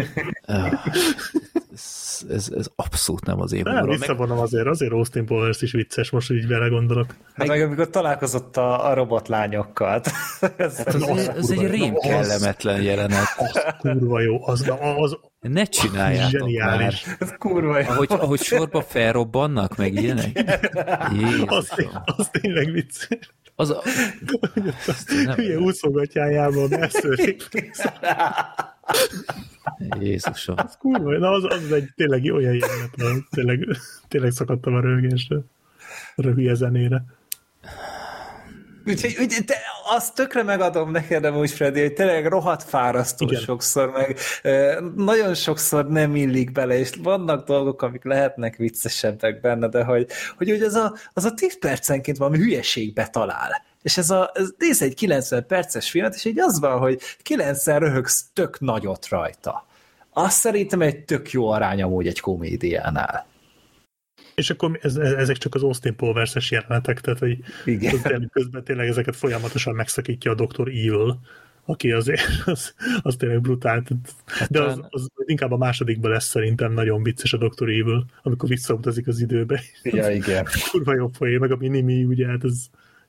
ez, ez, ez abszolút nem az én humorom. Nem, visszavonom azért, azért Austin Powers is vicces, most, hogy így vele gondolok. Hát meg amikor találkozott a, a robotlányokkal. ez, hát az, az, az egy rém kellemetlen jelenet. Az kurva jó, az, az ne csináljátok már. Ez kurva jó. Ahogy, ahogy sorba felrobbannak, meg ilyenek. Az, az tényleg vicces. Az a... Hülye úszógatjájában beszőrik. Jézusom. Az kurva, na az, az egy tényleg olyan jelenet, tényleg, tényleg szakadtam a röhögésre, a hülye zenére. Úgyhogy úgy, te, azt tökre megadom neked, amúgy, Freddy, hogy tényleg rohadt fárasztó igen. sokszor, meg e, nagyon sokszor nem illik bele, és vannak dolgok, amik lehetnek viccesebbek benne, de hogy, hogy úgy az a, az a tíz percenként valami hülyeségbe talál. És ez a, ez, nézz egy kilencven perces filmet, és így az van, hogy kilencszer röhögsz tök nagyot rajta. Azt szerintem egy tök jó arány amúgy egy komédiánál. És akkor ez, ezek csak az Austin Powers-es jelenetek, tehát hogy közben tényleg ezeket folyamatosan megszakítja a doktor Evil, aki azért, az, az tényleg brutál. De az, az inkább a másodikban lesz szerintem nagyon vicces a doktor Evil, amikor visszautazik az időbe. Ja, igen. Kurva jó poén, meg a Minimi, ugye, hát ez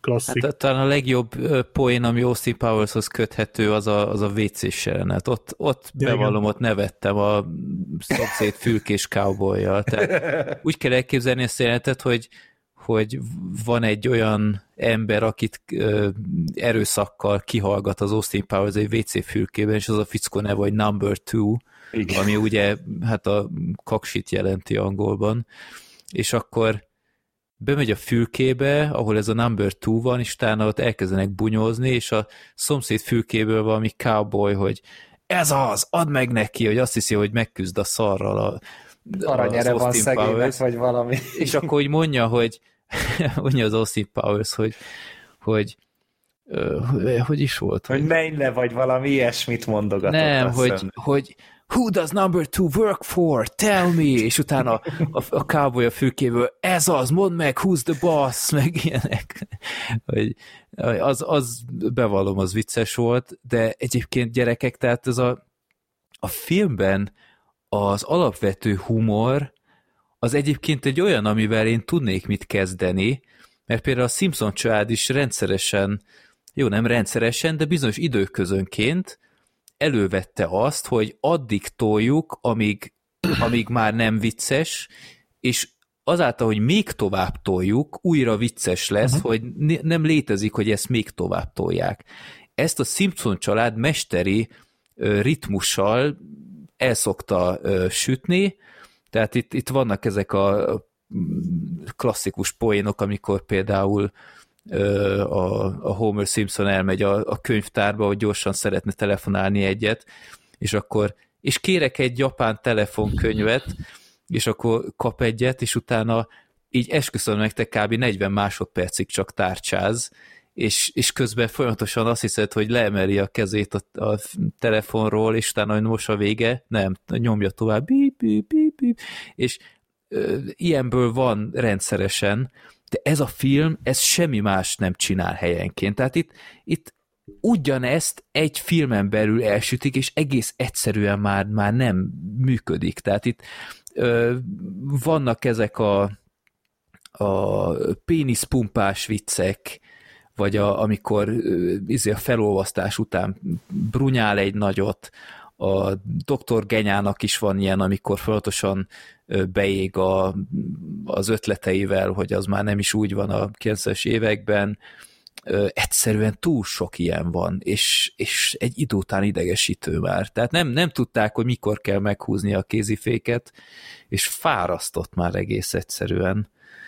klasszik. Hát talán a legjobb poén, ami Austin Powershoz köthető, az a, az a vé cés jelenet. Ott, ott bevallom, ott nevettem a szomszéd fülkés cowboyjal. Tehát úgy kell elképzelni ezt a jelenetet, hogy, hogy van egy olyan ember, akit ö, erőszakkal kihallgat az Austin Powers egy vé cé fülkében, és az a fickó neve, hogy number two, igen. Ami ugye hát a kaksit jelenti angolban, és akkor bemegy a fülkébe, ahol ez a number two van, és utána ott elkezdenek bunyózni, és a szomszéd fülkéből valami cowboy, hogy ez az, add meg neki, hogy azt hiszi, hogy megküzd a szarral a, aranyere van szegénynek, vagy valami. És akkor úgy mondja, hogy mondja az Austin Powers, hogy, hogy uh, hogy is volt? Hogy menj le, vagy valami ilyesmit mondogatott. Nem, hogy, hogy who does number two work for? Tell me! És utána a, a cowboy a fülkéből, ez az, mondd meg, who's the boss? Meg ilyenek. Hogy az, az bevallom, az vicces volt, de egyébként gyerekek, tehát ez a, a filmben az alapvető humor az egyébként egy olyan, amivel én tudnék mit kezdeni, mert például a Simpson család is rendszeresen, jó, nem rendszeresen, de bizonyos időközönként elővette azt, hogy addig toljuk, amíg, amíg már nem vicces, és azáltal, hogy még tovább toljuk, újra vicces lesz, uh-huh. hogy nem létezik, hogy ezt még tovább tolják. Ezt a Simpson család mesteri ö, ritmussal el szokta ö, sütni, tehát itt, itt vannak ezek a klasszikus poénok, amikor például A, a Homer Simpson elmegy a, a könyvtárba, hogy gyorsan szeretne telefonálni egyet, és akkor, és kérek egy japán telefonkönyvet, és akkor kap egyet, és utána így esküszöm nektek kb. negyven másodpercig csak tárcsáz, és, és közben folyamatosan azt hiszed, hogy leemeli a kezét a, a telefonról, és utána, hogy most a vége, nem, nyomja tovább, bíp, bíp, bíp, bíp, és ö, ilyenből van rendszeresen, de ez a film, ez semmi más nem csinál helyenként. Tehát itt, itt ugyanezt egy filmen belül elsütik, és egész egyszerűen már, már nem működik. Tehát itt ö, vannak ezek a, a péniszpumpás viccek, vagy a, amikor ö, izé a felolvasztás után brunyál egy nagyot, a doktor Genyának is van ilyen, amikor folyamatosan beég a, az ötleteivel, hogy az már nem is úgy van a kilencvenes években. Egyszerűen túl sok ilyen van, és, és egy idő után idegesítő már. Tehát nem, nem tudták, hogy mikor kell meghúzni a kéziféket, és fárasztott már egész egyszerűen.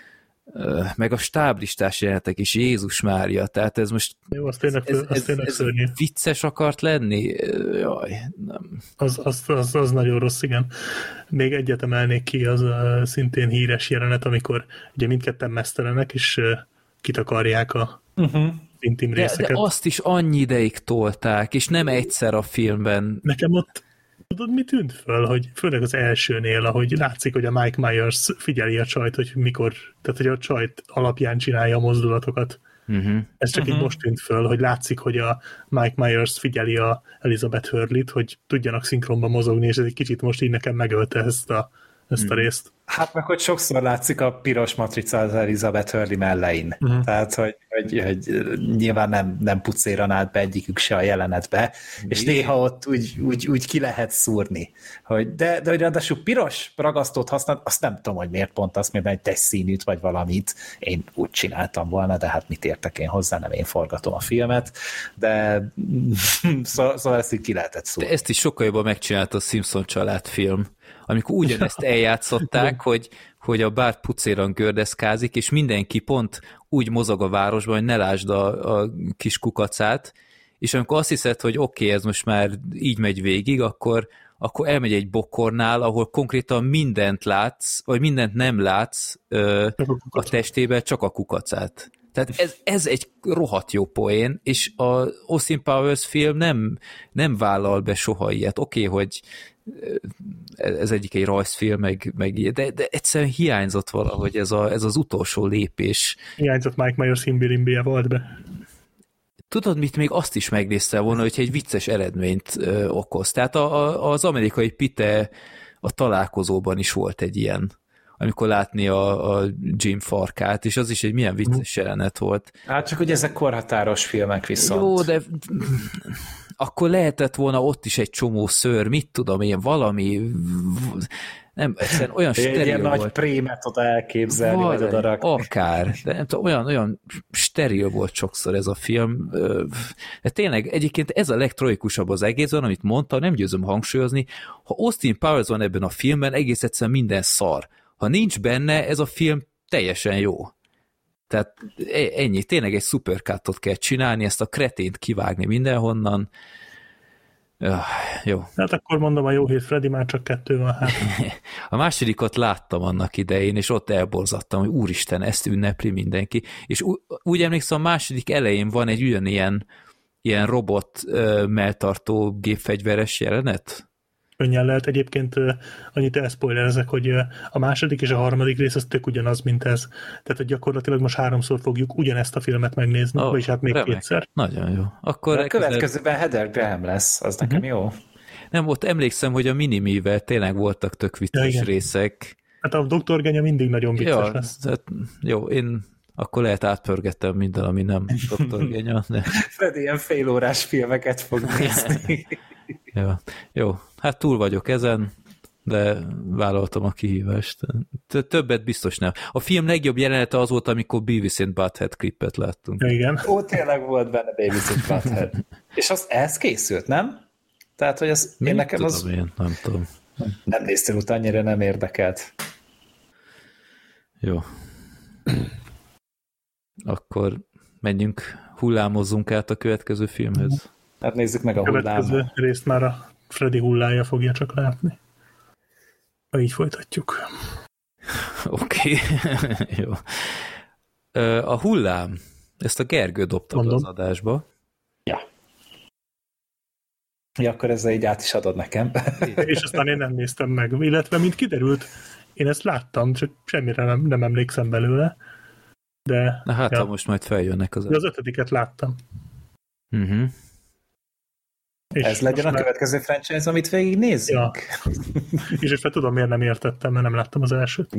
Meg a stáblistás jelenetek is, Jézus Mária, tehát ez most jó, az tényleg, ez, az ez, tényleg ez szörnyű. Vicces akart lenni? Jaj, nem. Az, az, az, az nagyon rossz, igen. Még egyet emelnék ki, az a szintén híres jelenet, amikor ugye mindketten mesztelenek, és uh, kitakarják a uh-huh. intim részeket. De, de azt is annyi ideig tolták, és nem egyszer a filmben. Nekem ott tudod, mi tűnt föl, hogy főleg az elsőnél, ahogy látszik, hogy a Mike Myers figyeli a csajt, hogy mikor, tehát hogy a csajt alapján csinálja a mozdulatokat. Uh-huh. Ez csak uh-huh. így most tűnt föl, hogy látszik, hogy a Mike Myers figyeli a Elizabeth Hurley-t, hogy tudjanak szinkronban mozogni, és ez egy kicsit most így nekem megölte ezt a, ezt uh-huh. a részt. Hát meg, hogy sokszor látszik a piros matrica az Elizabeth Hurley mellein. Uh-huh. Tehát, hogy, hogy, hogy nyilván nem, nem pucéran állt be egyikük se a jelenetbe, mi? És néha ott úgy, úgy, úgy ki lehet szúrni. Hogy de, de hogy ráadásul piros ragasztót használ, azt nem tudom, hogy miért pont azt, miért egy testszínűt vagy valamit. Én úgy csináltam volna, de hát mit értek én hozzá, nem én forgatom a filmet, de szó, szóval ezt így ki lehetett szúrni. De ezt is sokkal jobban megcsinálta a Simpson családfilm, amikor ugyanezt eljátszották, hogy, hogy a Bart pucéran gördeszkázik, és mindenki pont úgy mozog a városban, hogy ne lásd a, a kis kukacát, és amikor azt hiszed, hogy oké, okay, ez most már így megy végig, akkor, akkor elmegy egy bokornál, ahol konkrétan mindent látsz, vagy mindent nem látsz ö, a testében, csak a kukacát. Tehát ez, ez egy rohadt jó poén, és a Austin Powers film nem, nem vállal be soha ilyet. Oké, okay, hogy ez egyik egy rajzfilm, meg, meg de, de egyszerűen hiányzott valahogy ez, a, ez az utolsó lépés. Hiányzott Mike Myers himbi-rimbije volt be. Tudod mit, még azt is megnézte volna, hogyha egy vicces eredményt ö, okoz. Tehát a, a, az amerikai Pite a találkozóban is volt egy ilyen, amikor látni a, a Jim farkát, és az is egy milyen vicces jelenet volt. Hát csak, hogy ezek korhatáros filmek viszont. Jó, de akkor lehetett volna ott is egy csomó szőr, mit tudom én, valami nem, egyszerűen olyan steril ilyen volt. nagy prémet oda elképzelni, vagy oda rakni. Akár, de nem tudom, olyan, olyan steril volt sokszor ez a film. De tényleg egyébként ez a legtragikusabb az egészben, amit mondta, nem győzöm hangsúlyozni, ha Austin Powers van ebben a filmben, egész egyszerűen minden szar. Ha nincs benne, ez a film teljesen jó. Tehát ennyi, tényleg egy szuperkátot kell csinálni, ezt a kretént kivágni mindenhonnan. Uh, jó. Hát akkor mondom, a Jó Hét Freddy már csak kettő van. Hát. A másodikat láttam annak idején, és ott elborzadtam, hogy úristen, ezt ünnepli mindenki. És úgy emlékszem, a második elején van egy ugyanilyen ilyen robot uh, melltartó gépfegyveres jelenet? Könnyen lehet. Egyébként uh, annyit elszpoilerezek, hogy uh, a második és a harmadik rész az tök ugyanaz, mint ez. Tehát hogy gyakorlatilag most háromszor fogjuk ugyanezt a filmet megnézni, oh, vagyis hát még remek. kétszer. Nagyon jó. Akkor a következőben Heather Graham lesz, az nekem uh-huh. jó. Nem, ott emlékszem, hogy a Minimivel tényleg voltak tök vicces ja, részek. Hát a doktor Genya mindig nagyon vicces ja, lesz. Hát, jó, én akkor lehet átpörgettem minden, ami nem doktor Genya. De... Fred ilyen félórás filmeket fog nézni. Ja, jó, hát túl vagyok ezen, de vállaltam a kihívást. Többet biztos nem. A film legjobb jelenete az volt, amikor Beavis and Butthead klippet láttunk. Ja, igen. Ó, tényleg volt benne Beavis and Butthead. És az ez készült, nem? Tehát, hogy az, én nekem tudom az... Én, nem tudom. Nem néztem utána, annyira nem érdekelt. Jó. Akkor menjünk, hullámozzunk át a következő filmhez. Hát nézzük meg a, a következő hullámot. részt már a Freddy hullája fogja csak látni. Ha így folytatjuk. Oké, okay. Jó. A hullám, ezt a Gergő dobta be az adásba. Ja. Ja, akkor ezzel így át is adod nekem. És aztán én nem néztem meg. Illetve, mint kiderült, én ezt láttam, csak semmire nem, nem emlékszem belőle. De, Na hát, ja. ha most majd feljönnek az... De az ötödiket láttam. Uh-huh. Ez legyen a már... következő franchise, amit végig nézzük. Ja. És és tudom, miért nem értettem, mert nem láttam az elsőt.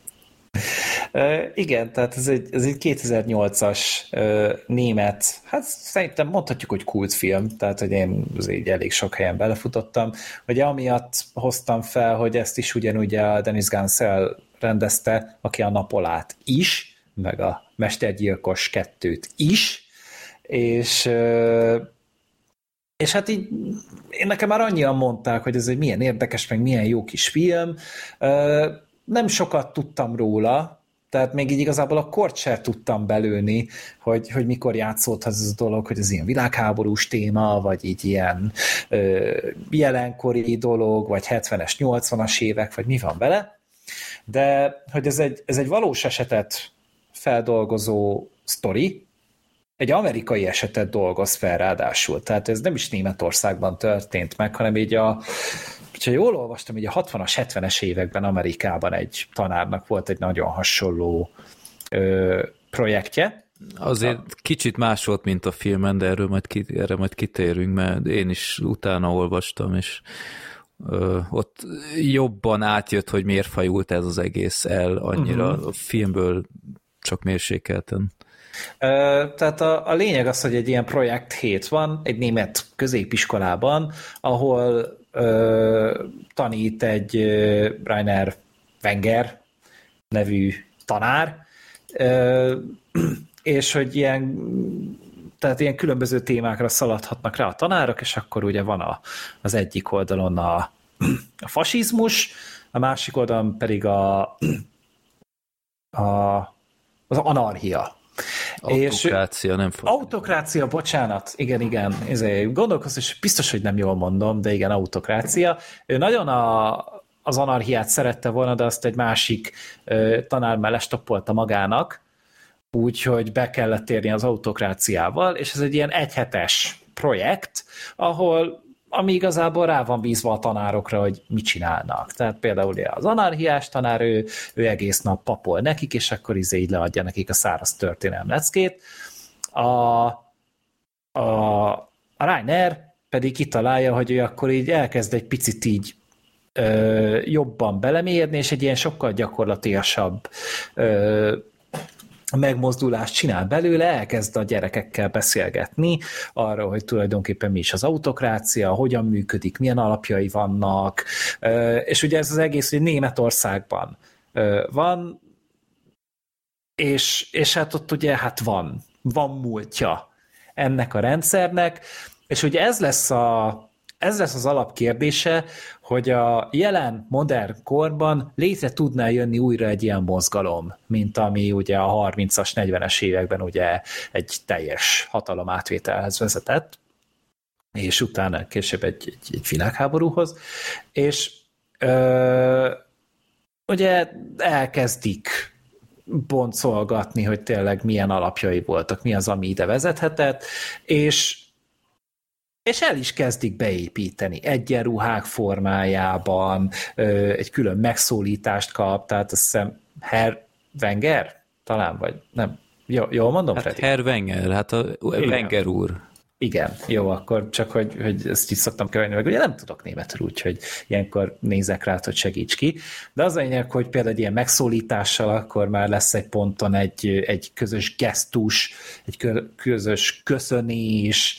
Uh, igen, tehát ez egy, ez egy kétezer-nyolcas uh, német, hát szerintem mondhatjuk, hogy kultfilm, tehát hogy én így elég sok helyen belefutottam. Ugye amiatt hoztam fel, hogy ezt is ugyanúgy a Dennis Gansel rendezte, aki a Napolát is, meg a Mestergyilkos kettőt is, és uh, és hát így én nekem már annyian mondták, hogy ez egy milyen érdekes, meg milyen jó kis film. Nem sokat tudtam róla, tehát még így igazából a kort sem tudtam belőni, hogy, hogy mikor játszódhat ez a dolog, hogy ez ilyen világháborús téma, vagy így ilyen ö, jelenkori dolog, vagy hetvenes, nyolcvanas évek, vagy mi van vele. De hogy ez egy, ez egy valós esetet feldolgozó sztori, egy amerikai esetet dolgoz fel ráadásul, tehát ez nem is Németországban történt meg, hanem így a, ha jól olvastam, így a hatvanas, hetvenes években Amerikában egy tanárnak volt egy nagyon hasonló ö, projektje. Azért a... kicsit más volt, mint a filmen, de erről majd, ki, erre majd kitérünk, mert én is utána olvastam, és ö, ott jobban átjött, hogy miért fajult ez az egész el annyira, uh-huh. A filmből csak mérsékelten. Tehát a, a lényeg az, hogy egy ilyen projekt hét van, egy német középiskolában, ahol ö, tanít egy ö, Rainer Wenger nevű tanár, ö, és hogy ilyen, tehát ilyen különböző témákra szaladhatnak rá a tanárok, és akkor ugye van a, az egyik oldalon a, a fasizmus, a másik oldalon pedig a, a az anarchia. Autokrácia, nem fog. Autokrácia, bocsánat, igen, igen. Gondolkozz, és biztos, hogy nem jól mondom, de igen, autokrácia. Ő nagyon a, az anarchiát szerette volna, de azt egy másik ö, tanár mellé stoppolta magának, úgyhogy be kellett térni az autokráciával, és ez egy ilyen egyhetes projekt, ahol ami igazából rá van bízva a tanárokra, hogy mit csinálnak. Tehát például az anarchiás tanár, ő, ő egész nap papol nekik, és akkor izé így leadja nekik a száraz történelem leckét. A, a, a Rainer pedig kitalálja, hogy ő akkor így elkezd egy picit így ö, jobban belemélyedni, és egy ilyen sokkal gyakorlatiasabb ö, megmozdulást csinál belőle, elkezd a gyerekekkel beszélgetni arról, hogy tulajdonképpen mi is az autokrácia, hogyan működik, milyen alapjai vannak, és ugye ez az egész, hogy Németországban van, és, és hát ott ugye hát van, van múltja ennek a rendszernek, és ugye ez lesz a Ez lesz az alapkérdése, hogy a jelen modern korban létre tudná jönni újra egy ilyen mozgalom, mint ami ugye a harmincas, negyvenes években ugye egy teljes hatalomátvételhez vezetett, és utána később egy, egy, egy világháborúhoz, és ö, ugye elkezdik boncolgatni, hogy tényleg milyen alapjai voltak, mi az, ami ide vezethetett, és és el is kezdik beépíteni egyenruhák formájában, egy külön megszólítást kap, tehát azt hiszem Herr Wenger talán, vagy nem. Jó, jól mondom, hát Freddy? Herr Wenger, hát a Wenger úr. Igen, jó, akkor csak, hogy, hogy ezt is szoktam keverni, meg ugye nem tudok németül, úgyhogy ilyenkor nézek rá, hogy segíts ki. De az a lényeg, hogy például egy ilyen megszólítással akkor már lesz egy ponton egy, egy közös gesztus, egy közös köszönés,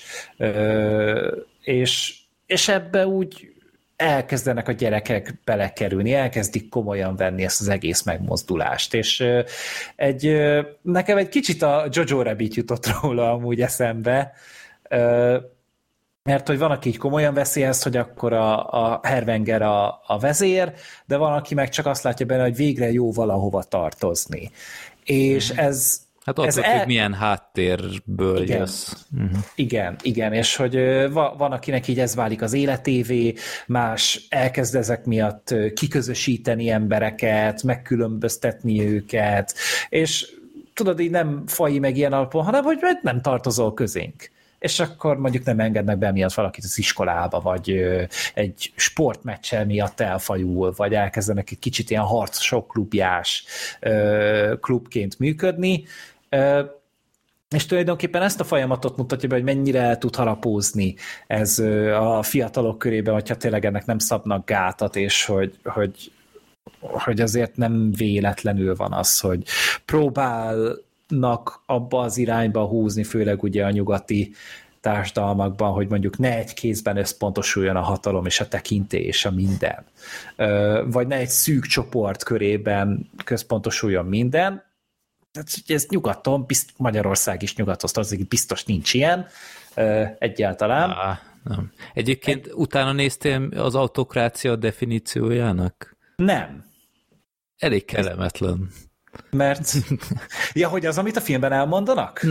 és, és ebbe úgy elkezdenek a gyerekek belekerülni, elkezdik komolyan venni ezt az egész megmozdulást, és egy, nekem egy kicsit a Jojo Rabbit jutott róla amúgy eszembe, mert hogy van, aki így komolyan veszi ezt, hogy akkor a, a Herr Wenger a, a vezér, de van, aki meg csak azt látja benne, hogy végre jó valahova tartozni. És ez... Hát ott, ez hogy el... milyen háttérből igen. jössz. Uh-huh. Igen, igen, és hogy van, akinek így ez válik az életévé, más elkezd ezek miatt kiközösíteni embereket, megkülönböztetni őket, és tudod, így nem faji meg ilyen alapon, hanem hogy nem tartozol közénk. És akkor mondjuk nem engednek be miatt valakit az iskolába, vagy ö, egy sportmeccsel miatt elfajul, vagy elkezdenek egy kicsit ilyen harcosok klubjás ö, klubként működni. Ö, és tulajdonképpen ezt a folyamatot mutatja be, hogy mennyire tud harapózni ez ö, a fiatalok körében, hogyha tényleg ennek nem szabnak gátat, és hogy, hogy, hogy azért nem véletlenül van az, hogy próbál abba az irányba húzni, főleg ugye a nyugati társadalmakban, hogy mondjuk ne egy kézben összpontosuljon a hatalom és a tekintély és a minden. Vagy ne egy szűk csoport körében központosuljon minden. Ez nyugaton, bizt, Magyarország is nyugathoz tartozik, biztos nincs ilyen egyáltalán. Á, nem. Egyébként egy... utána néztél az autokrácia definíciójának? Nem. Elég kellemetlen. Mert, ja, hogy az, amit a filmben elmondanak?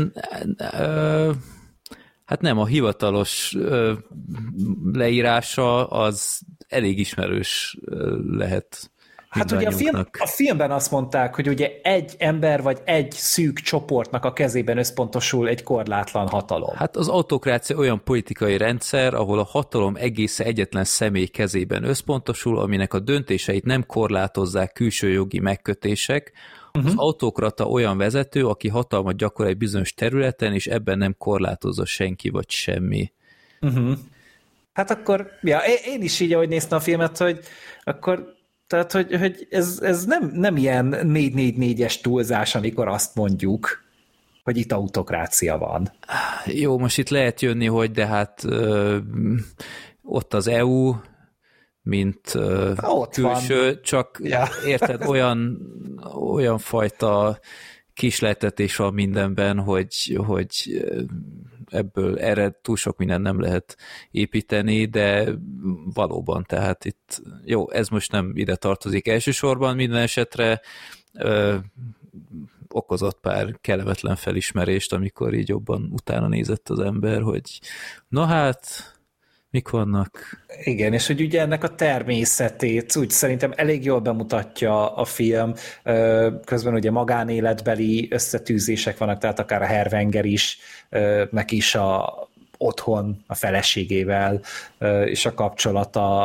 Hát nem, a hivatalos leírása az elég ismerős lehet. Hát ugye a, film, a filmben azt mondták, hogy ugye egy ember vagy egy szűk csoportnak a kezében összpontosul egy korlátlan hatalom. Hát az autokrácia olyan politikai rendszer, ahol a hatalom egészen egyetlen személy kezében összpontosul, aminek a döntéseit nem korlátozzák külső jogi megkötések. Uh-huh. Az autokrata olyan vezető, aki hatalmat gyakorol egy bizonyos területen, és ebben nem korlátozza senki vagy semmi. Uh-huh. Hát akkor, ja, én is így, ahogy néztem a filmet, hogy akkor tehát, hogy, hogy ez, ez nem, nem ilyen négy négy négyes túlzás, amikor azt mondjuk, hogy itt autokrácia van. Jó, most itt lehet jönni, hogy de hát ö, ott az é u, mint ö, ott külső, van. csak ja. érted, olyan, olyan fajta kisletetés van mindenben, hogy, hogy ebből erre túl sok minden nem lehet építeni, de valóban, tehát itt, jó, ez most nem ide tartozik elsősorban, minden esetre ö, okozott pár kellemetlen felismerést, amikor így jobban utána nézett az ember, hogy na hát, mik vannak? Igen, és hogy ugye ennek a természetét úgy szerintem elég jól bemutatja a film, közben ugye magánéletbeli összetűzések vannak, tehát akár a Herr Wenger is, neki is a otthon a feleségével, és a kapcsolata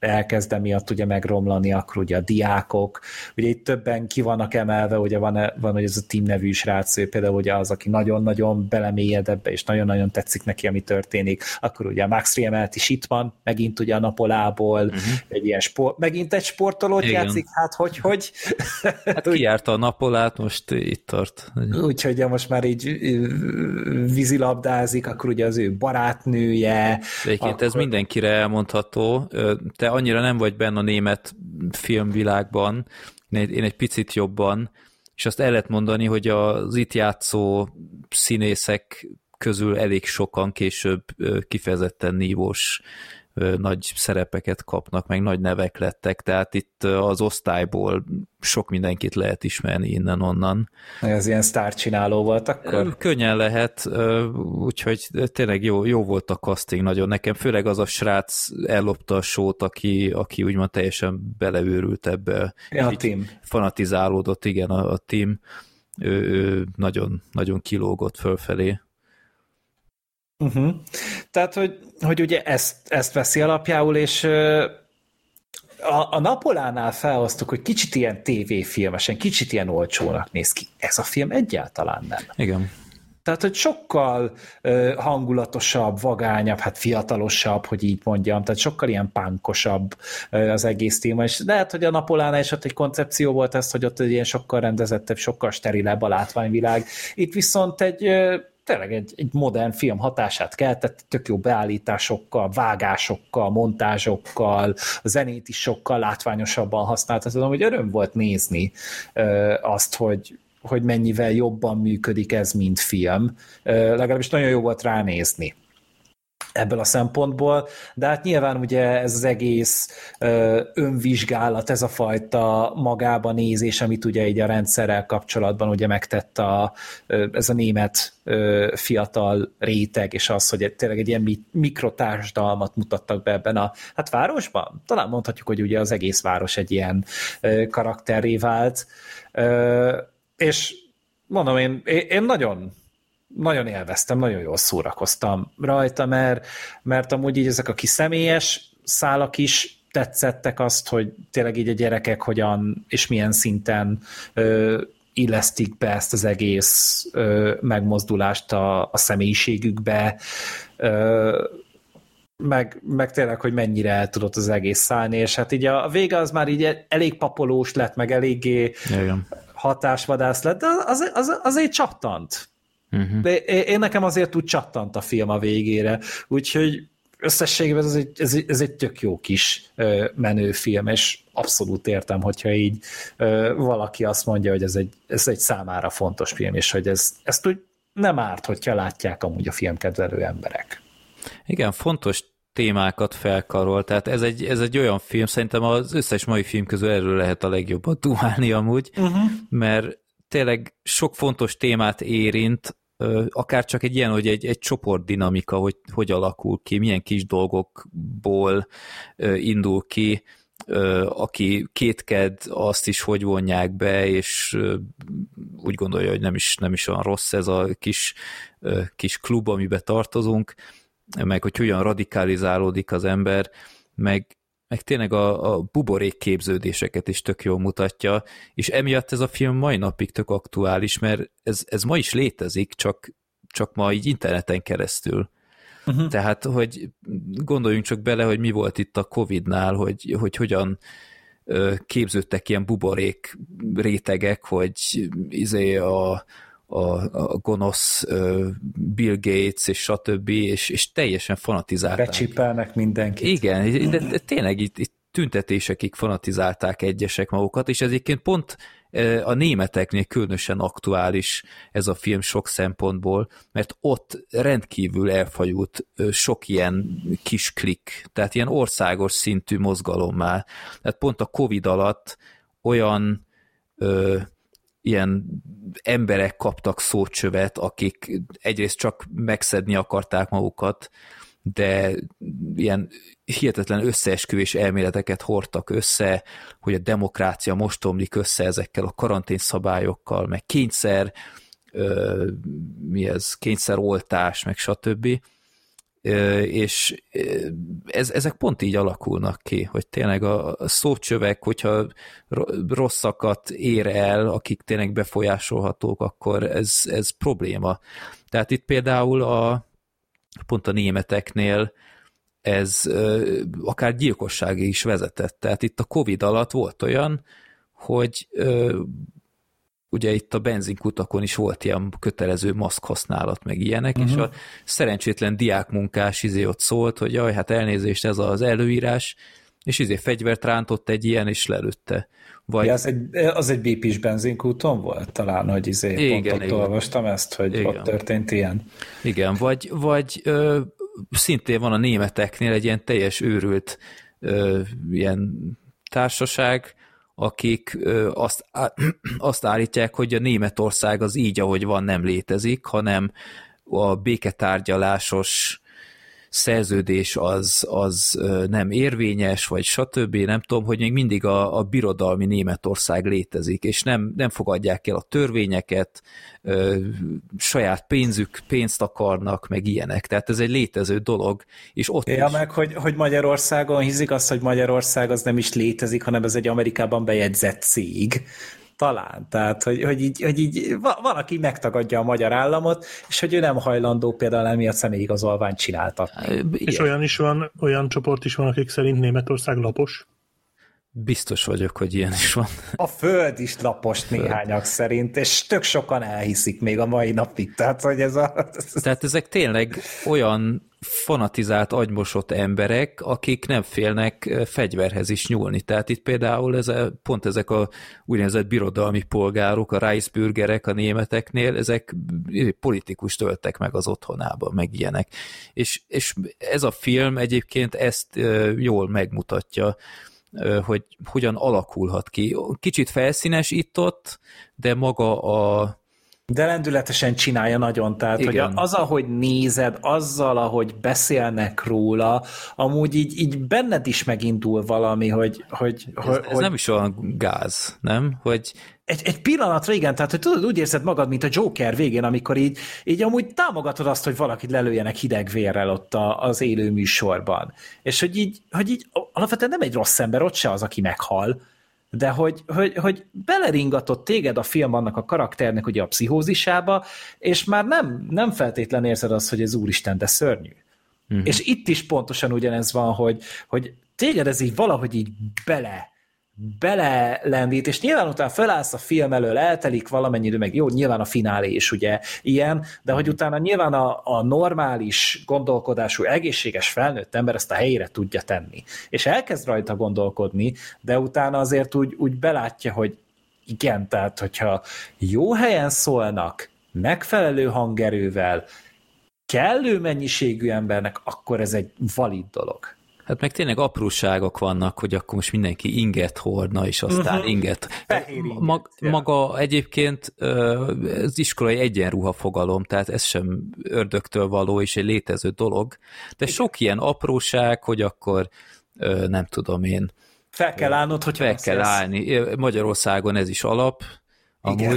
elkezd emiatt ugye megromlani, akkor ugye a diákok, ugye itt többen ki vannak emelve, ugye van, van hogy ez a Tim nevű srác, ő például ugye az, aki nagyon-nagyon belemélyed ebbe, és nagyon-nagyon tetszik neki, ami történik, akkor ugye a Max Riemelt is itt van, megint ugye a Napolából, uh-huh. egy ilyen sport, megint egy sportolót igen. játszik, hát hogy, hogy? Hát kijárta a Napolát, most itt tart. Úgyhogy ja, most már így vízilabdázik, akkor ugye az ő barátnője. Egyébként akkor... ez mindenkire elmondható. Te annyira nem vagy benne a német filmvilágban, én egy picit jobban, és azt el lehet mondani, hogy az itt játszó színészek közül elég sokan később kifejezetten nívós nagy szerepeket kapnak, meg nagy nevek lettek, tehát itt az osztályból sok mindenkit lehet ismerni innen-onnan. Ez ilyen sztárcsináló volt akkor? Könnyen lehet, úgyhogy tényleg jó, jó volt a casting nagyon. Nekem főleg az a srác ellopta a sót, aki, aki úgymond teljesen beleőrült ebbe. Ja, a Tim. Fanatizálódott, igen, a, a Tim. Ő, ő nagyon, nagyon kilógott fölfelé. Uh-huh. Tehát, hogy, hogy ugye ezt, ezt veszi alapjául, és a, a Napolánál felhoztuk, hogy kicsit ilyen tévéfilmesen, kicsit ilyen olcsónak néz ki. Ez a film egyáltalán nem. Igen. Tehát, hogy sokkal uh, hangulatosabb, vagányabb, hát fiatalosabb, hogy így mondjam, tehát sokkal ilyen pánkosabb uh, az egész téma, és lehet, hogy a Napolánál is ott egy koncepció volt ez, hogy ott egy ilyen sokkal rendezettebb, sokkal sterilebb a látványvilág. Itt viszont egy uh, tényleg egy, egy modern film hatását keltett, tök jó beállításokkal, vágásokkal, montázsokkal, a zenét is sokkal látványosabban használta. Tudom, hogy öröm volt nézni uh, azt, hogy, hogy mennyivel jobban működik ez, mint film. Uh, legalábbis nagyon jó volt ránézni ebből a szempontból, de hát nyilván ugye ez az egész ö, önvizsgálat, ez a fajta magába nézés, amit ugye így a rendszerrel kapcsolatban ugye megtett a, ö, ez a német ö, fiatal réteg, és az, hogy tényleg egy ilyen mikrotársdalmat mutattak be ebben a hát városban. Talán mondhatjuk, hogy ugye az egész város egy ilyen ö, karakterré vált, ö, és mondom, én, én nagyon nagyon élveztem, nagyon jól szórakoztam rajta, mert, mert amúgy így ezek a kis személyes szálak is tetszettek, azt, hogy tényleg így a gyerekek hogyan és milyen szinten ö, illesztik be ezt az egész ö, megmozdulást a, a személyiségükbe, ö, meg, meg tényleg, hogy mennyire el tudott az egész szállni, és hát így a, a vége az már így elég papolós lett, meg eléggé igen. hatásvadász lett, de az, az, azért csattant. Uh-huh. De én nekem azért úgy csattant a film a végére, úgyhogy összességében ez egy, ez egy, ez egy tök jó kis menő film, és abszolút értem, hogyha így valaki azt mondja, hogy ez egy, ez egy számára fontos film, és hogy ez, ezt úgy nem árt, hogyha látják amúgy a filmkedvelő emberek. Igen, fontos témákat felkarol, tehát ez egy, ez egy olyan film, szerintem az összes mai film közül erről lehet a legjobban dumálni amúgy, uh-huh. mert tényleg sok fontos témát érint, akár csak egy ilyen, hogy egy, egy csoportdinamika, hogy hogy alakul ki, milyen kis dolgokból indul ki, aki kétked, azt is hogy vonják be, és úgy gondolja, hogy nem is, nem is olyan rossz ez a kis, kis klub, amiben tartozunk, meg hogy hogyan radikalizálódik az ember, meg meg tényleg a, a buborék képződéseket is tök jól mutatja, és emiatt ez a film mai napig tök aktuális, mert ez, ez ma is létezik, csak, csak ma így interneten keresztül. Uh-huh. Tehát, hogy gondoljunk csak bele, hogy mi volt itt a Covidnál, hogy, hogy hogyan képződtek ilyen buborék rétegek, hogy izé a A, a gonosz uh, Bill Gates és stb. És, és teljesen fanatizálták. Becsipelnek mindenkit. Igen, de, de tényleg itt, itt tüntetésekig fanatizálták egyesek magukat, és ezért pont uh, a németeknél különösen aktuális ez a film sok szempontból, mert ott rendkívül elfajult uh, sok ilyen kis klik, tehát ilyen országos szintű mozgalommá. Tehát pont a Covid alatt olyan uh, ilyen emberek kaptak szócsövet, akik egyrészt csak megszedni akarták magukat, de ilyen hihetetlen összeesküvés elméleteket hordtak össze, hogy a demokrácia most omlik össze ezekkel a karanténszabályokkal, meg kényszer, ö, mi ez, kényszeroltás, meg stb. és ez, ezek pont így alakulnak ki, hogy tényleg a szócsövek, hogyha rosszakat ér el, akik tényleg befolyásolhatók, akkor ez, ez probléma. Tehát itt például a, pont a németeknél ez akár gyilkosságig is vezetett. Tehát itt a Covid alatt volt olyan, hogy ugye itt a benzinkutakon is volt ilyen kötelező maszk használat, meg ilyenek, uh-huh. és a szerencsétlen diákmunkás izé ott szólt, hogy jaj, hát elnézést, ez az előírás, és izé fegyvert rántott egy ilyen, és lelőtte. Vagy... Ja, az, egy, az egy bé pés benzinkúton volt talán, hogy izé igen, pont ott igen. olvastam ezt, hogy igen. ott történt ilyen. Igen, vagy, vagy ö, szintén van a németeknél egy ilyen teljes őrült ö, ilyen társaság, akik ö, azt, á, azt állítják, hogy a Németország az így, ahogy van, nem létezik, hanem a béketárgyalásos szerződés az, az nem érvényes, vagy stb. Nem tudom, hogy még mindig a, a birodalmi Németország létezik, és nem, nem fogadják el a törvényeket, ö, saját pénzük, pénzt akarnak, meg ilyenek. Tehát ez egy létező dolog, és ott ja, is... meg, hogy, hogy Magyarországon hiszik azt, hogy Magyarország az nem is létezik, hanem ez egy Amerikában bejegyzett cég. Talán. Tehát, hogy, hogy, így, hogy így van, aki megtagadja a magyar államot, és hogy ő nem hajlandó például emiatt személyigazolványt csináltatni. És olyan is van, olyan csoport is van, akik szerint Németország lapos? Biztos vagyok, hogy ilyen is van. A föld is lapos néhányak szerint, és tök sokan elhiszik még a mai napig. Tehát, hogy ez a... Tehát ezek tényleg olyan fanatizált, agymosott emberek, akik nem félnek fegyverhez is nyúlni. Tehát itt például ez a, pont ezek a úgynevezett birodalmi polgárok, a Reichsbürgerek a németeknél, ezek politikust öltek meg az otthonában, meg ilyenek. És, és ez a film egyébként ezt jól megmutatja, hogy hogyan alakulhat ki. Kicsit felszínes itt-ott, de maga a... De lendületesen csinálja nagyon, tehát igen. hogy az, ahogy nézed, azzal, ahogy beszélnek róla, amúgy így, így benned is megindul valami, hogy... hogy, ez, hogy ez nem is olyan gáz, nem? Hogy... Egy, egy pillanatra, igen, tehát hogy tudod, úgy érzed magad, mint a Joker végén, amikor így, így amúgy támogatod azt, hogy valakit lelőjenek hideg vérrel ott a, az élő műsorban. És hogy így, hogy így alapvetően nem egy rossz ember, ott se az, aki meghal, de hogy, hogy, hogy beleringatott téged a film annak a karakternek ugye a pszichózisába, és már nem, nem feltétlen érzed azt, hogy ez úristen, de szörnyű. Uh-huh. És itt is pontosan ugyanez van, hogy, hogy téged ez így valahogy így bele belelendít, és nyilván utána felállsz a film elől, eltelik valamennyi idő, meg jó, nyilván a finálé is ugye ilyen, de hogy utána nyilván a, a normális gondolkodású, egészséges felnőtt ember ezt a helyére tudja tenni. És elkezd rajta gondolkodni, de utána azért úgy, úgy belátja, hogy igen, tehát hogyha jó helyen szólnak, megfelelő hangerővel, kellő mennyiségű embernek, akkor ez egy valid dolog. Hát meg tényleg apróságok vannak, hogy akkor most mindenki inget hordna, és aztán uh-huh. inget. inget. Mag, maga egyébként az iskolai egyenruha fogalom, tehát ez sem ördögtől való, és egy létező dolog. De sok ilyen apróság, hogy akkor nem tudom én. Fel kell állnod, hogy fel kell állni. Magyarországon ez is alap. Amúgy.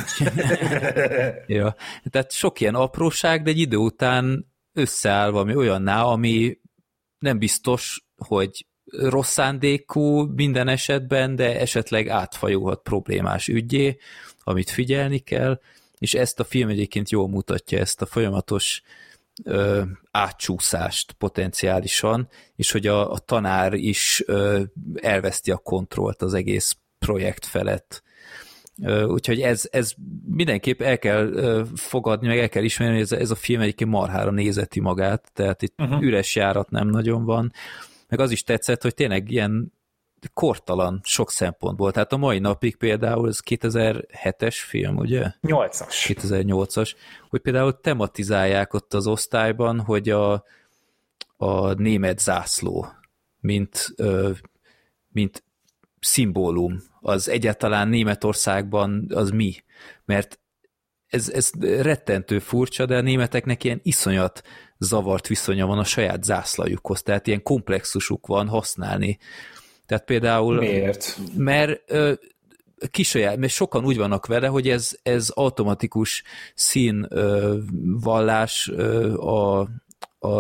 Ja. Tehát sok ilyen apróság, de egy idő után összeáll valami olyanná, ami nem biztos, hogy rossz szándékú minden esetben, de esetleg átfajulhat problémás ügyé, amit figyelni kell, és ezt a film egyébként jól mutatja, ezt a folyamatos ö, átcsúszást potenciálisan, és hogy a, a tanár is ö, elveszti a kontrollt az egész projekt felett. Ö, úgyhogy ez, ez mindenképp el kell ö, fogadni, meg el kell ismerni, hogy ez, ez a film egyébként marhára nézeti magát, tehát itt uh-huh. üres járat nem nagyon van, meg az is tetszett, hogy tényleg ilyen kortalan sok szempontból. Tehát a mai napig például, ez kétezer-hetes film, ugye? nyolcas. kétezer-nyolcas, hogy például tematizálják ott az osztályban, hogy a, a német zászló, mint, ö, mint szimbólum, az egyáltalán Németországban az mi? Mert ez, ez rettentő furcsa, de a németeknek ilyen iszonyat zavart viszonya van a saját zászlajukhoz, tehát ilyen komplexusuk van használni. Tehát például... Miért? Mert, ö, kisaját, mert sokan úgy vannak vele, hogy ez, ez automatikus színvallás a, a,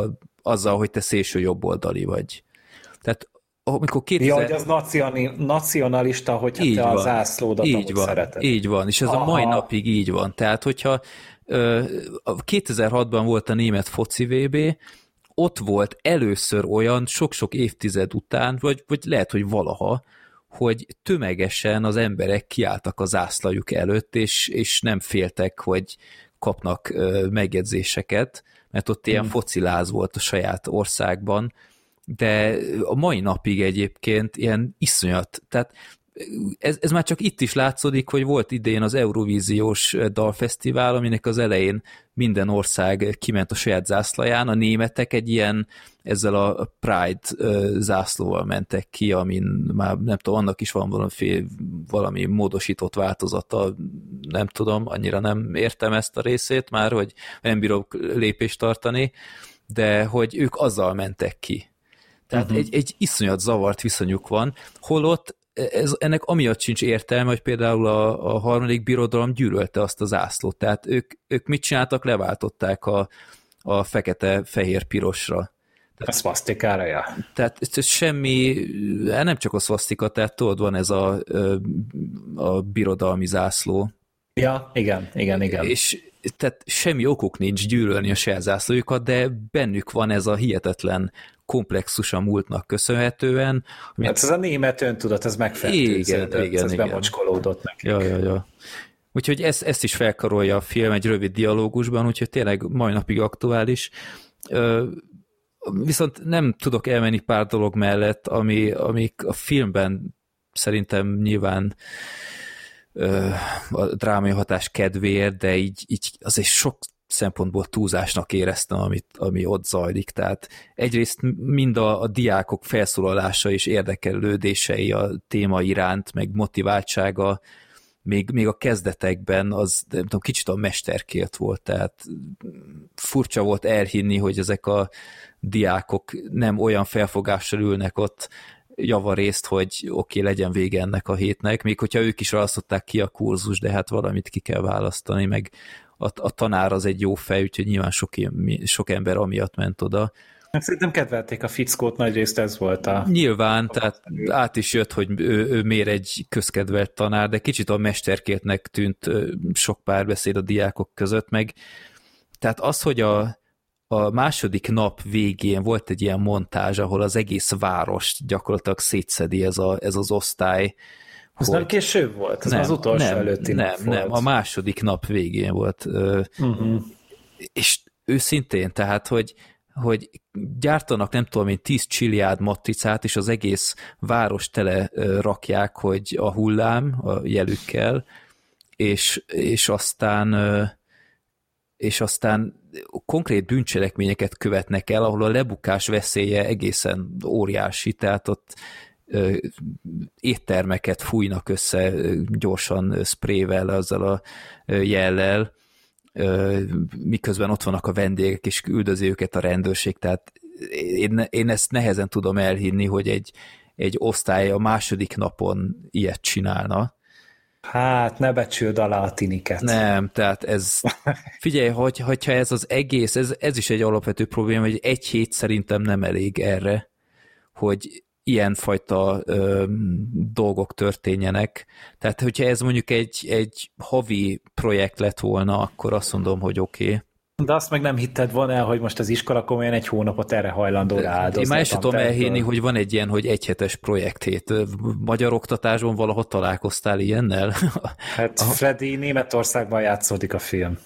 azzal, hogy te szélső jobboldali vagy. Tehát amikor kétezer... Ja, hogy az nacionali, nacionalista, hogy hát te van, a zászlódat így van, szereted. Így van, és ez Aha. a mai napig így van. Tehát, hogyha kétezer-hatban volt a német foci vé bé, ott volt először olyan sok-sok évtized után, vagy, vagy lehet, hogy valaha, hogy tömegesen az emberek kiálltak a zászlajuk előtt, és, és nem féltek, hogy kapnak megjegyzéseket, mert ott ilyen hmm. fociláz volt a saját országban, de a mai napig egyébként ilyen iszonyat, tehát ez, ez már csak itt is látszódik, hogy volt idén az Eurovíziós dalfesztivál, aminek az elején minden ország kiment a saját zászlaján, a németek egy ilyen, ezzel a Pride zászlóval mentek ki, amin már nem tudom, annak is van valami, valami módosított változata, nem tudom, annyira nem értem ezt a részét már, hogy nem bírok lépést tartani, de hogy ők azzal mentek ki. Tehát uh-huh. egy, egy iszonyat zavart viszonyuk van, holott ez, ennek amiatt sincs értelme, hogy például a, a harmadik birodalom gyűlölte azt a zászlót. Tehát ők, ők mit csináltak? Leváltották a, a fekete-fehér-pirosra. A szvasztikára, ja. Tehát ez semmi, nem csak a szvasztika, tehát tudod, van ez a, a birodalmi zászló. Ja, igen, igen, igen. És tehát semmi okuk nincs gyűlölni a saját zászlójukat, de bennük van ez a hihetetlen komplexus a múltnak köszönhetően. Amit... Hát ez a német öntudat, ez megfertőződött, igen, igen, ez igen. bemocskolódott nekik. Ja, ja, ja. Úgyhogy ezt, ezt is felkarolja a film egy rövid dialógusban, úgyhogy tényleg mai napig aktuális. Viszont nem tudok elmenni pár dolog mellett, ami, amik a filmben szerintem nyilván a drámai hatás kedvéért, de így, így azért sok szempontból túlzásnak éreztem, amit, ami ott zajlik. Tehát egyrészt mind a, a diákok felszólalása és érdeklődései a téma iránt, meg motiváltsága, még, még a kezdetekben az, nem tudom, kicsit a mesterkélt volt, tehát furcsa volt elhinni, hogy ezek a diákok nem olyan felfogással ülnek ott javarészt, hogy oké, okay, legyen vége ennek a hétnek, még hogyha ők is választották ki a kurzus, de hát valamit ki kell választani, meg a, a tanár az egy jó fej, úgyhogy nyilván sok, sok ember amiatt ment oda. Szerintem kedvelték a fickót, nagyrészt ez volt a... Nyilván, tehát át is jött, hogy ő, ő miért egy közkedvelt tanár, de kicsit a mesterkétnek tűnt sok párbeszéd a diákok között, meg tehát az, hogy a a második nap végén volt egy ilyen montázs, ahol az egész várost gyakorlatilag szétszedi ez, a, ez az osztály. Ez hogy... nem később volt? Ez nem, az utolsó nem, előtti nem, nap nem, volt. a második nap végén volt. Uh-huh. És őszintén, tehát, hogy, hogy gyártanak nem tudom én tíz csilliárd matricát, és az egész város tele rakják, hogy a hullám a jelükkel, és, és aztán és aztán konkrét bűncselekményeket követnek el, ahol a lebukás veszélye egészen óriási, tehát ott ö, éttermeket fújnak össze ö, gyorsan szprével, azzal a ö, jellel, ö, miközben ott vannak a vendégek, és üldözi őket a rendőrség, tehát én, én ezt nehezen tudom elhinni, hogy egy, egy osztály a második napon ilyet csinálna. Hát, ne becsüld alá a tiniket. Nem, tehát ez, figyelj, hogy, hogyha ez az egész, ez, ez is egy alapvető probléma, hogy egy hét szerintem nem elég erre, hogy ilyenfajta ö, dolgok történjenek. Tehát, hogyha ez mondjuk egy, egy havi projekt lett volna, akkor azt mondom, hogy oké. Okay. De azt meg nem hitted volna el, hogy most az iskola komolyan egy hónapot erre hajlandó rááldozni. Én már is tudom elhinni, hogy van egy ilyen, hogy egyhetes projekthét. Magyar oktatásban valaha találkoztál ilyennel? Hát Freddy, Németországban játszódik a film.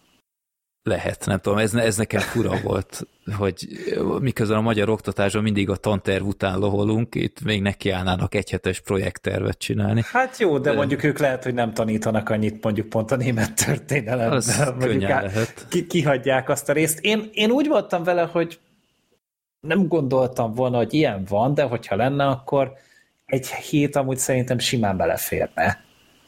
Lehet, nem tudom, ez, ez nekem fura volt, hogy miközben a magyar oktatásban mindig a tanterv után loholunk, itt még nekiállnának egyhetes projekttervet csinálni. Hát jó, de, de mondjuk ők lehet, hogy nem tanítanak annyit mondjuk pont a német történelemben. Az könnyen á, lehet. Ki, kihagyják azt a részt. Én, én úgy voltam vele, hogy nem gondoltam volna, hogy ilyen van, de hogyha lenne, akkor egy hét amúgy szerintem simán beleférne.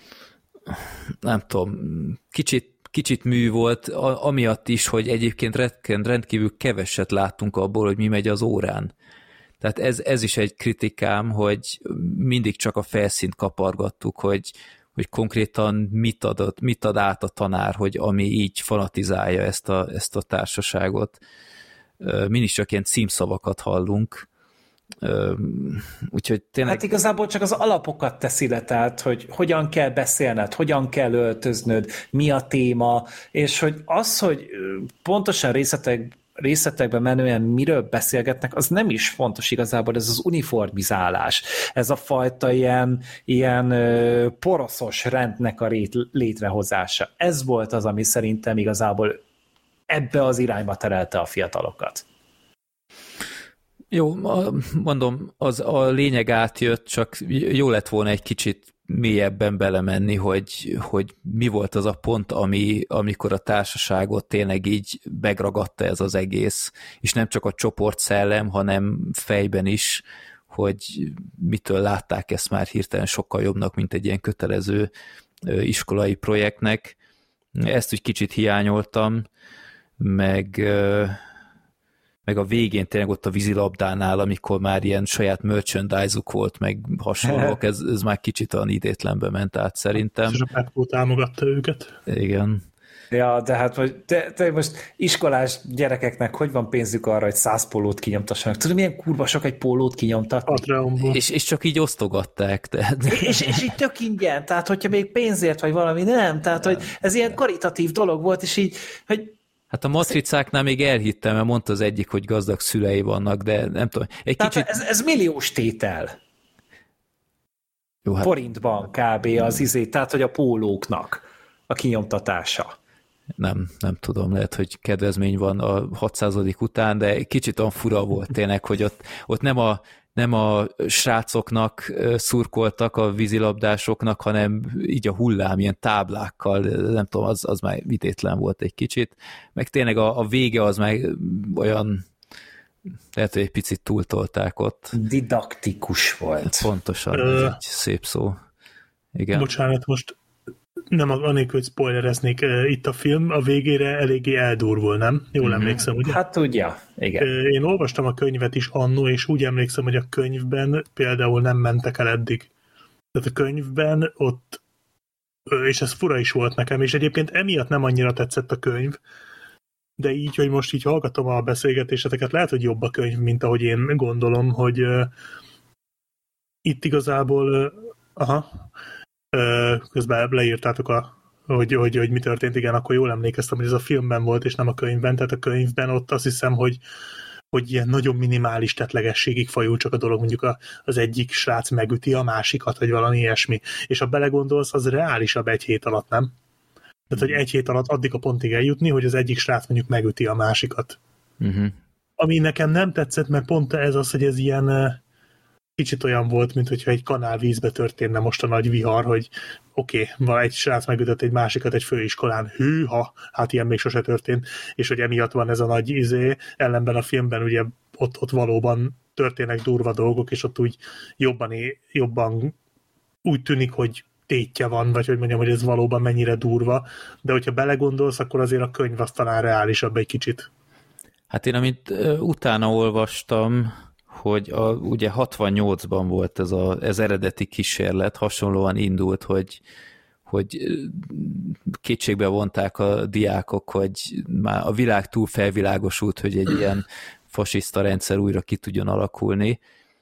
Nem tudom, kicsit Kicsit mű volt, amiatt is, hogy egyébként rendkívül keveset láttunk abból, hogy mi megy az órán. Tehát ez, ez is egy kritikám, hogy mindig csak a felszínt kapargattuk, hogy, hogy konkrétan mit, adott, mit ad át a tanár, hogy ami így fanatizálja ezt a, ezt a társaságot. mindig csak ilyen címszavakat hallunk. Úgyhogy tényleg... Hát igazából csak az alapokat teszi le, tehát, hogy hogyan kell beszélned, hogyan kell öltöznöd, mi a téma, és hogy az, hogy pontosan részletek, részletekben menően miről beszélgetnek, az nem is fontos igazából, ez az uniformizálás, ez a fajta ilyen, ilyen poroszos rendnek a létrehozása. Ez volt az, ami szerintem igazából ebbe az irányba terelte a fiatalokat. Jó, mondom, az a lényeg átjött, csak jó lett volna egy kicsit mélyebben belemenni, hogy, hogy mi volt az a pont, ami, amikor a társaságot tényleg így megragadta ez az egész, és nem csak a csoportszellem, hanem fejben is, hogy mitől látták ezt már hirtelen sokkal jobbnak, mint egy ilyen kötelező iskolai projektnek. Ezt úgy kicsit hiányoltam, meg... meg a végén tényleg ott a vízilabdánál, amikor már ilyen saját merchandise-uk volt, meg hasonlók, ez, ez már kicsit olyan idétlenbe ment át szerintem. És a Petco támogatta őket. Igen. Ja, de hát hogy te, te most iskolás gyerekeknek hogy van pénzük arra, hogy száz pólót kinyomtassanak? Tudom, milyen kurva sok egy pólót kinyomtatni? És, és csak így osztogatták. Tehát... És, és így tök ingyen, tehát hogyha még pénzért vagy valami, nem, tehát hogy ez ilyen karitatív dolog volt, és így, hogy hát a matricáknál még elhittem, mert mondta az egyik, hogy gazdag szülei vannak, de nem tudom. Egy tehát kicsit... ez, ez milliós tétel. Jó, hát... Forintban kb. Az izé, tehát hogy a pólóknak a kinyomtatása. Nem, nem tudom, lehet, hogy kedvezmény van a hatszázadik után, de kicsit olyan fura volt tényleg, hogy ott, ott nem a nem a srácoknak szurkoltak, a vízilabdásoknak, hanem így a hullám, ilyen táblákkal, nem tudom, az, az már idétlen volt egy kicsit. Meg tényleg a, a vége az már olyan, lehet, hogy egy picit túltolták ott. Didaktikus volt. Pontosan, ez egy szép szó. Igen. Bocsánat, most nem anélkül, hogy spoilereznék, itt a film a végére eléggé eldurvul, nem? Jól mm-hmm. emlékszem, ugye? Hát tudja, igen. Én olvastam a könyvet is annó, és úgy emlékszem, hogy a könyvben például nem mentek el eddig. Tehát a könyvben ott, és ez fura is volt nekem, és egyébként emiatt nem annyira tetszett a könyv, de így, hogy most így hallgatom a beszélgetéseteket, lehet, hogy jobb a könyv, mint ahogy én gondolom, hogy uh, itt igazából uh, aha, közben leírtátok, a, hogy, hogy, hogy mi történt, igen, akkor jól emlékeztem, hogy ez a filmben volt, és nem a könyvben, tehát a könyvben ott azt hiszem, hogy, hogy ilyen nagyon minimális tettlegességig fajul csak a dolog, mondjuk a, az egyik srác megüti a másikat, vagy valami ilyesmi, és ha belegondolsz, az reálisabb egy hét alatt, nem? Tehát, hogy egy hét alatt addig a pontig eljutni, hogy az egyik srác mondjuk megüti a másikat. Uh-huh. Ami nekem nem tetszett, mert pont ez az, hogy ez ilyen kicsit olyan volt, mint hogyha egy kanálvízbe történne most a nagy vihar, hogy oké, okay, van egy srác megütött egy másikat egy főiskolán, hűha, hát ilyen még sose történt, és hogy emiatt van ez a nagy izé, ellenben a filmben ugye ott, ott valóban történnek durva dolgok, és ott úgy jobban, jobban úgy tűnik, hogy tétje van, vagy hogy mondjam, hogy ez valóban mennyire durva, de hogyha belegondolsz, akkor azért a könyv az talán reálisabb egy kicsit. Hát én, amit utána olvastam, hogy a, ugye hatvannyolcban volt ez az ez eredeti kísérlet, hasonlóan indult, hogy, hogy kétségbe vonták a diákok, hogy már a világ túl felvilágosult, hogy egy ilyen fasiszta rendszer újra ki tudjon alakulni.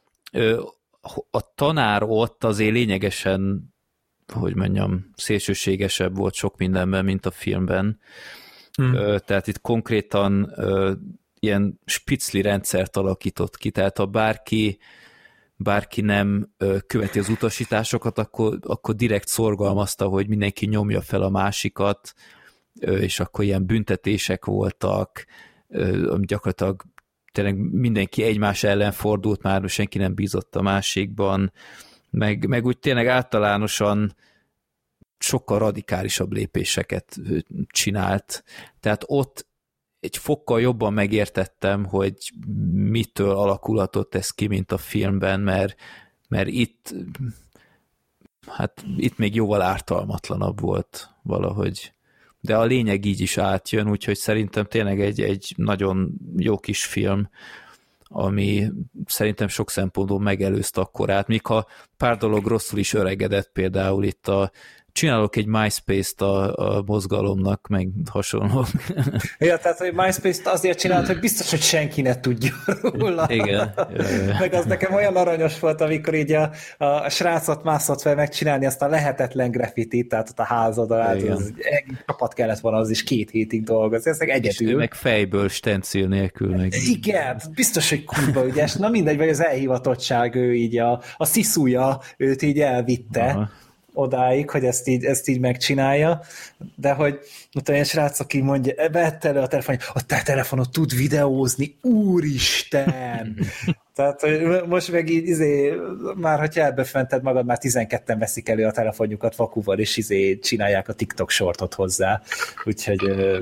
A tanár ott azért lényegesen, hogy mondjam, szélsőségesebb volt sok mindenben, mint a filmben. Hmm. Tehát itt konkrétan ilyen spicli rendszert alakított ki, tehát ha bárki, bárki nem követi az utasításokat, akkor, akkor direkt szorgalmazta, hogy mindenki nyomja fel a másikat, és akkor ilyen büntetések voltak, gyakorlatilag tényleg mindenki egymás ellen fordult, már senki nem bízott a másikban, meg, meg úgy tényleg általánosan sokkal radikálisabb lépéseket csinált. Tehát ott egy fokkal jobban megértettem, hogy mitől alakulhatott ez ki, mint a filmben, mert, mert itt hát itt még jóval ártalmatlanabb volt valahogy. De a lényeg így is átjön, úgyhogy szerintem tényleg egy, egy nagyon jó kis film, ami szerintem sok szempontból megelőzte a korát, míg ha pár dolog rosszul is öregedett, például itt a csinálok egy MySpace-t a, a mozgalomnak, meg hasonlók. Ja, tehát, hogy MySpace-t azért csinált, hogy biztos, hogy senki ne tudja róla. Igen. Meg az nekem olyan aranyos volt, amikor így a, a srácot mászott fel megcsinálni azt a lehetetlen graffitit, tehát ott a házad alá, az egy csapat kellett volna az is két hétig dolgozni, ez meg egyedül. És meg fejből stencil nélkül. Meg. Igen, biztos, hogy kurva ügyes. Na mindegy, vagy az elhivatottság, ő így a, a sziszúja őt így elvitte. Aha. Odáig, hogy ezt így, ezt így megcsinálja, de hogy utána egy srác, aki mondja, vette elő a telefonja, a te telefonod tud videózni, úristen! Tehát hogy most meg így, izé, már hogyha elbefented magad, már tizenketten veszik elő a telefonjukat vakuval, és izé csinálják a TikTok shortot hozzá. Úgyhogy,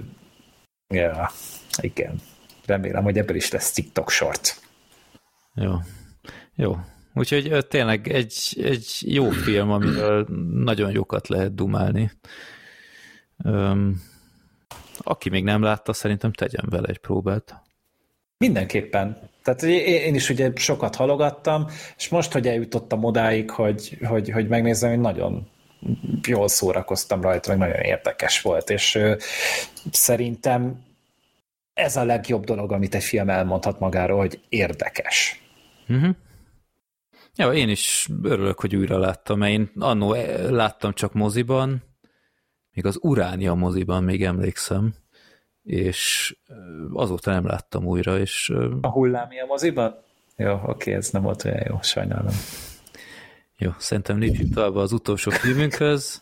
ja, igen. Remélem, hogy ebből is lesz TikTok short. Jó. Jó. Úgyhogy tényleg egy, egy jó film, amiről nagyon jókat lehet dumálni. Um, aki még nem látta, szerintem tegyen vele egy próbát. Mindenképpen. Tehát én is ugye sokat halogattam, és most, hogy eljutottam odáig, hogy, hogy, hogy megnézem, hogy nagyon jól szórakoztam rajta, meg nagyon érdekes volt, és ö, szerintem ez a legjobb dolog, amit egy film elmondhat magáról, hogy érdekes. Uh-huh. Ja, én is örülök, hogy újra láttam, mert én annó láttam csak moziban, még az Uránia moziban még emlékszem, és azóta nem láttam újra, és... A Hullámia moziban? Jó, oké, ez nem volt olyan jó, sajnálom. Jó, szerintem lépjünk tovább az utolsó filmünkhöz.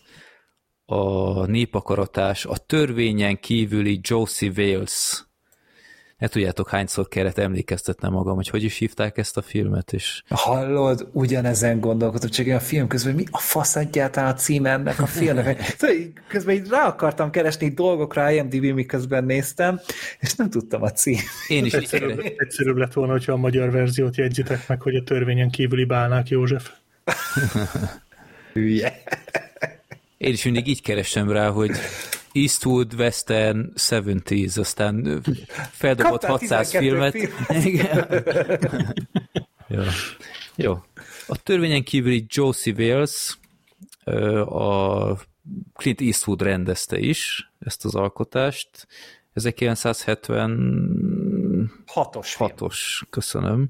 A népakaratás, a törvényen kívüli Josie Wales. Ne tudjátok, hányszor kellett emlékeztetnem magam, hogy hogy is hívták ezt a filmet, és... Hallod, ugyanezen gondolkodtam, csak én a film közben, mi a fasz egyáltalán a címe ennek a filmnek? Közben így rá akartam keresni dolgokra I M D B, miközben néztem, és nem tudtam a cím. Én is egyszerűbb, egyszerűbb lett volna, hogyha a magyar verziót jegyzitek meg, hogy a törvényen kívüli Bálnák József. Hülye. Én is mindig így keresem rá, hogy Eastwood, Western, hetventies, aztán feldobott hatszáz filmet. Film. Jó. Jó. A törvényen kívüli Josie Wales, a Clint Eastwood rendezte is ezt az alkotást. ezerkilencszázhetvenhatos. Hatos, köszönöm.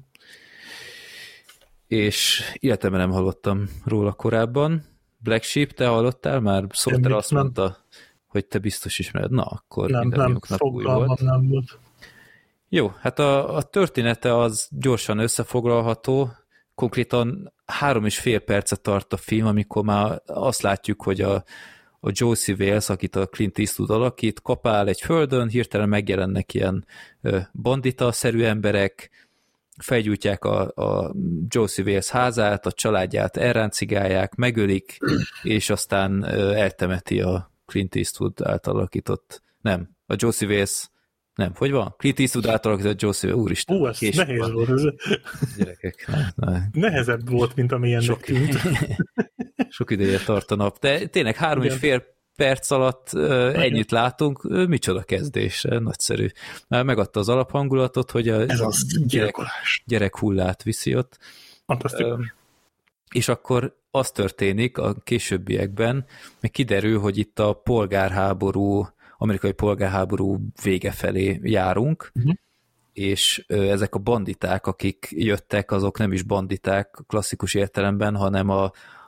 És életemben nem hallottam róla korábban. Black Sheep, te hallottál már? Sorter azt mondta, hogy te biztos ismered. Na, akkor nem, nem, új volt. nem volt. Jó, hát a, a története az gyorsan összefoglalható. Konkrétan három és fél percet tart a film, amikor már azt látjuk, hogy a, a Josie Wales, akit a Clint Eastwood alakít, kapál egy földön, hirtelen megjelennek ilyen bandita-szerű emberek, felgyújtják a, a Josie Wales házát, a családját elráncigálják, megölik, és aztán eltemeti a Clint Eastwood által alakított, nem, a Josie Wales, nem, hogy van? Clint Eastwood által alakított Josie Wales, úristen. Ú, ez nehéz van. Volt. Ez... Gyerekek. Ne, ne. Nehezebb volt, mint amilyennek sok, tűnt. Sok ideje tart a nap, de tényleg három és fél perc alatt uh, ennyit látunk, uh, micsoda kezdés, nagyszerű. Már megadta az alaphangulatot, hogy a Ez az gyerek, gyerek hullát viszi ott. Uh, és akkor az történik a későbbiekben, meg kiderül, hogy itt a polgárháború, amerikai polgárháború vége felé járunk, uh-huh. és uh, ezek a banditák, akik jöttek, azok nem is banditák klasszikus értelemben, hanem a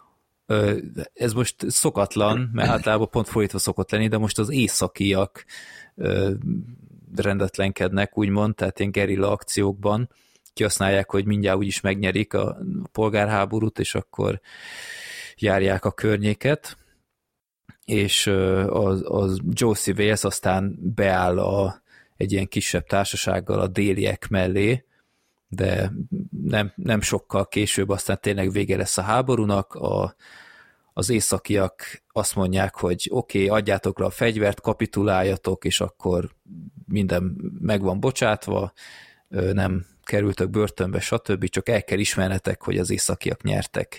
ez most szokatlan, mert általában pont fordítva szokott lenni, de most az északiak rendetlenkednek, úgymond, tehát ilyen gerilla akciókban kihasználják, hogy mindjárt úgyis megnyerik a polgárháborút, és akkor járják a környéket, és az, az Josie Wales aztán beáll a, egy ilyen kisebb társasággal a déliek mellé, de nem, nem sokkal később aztán tényleg vége lesz a háborúnak, a, az északiak azt mondják, hogy oké, okay, adjátok le a fegyvert, kapituláljatok, és akkor minden meg van bocsátva, nem kerültök börtönbe, stb., csak el kell ismernetek, hogy az északiak nyertek.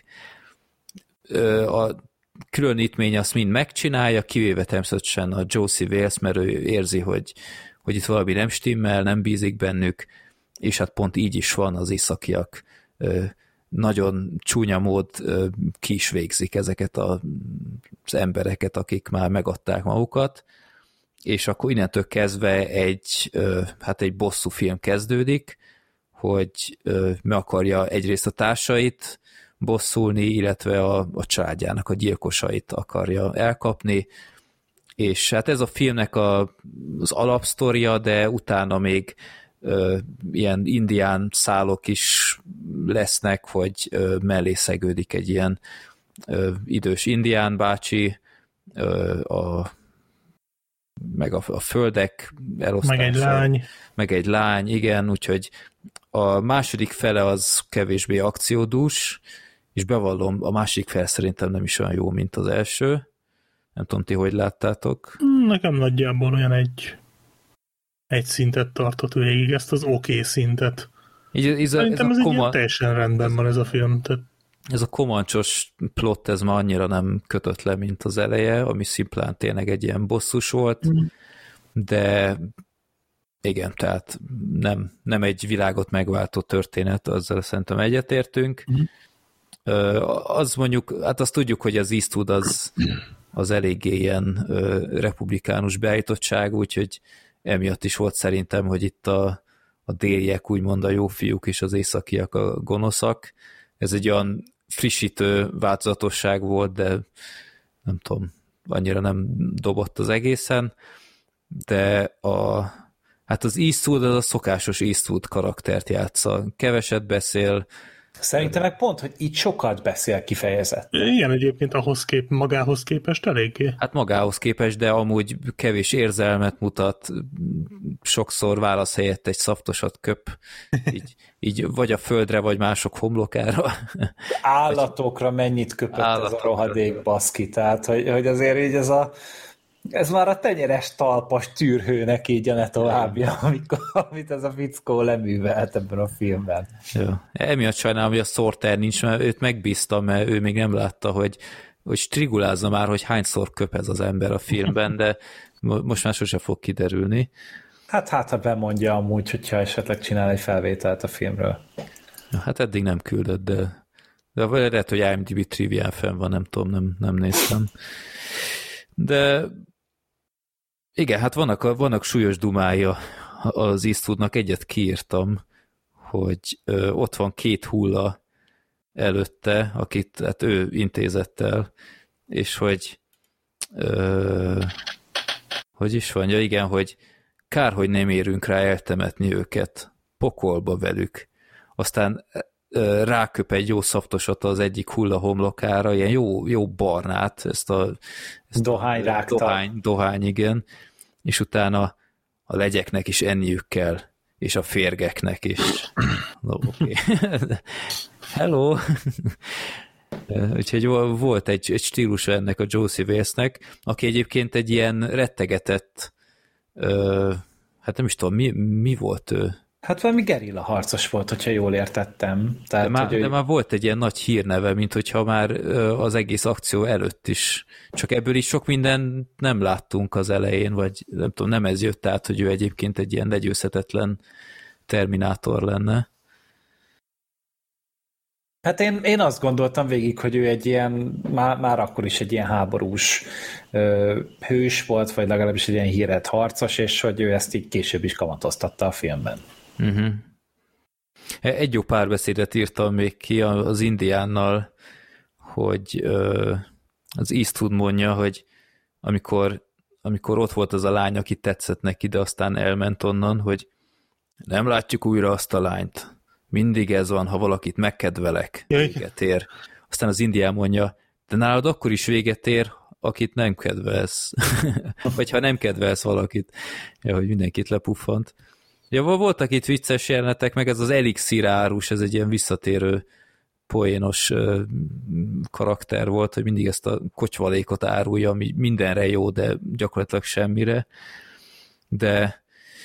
A különítmény azt mind megcsinálja, kivéve természetesen a Josie Wales, mert ő érzi, hogy, hogy itt valami nem stimmel, nem bízik bennük, és hát pont így is van, az északiak ö, nagyon csúnya mód ki is végzik ezeket a, az embereket, akik már megadták magukat, és akkor innentől kezdve egy, hát egy bosszú film kezdődik, hogy meg akarja egyrészt a társait bosszulni, illetve a, a családjának a gyilkosait akarja elkapni, és hát ez a filmnek a, az alapsztoria, de utána még ö, ilyen indián szálok is lesznek, hogy ö, mellé szegődik egy ilyen ö, idős indián bácsi, ö, a, meg a, a földek elosztása. Meg egy lány. Meg egy lány, igen, úgyhogy a második fele az kevésbé akciódús, és bevallom, a másik fele szerintem nem is olyan jó, mint az első. Nem tudom, ti hogy láttátok? Nekem nagyjából olyan egy, egy szintet tartott végig, ezt az oké okay szintet. Így, ez a, Szerintem ez, ez ez a egy koma... teljesen rendben van ez a film. Tehát... Ez a komancsos plot, ez már annyira nem kötött le, mint az eleje, ami szimplán tényleg egy ilyen bosszus volt, mm. de igen, tehát nem, nem egy világot megváltó történet, azzal szerintem egyetértünk. Mm. Az mondjuk, hát azt tudjuk, hogy az Eastwood az, az eléggé ilyen republikánus beállítottság, úgyhogy emiatt is volt szerintem, hogy itt a, a déliek úgymond a jó fiúk és az északiak a gonoszak. Ez egy olyan frissítő változatosság volt, de nem tudom, annyira nem dobott az egészen, de a, hát az Eastwood az a szokásos Eastwood karaktert játsza. Keveset beszél. Szerintem meg pont, hogy így sokat beszél kifejezett. Igen, egyébként ahhoz kép, magához képest eléggé. Hát magához képest, de amúgy kevés érzelmet mutat, sokszor válasz helyett egy szaftosat köp, így, így vagy a földre, vagy mások homlokára. Állatokra mennyit köpött Állatokra. Ez a rohadék baszki, tehát hogy, hogy azért így ez a ez már a tenyeres talpas tűrhőnek így a ne továbbja, amikor, amit ez a fickó leművelt ebben a filmben. Jó. Emiatt sajnálom, hogy a Sorter nincs, mert őt megbíztam, mert ő még nem látta, hogy, hogy strigulázza már, hogy hányszor köp ez az ember a filmben, de most már sose fog kiderülni. Hát hát, ha bemondja amúgy, hogyha esetleg csinál egy felvételt a filmről. Hát eddig nem küldött, de, de lehet, hogy I M D B trivián fenn van, nem tudom, nem, nem néztem. De igen, hát vannak, vannak súlyos dumája az Eastwoodnak, egyet kiírtam, hogy ö, ott van két hulla előtte, akit hát ő intézett el, és hogy ö, hogy is van, ja igen, hogy kár, hogy nem érünk rá eltemetni őket, pokolba velük. Aztán ö, ráköp egy jó szaftosat az egyik hulla homlokára, ilyen jó, jó barnát, ezt a ezt dohány rágta. Dohány, dohány, igen, és utána a legyeknek is enniük kell, és a férgeknek is. No, okay. Hello! Úgyhogy volt egy, egy stílusa ennek a Josie Walesnek, aki egyébként egy ilyen rettegetett, ö, hát nem is tudom, mi, mi volt ő? Hát valami gerilla harcos volt, hogyha jól értettem. Tehát, de, már, hogy ő... de már volt egy ilyen nagy hírneve, mint hogyha már az egész akció előtt is. Csak ebből is sok minden nem láttunk az elején, vagy nem tudom, nem ez jött át, hogy ő egyébként egy ilyen legyőzhetetlen terminátor lenne. Hát én, én azt gondoltam végig, hogy ő egy ilyen, már, már akkor is egy ilyen háborús ö, hős volt, vagy legalábbis egy ilyen híret harcos, és hogy ő ezt így később is kamatoztatta a filmben. Uh-huh. Egy jó párbeszédet írtam még ki az indiánnal, hogy ö, az Eastwood mondja, hogy amikor, amikor ott volt az a lány, aki tetszett neki, de aztán elment onnan, hogy nem látjuk újra azt a lányt. Mindig ez van, ha valakit megkedvelek, véget ér. Aztán az indián mondja, de nálad akkor is véget ér, akit nem kedvelsz. Vagy ha nem kedvelsz valakit. Ja, hogy mindenkit lepuffant. Ja, voltak itt vicces jelenetek, meg ez az elixír árus, ez egy ilyen visszatérő poénos uh, karakter volt, hogy mindig ezt a kocsvalékot árulja, ami mindenre jó, de gyakorlatilag semmire. De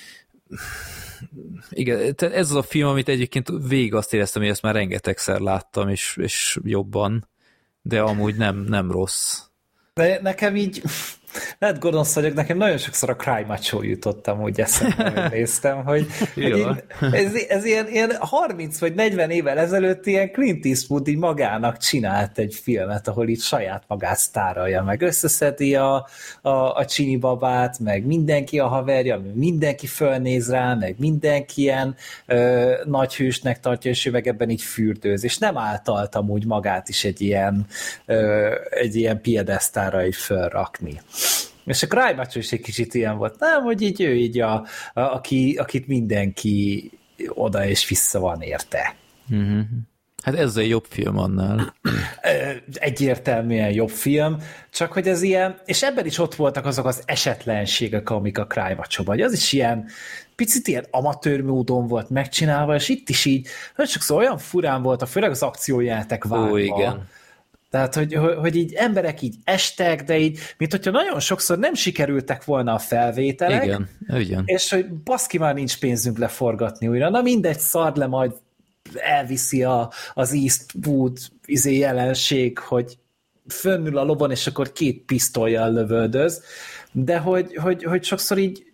igen, ez az a film, amit egyébként végig azt éreztem, hogy ezt már rengetegszer láttam, és, és jobban, de amúgy nem, nem rossz. De nekem így, Lehet gonosz vagyok, nekem nagyon sokszor a Cry Macho jutottam, úgy eszembe, hogy néztem, hogy, hogy így, ez, ez ilyen, ilyen harminc vagy negyven évvel ezelőtt ilyen Clint Eastwood így magának csinált egy filmet, ahol itt saját magát sztárolja, meg összeszedi a, a, a csini babát, meg mindenki a haverja, mindenki fölnéz rá, meg mindenki ilyen ö, nagy hősnek tartja, és ő meg ebben így fürdőz, és nem általtam úgy magát is egy ilyen, ö, egy ilyen piedesztára így fölrakni. És a Cry Macho is egy kicsit ilyen volt, nem, hogy így ő így a, a, aki, akit mindenki oda és vissza van érte. Mm-hmm. Hát ez egy jobb film annál. Egyértelműen jobb film, csak hogy ez ilyen, és ebben is ott voltak azok az esetlenségek, amik a Cry Macho-ban, az is ilyen picit ilyen amatőr módon volt megcsinálva, és itt is így, hogy sokszor olyan furán volt, a főleg az akciójátek vágva. Ó, igen. Tehát, hogy, hogy így emberek így estek, de így, mint hogyha nagyon sokszor nem sikerültek volna a felvételek, igen, igen. És hogy baszki, már nincs pénzünk leforgatni újra. Na mindegy, szard le, majd elviszi a, az Eastwood izé jelenség, hogy fönnül a lovon, és akkor két pisztollyal lövöldöz, de hogy, hogy, hogy sokszor így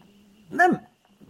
nem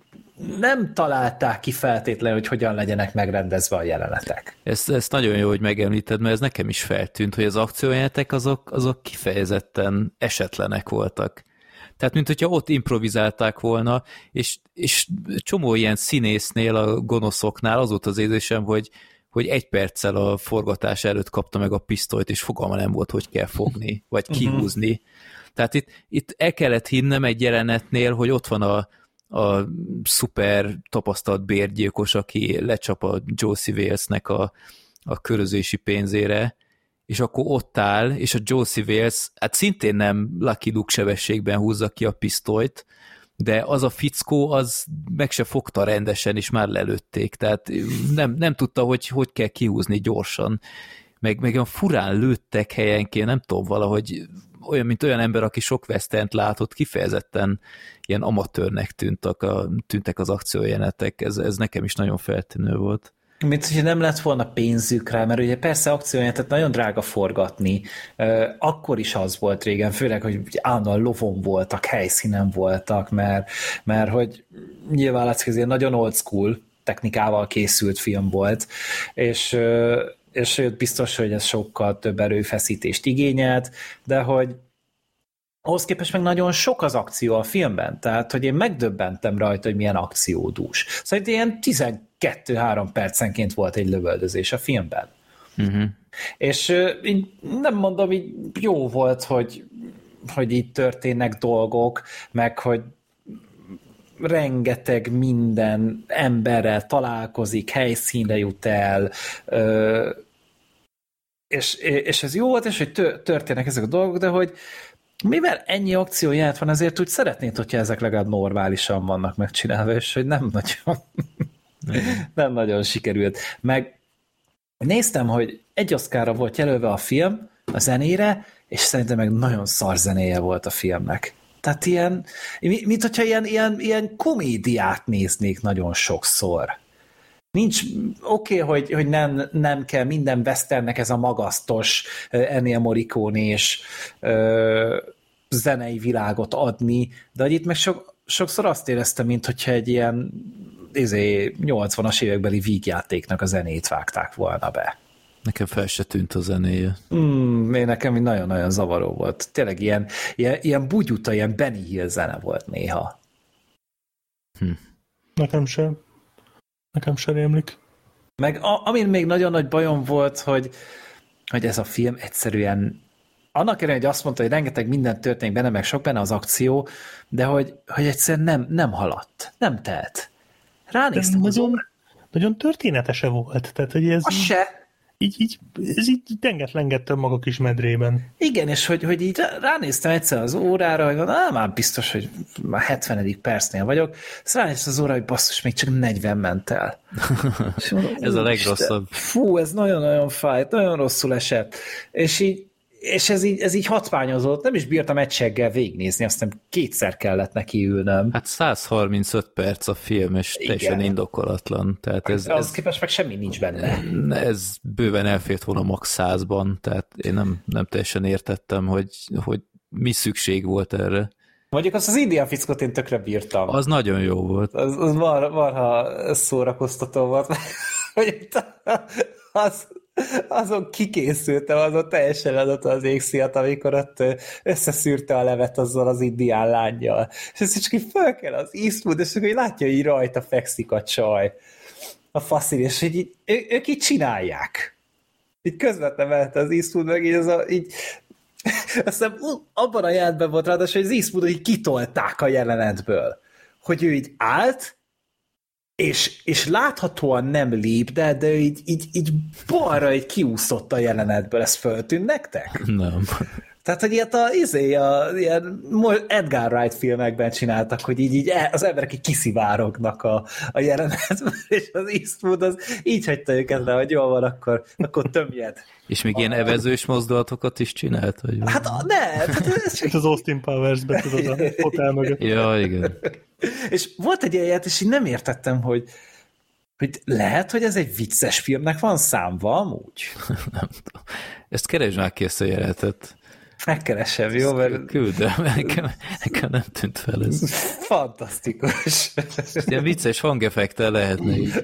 nem találták ki feltétlenül, hogy hogyan legyenek megrendezve a jelenetek. Ezt, ezt nagyon jó, hogy megemlíted, mert ez nekem is feltűnt, hogy az akciójelenetek azok, azok kifejezetten esetlenek voltak. Tehát, mint hogyha ott improvizálták volna, és, és csomó ilyen színésznél, a gonoszoknál az volt az érzésem, hogy, hogy egy perccel a forgatás előtt kapta meg a pisztolyt, és fogalma nem volt, hogy kell fogni, vagy kihúzni. Uh-huh. Tehát itt, itt el kellett hinnem egy jelenetnél, hogy ott van a a szuper tapasztalt bérgyilkos, aki lecsap a Josie Walesnek a, a körözési pénzére, és akkor ott áll, és a Josie Wales, hát szintén nem Lucky Luke sebességben húzza ki a pisztolyt, de az a fickó, az meg se fogta rendesen, és már lelőtték, tehát nem, nem tudta, hogy hogy kell kihúzni gyorsan, meg, meg olyan furán lőttek helyenként, nem tudom, valahogy olyan, mint olyan ember, aki sok western látott, kifejezetten ilyen amatőrnek tűntek, a, tűntek az akciójelenetek, ez, ez nekem is nagyon feltűnő volt. Mint hogyha nem lett volna pénzük rá, mert ugye persze akciójelenetet nagyon drága forgatni, akkor is az volt régen, főleg, hogy állandóan lovon voltak, helyszínen voltak, mert, mert hogy nyilván látszik, ez ilyen nagyon old school technikával készült film volt, és és biztos, hogy ez sokkal több erőfeszítést igényelt, de hogy ahhoz képest meg nagyon sok az akció a filmben, tehát hogy én megdöbbentem rajta, hogy milyen akciódús. Szóval ilyen tizenkettő-három percenként volt egy lövöldözés a filmben. Uh-huh. És így nem mondom, így jó volt, hogy, hogy így történnek dolgok, meg hogy rengeteg minden emberrel találkozik, helyszínre jut el, és, és ez jó volt, és hogy történnek ezek a dolgok, de hogy mivel ennyi akcióját van, azért úgy szeretnéd, hogyha ezek legalább normálisan vannak megcsinálva, és hogy nem nagyon, nem nagyon sikerült. Meg néztem, hogy egy Oscarra volt jelölve a film a zenére, és szerintem meg nagyon szar zenéje volt a filmnek. Tehát ilyen, mint hogyha ilyen, ilyen, ilyen komédiát néznék nagyon sokszor. Nincs, oké, okay, hogy, hogy nem, nem kell minden westernnek ez a magasztos Ennio Morricone-s ö, zenei világot adni, de hogy itt meg so, sokszor azt éreztem, mint hogyha egy ilyen izé, nyolcvanas évekbeli vígjátéknak a zenét vágták volna be. Nekem fel se tűnt a zenéje. Mm, én nekem nagyon-nagyon zavaró volt. Tényleg ilyen, ilyen, ilyen bugyuta, ilyen Benny Hill zene volt néha. Hm. Nekem sem. Nekem sem rémlik. Meg a, amin még nagyon nagy bajom volt, hogy, hogy ez a film egyszerűen annak ellenére, hogy azt mondta, hogy rengeteg minden történik benne, meg sok benne az akció, de hogy, hogy egyszerűen nem, nem haladt. Nem telt. Ránéztem az nagyon, nagyon történetese volt. Tehát, hogy ez... Az így... se. Így, így, ez így denget-lengettem maga kis medrében. Igen, és hogy, hogy így ránéztem egyszer az órára, hogy á, már biztos, hogy már hetvenedik percnél vagyok, szóval ránéztem az órára, hogy basszus, még csak negyven ment el. Mondom, ez a legrosszabb. Fú, ez nagyon-nagyon fájt, nagyon rosszul esett. És így és ez így, ez így hatmányozott, nem is bírtam egy seggel végignézni, aztán kétszer kellett neki ülnöm. Hát száz harmincöt perc a film, és teljesen indokolatlan. Tehát ez, az ez, képest meg semmi nincs benne. Ez bőven elfért volna max százban, tehát én nem, nem teljesen értettem, hogy, hogy mi szükség volt erre. Mondjuk azt az indián fickot én tökre bírtam. Az nagyon jó volt. Az, az mar, marha szórakoztató volt. Hogy az, azon kikészültem, azon teljesen adott az égszíjat, amikor ott összeszűrte a levet azzal az indián lánnyal. És ez csak így föl kell az Eastwood, és akkor látja, hogy így rajta fekszik a csaj. A faszin, és hogy így, ő, ők így csinálják. Így közvetlen mellette az Eastwood, meg így az a, így aztán abban a jelentben volt ráadásul, hogy az Eastwoodot így kitolták a jelenetből. Hogy ő így állt, és, és láthatóan nem lép, de, de így, így, így balra így kiúszott a jelenetből. Ez föltűnt nektek? Nem. Tehát, hogy ilyet a, izé, a, ilyen Edgar Wright filmekben csináltak, hogy így, így az emberek így kiszivárognak a, a jelenetben, és az Eastwood az így hagyta őket le, hogy jól van, akkor, akkor tömjed. És még ilyen evezős mozdulatokat is csinált? Vagy hát ne! Hát ez csak... az Austin Powers-be tudod a hotel mögött. Ja, igen. És volt egy ilyen, és így nem értettem, hogy, hogy lehet, hogy ez egy vicces filmnek van számva amúgy? Nem tudom. Ezt keresd már ki, ezt a jelenetet. Megkeresem, jó? Mert... Küldöm, nekem, nekem nem tűnt fel ez. Fantasztikus. Ilyen vicces hangeffektel lehetne így.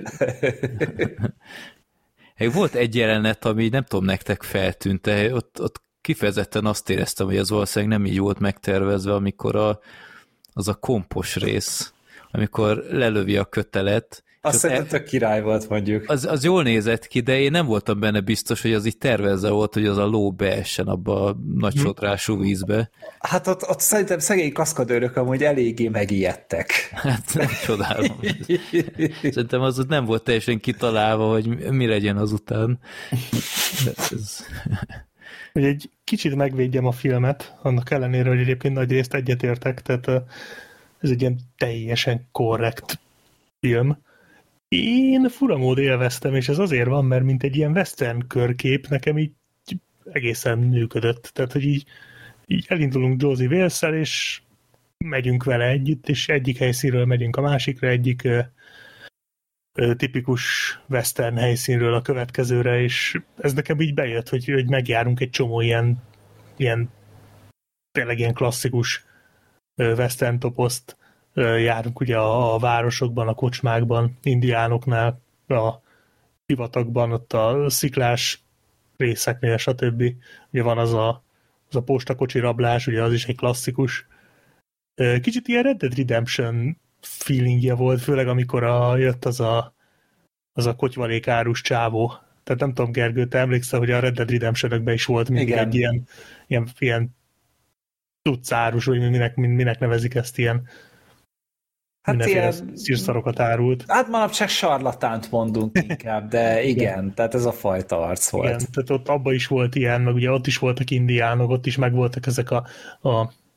Volt egy jelenet, ami nem tudom, nektek feltűnt, de ott, ott kifejezetten azt éreztem, hogy ez valószínűleg nem így volt megtervezve, amikor a, az a kompos rész, amikor lelövi a kötelet. Azt szerintem tök király volt, mondjuk. Az, az jól nézett ki, de én nem voltam benne biztos, hogy az így tervezve volt, hogy az a ló beessen abba a nagy sotrású vízbe. Hát ott, ott szerintem szegény kaszkadőrök amúgy eléggé megijedtek. Hát nem csodálom. Szerintem az ott nem volt teljesen kitalálva, hogy mi legyen azután. Ez... Hogy egy kicsit megvédjem a filmet, annak ellenére, hogy egyébként nagy részt egyetértek, tehát ez egy ilyen teljesen korrekt film. Én furamód élveztem, és ez azért van, mert mint egy ilyen western körkép nekem így egészen működött. Tehát, hogy így, így elindulunk Josie Wales-szel, és megyünk vele együtt, és egyik helyszínről megyünk a másikra, egyik ö, ö, tipikus western helyszínről a következőre, és ez nekem így bejött, hogy, hogy megjárunk egy csomó ilyen, ilyen tényleg ilyen klasszikus ö, western toposzt, járunk ugye a, a városokban, a kocsmákban, indiánoknál, a hivatakban, ott a sziklás részeknél, stb. Ugye van az a, az a postakocsi rablás, ugye az is egy klasszikus. Kicsit ilyen Red Dead Redemption feelingje volt, főleg amikor a, jött az a, az a kotyvalékárus csávó. Tehát nem tudom, Gergő, te emlékszel, hogy a Red Dead Redemption-ökben is volt mindig igen. egy ilyen, ilyen, ilyen tudcárus, vagy minek, minek nevezik ezt ilyen hát mindenféle ilyen... szírszarokat árult. Hát manapság sarlatánt mondunk inkább, de igen, igen, tehát ez a fajta arc volt. Igen, tehát ott abban is volt ilyen, meg ugye ott is voltak indiánok, ott is megvoltak ezek a, a,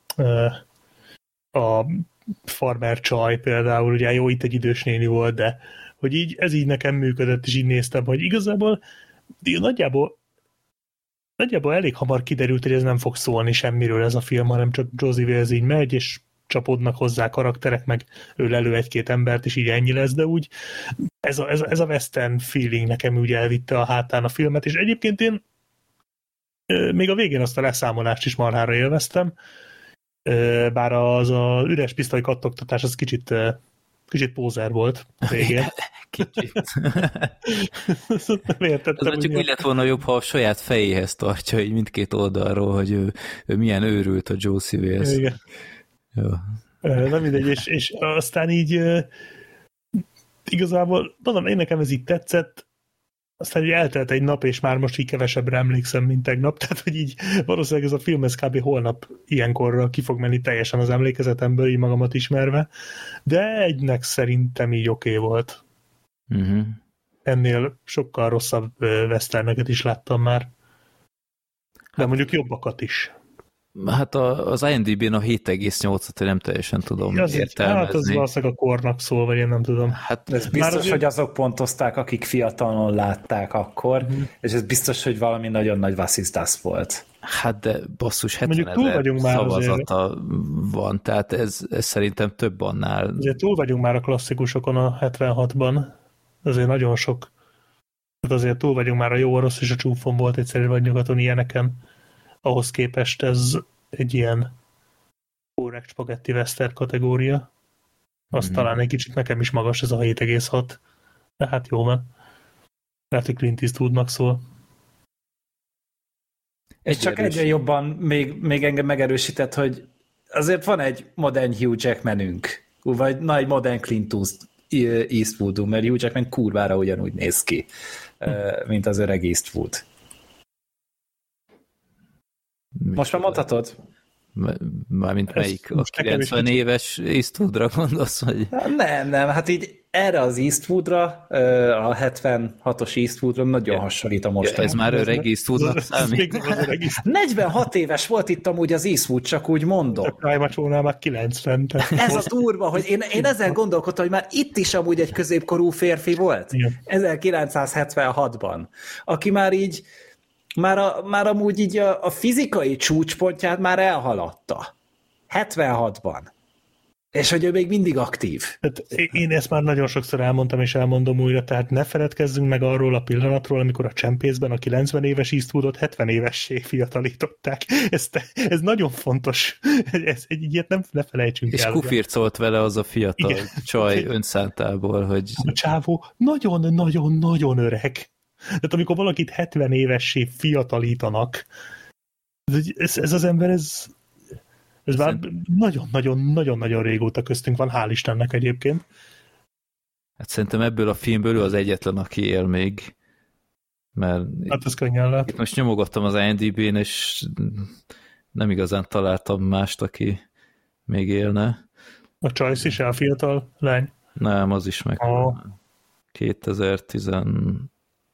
a, a farmer csaj például, ugye jó, itt egy idős néni volt, de hogy így, ez így nekem működött, és így néztem, hogy igazából nagyjából nagyjából elég hamar kiderült, hogy ez nem fog szólni semmiről ez a film, hanem csak Josie Wales így megy, és csapódnak hozzá karakterek, meg ő lelő egy-két embert, és így ennyi lesz, de úgy ez a, ez a, ez a western feeling nekem úgy elvitte a hátán a filmet, és egyébként én még a végén azt a leszámolást is marhára élveztem, bár az a üres pisztoly kattogtatás az kicsit, kicsit pózer volt a végén. Kicsit. Nem értettem. Az csak úgy lett volna jobb, ha a saját fejéhez tartja így mindkét oldalról, hogy ő, ő milyen őrült a Josie Wales. Igen. Jó. Nem mindegy, és, és aztán így uh, igazából, mondom, én nekem ez így tetszett, aztán így eltelt egy nap, és már most így kevesebbre emlékszem, mint tegnap, tehát hogy így valószínűleg ez a film, ez kb. Holnap ilyenkorra ki fog menni teljesen az emlékezetemből, így magamat ismerve, de egynek szerintem így oké okay volt. Uh-huh. Ennél sokkal rosszabb westerneket is láttam már, de mondjuk jobbakat is. Hát az I M D B-n a hét egész nyolcat nem teljesen tudom ja, értelmezni. Hát az valószínűleg a kornak szól, vagy én nem tudom. Hát ez biztos, azért... hogy azok pontozták, akik fiatalon látták akkor, mm. és ez biztos, hogy valami nagyon nagy vasszizdász volt. Hát de basszus, hetven ezer szavazata azért. Van, tehát ez, ez szerintem több annál. Azért túl vagyunk már a klasszikusokon a hetvenhatban, azért nagyon sok. Tehát azért túl vagyunk már a jó orosz és a csúfon volt egyszerű vagy nyugaton ilyeneken. Ahhoz képest ez, egy ilyen korrekt spagetti western kategória. Az mm. talán egy kicsit nekem is magas ez a hét egész hat. De hát jó van. Lehet, hogy Clint Eastwoodnak szól. És csak erős. Egyre jobban még, még engem megerősített, hogy azért van egy modern Hugh Jackmanünk, vagy na, egy modern Clint Eastwoodunk, mert Hugh Jackman kurvára ugyanúgy néz ki, mint az öreg Eastwood. Most már mondhatod? Mármint melyik? A kilencven éves Eastwoodra gondolsz? Vagy? Nem, nem, hát így erre az Eastwoodra, a hetvenhatos Eastwoodra nagyon ja. hasonlít a mostani. Ja, ez már öreg Eastwoodnak számít. negyvenhat éves volt itt amúgy az Eastwood, csak úgy mondom. A Prime-a már kilencven. Ez a durva, hogy én, én ezen gondolkodtam, hogy már itt is amúgy egy középkorú férfi volt. Igen. ezerkilencszázhetvenhatban. Aki már így Már, a, már amúgy így a, a fizikai csúcspontját már elhaladta. hetvenhatban. És hogy ő még mindig aktív. Hát én ezt már nagyon sokszor elmondtam, és elmondom újra, tehát ne feledkezzünk meg arról a pillanatról, amikor a Csempészben a kilencven éves Eastwoodot hetven évessé fiatalították. Ez, ez nagyon fontos. Ez, egy ilyet nem ne felejtsünk és el. És kufircolt vele az a fiatal igen. csaj önszántából, hogy... A csávó nagyon-nagyon-nagyon öreg. Tehát amikor valakit hetven évessé fiatalítanak, ez, ez az ember, ez, ez már nagyon-nagyon-nagyon régóta köztünk van, hál' Istennek egyébként. Hát szerintem ebből a filmből ő az egyetlen, aki él még. Mert hát ez könnyen lehet. Itt most nyomogattam az I M D B-n, és nem igazán találtam mást, aki még élne. A Choice is elfiatal lány? Nem, az is meg. Oh. kétezer-tizennyolcban.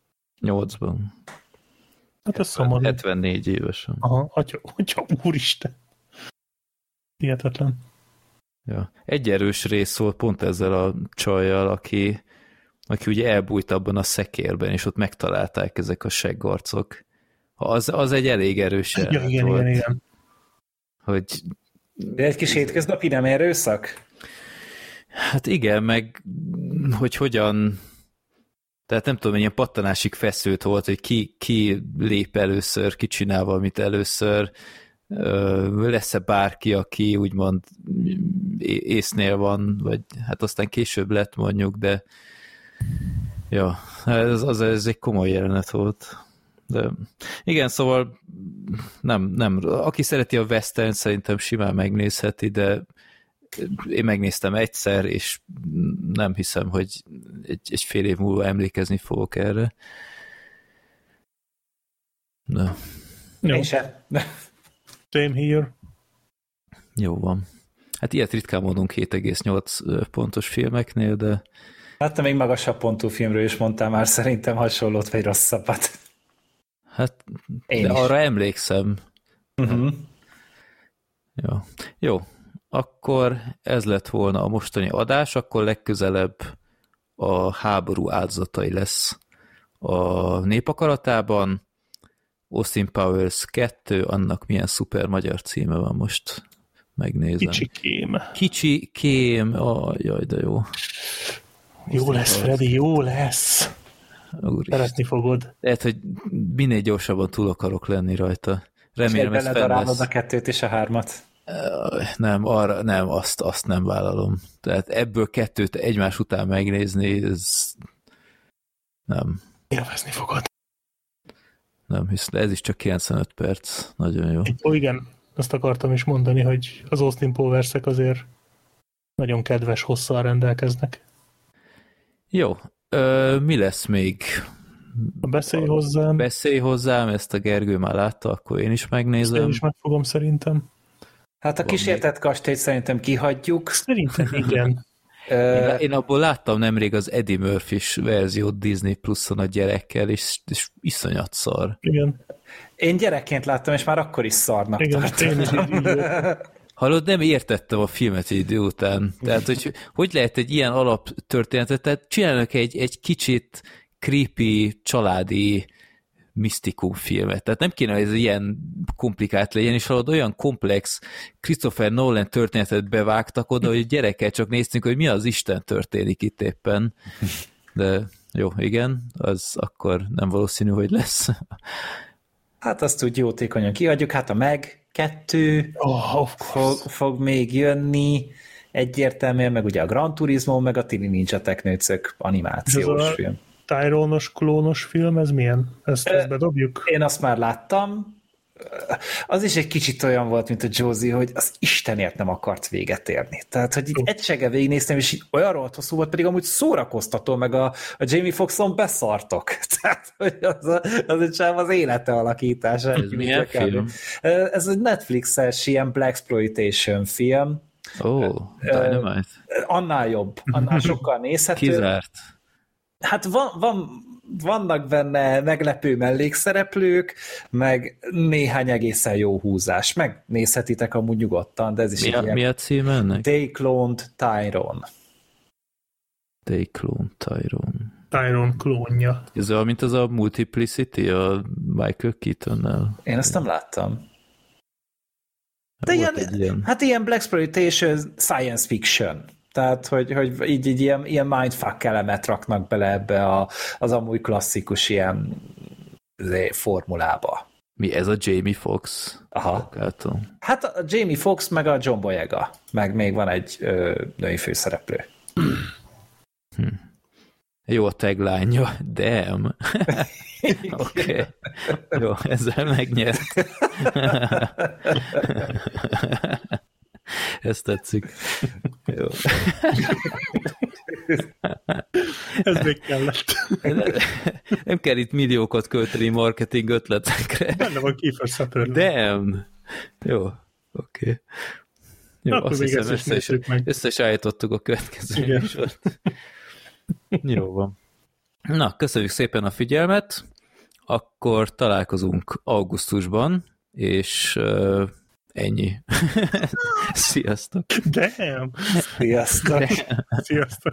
Hát ez szomorú. hetvennégy évesen. Aha, atya, atya, úristen. Hihetetlen. Ja. Egy erős rész volt pont ezzel a csajjal, aki, aki ugye elbújt abban a szekérben, és ott megtalálták ezek a seggarcok. Az, az egy elég erős ja, igen, volt. Igen, igen. Hogy... De egy kis hétköznapi nem erőszak? Hát igen, meg hogy hogyan... Tehát nem tudom, ilyen pattanásig feszült volt, hogy ki, ki lép először, ki csinál valamit először, lesz-e bárki, aki úgymond észnél van, vagy hát aztán később lett mondjuk, de ja, ez, az, ez egy komoly jelenet volt. De igen, szóval nem, nem, aki szereti a western, szerintem simán megnézheti, de én megnéztem egyszer, és nem hiszem, hogy egy, egy fél év múlva emlékezni fogok erre. Na. Én sem. Same here. Jó van. Hát ilyet ritkán mondunk hét egész nyolc pontos filmeknél, de... Hát te még magasabb pontú filmről is mondtál már szerintem hasonlót, vagy rosszabbat. Hát, én de is. Arra emlékszem. Uh-huh. Jó. Jó. Akkor ez lett volna a mostani adás, akkor legközelebb a háború áldozatai lesz a Népakaratában. Austin Powers kettő, annak milyen szuper magyar címe van, most megnézem. Kicsi kém. Kicsi kém, oh, jaj, de jó. Jó lesz, Freddy, jó lesz. Úristen. Szeretni fogod. Lehet, hogy minél gyorsabban túl akarok lenni rajta. Remélem, ez fenn lesz. A kettőt és a hármat? Nem, arra, nem, azt, azt nem vállalom. Tehát ebből kettőt egymás után megnézni, ez nem. Élvezni fogod. Nem hiszem, ez is csak kilencvenöt perc. Nagyon jó. Ó, igen, azt akartam is mondani, hogy az Austin Powers-ek azért nagyon kedves hosszal rendelkeznek. Jó. Ö, mi lesz még? A beszélj hozzám. Beszélj hozzám, ezt a Gergő már látta, akkor én is megnézem. Én is megfogom szerintem. Hát a kísértett kastélyt szerintem kihagyjuk. Szerintem igen. Én, én abból láttam nemrég az Eddie Murphy-s verziót Disney Pluszon a gyerekkel, és, és iszonyat szar. Igen. Én gyerekként láttam, és már akkor is szarnak igen, tartom. Hallod, nem értettem a filmet idő után. Tehát, hogy hogy lehet egy ilyen alaptörténetet, tehát csinálnak egy, egy kicsit creepy, családi misztikum filmet. Tehát nem kéne, hogy ez ilyen komplikált legyen, és hallod, olyan komplex Christopher Nolan történetet bevágtak oda, hogy gyerekkel csak néztünk, hogy mi az Isten történik itt éppen. De jó, igen, az akkor nem valószínű, hogy lesz. hát azt úgy jótékonyan kiadjuk, hát a Meg kettő oh, fog, fog még jönni, egyértelműen, meg ugye a Gran Turismo, meg a Tini Ninja Teknőcök animációs ez film. Tyronos klónos film, ez milyen? Ezt, ezt bedobjuk? Én azt már láttam, az is egy kicsit olyan volt, mint a Josie, hogy az Istenért nem akart véget érni. Tehát, hogy így egysege végignéztem, és így olyan rohadt hosszú volt, pedig amúgy szórakoztató, meg a, a Jamie Foxxon beszartok. Tehát, hogy az, a, az egy sem az élete alakítása. Ez milyen film? Ez egy Netflixes ilyen blaxploitation film. Ó, oh, Dynamite. Annál jobb, annál sokkal nézhető. Kizárt. Hát van, van, vannak benne meglepő mellékszereplők, meg néhány egészen jó húzás. Megnézhetitek amúgy nyugodtan, de ez is mi a, ilyen... Mi a cím ennek? They Cloned Tyrone. They Cloned Tyrone. Tyrone klónja. Ez olyan, mint az a Multiplicity a Michael Keaton-nel. Én ezt nem láttam. De ilyen, ilyen... hát ilyen blaxploitation science fiction. Tehát, hogy, hogy így, így ilyen, ilyen mindfuck elemet raknak bele ebbe a, az amúgy klasszikus ilyen formulába. Mi ez a Jamie Foxx? Aha. Látom. Hát a Jamie Foxx meg a John Boyega, meg még van egy ö, női főszereplő. Hm. Jó a tagline-ja, damn. Oké. Okay. Jó, ezzel megnyert. Ez tetszik. Jó. Ez még kellett. Nem kell itt milliókat költeni marketing ötletekre. Benne van Kiefer Sutherland. Damn! Jó, oké. Okay. Jó, akkor azt még hiszem ezt is összes, összesállítottuk a következő műsort. Jó van. Na, köszönjük szépen a figyelmet. Akkor találkozunk augusztusban, és uh, ennyi. Sziasztok! Damn! Sziasztok! Sziasztok!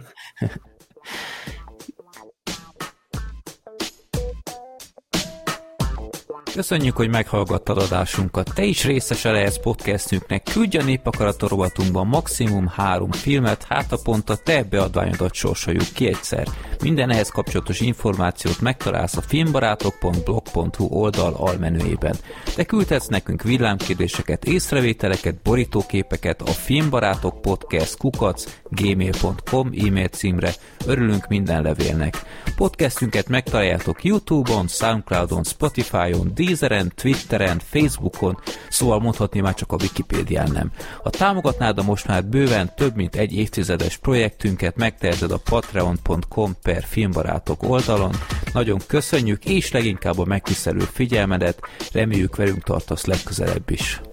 Köszönjük, hogy meghallgattad adásunkat. Te is részese lehetsz podcastünknek. Küldj a Népakarat rovatunkban maximum három filmet, hát a pont a te beadványodat sorsoljuk ki egyszer. Minden ehhez kapcsolatos információt megtalálsz a filmbarátok pont blog pont hu oldal almenüjében. Te küldhetsz nekünk villámkérdéseket, észrevételeket, borítóképeket a filmbarátok podcast kukac gmail pont com e-mail címre. Örülünk minden levélnek. Podcastünket megtaláljátok YouTube-on, Soundcloudon, Spotify-on, Deezeren, Twitteren, Facebookon, szóval mondhatni már csak a Wikipédián nem. Ha támogatnád a most már bőven több mint egy évtizedes projektünket, megteheted a patreon pont com per filmbarátok oldalon. Nagyon köszönjük, és leginkább a megtisztelő figyelmedet, reméljük velünk tartasz legközelebb is.